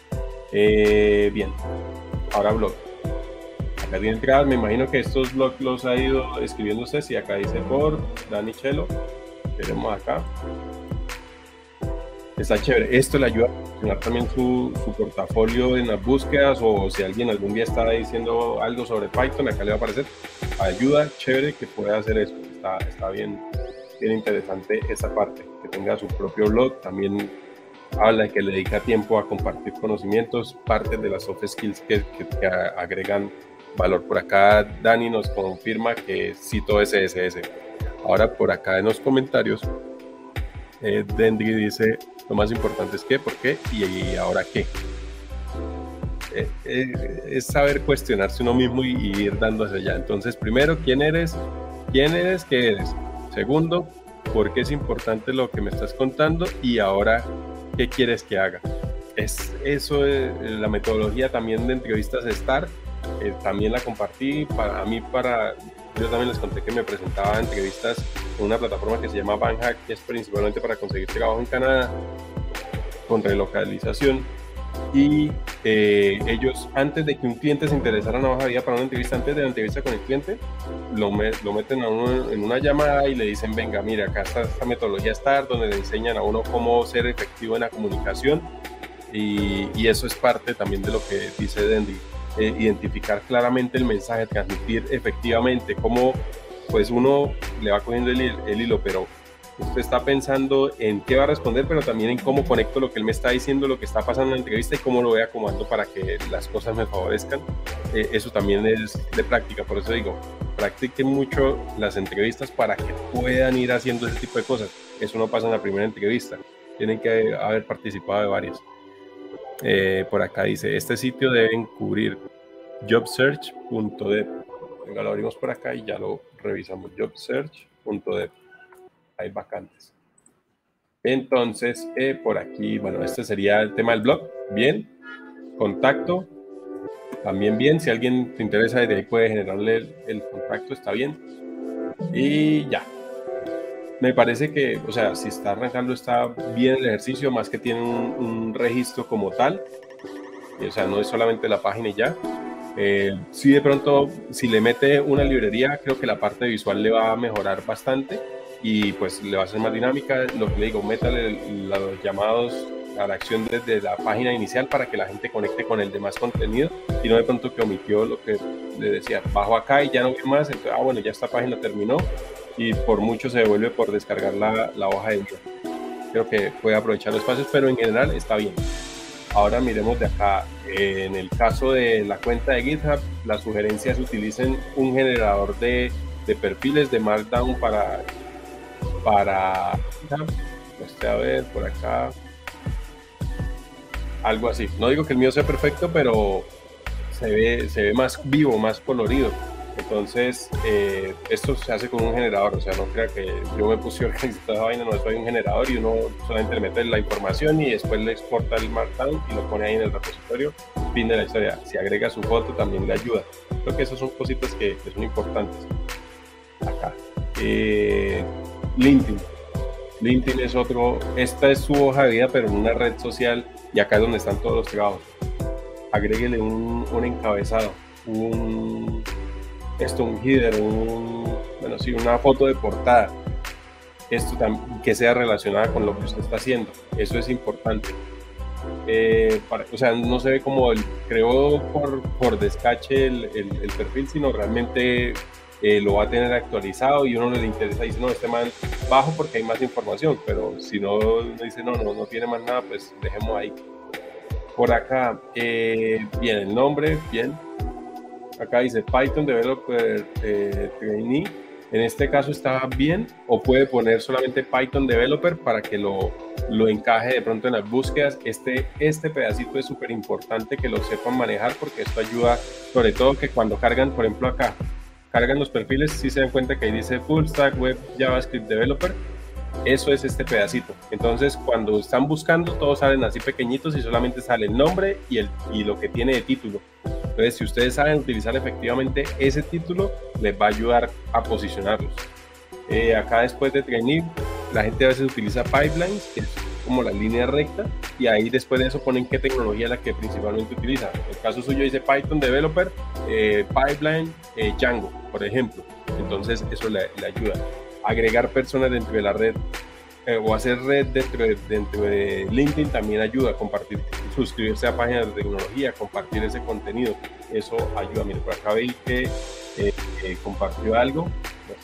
Eh, bien, ahora blog. Acá tiene entradas, me imagino que estos blogs los ha ido escribiendo usted. Si acá dice por Dani Chelo, veremos acá. Está chévere. Esto le ayuda a funcionar también su, su portafolio en las búsquedas, o si alguien algún día está diciendo algo sobre Python, acá le va a aparecer. Ayuda chévere que pueda hacer eso. está, está bien, bien interesante esa parte, que tenga su propio blog. También habla de que le dedica tiempo a compartir conocimientos, partes de las soft skills que, que, que agregan valor. Por acá Dani nos confirma que cito C S S. Ahora por acá en los comentarios, eh, Dendry dice, lo más importante es qué, por qué y, y ahora qué. Eh, eh, es saber cuestionarse uno mismo y, y ir dando hacia allá. Entonces, primero, ¿quién eres? ¿Quién eres? ¿Qué eres? Segundo, ¿por qué es importante lo que me estás contando? Y ahora, ¿qué quieres que haga? Es, eso es la metodología también de entrevistas STAR. Eh, también la compartí. Para mí, para yo también les conté que me presentaba a entrevistas en una plataforma que se llama Banhack, que es principalmente para conseguir trabajo en Canadá con relocalización. Y eh, ellos, antes de que un cliente se interesara en una hoja de vida para una entrevista, antes de la entrevista con el cliente, lo, me, lo meten a uno en una llamada y le dicen, venga, mira, acá está esta metodología STAR, donde le enseñan a uno cómo ser efectivo en la comunicación, y, y eso es parte también de lo que dice Dendry, eh, identificar claramente el mensaje, transmitir efectivamente, cómo pues uno le va cogiendo el, el hilo, pero usted está pensando en qué va a responder, pero también en cómo conecto lo que él me está diciendo, lo que está pasando en la entrevista y cómo lo voy acomodando para que las cosas me favorezcan. Eh, eso también es de práctica, por eso digo, practiquen mucho las entrevistas para que puedan ir haciendo ese tipo de cosas. Eso no pasa en la primera entrevista, tienen que haber participado de varias. Eh, por acá dice, este sitio deben cubrir jobsearch punto dev. Venga, lo abrimos por acá y ya lo revisamos, jobsearch punto dev. Hay vacantes. Entonces, eh, por aquí, bueno, este sería el tema del blog. Bien. Contacto. También bien. Si alguien te interesa, desde ahí puede generarle el, el contacto. Está bien. Y ya. Me parece que, o sea, si está arrancando, está bien el ejercicio, más que tiene un, un registro como tal. Y, o sea, no es solamente la página y ya. Eh, si de pronto, si le mete una librería, creo que la parte visual le va a mejorar bastante. Y pues le va a ser más dinámica. Lo que le digo, métale los llamados a la acción desde la página inicial para que la gente conecte con el demás contenido y no de pronto que omitió lo que le decía, bajo acá y ya no veo más, entonces, ah bueno, ya esta página terminó y por mucho se devuelve por descargar la, la hoja de vida. Creo que puede aprovechar los espacios, pero en general está bien. Ahora miremos de acá, eh, en el caso de la cuenta de GitHub, las sugerencias utilicen un generador de, de perfiles de Markdown para para este, a ver por acá algo así. No digo que el mío sea perfecto, pero se ve, se ve más vivo, más colorido. Entonces eh, esto se hace con un generador, o sea, no crea que yo me puse a organizar esta vaina, no, soy un generador y uno solamente le mete la información y después le exporta el Markdown y lo pone ahí en el repositorio, fin de la historia. Si agrega su foto también le ayuda. Creo que esas son cositas que, que son importantes. Acá eh, LinkedIn. LinkedIn es otro, esta es su hoja de vida, pero en una red social, y acá es donde están todos los trabajos. Agréguele un, un encabezado, un, esto, un header, un, bueno, sí, una foto de portada, esto también, que sea relacionada con lo que usted está haciendo. Eso es importante. Eh, para, o sea, no se ve como el creó por, por descache el, el, el perfil, sino realmente Eh, lo va a tener actualizado y uno le interesa y dice, no, este man bajo porque hay más información, pero si no dice, no, no, no tiene más nada, pues dejemos ahí. Por acá, eh, bien, el nombre, bien. Acá dice Python Developer eh, Trainee. En este caso está bien, o puede poner solamente Python Developer para que lo, lo encaje de pronto en las búsquedas. Este, este pedacito es súper importante que lo sepan manejar porque esto ayuda, sobre todo que cuando cargan, por ejemplo acá, cargan los perfiles, si se dan cuenta que ahí dice Full Stack Web JavaScript Developer, eso es este pedacito. Entonces cuando están buscando todos salen así pequeñitos y solamente sale el nombre y, el, y lo que tiene de título. Entonces si ustedes saben utilizar efectivamente ese título, les va a ayudar a posicionarlos. Eh, acá después de trainee, la gente a veces utiliza pipelines, que es como la línea recta, y ahí después de eso ponen qué tecnología es la que principalmente utiliza. En el caso suyo dice Python Developer, eh, Pipeline, eh, Django, por ejemplo. Entonces eso le, le ayuda. Agregar personas dentro de la red eh, o hacer red dentro de, dentro de LinkedIn también ayuda. Compartir, suscribirse a páginas de tecnología, compartir ese contenido, eso ayuda. Mire, por acá veis que eh, eh, compartió algo,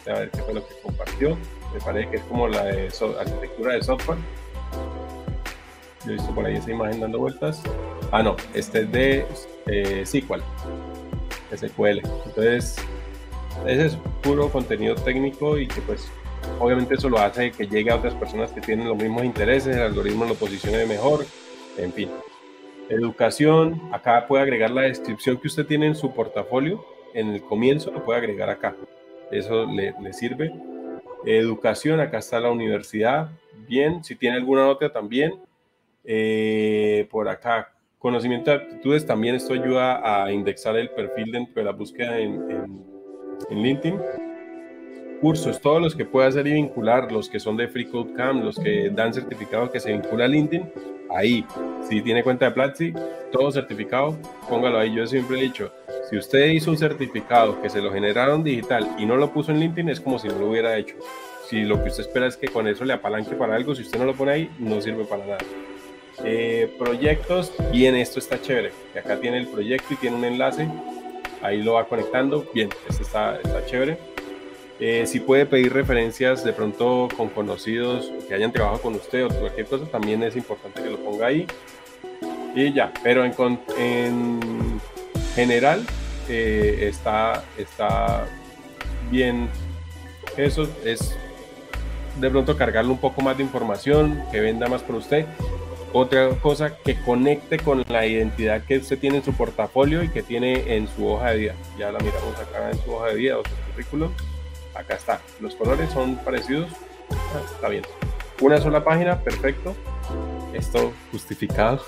este a ver qué fue lo que compartió. Me parece que es como la de so- arquitectura de software. Yo he visto por ahí esa imagen dando vueltas. Ah, no, este es de eh, S Q L. S Q L. Entonces, ese es puro contenido técnico y que pues obviamente eso lo hace que llegue a otras personas que tienen los mismos intereses, el algoritmo lo posicione mejor, en fin. Educación, acá puede agregar la descripción que usted tiene en su portafolio, en el comienzo lo puede agregar acá, eso le, le sirve. Educación, acá está la universidad, bien, si tiene alguna nota también. Eh, por acá, conocimiento de aptitudes, también esto ayuda a indexar el perfil dentro de la búsqueda en, en, en LinkedIn. Cursos, todos los que pueda hacer y vincular, los que son de FreeCodeCamp, los que dan certificado que se vincula a LinkedIn, ahí, si tiene cuenta de Platzi, todo certificado, póngalo ahí. Yo siempre he dicho, si usted hizo un certificado que se lo generaron digital y no lo puso en LinkedIn, es como si no lo hubiera hecho. Si lo que usted espera es que con eso le apalanque para algo, si usted no lo pone ahí, no sirve para nada. Eh, proyectos, bien, esto está chévere, que acá tiene el proyecto y tiene un enlace, ahí lo va conectando, bien, este está, está chévere. Eh, si puede pedir referencias de pronto con conocidos que hayan trabajado con usted o cualquier cosa, también es importante que lo ponga ahí. Y ya, pero en, en general eh, está, está bien. Eso es de pronto cargarle un poco más de información, que venda más por usted. Otra cosa, que conecte con la identidad que usted tiene en su portafolio y que tiene en su hoja de vida. Ya la miramos acá en su hoja de vida o su currículum. Acá está, los colores son parecidos, ah, está bien. Una sola página, perfecto. Esto justificado.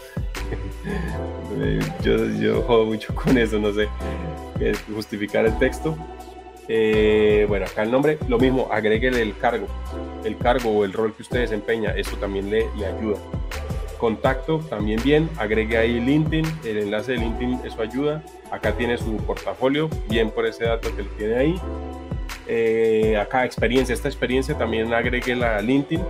yo, yo jodo mucho con eso, no sé, justificar el texto. Eh, bueno, acá el nombre, lo mismo, agréguele el cargo, el cargo o el rol que usted desempeña, eso también le, le ayuda. Contacto, también bien, agregue ahí LinkedIn, el enlace de LinkedIn, eso ayuda. Acá tiene su portafolio, bien por ese dato que lo tiene ahí. Eh, acá experiencia, esta experiencia también agregue la LinkedIn,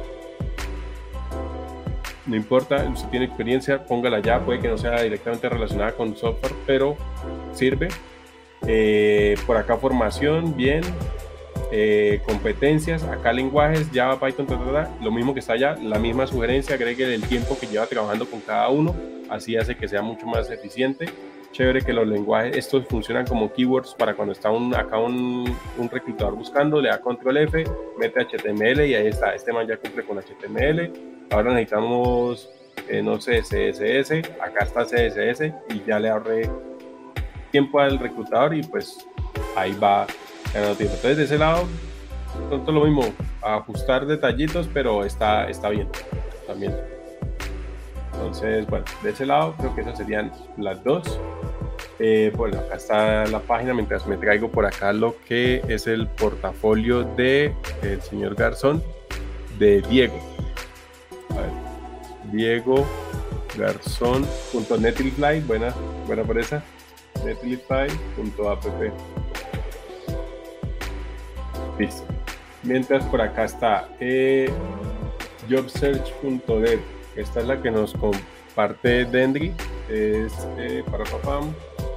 no importa, si tiene experiencia, póngala ya, puede que no sea directamente relacionada con software, pero sirve. Eh, por acá formación, bien. Eh, competencias, acá lenguajes, Java, Python, ta, ta, ta, lo mismo que está allá, la misma sugerencia, agregue el tiempo que lleva trabajando con cada uno, así hace que sea mucho más eficiente. Chévere que los lenguajes, estos funcionan como keywords para cuando está un, acá un, un reclutador buscando, le da control F, mete H T M L y ahí está, este man ya cumple con H T M L. Ahora necesitamos, eh, no sé, C S S, acá está C S S y ya le ahorré tiempo al reclutador y pues ahí va ganando tiempo. Entonces de ese lado, tanto lo mismo, ajustar detallitos, pero está, está bien también. Entonces, bueno, de ese lado creo que esas serían las dos. Eh, bueno, acá está la página, mientras me traigo por acá lo que es el portafolio de el señor Garzón, de Diego. A ver, Diego Garzón punto netlify, buena, buena por esa, netlify punto app. Listo. Mientras por acá está eh, jobsearch punto dev. Esta es la que nos comparte Dendry. Es eh, para papam.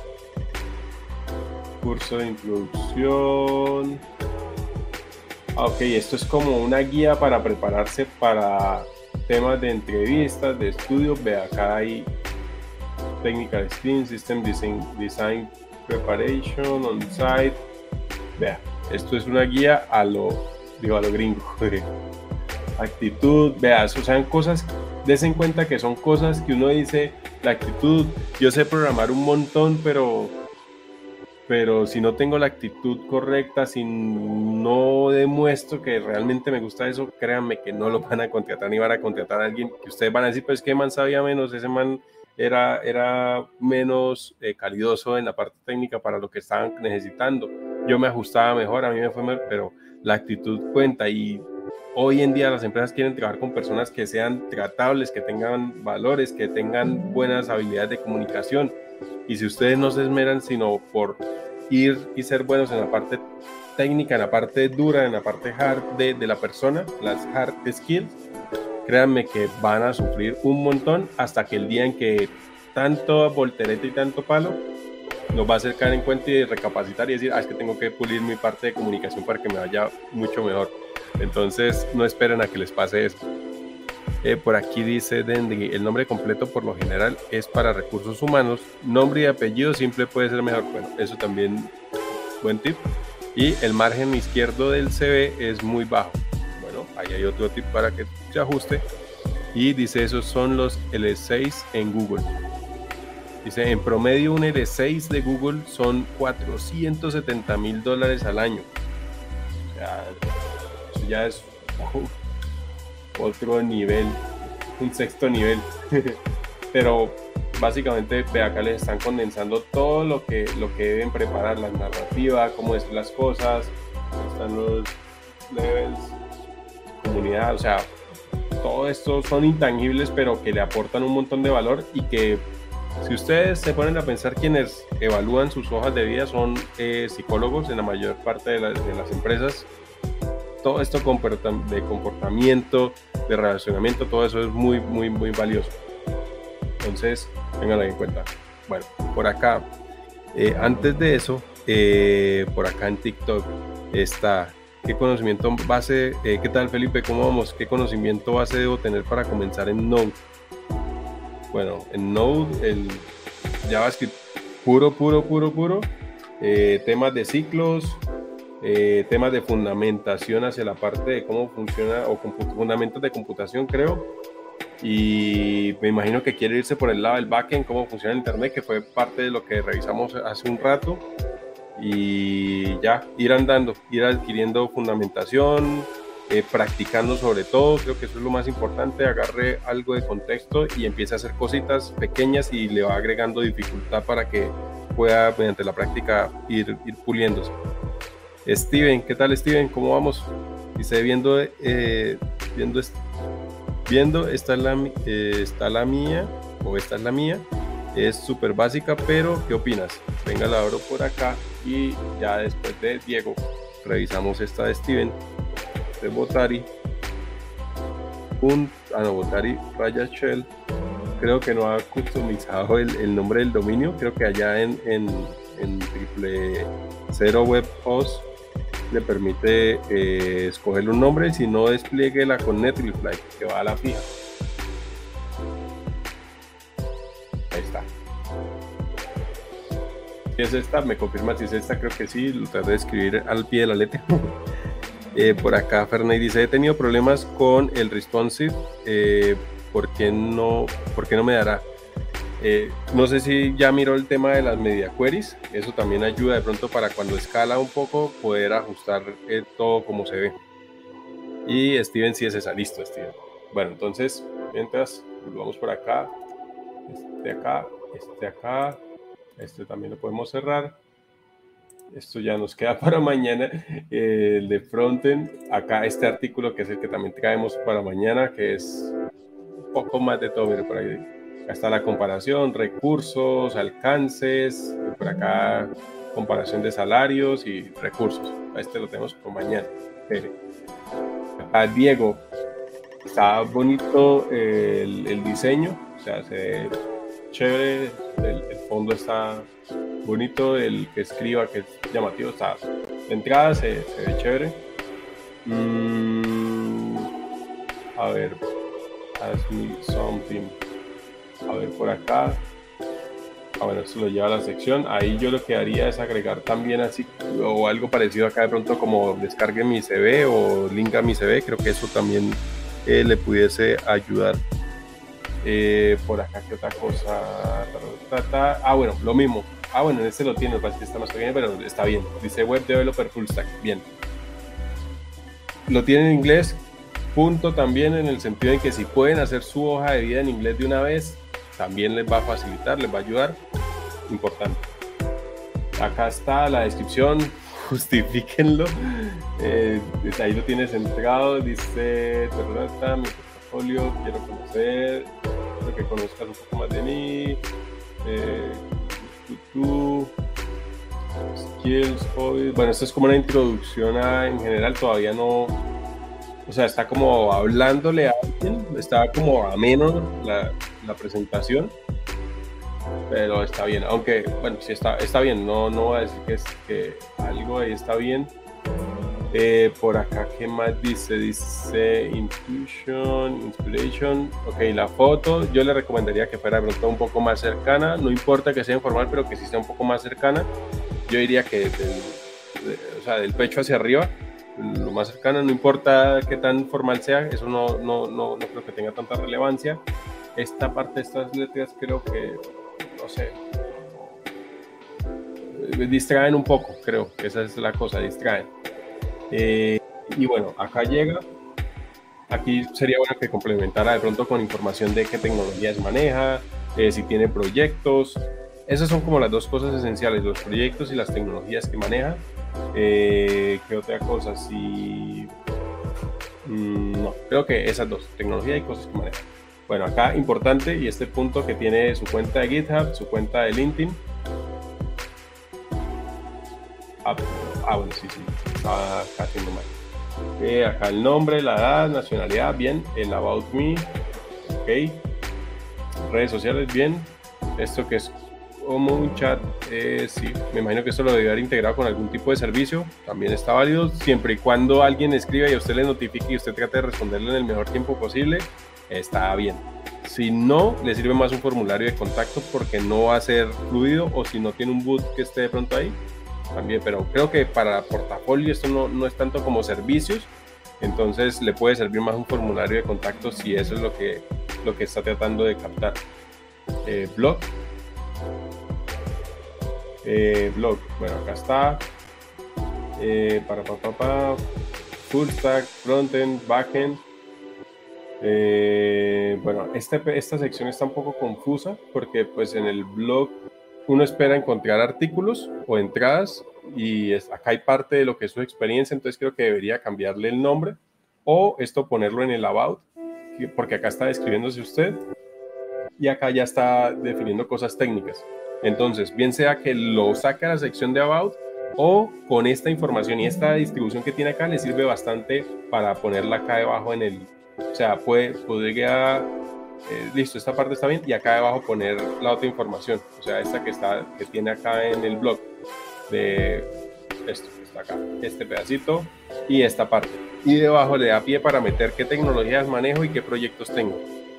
Curso de introducción. Ah, ok, esto es como una guía para prepararse para temas de entrevistas, de estudios. Ve acá hay Technical Screen, System Design, Design Preparation, On-Site. Vea, esto es una guía a lo, digo, a lo gringo. Actitud, vea, o sean cosas, des en cuenta que son cosas que uno dice, la actitud, yo sé programar un montón, pero, pero si no tengo la actitud correcta, si no demuestro que realmente me gusta eso, créanme que no lo van a contratar ni van a contratar a alguien que ustedes van a decir, pues que man sabía menos, ese man era, era menos eh, calidoso en la parte técnica para lo que estaban necesitando. Yo me ajustaba mejor, a mí me fue mejor, pero la actitud cuenta y hoy en día las empresas quieren trabajar con personas que sean tratables, que tengan valores, que tengan buenas habilidades de comunicación. Y si ustedes no se esmeran sino por ir y ser buenos en la parte técnica, en la parte dura, en la parte hard de, de la persona, las hard skills, créanme que van a sufrir un montón hasta que el día en que tanto voltereta y tanto palo nos va a hacer caer en cuenta y recapacitar y decir, ah, es que tengo que pulir mi parte de comunicación para que me vaya mucho mejor. Entonces, no esperen a que les pase eso. Eh, por aquí dice Dendy, el nombre completo por lo general es para recursos humanos, nombre y apellido simple puede ser mejor. Bueno, eso también, buen tip. Y el margen izquierdo del C V es muy bajo. Bueno, ahí hay otro tip para que se ajuste. Y dice, esos son los L seis en Google. Dice, en promedio un L seis de Google son cuatrocientos setenta mil dólares al año. O sea, eso ya es uh, otro nivel, un sexto nivel. Pero básicamente, ve, acá les están condensando todo lo que, lo que deben preparar, la narrativa, cómo decir las cosas, están los levels, comunidad, o sea, todo esto son intangibles, pero que le aportan un montón de valor y que si ustedes se ponen a pensar, quienes evalúan sus hojas de vida son eh, psicólogos en la mayor parte de, la, de las empresas. Todo esto de comportamiento, de relacionamiento, todo eso es muy, muy, muy valioso. Entonces, ténganlo en cuenta. Bueno, por acá, eh, antes de eso, eh, por acá en TikTok está, ¿qué conocimiento base, eh, qué tal Felipe, cómo vamos? ¿Qué conocimiento base debo tener para comenzar en Node? Bueno, en Node, el JavaScript puro, puro, puro, puro, eh, temas de ciclos, eh, temas de fundamentación hacia la parte de cómo funciona, o fundamentos de computación, creo. Y me imagino que quiere irse por el lado del backend, cómo funciona el internet, que fue parte de lo que revisamos hace un rato. Y ya, ir andando, ir adquiriendo fundamentación, eh, practicando sobre todo, creo que eso es lo más importante, agarre algo de contexto y empiece a hacer cositas pequeñas y le va agregando dificultad para que pueda, mediante la práctica, ir, ir puliéndose. Steven, ¿qué tal Steven? ¿Cómo vamos? Dice, viendo, eh, viendo, viendo esta, es la, eh, esta la mía, o esta es la mía, es súper básica, pero ¿qué opinas? Venga, la abro por acá y ya después de Diego revisamos esta de Steven, de Botari, un, ah no, Botari Raya Shell, creo que no ha customizado el, el nombre del dominio, creo que allá en, en, en triple cero web host le permite eh, escogerle un nombre, si no desplieguela con Netlify, que va a la fija. Ahí está. ¿Qué es esta? Me confirma si es esta, creo que sí, lo traté de escribir al pie de la letra. eh, por acá Ferney dice, he tenido problemas con el responsive, eh, ¿por qué no, ¿por qué no me dará? Eh, no sé si ya miró el tema de las media queries, eso también ayuda de pronto para cuando escala un poco poder ajustar eh, todo como se ve. Y Steven sí es esa, listo Steven. Bueno, entonces mientras vamos por acá, este acá, este acá, este también lo podemos cerrar. Esto ya nos queda para mañana, eh, el de frontend, acá este artículo que es el que también traemos para mañana, que es un poco más de todo, mire por ahí. Acá está la comparación, recursos, alcances, por acá comparación de salarios y recursos. Este lo tenemos por mañana. Acá Diego, está bonito el, el diseño, o sea, se ve chévere, el, el fondo está bonito, el que escriba, que es llamativo, está de entrada, se, se ve chévere. Mm, a ver, ask me something. A ver por acá. Ah, bueno, esto lo lleva a la sección. Ahí yo lo que haría es agregar también así, o algo parecido acá de pronto como descargue mi C V o link a mi C V. Creo que eso también eh, le pudiese ayudar. Eh, por acá, ¿qué otra cosa? Ah, bueno, lo mismo. Ah, bueno, este lo tiene, parece que está más pequeño, pero está bien. Dice Web Developer Full Stack. Bien. Lo tiene en inglés. Punto también en el sentido en que si pueden hacer su hoja de vida en inglés de una vez, también les va a facilitar, les va a ayudar. Importante. Acá está la descripción, justifíquenlo. Eh, ahí lo tienes centrado, dice, mi portafolio, quiero conocer, quiero que conozcas un poco más de mí, eh, tú, skills, hobbies. Bueno, esto es como una introducción a, en general, todavía no, o sea, está como hablándole a alguien, está como ameno la, la presentación. pero está bien, aunque, bueno, sí está, está bien, no, no voy a decir que, es, que algo ahí está bien. Eh, por acá, ¿qué más dice? Dice Intuition, Inspiration. Ok, la foto, yo le recomendaría que fuera de pronto un poco más cercana, no importa que sea informal, pero que sí sea un poco más cercana. Yo diría que del, de, o sea, del pecho hacia arriba, lo más cercana, no importa qué tan formal sea, eso no, no, no, no creo que tenga tanta relevancia. Esta parte de estas letras creo que, no sé, distraen un poco, creo que esa es la cosa, distraen. Eh, y bueno, acá llega, aquí sería bueno que complementara de pronto con información de qué tecnologías maneja, eh, si tiene proyectos. Esas son como las dos cosas esenciales, los proyectos y las tecnologías que maneja. Eh, ¿Qué otra cosa? Si... Mm, no, creo que esas dos, tecnología y cosas que maneja. Bueno, acá importante, y este punto que tiene su cuenta de GitHub, su cuenta de LinkedIn. Ah, ah bueno, sí, sí, estaba acá haciendo mal. Eh, acá el nombre, la edad, nacionalidad, bien. El About Me, ok. Redes sociales, bien. Esto que es como un chat, eh, sí, me imagino que esto lo debe haber integrado con algún tipo de servicio, también está válido, siempre y cuando alguien escriba y a usted le notifique y usted trate de responderle en el mejor tiempo posible, está bien. Si no, le sirve más un formulario de contacto porque no va a ser fluido, o si no tiene un boot que esté de pronto ahí, también, pero creo que para portafolio esto no, no es tanto como servicios, entonces le puede servir más un formulario de contacto si eso es lo que, lo que está tratando de captar. Eh, blog. Eh, blog, bueno, acá está. Eh, para pa, pa, pa, full stack, frontend, backend. Eh, bueno, este, esta sección está un poco confusa porque pues en el blog uno espera encontrar artículos o entradas y es, acá hay parte de lo que es su experiencia, entonces creo que debería cambiarle el nombre o esto ponerlo en el about, porque acá está describiéndose usted y acá ya está definiendo cosas técnicas. Entonces, bien sea que lo saque a la sección de about o con esta información y esta distribución que tiene acá le sirve bastante para ponerla acá debajo en el, o sea, puede, podría, eh, listo, esta parte está bien y acá debajo poner la otra información, o sea, esta que, está, que tiene acá en el blog de esto que está acá, este pedacito y esta parte. Y debajo le da pie para meter qué tecnologías manejo y qué proyectos tengo.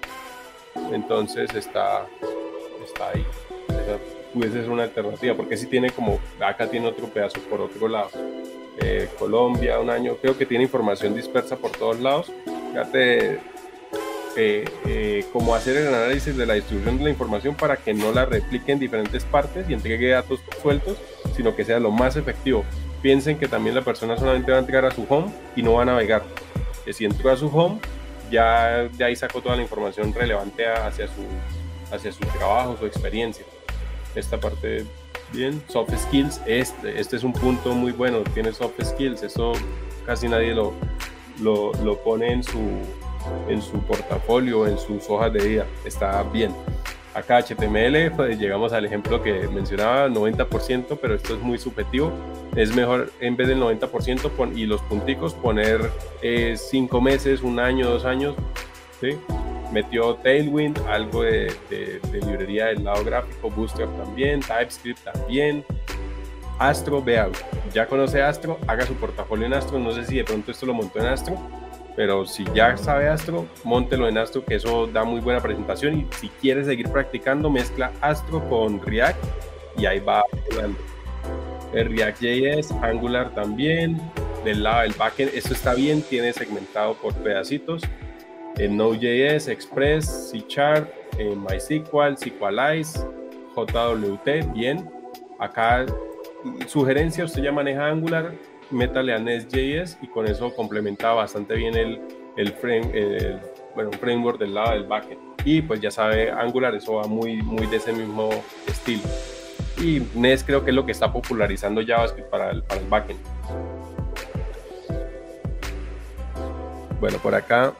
Entonces está, está ahí. Esa puede ser una alternativa, porque si tiene como, acá tiene otro pedazo por otro lado. Eh, Colombia, un año, creo que tiene información dispersa por todos lados. Fíjate eh, eh, cómo hacer el análisis de la distribución de la información para que no la replique en diferentes partes y entregue datos sueltos, sino que sea lo más efectivo. Piensen que también la persona solamente va a entrar a su home y no va a navegar. Que si entró a su home, ya de ahí sacó toda la información relevante hacia su, hacia su trabajo, su experiencia. Esta parte, bien. Soft skills, este, este es un punto muy bueno, tiene soft skills, eso casi nadie lo, lo, lo pone en su, en su portafolio, en sus hojas de vida, está bien. Acá H T M L, pues llegamos al ejemplo que mencionaba, noventa por ciento, pero esto es muy subjetivo. Es mejor en vez del noventa por ciento pon, y los punticos poner cinco eh, meses, un año, dos años, ¿sí? Metió Tailwind, algo de, de, de librería del lado gráfico, Bootstrap también, TypeScript también. Astro, vea, ya conoce Astro, haga su portafolio en Astro, no sé si de pronto esto lo montó en Astro, pero si ya sabe Astro, móntelo en Astro, que eso da muy buena presentación, y si quiere seguir practicando, mezcla Astro con React y ahí va jugando. React.js, Angular también, del lado del backend, esto está bien, tiene segmentado por pedacitos. En Node.js, Express, C Sharp, en MySQL, SQLize, J W T, bien. Acá, sugerencia, usted ya maneja Angular, métale a Nest.js y con eso complementa bastante bien el, el, frame, el bueno, un framework del lado del backend. Y pues ya sabe, Angular, eso va muy, muy de ese mismo estilo. Y Nest creo que es lo que está popularizando JavaScript para el, para el backend. Bueno, por acá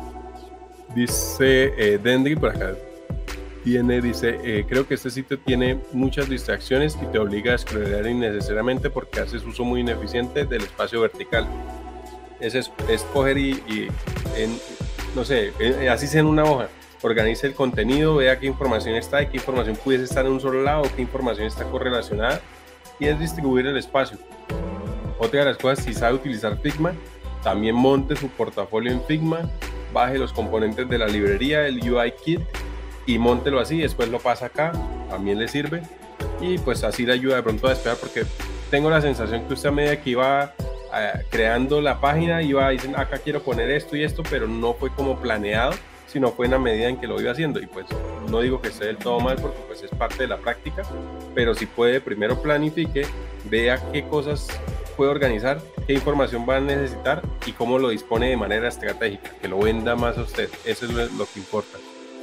dice eh, Dendry, por acá tiene, dice, eh, creo que este sitio tiene muchas distracciones y te obliga a scrollear innecesariamente porque haces uso muy ineficiente del espacio vertical. Es, es, es coger y, y en, no sé, eh, así sea en una hoja, organice el contenido, vea qué información está y qué información pudiese estar en un solo lado, qué información está correlacionada, y es distribuir el espacio. Otra de las cosas, si sabe utilizar Figma, también monte su portafolio en Figma, baje los componentes de la librería, el U I Kit, y móntelo así, después lo pasa acá, también le sirve, y pues así le ayuda de pronto a despegar, porque tengo la sensación que usted a medida que iba uh, creando la página, iba diciendo, acá quiero poner esto y esto, pero no fue como planeado, sino fue en la medida en que lo iba haciendo, y pues no digo que esté del todo mal, porque pues es parte de la práctica, pero si puede, primero planifique, vea qué cosas puede organizar, qué información va a necesitar y cómo lo dispone de manera estratégica, que lo venda más a usted, eso es lo que importa.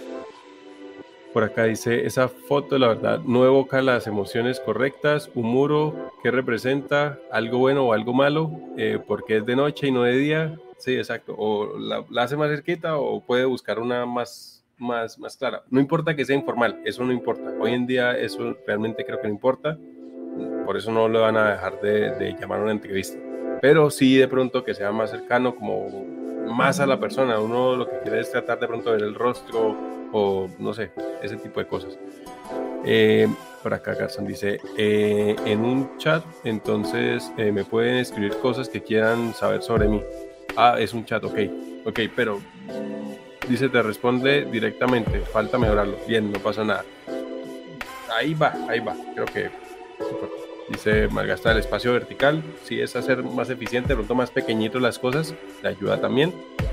Por acá dice, esa foto la verdad no evoca las emociones correctas, un muro que representa algo bueno o algo malo, eh, porque es de noche y no de día. Sí, exacto, o la, la hace más cerquita o puede buscar una más, más, más clara. No importa que sea informal, eso no importa. Hoy en día eso realmente creo que no importa, por eso no le van a dejar de, de llamar a una entrevista. Pero sí de pronto que sea más cercano, como más a la persona. Uno lo que quiere es tratar de pronto de ver el rostro o no sé, ese tipo de cosas. Eh, por acá Garzón dice, eh, en un chat, entonces eh, me pueden escribir cosas que quieran saber sobre mí. Ah, es un chat, ok, ok, pero dice, te responde directamente, falta mejorarlo. Bien, no pasa nada. Ahí va, ahí va, creo que dice, malgastar el espacio vertical, si es hacer más eficiente, de pronto más pequeñito las cosas, le ayuda también.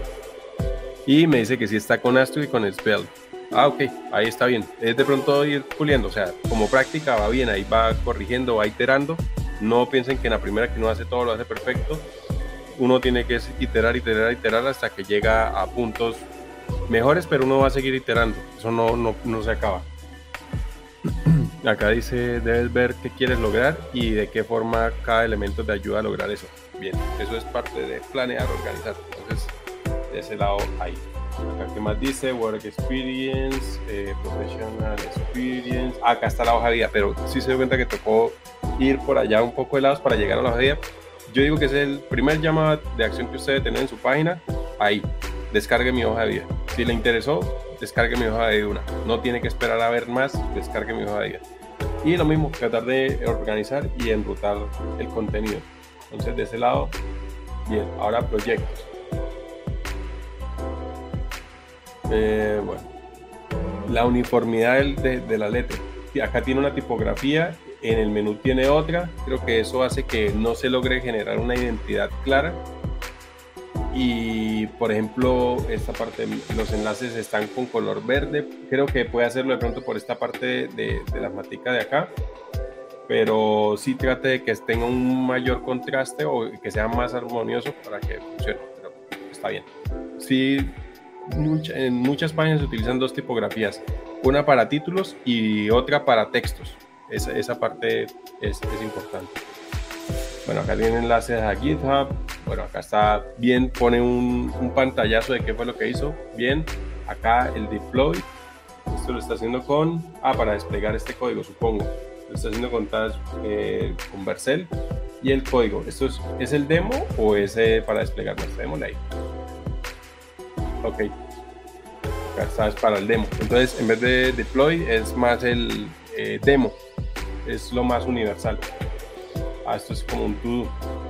Y me dice que sí está con Astro y con Spell. Ah, ok, ahí está bien. Es de pronto ir puliendo, o sea, como práctica va bien, ahí va corrigiendo, va iterando. No piensen que en la primera que uno hace todo lo hace perfecto. Uno tiene que iterar, iterar, iterar hasta que llega a puntos mejores, pero uno va a seguir iterando. Eso no, no, no se acaba. Acá dice, debes ver qué quieres lograr y de qué forma cada elemento te ayuda a lograr eso. Bien, eso es parte de planear, organizar. Entonces, de ese lado ahí. Acá qué más dice, work experience, eh, professional experience. Ah, acá está la hoja de vida, pero sí se dio cuenta que tocó ir por allá un poco de lados para llegar a la hoja de vida. Yo digo que es el primer llamado de acción que usted debe tener en su página. Ahí, descargue mi hoja de vida. Si le interesó, descargue mi hoja de vida una. No tiene que esperar a ver más, descargue mi hoja de vida. Y lo mismo, tratar de organizar y enrutar el contenido. Entonces, de ese lado, bien. Ahora, proyectos. Eh, bueno, la uniformidad de, de la letra. Acá tiene una tipografía, en el menú tiene otra. Creo que eso hace que no se logre generar una identidad clara. Y por ejemplo, esta parte, los enlaces están con color verde. Creo que puede hacerlo de pronto por esta parte de, de la matica de acá, pero sí trate de que tenga un mayor contraste o que sea más armonioso para que funcione. Pero está bien. Sí, mucha, en muchas páginas se utilizan dos tipografías, una para títulos y otra para textos. Esa, esa parte es, es importante. Bueno, acá tiene enlaces a GitHub. Bueno, acá está bien, pone un, un pantallazo de qué fue lo que hizo. Bien, acá el deploy. Esto lo está haciendo con, ah, para desplegar este código, supongo. Lo está haciendo con, eh, con Vercel. Y el código, ¿esto es, es el demo o es eh, para desplegar? Nuestra demo ahí. Ok. Acá está, es para el demo. Entonces, en vez de deploy, es más el eh, demo. Es lo más universal. Ah, esto es como un to-do.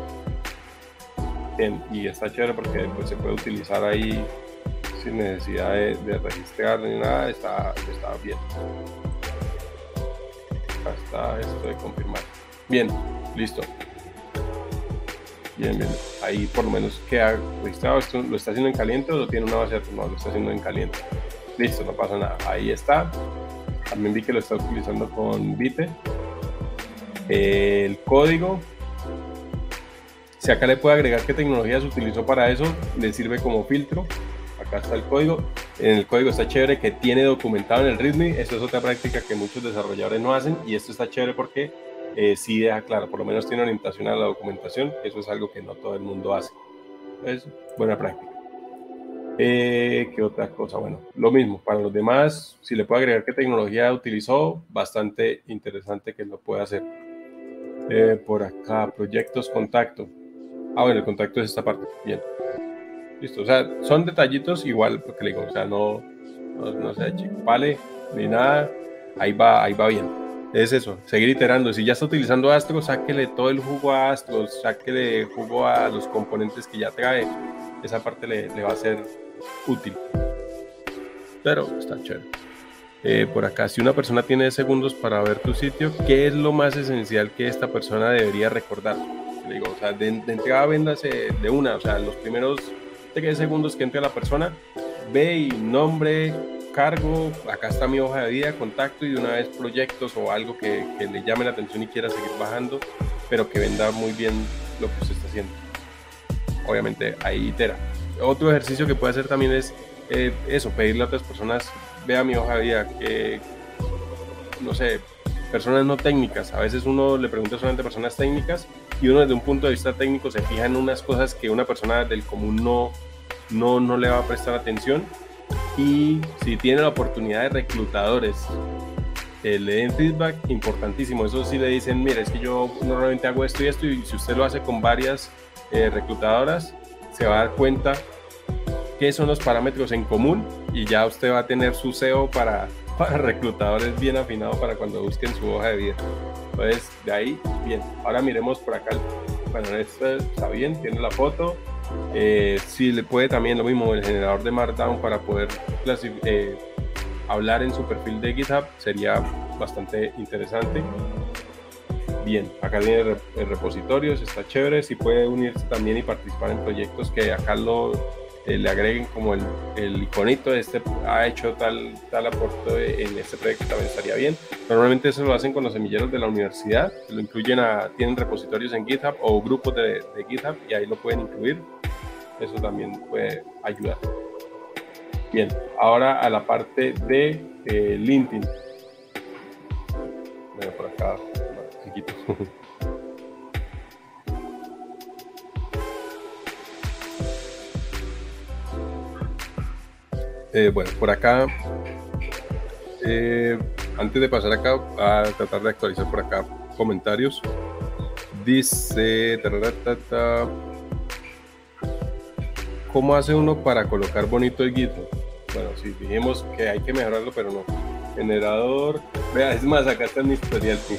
Bien, y está chévere porque pues, se puede utilizar ahí sin necesidad de, de registrar ni nada. Está, está bien. Acá está esto de confirmar. Bien, listo. Bien, bien. Ahí por lo menos queda registrado. ¿Esto lo está haciendo en caliente o lo tiene una base de datos? No, lo está haciendo en caliente. Listo, no pasa nada. Ahí está. También vi que lo está utilizando con Vite. El código, si acá le puede agregar qué tecnología se utilizó para eso, le sirve como filtro. Acá está el código. En el código está chévere que tiene documentado en el README. Esto es otra práctica que muchos desarrolladores no hacen y esto está chévere porque eh, sí deja claro, por lo menos tiene orientación a la documentación. Eso es algo que no todo el mundo hace. Es buena práctica. Eh, ¿Qué otra cosa? Bueno, lo mismo para los demás. Si le puede agregar qué tecnología utilizó, bastante interesante que lo pueda hacer. Eh, por acá, proyectos, contacto. Ah, bueno, el contacto es esta parte. Bien. Listo. O sea, son detallitos igual, porque le digo, o sea, no, no, no se achicopale ni nada, ahí va, ahí va bien. Es eso, seguir iterando. Si ya está utilizando Astro, sáquele todo el jugo a Astro, sáquele jugo a los componentes que ya trae. Esa parte le, le va a ser útil. Pero está chévere. Eh, por acá, si una persona tiene segundos para ver tu sitio, ¿qué es lo más esencial que esta persona debería recordar? Le digo, o sea, de, de entrada véndase de una, o sea, los primeros tres segundos que entre la persona, ve y nombre, cargo, acá está mi hoja de vida, contacto y de una vez proyectos o algo que, que le llame la atención y quiera seguir bajando, pero que venda muy bien lo que usted está haciendo. Obviamente ahí itera. Otro ejercicio que puede hacer también es eh, eso, pedirle a otras personas, vea mi hoja de vida, que no sé, personas no técnicas. A veces uno le pregunta solamente a personas técnicas y uno desde un punto de vista técnico se fija en unas cosas que una persona del común no, no, no le va a prestar atención. Y si tiene la oportunidad de reclutadores, eh, le den feedback, importantísimo. Eso sí le dicen, mira, es que yo normalmente hago esto y esto, y si usted lo hace con varias eh, reclutadoras, se va a dar cuenta qué son los parámetros en común y ya usted va a tener su S E O para, para reclutadores bien afinado para cuando busquen su hoja de vida. Entonces, de ahí, bien. Ahora miremos por acá. Bueno, esto está bien, tiene la foto. Eh, si le puede también lo mismo, el generador de Markdown para poder eh, hablar en su perfil de GitHub sería bastante interesante. Bien, acá tiene el, el repositorio, está chévere. Si puede unirse también y participar en proyectos que acá lo, eh, le agreguen como el, el iconito de este ha hecho tal, tal aporte en este proyecto, también estaría bien. Normalmente eso lo hacen con los semilleros de la universidad, lo incluyen a, tienen repositorios en GitHub o grupos de, de GitHub y ahí lo pueden incluir. Eso también puede ayudar. Bien, ahora a la parte de eh, LinkedIn. Bueno, por acá, chiquito. eh, bueno, por acá, eh, antes de pasar acá, a tratar de actualizar por acá comentarios. Dice, tararatata, ¿cómo hace uno para colocar bonito el GitHub? Bueno, sí, dijimos que hay que mejorarlo, pero no. Generador, vea, es más, acá está en mi tutorial, sí.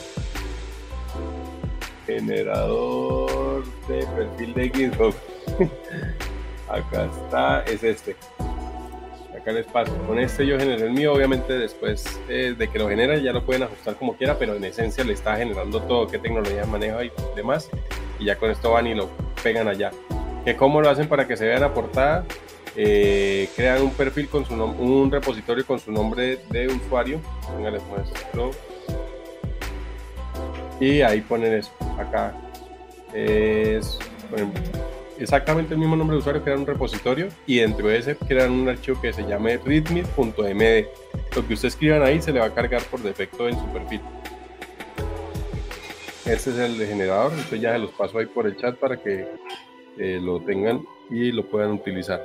Generador de perfil de GitHub. Acá está, es este. Acá les paso. Con este yo generé el mío, obviamente después eh, de que lo genera ya lo pueden ajustar como quiera, pero en esencia le está generando todo, qué tecnología maneja y demás. Y ya con esto van y lo pegan allá. ¿Que cómo lo hacen para que se vea la portada? Eh, crean un perfil con su nombre, un repositorio con su nombre de usuario. Venga, les muestro. Y ahí ponen eso. Acá es bueno, exactamente el mismo nombre de usuario, crean un repositorio y dentro de ese crean un archivo que se llame readme punto m d. Lo que ustedes escriban ahí se le va a cargar por defecto en su perfil. Este es el de generador. Entonces ya se los paso ahí por el chat para que Eh, lo tengan y lo puedan utilizar.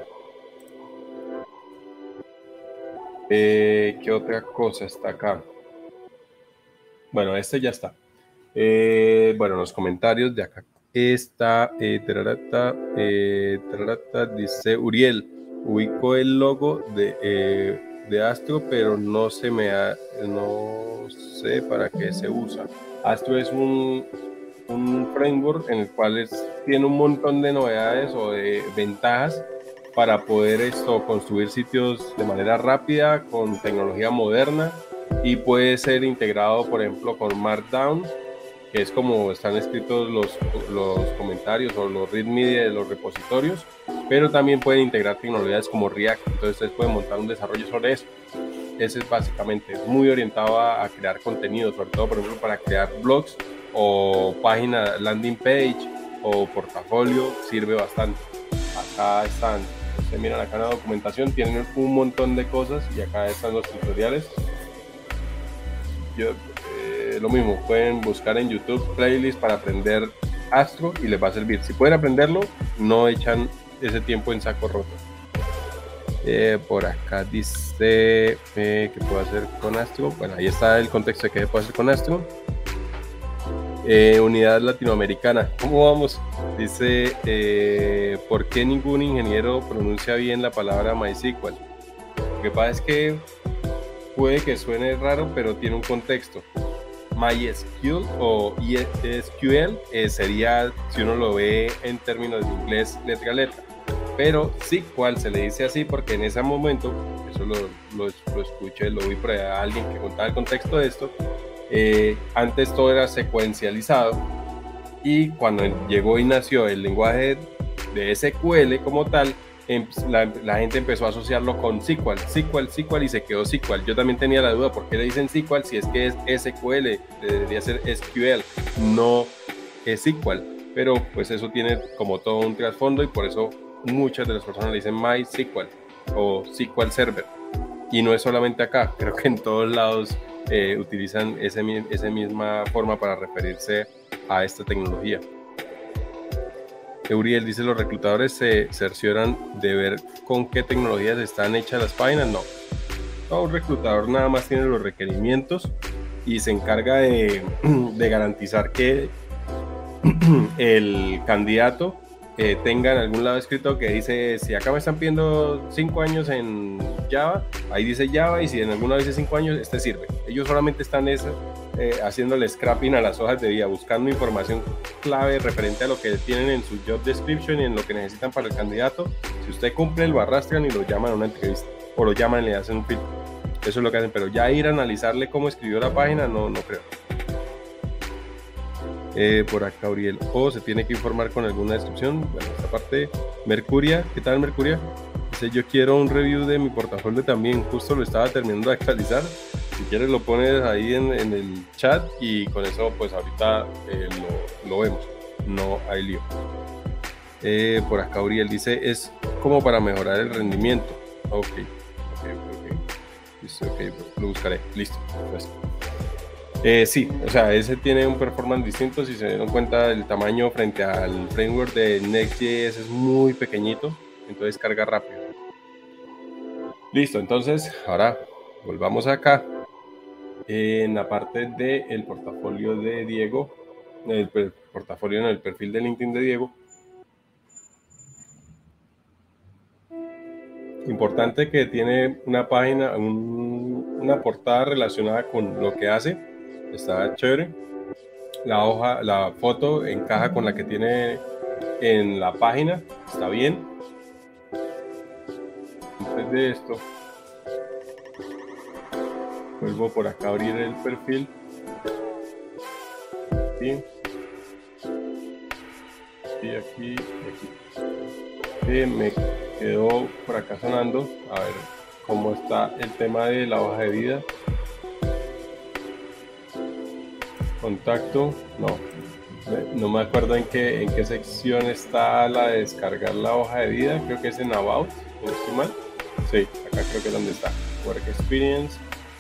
Eh, ¿Qué otra cosa está acá? Bueno, este ya está. Eh, bueno, los comentarios de acá está eh, tararata, eh, tararata, dice Uriel, ubico el logo de, eh, de Astro, pero no se me ha, no sé para qué se usa. Astro es un un framework en el cual es, tiene un montón de novedades o de ventajas para poder esto construir sitios de manera rápida con tecnología moderna y puede ser integrado por ejemplo con Markdown, que es como están escritos los, los comentarios o los readme de los repositorios, pero también pueden integrar tecnologías como React, entonces ustedes pueden montar un desarrollo sobre eso. Ese es básicamente muy orientado a, a crear contenido, sobre todo por ejemplo para crear blogs o página landing page o portafolio, sirve bastante. Acá están, ustedes miran acá en la documentación, tienen un montón de cosas y acá están los tutoriales. Yo, eh, lo mismo, pueden buscar en YouTube playlist para aprender Astro y les va a servir. Si pueden aprenderlo, no echan ese tiempo en saco roto. Eh, por acá dice eh, qué puedo hacer con Astro. Bueno, ahí está el contexto de qué puedo hacer con Astro. Eh, unidad latinoamericana, ¿cómo vamos? Dice, eh, ¿por qué ningún ingeniero pronuncia bien la palabra MySQL? Lo que pasa es que puede que suene raro, pero tiene un contexto. MySQL o S Q L eh, sería, si uno lo ve en términos de inglés, letra a letra. Pero S Q L se le dice así porque en ese momento, eso lo, lo, lo escuché, lo vi por ahí a alguien que contaba el contexto de esto, eh, antes todo era secuencializado y cuando llegó y nació el lenguaje de S Q L como tal, La, la gente empezó a asociarlo con S Q L, S Q L, S Q L y se quedó S Q L. Yo también tenía la duda, ¿por qué le dicen S Q L si es que es S Q L? Debería ser S Q L, no S Q L. Pero pues eso tiene como todo un trasfondo y por eso muchas de las personas le dicen MySQL o S Q L Server. Y no es solamente acá, creo que en todos lados eh, utilizan ese, esa misma forma para referirse a esta tecnología. Uriel dice, ¿los reclutadores se cercioran de ver con qué tecnologías están hechas las páginas? No. Todo un reclutador nada más tiene los requerimientos y se encarga de, de garantizar que el candidato eh, tenga en algún lado escrito que dice, si acá me están pidiendo cinco años en Java, ahí dice Java, y si en algún lado dice cinco años, este sirve. Ellos solamente están eso, eh, haciéndole scrapping a las hojas de vida, buscando información clave referente a lo que tienen en su job description y en lo que necesitan para el candidato. Si usted cumple, lo arrastran y lo llaman a una entrevista, o lo llaman y le hacen un filtro. Eso es lo que hacen, pero ya ir a analizarle cómo escribió la página, no, no creo. Eh, por acá, Uriel, o se tiene que informar con alguna descripción. Bueno, esta parte, Mercuria, ¿qué tal, Mercuria? Dice, yo quiero un review de mi portafolio también, justo lo estaba terminando de actualizar. Si quieres lo pones ahí en, en el chat y con eso pues ahorita eh, lo, lo vemos, no hay lío. Eh, por acá, Uriel dice, es como para mejorar el rendimiento. Ok, ok, ok, listo, ok, lo buscaré, listo, pues. Eh, sí, o sea, ese tiene un performance distinto. Si se dieron cuenta, el tamaño frente al framework de Next.js es muy pequeñito, entonces carga rápido. Listo, entonces ahora volvamos acá en la parte del portafolio de Diego, el portafolio en el perfil de LinkedIn de Diego. Importante que tiene una página, un, una portada relacionada con lo que hace. Está chévere. La hoja, la foto encaja con la que tiene en la página. Está bien. Antes de esto, vuelvo por acá a abrir el perfil. Aquí. Y aquí, aquí. Y me quedó por acá sonando. A ver cómo está el tema de la hoja de vida. Contacto, no, no me acuerdo en qué, en qué sección está la de descargar la hoja de vida, creo que es en About, ¿no estoy mal? Sí, acá creo que es donde está, Work Experience,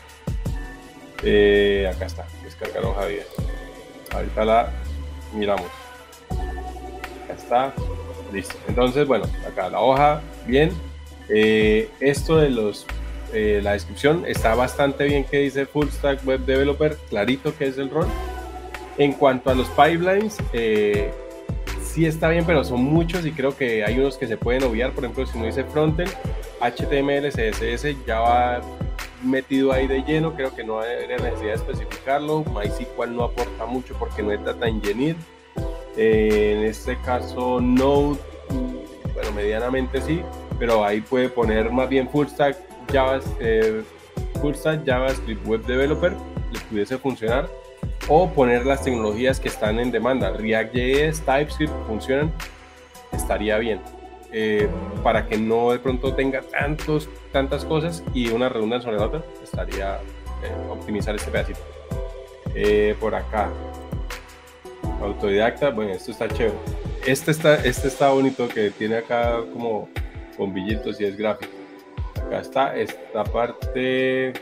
eh, acá está, descargar hoja de vida, ahorita la miramos, acá está, listo, entonces bueno, acá la hoja, bien, eh, esto de los... Eh, la descripción está bastante bien, que dice Full Stack Web Developer, clarito que es el rol. En cuanto a los pipelines, eh, sí está bien, pero son muchos y creo que hay unos que se pueden obviar. Por ejemplo, si uno dice frontend, H T M L, C S S ya va metido ahí de lleno, creo que no hay necesidad de especificarlo. MySQL no aporta mucho porque no es data engineer. Eh, en este caso Node, bueno, medianamente sí, pero ahí puede poner más bien Full Stack Java, eh, Full Stack JavaScript Web Developer, le pudiese funcionar, o poner las tecnologías que están en demanda, React.js, TypeScript, funcionan, estaría bien, eh, para que no de pronto tenga tantos, tantas cosas y una redundancia sobre la otra, estaría eh, optimizar este pedacito. Eh, por acá, autodidacta, bueno, esto está chévere, este está, este está bonito, que tiene acá como bombillitos y es gráfico. Acá está esta parte.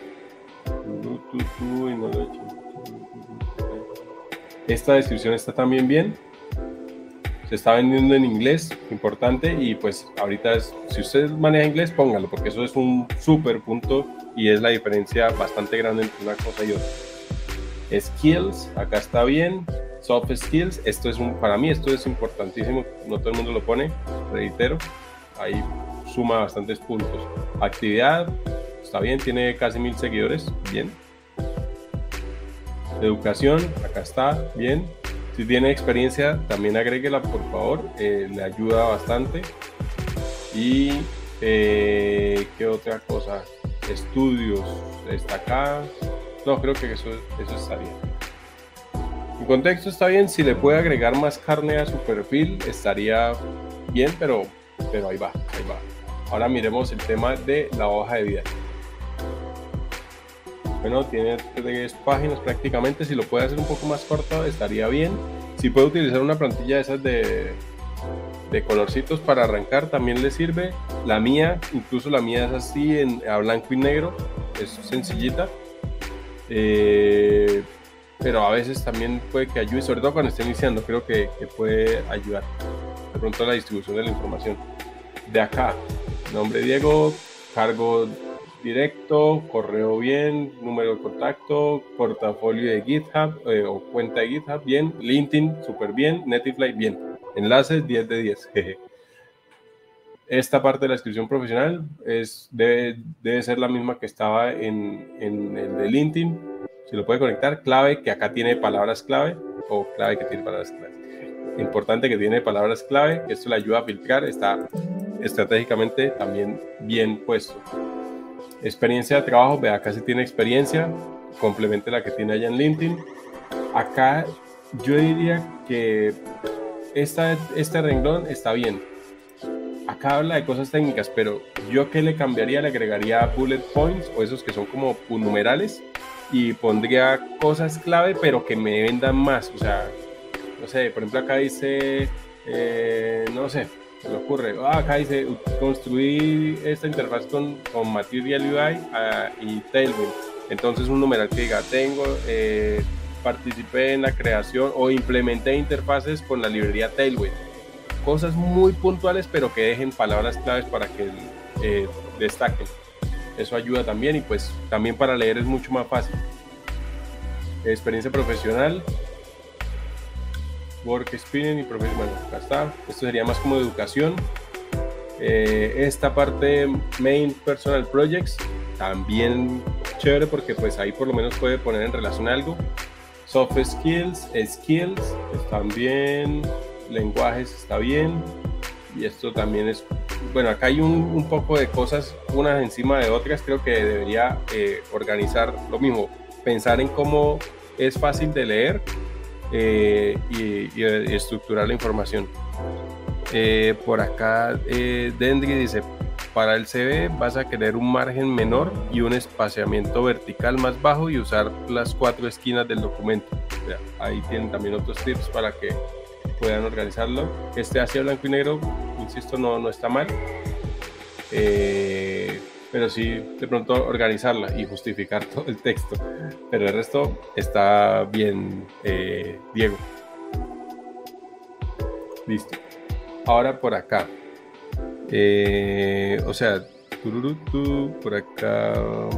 Esta descripción está también bien. Se está vendiendo en inglés, importante. Y pues ahorita, es, si usted maneja inglés, póngalo, porque eso es un súper punto y es la diferencia bastante grande entre una cosa y otra. Skills, acá está bien. Soft skills, esto es un, para mí esto es importantísimo. No todo el mundo lo pone, reitero. Ahí suma bastantes puntos. Actividad, está bien, tiene casi mil seguidores, bien. Educación, acá está, bien. Si tiene experiencia, también agréguela, por favor, eh, le ayuda bastante. Y eh, ¿qué otra cosa? Estudios, está acá. No, creo que eso, eso está bien. En contexto está bien, si le puede agregar más carne a su perfil, estaría bien, pero, pero ahí va, ahí va. Ahora miremos el tema de la hoja de vida. Bueno, tiene tres páginas prácticamente. Si lo puede hacer un poco más corto, estaría bien. Si puede utilizar una plantilla de esas de, de colorcitos para arrancar, también le sirve. La mía, incluso la mía es así, en, a blanco y negro. Es sencillita. Eh, pero a veces también puede que ayude, sobre todo cuando esté iniciando, creo que, que puede ayudar. De pronto la distribución de la información. De acá, nombre Diego, cargo directo, correo bien, número de contacto, portafolio de GitHub eh, o cuenta de GitHub bien, LinkedIn súper bien, Netify bien, enlaces diez de diez. Jeje. Esta parte de la descripción profesional es, debe, debe ser la misma que estaba en, en el de LinkedIn. Si lo puede conectar, clave, que acá tiene palabras clave, o clave que tiene palabras clave. Importante que tiene palabras clave, que esto le ayuda a filtrar, está estratégicamente también bien puesto. Experiencia de trabajo, ve acá si tiene experiencia, complemente la que tiene allá en LinkedIn. Acá yo diría que esta, este renglón está bien. Acá habla de cosas técnicas, pero yo que le cambiaría, le agregaría bullet points o esos que son como numerales y pondría cosas clave, pero que me vendan más. O sea, no sé, por ejemplo acá dice, eh, no sé, se me ocurre, ah, acá dice construir esta interfaz con, con Material U I uh, y Tailwind. Entonces un numeral que diga, tengo, eh, participé en la creación o implementé interfaces con la librería Tailwind. Cosas muy puntuales, pero que dejen palabras claves para que eh, destaquen. Eso ayuda también y pues también para leer es mucho más fácil. Experiencia profesional. Work experience y profesión, bueno, acá está. Esto sería más como educación. Eh, esta parte main personal projects también chévere porque pues ahí por lo menos puede poner en relación algo. Soft skills, skills, pues también lenguajes está bien. Y esto también es, bueno, acá hay un, un poco de cosas unas encima de otras. Creo que debería eh, organizar lo mismo, pensar en cómo es fácil de leer. Eh, y, y, y estructurar la información. Eh, por acá eh, Dendry dice, para el C V vas a querer un margen menor y un espaciamiento vertical más bajo y usar las cuatro esquinas del documento. O sea, ahí tienen también otros tips para que puedan organizarlo. Este hacia blanco y negro, insisto, no, no está mal. Eh, pero sí de pronto organizarla y justificar todo el texto, pero el resto está bien, eh, Diego. Listo. Ahora por acá, eh, o sea, tururutu, por acá,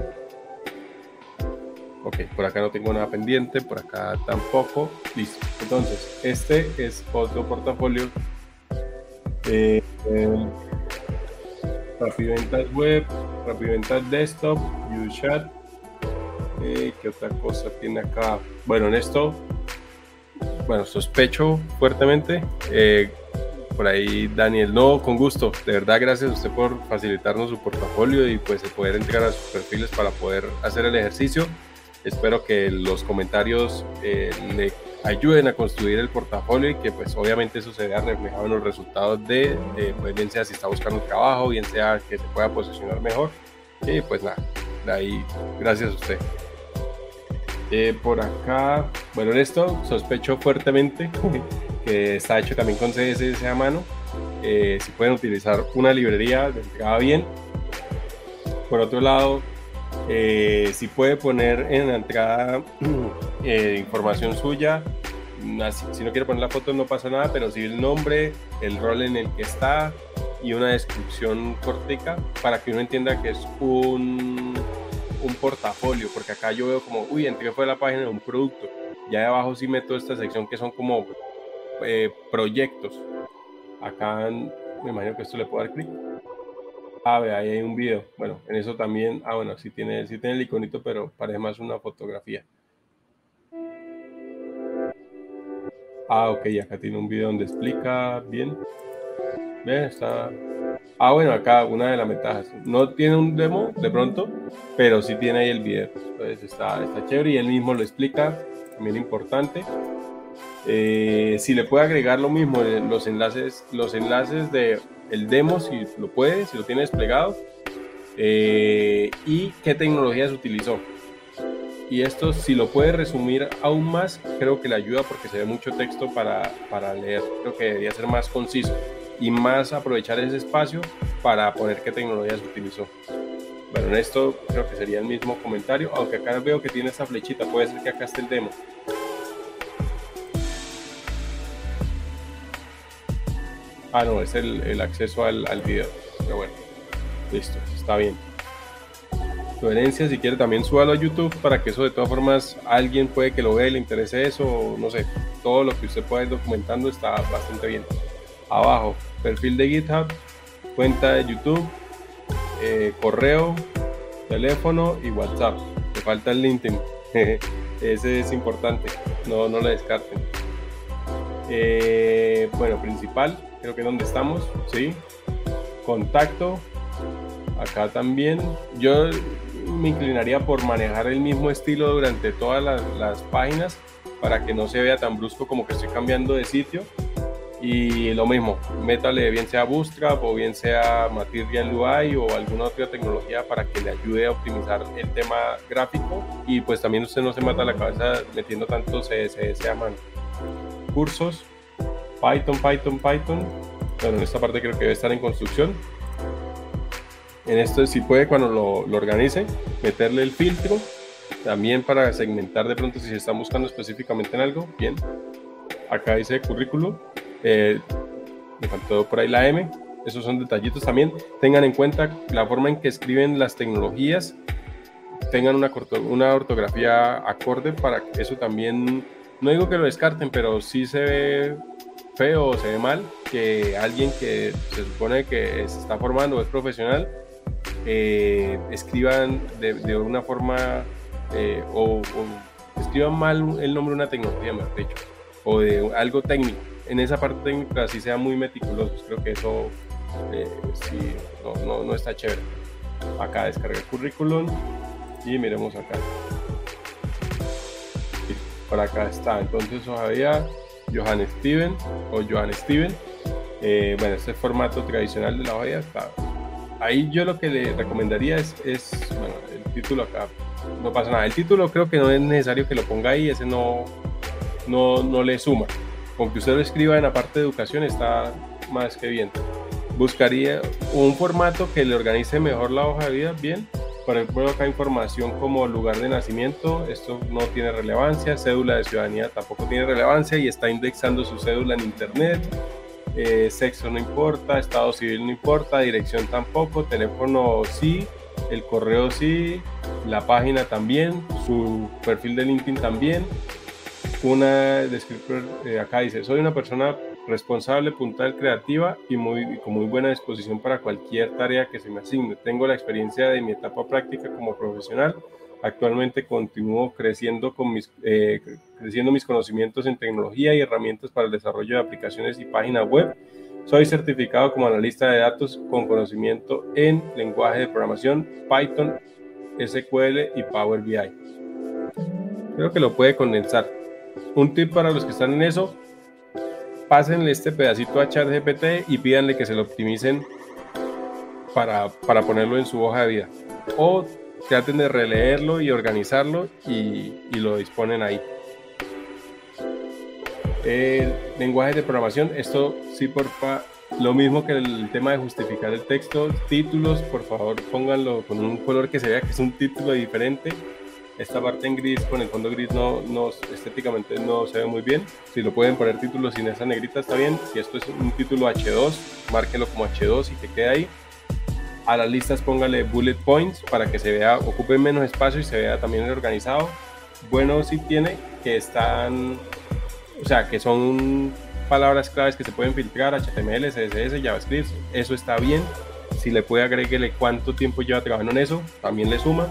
ok, por acá no tengo nada pendiente, por acá tampoco, listo. Entonces, este es otro portafolio. Eh, eh, Rapiventas web, Rapiventas desktop, UChat. Eh, ¿Qué otra cosa tiene acá? Bueno, en esto, bueno, sospecho fuertemente. Eh, por ahí Daniel, no, con gusto. De verdad, gracias a usted por facilitarnos su portafolio y pues poder entrar a sus perfiles para poder hacer el ejercicio. Espero que los comentarios eh, le ayuden a construir el portafolio y que pues obviamente eso se vea reflejado en los resultados de, de pues, bien sea si está buscando un trabajo, bien sea que se pueda posicionar mejor. Y pues nada, de ahí, gracias a usted. Eh, por acá, bueno, en esto sospecho fuertemente que está hecho también con C S S a mano. Eh, si pueden utilizar una librería, de entrada bien. Por otro lado, eh, si puede poner en la entrada eh, información suya. Así, si no quiere poner la foto no pasa nada, pero sí el nombre, el rol en el que está y una descripción cortica para que uno entienda que es un, un portafolio, porque acá yo veo como, uy, entré fue la página de un producto. Ya de abajo sí meto esta sección que son como eh, proyectos. Acá me imagino que esto le puedo dar clic. Ah, ve, ahí hay un video. Bueno, en eso también, ah, bueno, sí tiene, sí tiene el iconito, pero parece más una fotografía. Ah, ok, acá tiene un video donde explica bien. Ven, está... Ah, bueno, acá una de las ventajas. No tiene un demo de pronto, pero sí tiene ahí el video. Entonces está, está chévere y él mismo lo explica, también importante. Eh, si le puede agregar lo mismo, los enlaces, los enlaces de el demo, si lo puede, si lo tiene desplegado, eh, y qué tecnologías utilizó. Y esto, si lo puede resumir aún más, creo que le ayuda porque se ve mucho texto para, para leer. Creo que debería ser más conciso y más aprovechar ese espacio para poner qué tecnologías utilizó. Bueno, en esto creo que sería el mismo comentario, aunque acá veo que tiene esta flechita, puede ser que acá esté el demo. Ah, no, es el, el acceso al, al video, pero bueno, listo, está bien. Sugerencias, si quiere también súbalo a YouTube para que eso de todas formas alguien puede que lo vea y le interese eso, o no sé, todo lo que usted pueda ir documentando está bastante bien. Abajo, perfil de GitHub, cuenta de YouTube, eh, correo, teléfono y WhatsApp. Le falta el LinkedIn, ese es importante, no, no lo descarten. Eh, bueno, principal, creo que es donde estamos, ¿sí? Contacto, acá también. Yo me inclinaría por manejar el mismo estilo durante todas las, las páginas para que no se vea tan brusco como que estoy cambiando de sitio. Y lo mismo, métale bien sea Bootstrap o bien sea Material U I o alguna otra tecnología para que le ayude a optimizar el tema gráfico y pues también usted no se mata la cabeza metiendo tanto C S S a mano. Cursos, Python, Python, Python. Bueno, en esta parte creo que debe estar en construcción. En esto, si puede, cuando lo, lo organice, meterle el filtro también para segmentar de pronto si se está buscando específicamente en algo. Bien, acá dice currículum, eh, me faltó por ahí la M. Esos son detallitos también. Tengan en cuenta la forma en que escriben las tecnologías, tengan una, una ortografía acorde para que eso también, no digo que lo descarten, pero sí se ve feo o se ve mal que alguien que se supone que se está formando o es profesional eh, escriban de, de una forma eh, o, o escriban mal el nombre de una tecnología, mejor dicho, o de algo técnico. En esa parte técnica sí sean muy meticulosos. Creo que eso eh, sí no, no, no está chévere. Acá descarga el currículum y miremos acá. Sí, por acá está. Entonces todavía Johan Steven o Johan Steven. Eh, bueno, este formato tradicional de la hoja está. Ahí yo lo que le recomendaría es, es bueno, el título acá. No pasa nada. El título creo que no es necesario que lo ponga ahí. Ese no, no, no le suma. Con que usted lo escriba en la parte de educación está más que bien. Buscaría un formato que le organice mejor la hoja de vida. Bien. Por ejemplo, acá información como lugar de nacimiento, esto no tiene relevancia, cédula de ciudadanía tampoco tiene relevancia y está indexando su cédula en internet, eh, sexo no importa, estado civil no importa, dirección tampoco, teléfono sí, el correo sí, la página también, su perfil de LinkedIn también, una descriptor, eh, acá dice, soy una persona responsable, puntual, creativa y, muy, y con muy buena disposición para cualquier tarea que se me asigne. Tengo la experiencia de mi etapa práctica como profesional. Actualmente continúo creciendo, con mis, eh, creciendo mis conocimientos en tecnología y herramientas para el desarrollo de aplicaciones y páginas web. Soy certificado como analista de datos con conocimiento en lenguaje de programación, Python, S Q L y Power B I. Creo que lo puede condensar. Un tip para los que están en eso: pásenle este pedacito a ChatGPT y pídanle que se lo optimicen para, para ponerlo en su hoja de vida. O traten de releerlo y organizarlo y, y lo disponen ahí. El lenguaje de programación, esto sí, porfa, lo mismo que el tema de justificar el texto, títulos, por favor pónganlo con un color que se vea que es un título diferente. Esta parte en gris, con el fondo gris, no, no, estéticamente no se ve muy bien. Si lo pueden poner título sin esa negrita está bien. Si esto es un título hache dos, márquenlo como hache dos y que quede ahí. A las listas póngale bullet points para que se vea, ocupe menos espacio y se vea también organizado. Bueno, si tiene que están, o sea, que son palabras claves que se pueden filtrar, H T M L, C S S, JavaScript, eso está bien. si le puede agreguele cuánto tiempo lleva trabajando en eso, también le suma.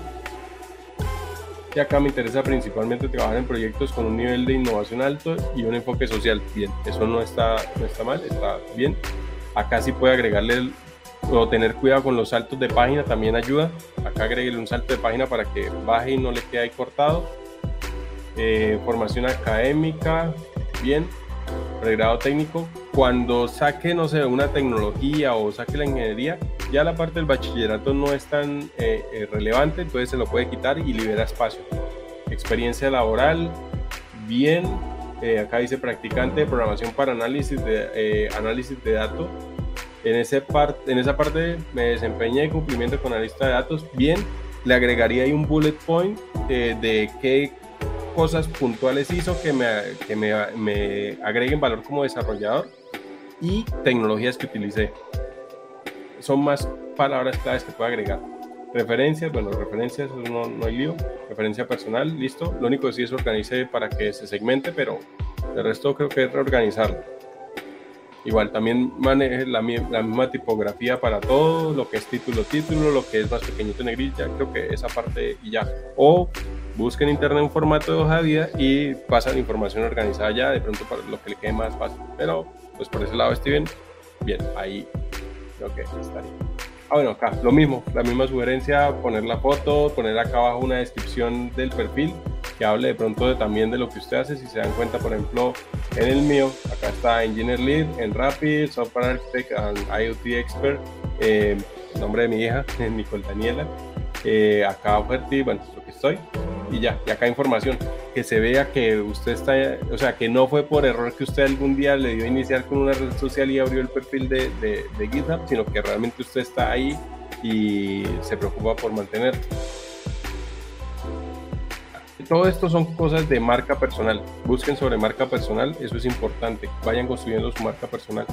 Y acá me interesa principalmente trabajar en proyectos con un nivel de innovación alto y un enfoque social. Bien, eso no está, no está mal, está bien. Acá sí puede agregarle el, o tener cuidado con los saltos de página, también ayuda. Acá agreguele un salto de página para que baje y no le quede ahí cortado. Eh, formación académica, bien. Pregrado técnico, cuando saque, no sé, una tecnología o saque la ingeniería, ya la parte del bachillerato no es tan eh, eh, relevante, entonces se lo puede quitar y libera espacio. Experiencia laboral, bien. Eh, acá dice practicante de programación para análisis de, eh, análisis de datos. En, ese part, en esa parte me desempeñé en cumplimiento con analista de datos, bien. Le agregaría ahí un bullet point eh, de qué cosas puntuales hizo que, me, que me, me agreguen valor como desarrollador y tecnologías que utilicé. Son más palabras claves que puedo agregar. Referencias, bueno, referencias no, no hay lío. Referencia personal, listo. Lo único que sí es organice para que se segmente, pero el resto creo que es reorganizarlo. Igual también maneje la, la misma tipografía para todo, lo que es título, título, lo que es más pequeñito negrilla, creo que esa parte y ya. O busquen en internet un formato de hoja de vida y pasan información organizada ya, de pronto para lo que le quede más fácil. Pero pues por ese lado estoy bien, bien, ahí creo que estaría. Ah, bueno, acá lo mismo, la misma sugerencia, poner la foto, poner acá abajo una descripción del perfil que hable de pronto de, también de lo que usted hace. Si se dan cuenta, por ejemplo, en el mío, acá está Engineer Lead en Rapid, Software Architect and IoT Expert, eh, nombre de mi hija, Nicole Daniela, eh, acá Oferti, bueno, lo que estoy, y ya, y acá información, que se vea que usted está, o sea, que no fue por error que usted algún día le dio a iniciar con una red social y abrió el perfil de, de, de GitHub, sino que realmente usted está ahí y se preocupa por mantener. Todo esto son cosas de marca personal. Busquen sobre marca personal, eso es importante. Vayan construyendo su marca personal.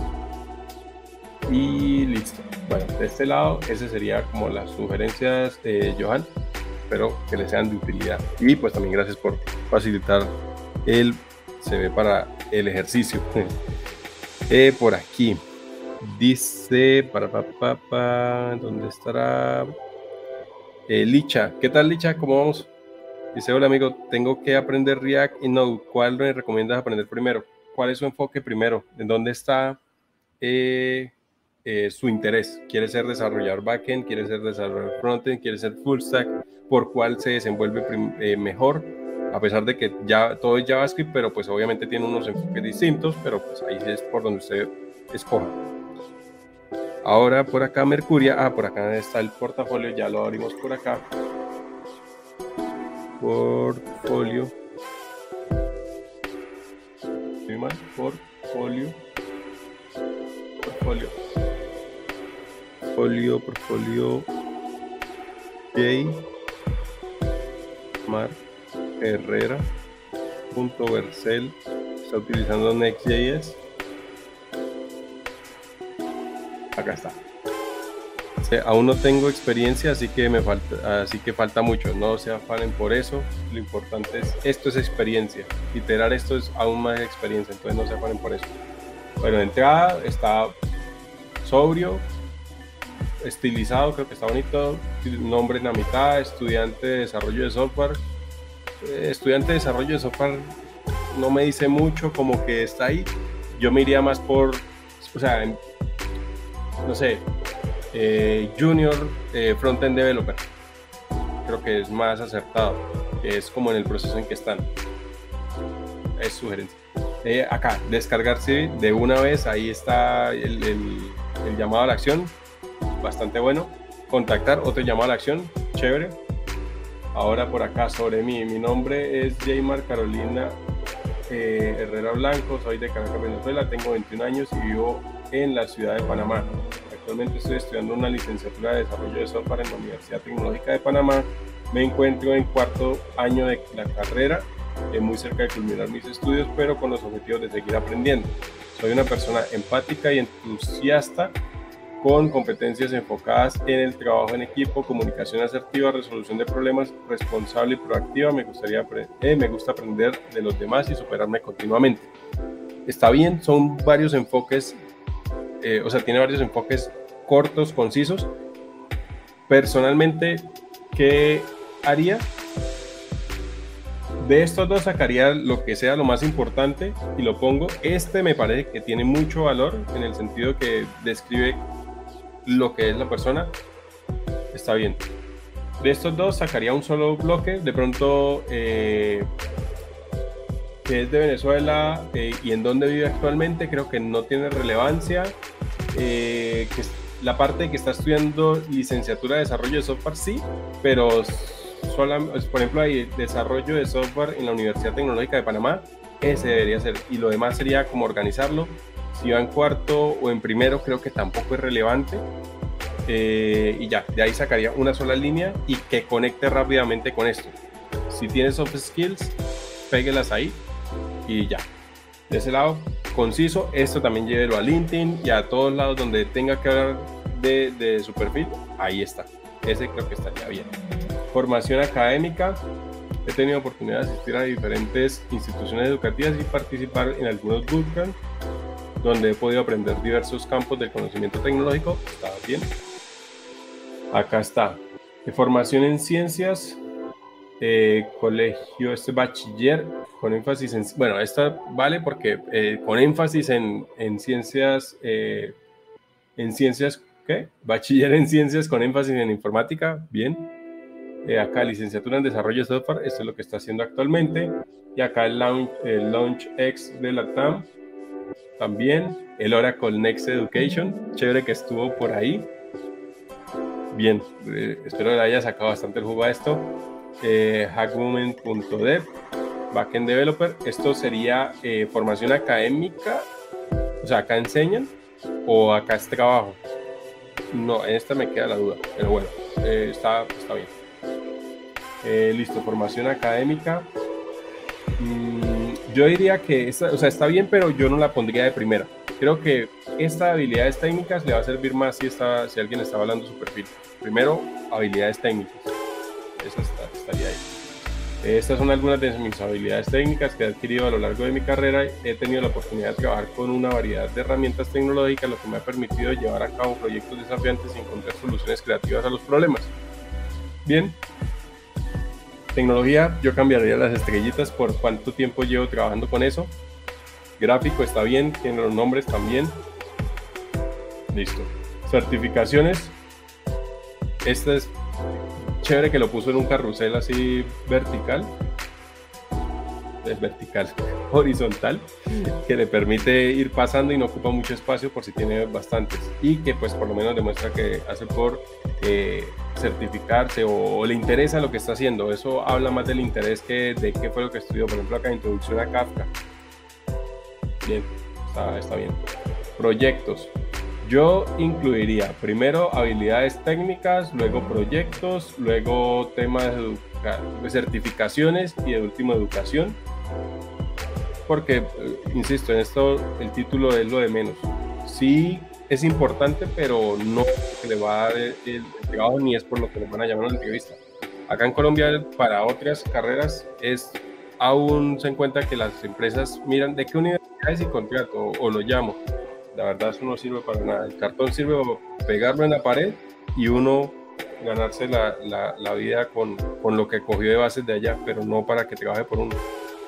Y listo. Bueno, de este lado, esas serían como las sugerencias de Johan. Espero que les sean de utilidad. Y pues también gracias por facilitar el C V para el ejercicio. eh, por aquí dice, para papá, pa, pa, ¿dónde estará? Eh, Licha, ¿qué tal Licha? ¿Cómo vamos? Dice, hola amigo, tengo que aprender React y Node. ¿Cuál me recomiendas aprender primero? ¿Cuál es su enfoque primero? ¿En dónde está eh, eh, su interés? ¿Quiere ser desarrollador backend? ¿Quiere ser desarrollador frontend? ¿Quiere ser full stack? ¿Por cuál se desenvuelve eh, mejor? A pesar de que ya todo es JavaScript, pero pues obviamente tiene unos enfoques distintos, pero pues ahí es por donde usted escoja. Ahora por acá Mercuria, ah, por acá está el portafolio, ya lo abrimos por acá. Portfolio, ¿sí mal? Portfolio, portfolio, portfolio, portfolio, J. Mar Herrera punto Vercel, está utilizando Next.js. Acá está. Aún no tengo experiencia, así que me falta, así que falta mucho. No se afanen por eso. Lo importante es, esto es experiencia. Iterar esto es aún más experiencia, entonces no se afanen por eso. Bueno, de entrada está sobrio, estilizado, creo que está bonito. Nombre en la mitad, estudiante de desarrollo de software. Eh, estudiante de desarrollo de software no me dice mucho, como que está ahí. Yo me iría más por, o sea, en, no sé. Eh, junior eh, Frontend Developer, creo que es más acertado, que es como en el proceso en que están. Es sugerencia. Eh, acá, descargarse de una vez, ahí está el, el, el llamado a la acción, bastante bueno. Contactar, otro llamado a la acción, chévere. Ahora por acá sobre mí, mi nombre es Jaymar Carolina eh, Herrera Blanco, soy de Caracas, Venezuela, tengo veintiún años y vivo en la ciudad de Panamá. Actualmente estoy estudiando una licenciatura de desarrollo de software en la Universidad Tecnológica de Panamá. Me encuentro en cuarto año de la carrera, eh, muy cerca de culminar mis estudios, pero con los objetivos de seguir aprendiendo. Soy una persona empática y entusiasta, con competencias enfocadas en el trabajo en equipo, comunicación asertiva, resolución de problemas, responsable y proactiva. Me gustaría, eh, me gusta aprender de los demás y superarme continuamente. Está bien, son varios enfoques. Eh, o sea, tiene varios enfoques cortos, concisos. Personalmente, ¿qué haría? De estos dos sacaría lo que sea lo más importante y lo pongo. Este me parece que tiene mucho valor en el sentido que describe lo que es la persona. Está bien. De estos dos sacaría un solo bloque, de pronto eh, que es de Venezuela eh, y en dónde vive actualmente. Creo que no tiene relevancia. Eh, que la parte de que está estudiando licenciatura de desarrollo de software sí, pero sola, por ejemplo hay desarrollo de software en la Universidad Tecnológica de Panamá, ese debería ser, y lo demás sería como organizarlo. Si va en cuarto o en primero creo que tampoco es relevante. Eh, y ya, de ahí sacaría una sola línea y que conecte rápidamente con esto. Si tiene soft skills, péguelas ahí y ya. De ese lado, conciso. Esto también llévelo a LinkedIn y a todos lados donde tenga que hablar de, de su perfil. Ahí está. Ese creo que estaría bien. Formación académica. He tenido oportunidad de asistir a diferentes instituciones educativas y participar en algunos bootcamps donde he podido aprender diversos campos del conocimiento tecnológico. Está bien. Acá está. De formación en ciencias. Eh, colegio, este bachiller con énfasis en, bueno, esta vale porque eh, con énfasis en, en ciencias, eh, en ciencias, ¿qué? Bachiller en ciencias con énfasis en informática, bien. Eh, acá licenciatura en desarrollo de software, esto es lo que está haciendo actualmente. Y acá el Launch, el Launch X de la T A M, también. El Oracle Next Education, chévere que estuvo por ahí. Bien, eh, espero que le haya sacado bastante el jugo a esto. Eh, hackwoman punto dev, backend developer. Esto sería eh, formación académica, o sea, acá enseñan o acá es trabajo. No, en esta me queda la duda, pero bueno, eh, está, está bien. Eh, listo, formación académica. Mm, yo diría que esta, o sea, está bien, pero yo no la pondría de primera. Creo que estas habilidades técnicas le va a servir más si, está, si alguien está hablando su perfil. Primero, habilidades técnicas. Esa está, estaría ahí. Estas son algunas de mis habilidades técnicas que he adquirido a lo largo de mi carrera. He tenido la oportunidad de trabajar con una variedad de herramientas tecnológicas, lo que me ha permitido llevar a cabo proyectos desafiantes y encontrar soluciones creativas a los problemas. Bien. Tecnología, yo cambiaría las estrellitas por cuánto tiempo llevo trabajando con eso. Gráfico está bien, tiene los nombres también. Listo. Certificaciones. Esta es chévere que lo puso en un carrusel así vertical, es vertical, horizontal, que le permite ir pasando y no ocupa mucho espacio por si tiene bastantes, y que pues por lo menos demuestra que hace por eh, certificarse o, o le interesa lo que está haciendo. Eso habla más del interés que de qué fue lo que estudió. Por ejemplo, acá introducción a Kafka. Bien, está, está bien. Proyectos. Yo incluiría primero habilidades técnicas, luego proyectos, luego temas de certificaciones y de último educación. Porque, insisto, en esto el título es lo de menos. Sí es importante, pero no le va a dar el, el trabajo ni es por lo que le van a llamar a la entrevista. Acá en Colombia, para otras carreras, es aún se encuentra que las empresas miran de qué universidad es y contrato o, o lo llamo. La verdad, eso no sirve para nada. El cartón sirve para pegarlo en la pared y uno ganarse la, la, la vida con, con lo que cogió de bases de allá, pero no para que trabaje por uno.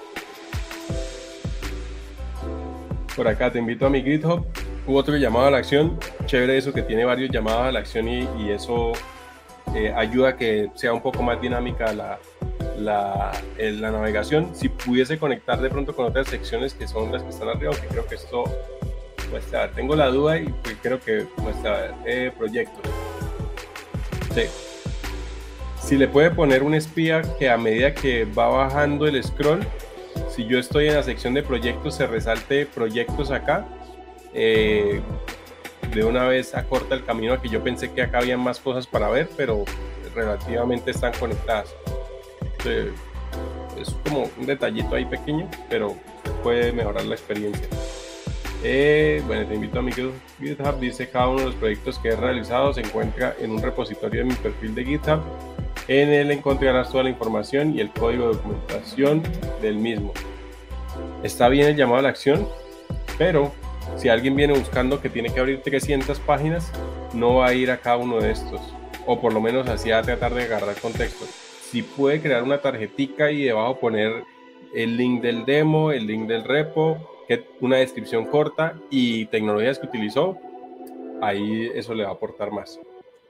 Por acá te invito a mi GitHub. Hubo otro llamado a la acción. Chévere eso que tiene varios llamados a la acción y, y eso eh, ayuda a que sea un poco más dinámica la, la, eh, la navegación. Si pudiese conectar de pronto con otras secciones que son las que están arriba, aunque creo que esto muestra, tengo la duda y pues creo que muestra eh, proyectos. Sí. Si le puede poner un espía que a medida que va bajando el scroll, si yo estoy en la sección de proyectos, se resalte proyectos acá, eh, de una vez acorta el camino a que yo pensé que acá había más cosas para ver, pero relativamente están conectadas. Eh, es como un detallito ahí pequeño, pero puede mejorar la experiencia. Eh, bueno, te invito a mi GitHub. Dice: cada uno de los proyectos que he realizado se encuentra en un repositorio de mi perfil de GitHub. En él encontrarás toda la información y el código de documentación del mismo. Está bien el llamado a la acción, pero si alguien viene buscando que tiene que abrir trescientas páginas, no va a ir a cada uno de estos, o por lo menos así a tratar de agarrar contexto. Si puede crear una tarjetica y debajo poner el link del demo, el link del repo, que, una descripción corta y tecnologías que utilizó, ahí eso le va a aportar más.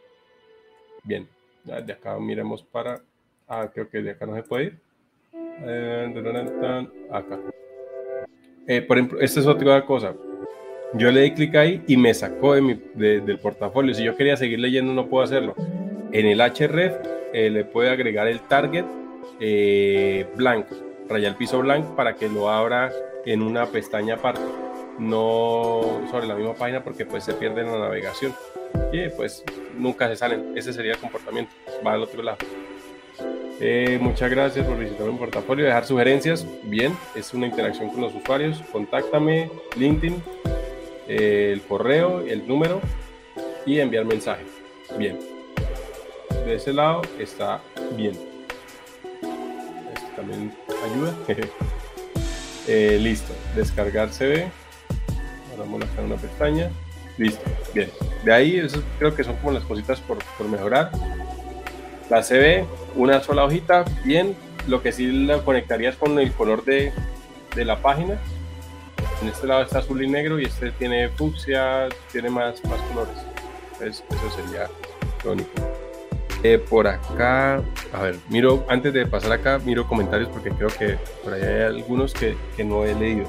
Bien, ya de acá miremos para... Ah, creo que de acá no se puede ir. Eh, acá. Eh, por ejemplo, esta es otra cosa. Yo le di clic ahí y me sacó de mi, de, del portafolio. Si yo quería seguir leyendo, no puedo hacerlo. En el href eh, le puede agregar el target eh, blank, raya el piso blank, para que lo abra en una pestaña aparte, no sobre la misma página, porque pues se pierde en la navegación y pues nunca se salen. Ese sería el comportamiento. Va al otro lado. Eh, muchas gracias por visitar mi portafolio, dejar sugerencias. Bien, es una interacción con los usuarios. Contáctame, LinkedIn, eh, el correo, el número y enviar mensaje. Bien, de ese lado está bien. Esto también ayuda. eh, listo, descargar C V. Ahora vamos a acá en una pestaña. Listo, bien. De ahí, eso creo que son como las cositas por, por mejorar. La C V, una sola hojita, bien. Lo que sí la conectarías con el color de, de la página. En este lado está azul y negro y este tiene fucsia, tiene más, más colores. Entonces, eso sería lo único. Eh, por acá, a ver, miro, antes de pasar acá, miro comentarios porque creo que por ahí hay algunos que, que no he leído.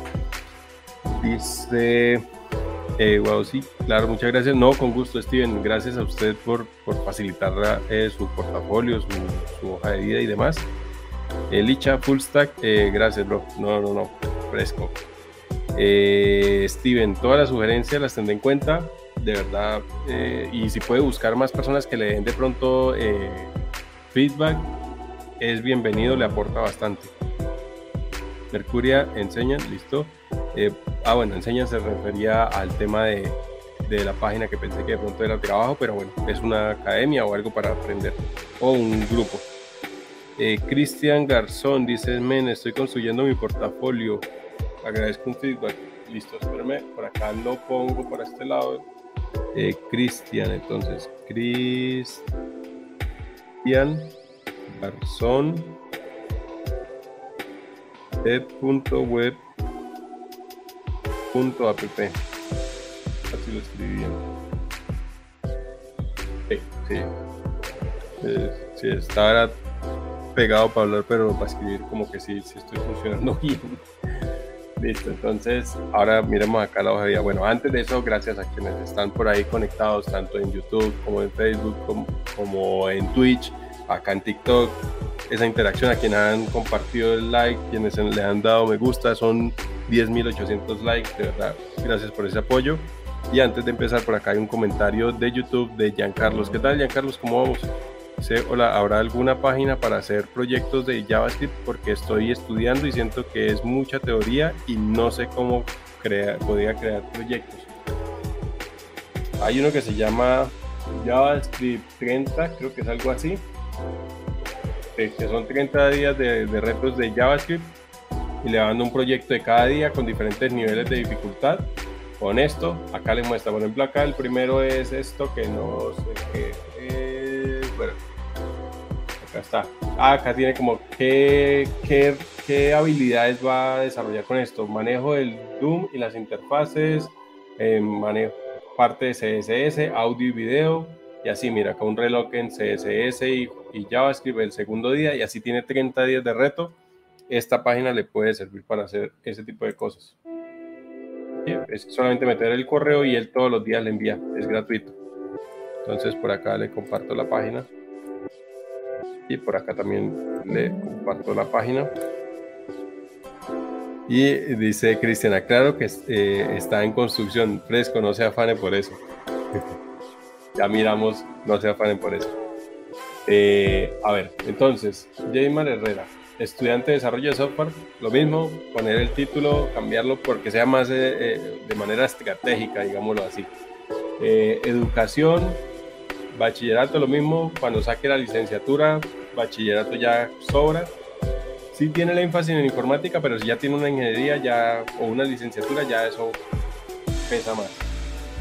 Dice... Eh, wow, sí, claro, muchas gracias. No, con gusto, Steven. Gracias a usted por, por facilitar eh, su portafolio, su, su hoja de vida y demás. Eh, Licha, full stack, eh, gracias, bro. No, no, no, fresco. Eh, Steven, todas las sugerencias las tendré en cuenta, de verdad. Eh, y si puede buscar más personas que le den de pronto eh, feedback, es bienvenido, le aporta bastante. Mercuria, enseñan, listo. Eh, ah, bueno, enseñan se refería al tema de, de la página, que pensé que de pronto era trabajo, pero bueno, es una academia o algo para aprender, o un grupo. Eh, Cristian Garzón dice, men, estoy construyendo mi portafolio, agradezco un feedback. Listo, espérame, por acá lo pongo para este lado. Eh, Cristian, entonces, Cristian Garzón, ed.web punto app, así lo escribí bien. Sí, sí. Eh, sí, estaba pegado para hablar, pero para escribir como que sí, sí estoy funcionando bien. Listo, entonces ahora miremos acá la hoja de vida. Bueno, antes de eso, gracias a quienes están por ahí conectados, tanto en YouTube como en Facebook, como, como en Twitch, acá en TikTok. Esa interacción, a quienes han compartido el like, quienes le han dado me gusta, son diez mil ochocientos likes, de verdad, gracias por ese apoyo. Y antes de empezar, por acá hay un comentario de YouTube de Giancarlos. ¿Qué tal, Giancarlos? ¿Cómo vamos? Dice, hola, ¿habrá alguna página para hacer proyectos de JavaScript? Porque estoy estudiando y siento que es mucha teoría y no sé cómo crear, podría crear proyectos. Hay uno que se llama JavaScript treinta, creo que es algo así, que son treinta días de, de retos de JavaScript, y le van dando un proyecto de cada día con diferentes niveles de dificultad. Con esto, acá les muestra, por ejemplo, acá el primero es esto que no sé qué es, bueno, acá está. Ah, acá tiene como qué, qué, qué habilidades va a desarrollar con esto. Manejo del Doom y las interfaces, eh, manejo parte de C S S, audio y video, y así, mira, acá un reloj en C S S y, y JavaScript el segundo día, y así tiene treinta días de reto. Esta página le puede servir para hacer ese tipo de cosas. Es solamente meter el correo y él todos los días le envía, es gratuito. Entonces por acá le comparto la página y por acá también le comparto la página. Y dice Cristian, aclaro que eh, está en construcción, fresco, no se afane por eso. Ya miramos, no se afanen por eso. Eh, a ver, entonces, Jaymar Herrera, estudiante de desarrollo de software, lo mismo, poner el título, cambiarlo porque sea más eh, eh, de manera estratégica, digámoslo así. Eh, educación, bachillerato, lo mismo, cuando saque la licenciatura, bachillerato ya sobra. Sí tiene el énfasis en informática, pero si ya tiene una ingeniería ya o una licenciatura, ya eso pesa más.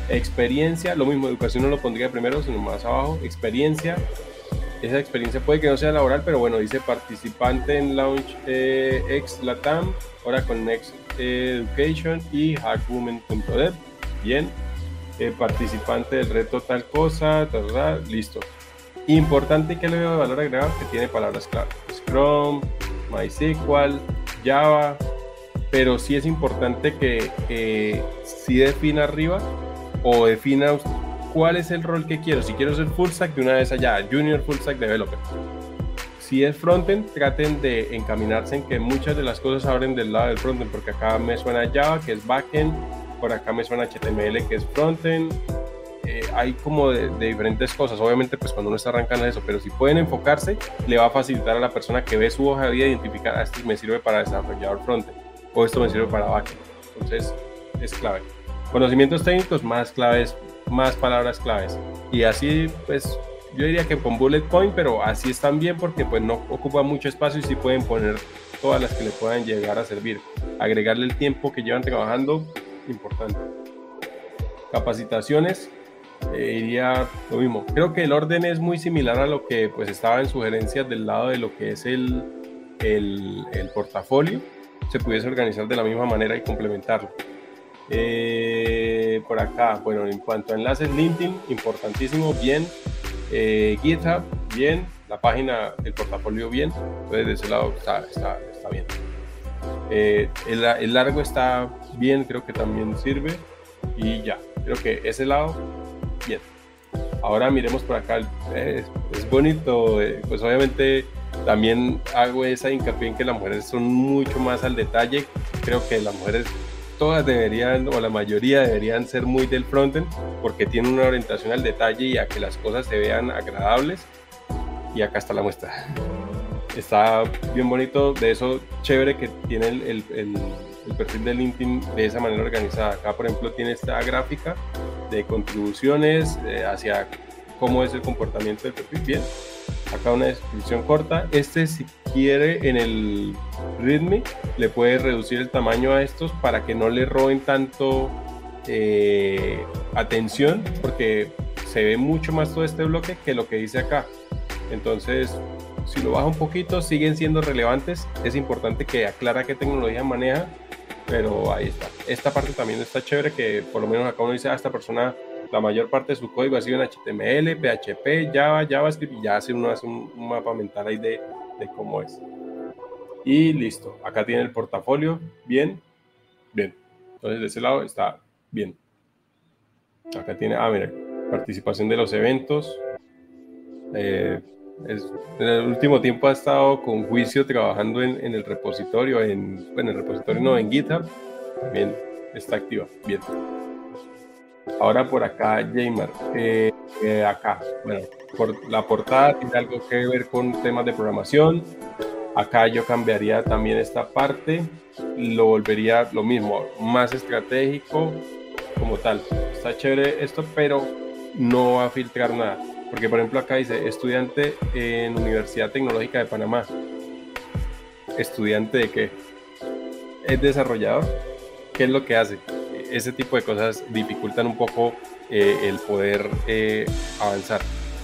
Experiencia, lo mismo, educación no lo pondría primero, sino más abajo. Experiencia, esa experiencia puede que no sea laboral, pero bueno, dice participante en Launch eh, X Latam, Oracle Next eh, Education y hackwoman punto dev. Bien, eh, participante del reto tal cosa, tal, tal, listo. Importante que le veo de valor agregado que tiene palabras clave: Scrum, MySQL, Java, pero sí es importante que eh, sí defina arriba o defina cuál es el rol que quiero. Si quiero ser full stack, de una vez allá, Junior Full Stack Developer. Si es frontend, traten de encaminarse en que muchas de las cosas abren del lado del frontend, porque acá me suena Java, que es backend, por acá me suena H T M L, que es frontend. Eh, hay como de, de diferentes cosas, obviamente pues cuando uno está arrancando eso, pero si pueden enfocarse, le va a facilitar a la persona que ve su hoja de vida identificar, ah, esto me sirve para desarrollador frontend, o esto me sirve para backend. Entonces es clave. Conocimientos técnicos, más claves, más palabras claves, y así pues yo diría que con bullet point, pero así están bien porque pues no ocupa mucho espacio y sí pueden poner todas las que le puedan llegar a servir. Agregarle el tiempo que llevan trabajando, importante. Capacitaciones, eh, iría lo mismo. Creo que el orden es muy similar a lo que pues estaba en sugerencias del lado de lo que es el, el, el portafolio. Se pudiese organizar de la misma manera y complementarlo. Eh, por acá, bueno, en cuanto a enlaces, LinkedIn, importantísimo, bien. Eh, GitHub, bien. La página, el portafolio, bien. Entonces de ese lado está, está, está bien. Eh, el, el largo está bien, creo que también sirve. Y ya, creo que ese lado, bien. Ahora miremos por acá, es, es bonito, eh, pues obviamente también hago esa hincapié en que las mujeres son mucho más al detalle. Creo que las mujeres todas deberían, o la mayoría deberían ser muy del frontend, porque tienen una orientación al detalle y a que las cosas se vean agradables. Y acá está la muestra. Está bien bonito, de eso chévere que tiene el, el, el, el perfil de LinkedIn de esa manera organizada. Acá, por ejemplo, tiene esta gráfica de contribuciones eh, hacia cómo es el comportamiento del perfil. Bien, acá una descripción corta. Este, si quiere, en el README le puede reducir el tamaño a estos para que no le roben tanto eh, atención, porque se ve mucho más todo este bloque que lo que dice acá. Entonces, si lo baja un poquito, siguen siendo relevantes. Es importante que aclara qué tecnología maneja, pero ahí está. Esta parte también está chévere, que por lo menos acá uno dice, ah, esta persona, la mayor parte de su código ha sido en H T M L, P H P, Java, JavaScript, y ya hace uno hace un, un mapa mental ahí de, de cómo es. Y listo. Acá tiene el portafolio. Bien. Bien. Entonces, de ese lado está bien. Acá tiene, ah, mira, participación de los eventos. Eh, Es, en el último tiempo ha estado con juicio trabajando en, en el repositorio, en, bueno, en el repositorio no, en GitHub, también está activa, bien. Ahora por acá, Jaymar, eh, eh, acá, bueno, por, la portada tiene algo que ver con temas de programación. Acá yo cambiaría también esta parte, lo volvería lo mismo, más estratégico como tal. Está chévere esto, pero no va a filtrar nada. Porque, por ejemplo, acá dice estudiante en Universidad Tecnológica de Panamá. ¿Estudiante de qué? ¿Es desarrollador? ¿Qué es lo que hace? Ese tipo de cosas dificultan un poco eh, el poder eh, avanzar.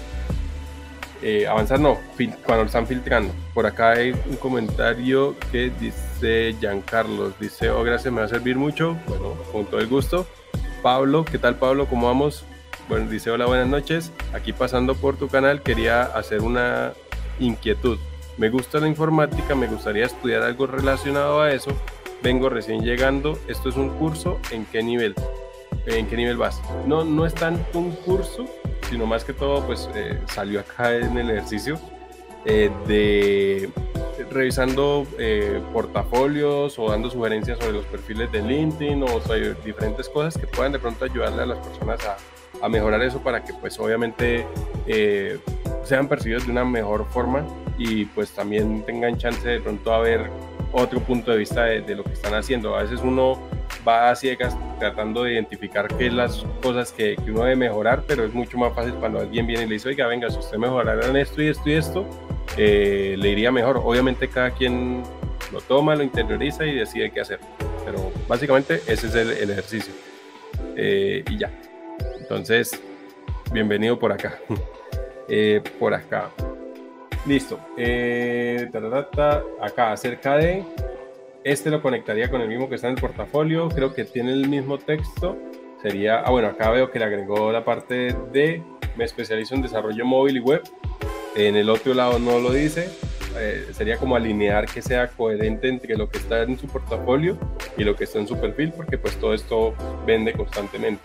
Eh, avanzar no, cuando lo están filtrando. Por acá hay un comentario que dice Giancarlos. Dice, oh, gracias, me va a servir mucho. Bueno, con todo el gusto. Pablo, ¿qué tal, Pablo? ¿Cómo vamos? Bueno, dice, hola, buenas noches. Aquí pasando por tu canal, quería hacer una inquietud. Me gusta la informática, me gustaría estudiar algo relacionado a eso. Vengo recién llegando. ¿Esto es un curso? ¿En qué nivel? ¿En qué nivel vas? No, no es tanto un curso, sino más que todo, pues eh, salió acá en el ejercicio eh, de revisando eh, portafolios o dando sugerencias sobre los perfiles de LinkedIn o sobre diferentes cosas que puedan de pronto ayudarle a las personas a a mejorar eso para que pues obviamente eh, sean percibidos de una mejor forma y pues también tengan chance de pronto a ver otro punto de vista de, de lo que están haciendo. A veces uno va a ciegas tratando de identificar qué es las cosas que, que uno debe mejorar, pero es mucho más fácil cuando alguien viene y le dice, oiga, venga, si usted mejorara en esto y esto y esto, eh, le iría mejor. Obviamente cada quien lo toma, lo interioriza y decide qué hacer, pero básicamente ese es el, el ejercicio. Eh, y ya. Entonces, bienvenido por acá. eh, por acá. Listo. Eh, taratata, acá, acerca de... Este lo conectaría con el mismo que está en el portafolio. Creo que tiene el mismo texto. Sería... Ah, bueno, acá veo que le agregó la parte de... Me especializo en desarrollo móvil y web. En el otro lado no lo dice. Eh, sería como alinear que sea coherente entre lo que está en su portafolio y lo que está en su perfil, porque pues todo esto vende constantemente.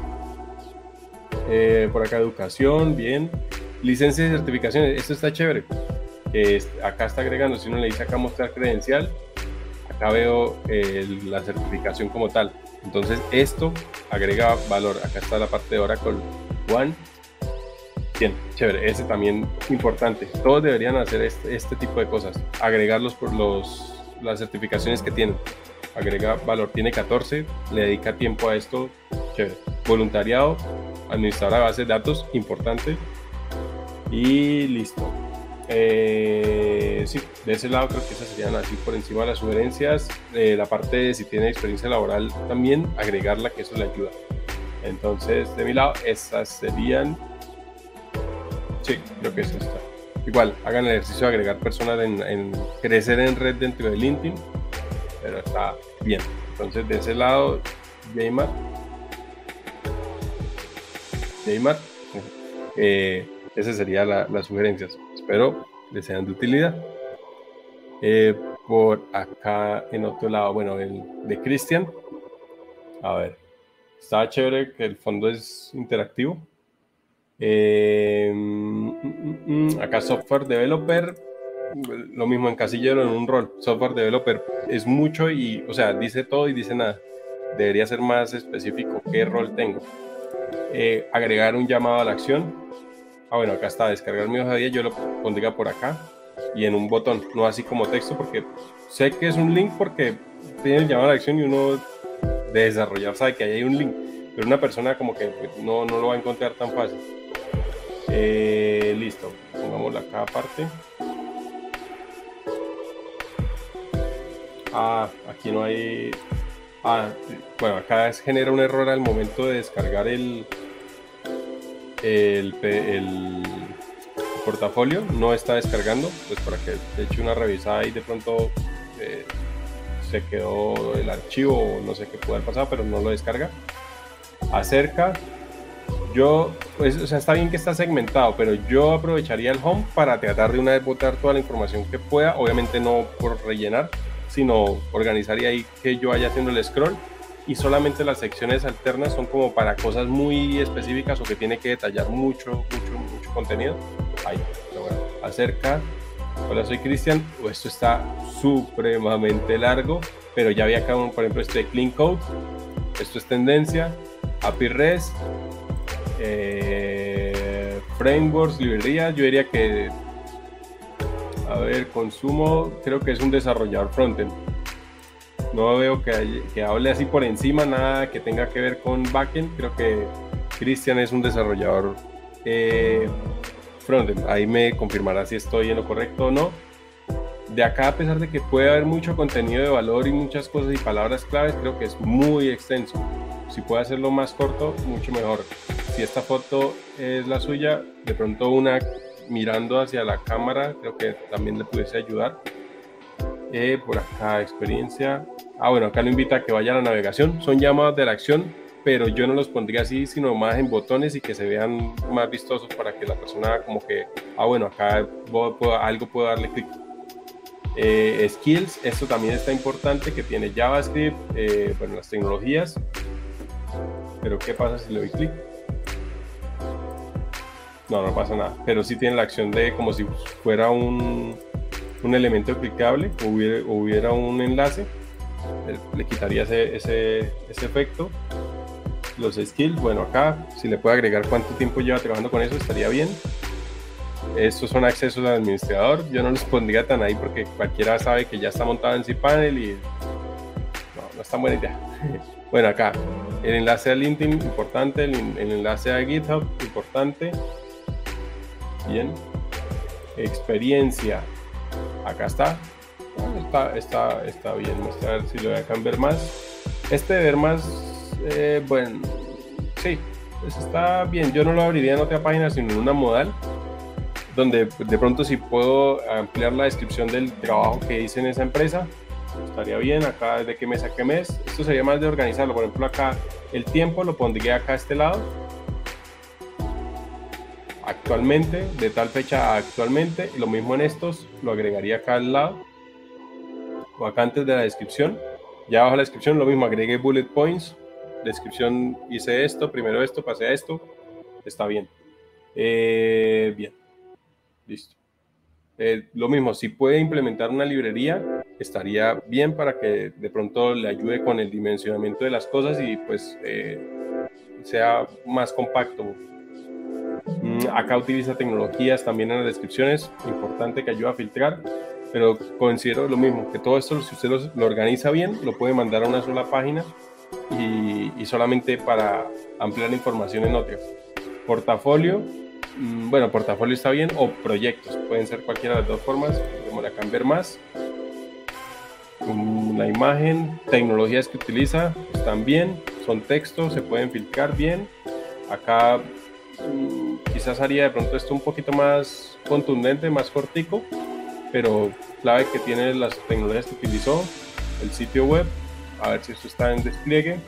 Eh, por acá educación, bien. Licencias y certificaciones, esto está chévere. Eh, acá está agregando, si uno le dice acá mostrar credencial, acá veo eh, la certificación como tal. Entonces esto agrega valor. Acá está la parte de Oracle One. Bien, chévere, ese también importante. Todos deberían hacer este, este tipo de cosas, agregarlos por los, las certificaciones que tienen. Agrega valor, tiene catorce, le dedica tiempo a esto, chévere. Voluntariado, administrador de bases de datos, importante. Y listo. Eh, sí, de ese lado creo que esas serían así por encima de las sugerencias. Eh, la parte de si tiene experiencia laboral también, agregarla, que eso le ayuda. Entonces, de mi lado, esas serían... Sí, creo que eso está. Igual, hagan el ejercicio de agregar personas en, en crecer en red dentro de LinkedIn, pero está bien. Entonces, de ese lado, Jaymar. Jaymar. Eh, esas serían la, las sugerencias. Espero les sean de utilidad. Eh, por acá, en otro lado, bueno, el de Cristian. A ver, está chévere que el fondo es interactivo. Eh, mm, mm, acá software developer, lo mismo, encasillero en un rol. Software developer es mucho y, o sea, dice todo y dice nada. Debería ser más específico qué rol tengo. Eh, agregar un llamado a la acción. Ah, bueno, acá está, descargar mi hoja de vida. Yo lo pondría por acá y en un botón, no así como texto, porque sé que es un link porque tiene el llamado a la acción y uno de desarrollar sabe que ahí hay un link, pero una persona como que no, no lo va a encontrar tan fácil. Eh, listo, pongámosla acá aparte. Ah, aquí no hay... Ah, bueno, acá es, genera un error al momento de descargar el, el, el, el portafolio, no está descargando, pues para que le eche una revisada y de pronto eh, se quedó el archivo o no sé qué puede haber pasado, pero no lo descarga. Acerca. Yo, pues, o sea, está bien que está segmentado, pero yo aprovecharía el home para tratar de una vez botar toda la información que pueda, obviamente no por rellenar, sino organizaría ahí que yo vaya haciendo el scroll y solamente las secciones alternas son como para cosas muy específicas o que tiene que detallar mucho, mucho, mucho contenido. Ahí, bueno, acerca. Hola, soy Cristian. Esto está supremamente largo, pero ya había acá, por ejemplo, este Clean Code. Esto es tendencia, A P I REST. Eh, frameworks, librerías, yo diría que, a ver, consumo, creo que es un desarrollador frontend. No veo que, que hable así por encima, nada que tenga que ver con backend. Creo que Cristian es un desarrollador eh, frontend. Ahí me confirmará si estoy en lo correcto o no. De acá, a pesar de que puede haber mucho contenido de valor y muchas cosas y palabras claves, creo que es muy extenso. Si puede hacerlo más corto, mucho mejor. Si esta foto es la suya, de pronto una mirando hacia la cámara, creo que también le pudiese ayudar. Eh, por acá, experiencia. Ah, bueno, acá lo invita a que vaya a la navegación. Son llamados de la acción, pero yo no los pondría así, sino más en botones y que se vean más vistosos para que la persona como que, ah, bueno, acá puedo, puedo, algo puedo darle clic. Eh, skills, esto también está importante, que tiene JavaScript, eh, bueno, las tecnologías. Pero ¿qué pasa si le doy clic? No, no pasa nada. Pero sí tiene la acción de como si fuera un, un elemento clicable o hubiera, hubiera un enlace. Le, le quitaría ese, ese, ese efecto. Los skills, bueno, acá si le puede agregar cuánto tiempo lleva trabajando con eso, estaría bien. Estos son accesos al administrador. Yo no los pondría tan ahí porque cualquiera sabe que ya está montado en cPanel y no, no es tan buena idea. Bueno, acá el enlace a LinkedIn, importante. El, el enlace a GitHub, importante. Bien. Experiencia. Acá está. Bueno, está, está, está bien. Vamos a ver si lo voy a cambiar más. Este de ver más, eh, bueno, sí, pues está bien. Yo no lo abriría en otra página, sino en una modal, donde de pronto si puedo ampliar la descripción del trabajo que hice en esa empresa, estaría bien. Acá desde qué mes a qué mes, esto sería más de organizarlo. Por ejemplo, acá el tiempo lo pondría acá a este lado, actualmente, de tal fecha a actualmente, y lo mismo en estos, lo agregaría acá al lado, o acá antes de la descripción. Ya abajo de la descripción lo mismo, agregué bullet points, descripción, hice esto, primero esto, pasé a esto, está bien. Eh, bien, listo. Eh, lo mismo, si puede implementar una librería, estaría bien para que de pronto le ayude con el dimensionamiento de las cosas y pues eh, sea más compacto. Mm, acá utiliza tecnologías también en las descripciones, importante que ayuda a filtrar, pero considero lo mismo, que todo esto, si usted lo, lo organiza bien, lo puede mandar a una sola página y, y solamente para ampliar información en otras. Portafolio. Bueno, portafolio está bien, o proyectos, pueden ser cualquiera de las dos formas, como la cambiar más. La imagen, tecnologías que utiliza están bien, son textos, se pueden filtrar bien. Acá quizás haría de pronto esto un poquito más contundente, más cortico, pero clave que tiene las tecnologías que utilizó, el sitio web, a ver si esto está en despliegue.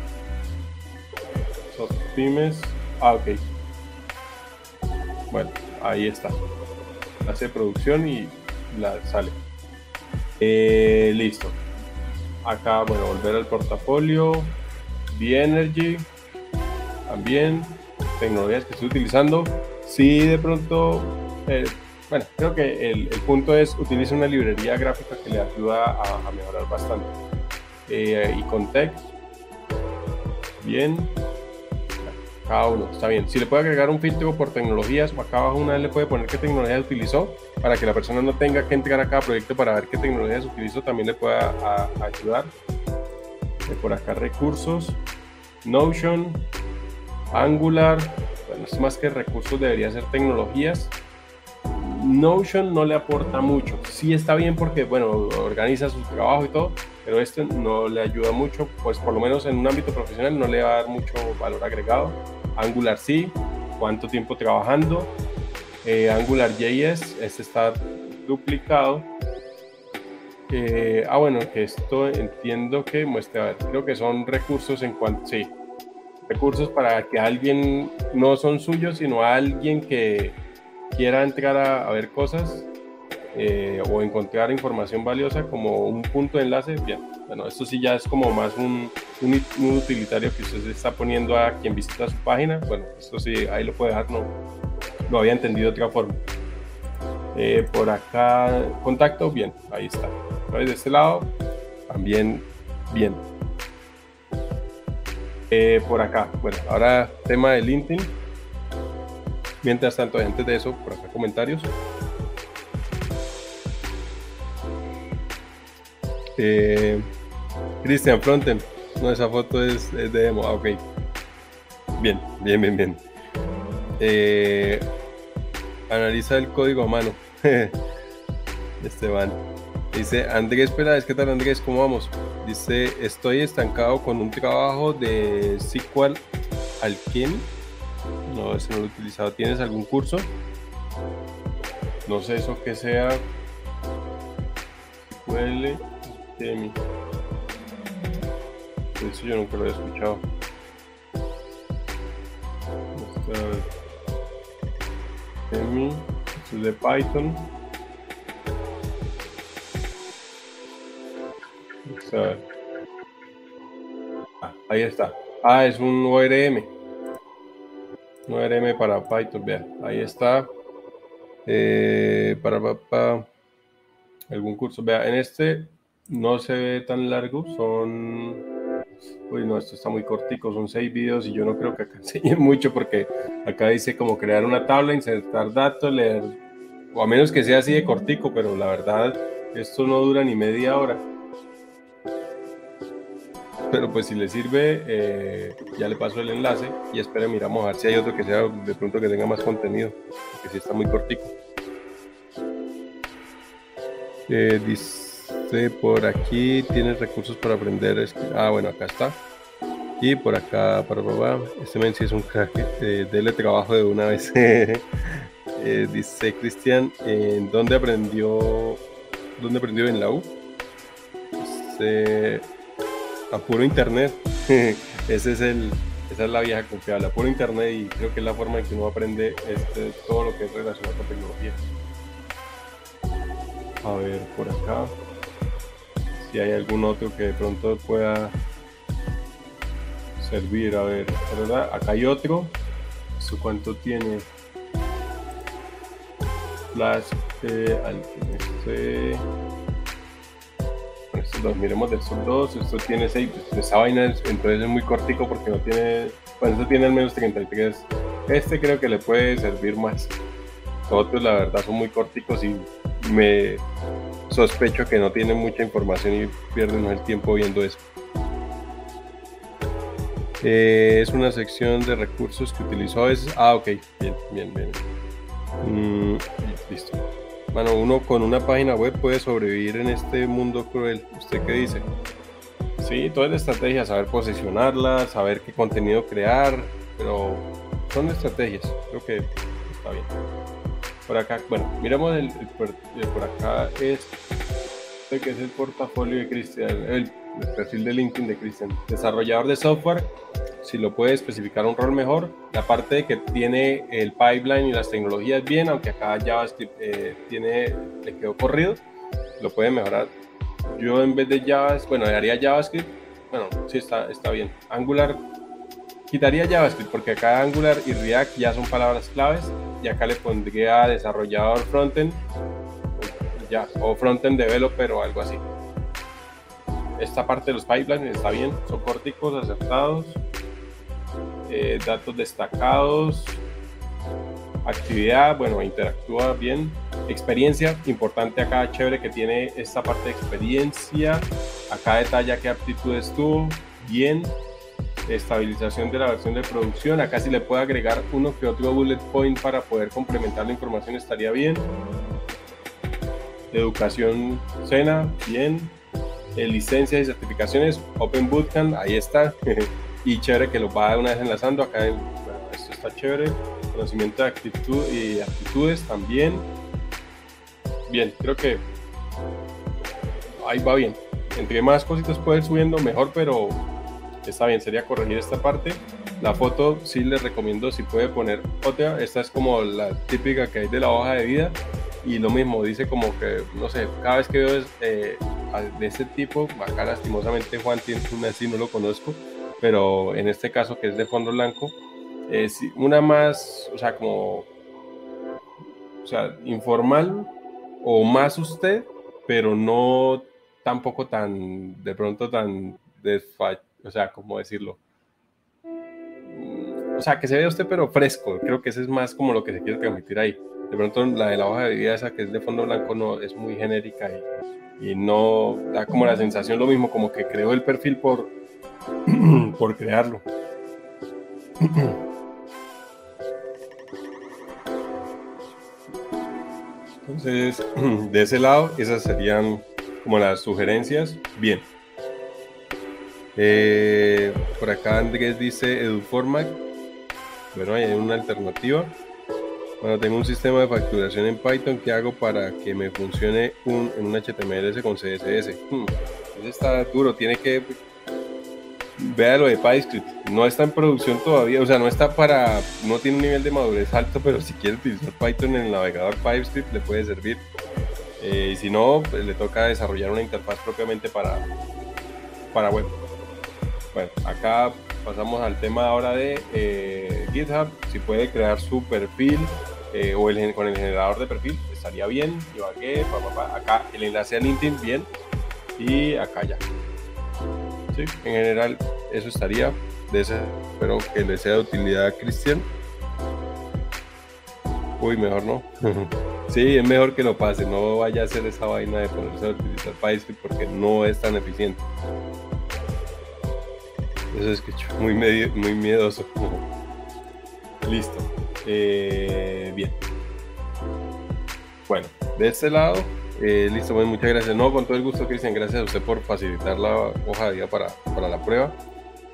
Soft pymes, ah, ok. Bueno, ahí está. Hace producción y la sale. Eh, listo. Acá, bueno, volver al portafolio. B-Energy. También. Tecnologías que estoy utilizando. Sí, de pronto. Eh, bueno, creo que el, el punto es utiliza una librería gráfica que le ayuda a, a mejorar bastante. Eh, y con text. Bien. Cada uno, está bien. Si le puede agregar un filtro por tecnologías, o acá abajo una vez le puede poner qué tecnologías utilizó, para que la persona no tenga que entrar a cada proyecto para ver qué tecnologías utilizó, también le pueda a, a ayudar. Eh, por acá recursos, Notion, Angular, bueno, es más que recursos, debería ser tecnologías. Notion no le aporta mucho, sí está bien porque, bueno, organiza su trabajo y todo, pero este no le ayuda mucho, pues por lo menos en un ámbito profesional no le va a dar mucho valor agregado. Angular sí, cuánto tiempo trabajando. eh, Angular J S, este está duplicado. Eh, ah, bueno, que esto entiendo que muestra, a ver, creo que son recursos en cuanto, sí, recursos para que alguien, no son suyos, sino a alguien que quiera entrar a, a ver cosas eh, o encontrar información valiosa como un punto de enlace. Bien, bueno, esto sí ya es como más un, un, un utilitario que usted se está poniendo a quien visita su página. Bueno, esto sí, ahí lo puede dejar, no lo había entendido de otra forma. Eh, por acá, contacto, bien, ahí está. Entonces, de este lado, también bien. Eh, por acá, bueno, ahora tema de LinkedIn. Mientras tanto, antes de eso, por acá comentarios. Eh, Cristian Fronten, no, esa foto es, es de demo, ah, ok. Bien, bien, bien, bien. Eh, analiza el código a mano. Esteban. Dice Andrés Peláez, ¿qué tal Andrés? ¿Cómo vamos? Dice, estoy estancado con un trabajo de S Q L Alchemy. No, ese no lo he utilizado. ¿Tienes algún curso? No sé eso que sea. S Q L Alchemy. Eso yo nunca lo he escuchado. Alchemy. Esto es de Python. Ah, ahí está. Ah, es un O R M. Un O R M para Python, vea. Ahí está. Eh, para, para, para algún curso. Vea, en este no se ve tan largo. Son... Uy, no, esto está muy cortico. Son seis videos y yo no creo que acá enseñe mucho porque acá dice como crear una tabla, insertar datos, leer... O a menos que sea así de cortico, pero la verdad, esto no dura ni media hora. Pero pues si le sirve, eh, ya le paso el enlace y esperen, miramos a ver si hay otro que sea de pronto que tenga más contenido, porque sí está muy cortico. Eh, dice por aquí, tienes recursos para aprender. Ah, bueno, acá está. Y por acá, para papá, este men sí es un crack, eh, dele trabajo de una vez. eh, dice Cristian, ¿en dónde aprendió? ¿Dónde aprendió? En la U. Dice, a puro internet. Ese es el, esa es la vieja confiable, a puro internet, y creo que es la forma en que uno aprende este, todo lo que es relacionado con tecnología. A ver, por acá, si hay algún otro que de pronto pueda servir. A ver, ¿verdad? Acá hay otro. ¿Eso cuánto tiene? Flash, eh, este, estos los miremos del sub dos. Esto tiene seis. Esa vaina es, entonces es muy cortico porque no tiene. Bueno, esto tiene al menos treinta y tres. Este creo que le puede servir más. Los otros, la verdad, son muy corticos y me sospecho que no tienen mucha información y pierden el tiempo viendo eso. Eh, es una sección de recursos que utilizo a veces. Ah, ok, bien, bien, bien. Mm, listo. Bueno, uno con una página web puede sobrevivir en este mundo cruel. ¿Usted qué dice? Sí, toda la estrategia, saber posicionarla, saber qué contenido crear, pero son estrategias. Creo que está bien. Por acá, bueno, miramos el, el, el por acá es este que es el portafolio de Cristian, el, el perfil de LinkedIn de Cristian. Desarrollador de software, si lo puede especificar un rol mejor. La parte de que tiene el pipeline y las tecnologías bien, aunque acá JavaScript eh, tiene, le quedó corrido, lo puede mejorar. Yo en vez de JavaScript, bueno, haría JavaScript, bueno, sí está, está bien. Angular, quitaría JavaScript porque acá Angular y React ya son palabras claves, y acá le pondría desarrollador frontend, ya, o frontend developer o algo así. Esta parte de los pipelines está bien, son corticos, acertados, eh, datos destacados, actividad, bueno, interactúa bien, experiencia, importante acá, chévere que tiene esta parte de experiencia, acá detalla qué aptitudes tuvo, bien, estabilización de la versión de producción, acá si le puede agregar uno que otro bullet point para poder complementar la información estaría bien. Educación SENA, bien. Eh, licencias y certificaciones, Open Bootcamp, ahí está. Y chévere que lo va una vez enlazando. Acá, bueno, esto está chévere. Conocimiento de actitud y actitudes también. Bien, creo que ahí va bien. Entre más cositas puede ir subiendo, mejor, pero está bien. Sería corregir esta parte. La foto sí les recomiendo si puede poner otra. Esta es como la típica que hay de la hoja de vida. Y lo mismo, dice como que, no sé, cada vez que veo eh, de este tipo, acá lastimosamente Juan tiene una así, no lo conozco, pero en este caso que es de fondo blanco, es una más, o sea, como, o sea, informal o más usted, pero no tampoco tan, de pronto tan desfach, o sea, ¿cómo decirlo? O sea, que se vea usted pero fresco, creo que ese es más como lo que se quiere transmitir ahí. De pronto la de la hoja de vida esa que es de fondo blanco no es muy genérica y, y no da como la sensación lo mismo, como que creó el perfil por, por crearlo. Entonces, de ese lado, esas serían como las sugerencias. Bien. Eh, por acá Andrés dice EduFormat. Bueno, hay una alternativa. Bueno, tengo un sistema de facturación en Python. ¿Qué hago para que me funcione un, en un H T M L S con C S S? Hmm, ese está duro. Tiene que... Vea lo de PyScript. No está en producción todavía. O sea, no está para... No tiene un nivel de madurez alto, pero si quiere utilizar Python en el navegador PyScript le puede servir. Eh, y si no, pues le toca desarrollar una interfaz propiamente para, para web. Bueno, acá pasamos al tema ahora de eh, GitHub. Si puede crear su perfil eh, o el, con el generador de perfil, estaría bien. Ibagué, pa, pa, pa. Acá el enlace a LinkedIn, bien. Y acá ya. Sí, en general, eso estaría. De ese, espero que le sea de utilidad a Cristian. Uy, mejor no. Sí, es mejor que lo pase. No vaya a hacer esa vaina de ponerse a utilizar PyScript porque no es tan eficiente. Eso es que muy, medio, muy miedoso. Listo. Eh, bien. Bueno, de este lado, eh, listo, bueno, muchas gracias. No, con todo el gusto, Cristian, gracias a usted por facilitar la hoja de vida para, para la prueba.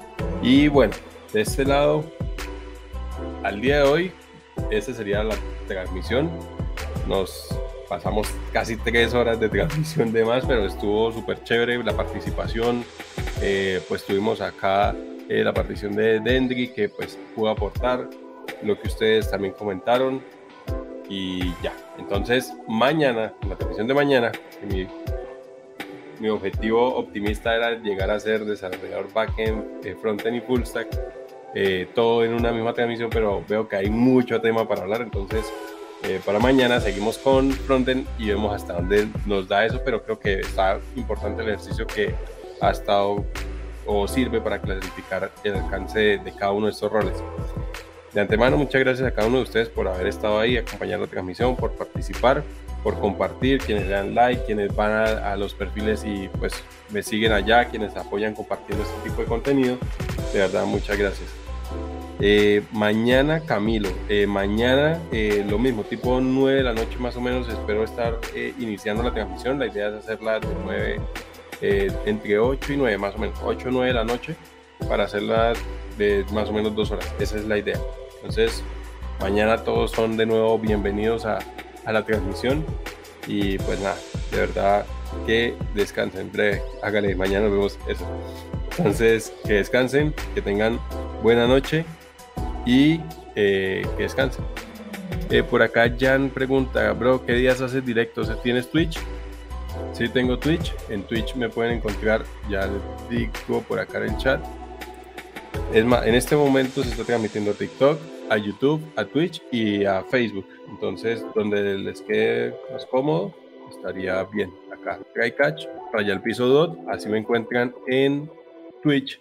Y bueno, de este lado, al día de hoy, esta sería la transmisión. Nos pasamos casi tres horas de transmisión de más, pero estuvo súper chévere la participación. Eh, pues tuvimos acá eh, la participación de Dendry, que pues pudo aportar lo que ustedes también comentaron. Y ya, entonces mañana, en la transmisión de mañana, mi, mi objetivo optimista era llegar a ser desarrollador backend, eh, frontend y full stack, eh, todo en una misma transmisión, pero veo que hay mucho tema para hablar, entonces eh, para mañana seguimos con frontend y vemos hasta dónde nos da eso, pero creo que está importante el ejercicio que ha estado o sirve para clasificar el alcance de, de cada uno de estos roles. De antemano, muchas gracias a cada uno de ustedes por haber estado ahí, acompañar la transmisión, por participar, por compartir, quienes le dan like, quienes van a, a los perfiles y pues me siguen allá, quienes apoyan compartiendo este tipo de contenido. De verdad, muchas gracias. Eh, mañana, Camilo, eh, mañana eh, lo mismo, tipo nueve de la noche más o menos, espero estar eh, iniciando la transmisión. La idea es hacerla de nueve, eh, entre ocho y nueve más o menos, ocho o nueve de la noche, para hacerla de más o menos dos horas. Esa es la idea. Entonces, mañana todos son de nuevo bienvenidos a, a la transmisión y pues nada, de verdad que descansen, breve, hágale, mañana nos vemos eso. Entonces, que descansen, que tengan buena noche y eh, que descansen. Eh, por acá Jan pregunta, bro, ¿qué días haces directos? ¿Tienes Twitch? Sí, tengo Twitch. En Twitch me pueden encontrar, ya les digo por acá en el chat. Es más, en este momento se está transmitiendo a TikTok, a YouTube, a Twitch y a Facebook. Entonces, donde les quede más cómodo, estaría bien. Acá, TryCatch, Raya al Piso Dot, así me encuentran en Twitch.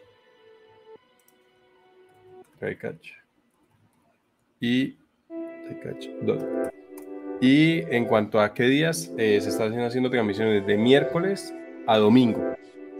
TryCatch. Y TryCatch Dot. Y en cuanto a qué días, eh, se están haciendo, haciendo transmisiones de miércoles a domingo.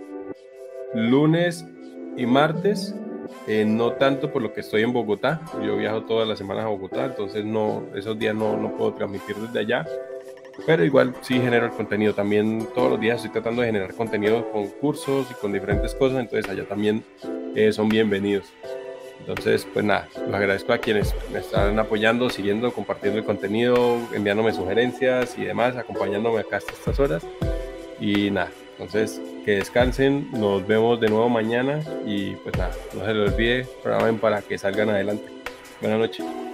Lunes y martes. Eh, no tanto por lo que estoy en Bogotá, yo viajo todas las semanas a Bogotá, entonces no, esos días no, no puedo transmitir desde allá, pero igual sí genero el contenido. También todos los días estoy tratando de generar contenido con cursos y con diferentes cosas, entonces allá también eh, son bienvenidos. Entonces pues nada, los agradezco a quienes me están apoyando, siguiendo, compartiendo el contenido, enviándome sugerencias y demás, acompañándome acá hasta estas horas. Y nada, entonces que descansen, nos vemos de nuevo mañana y pues nada, no se les olvide, programen para que salgan adelante. Buenas noches.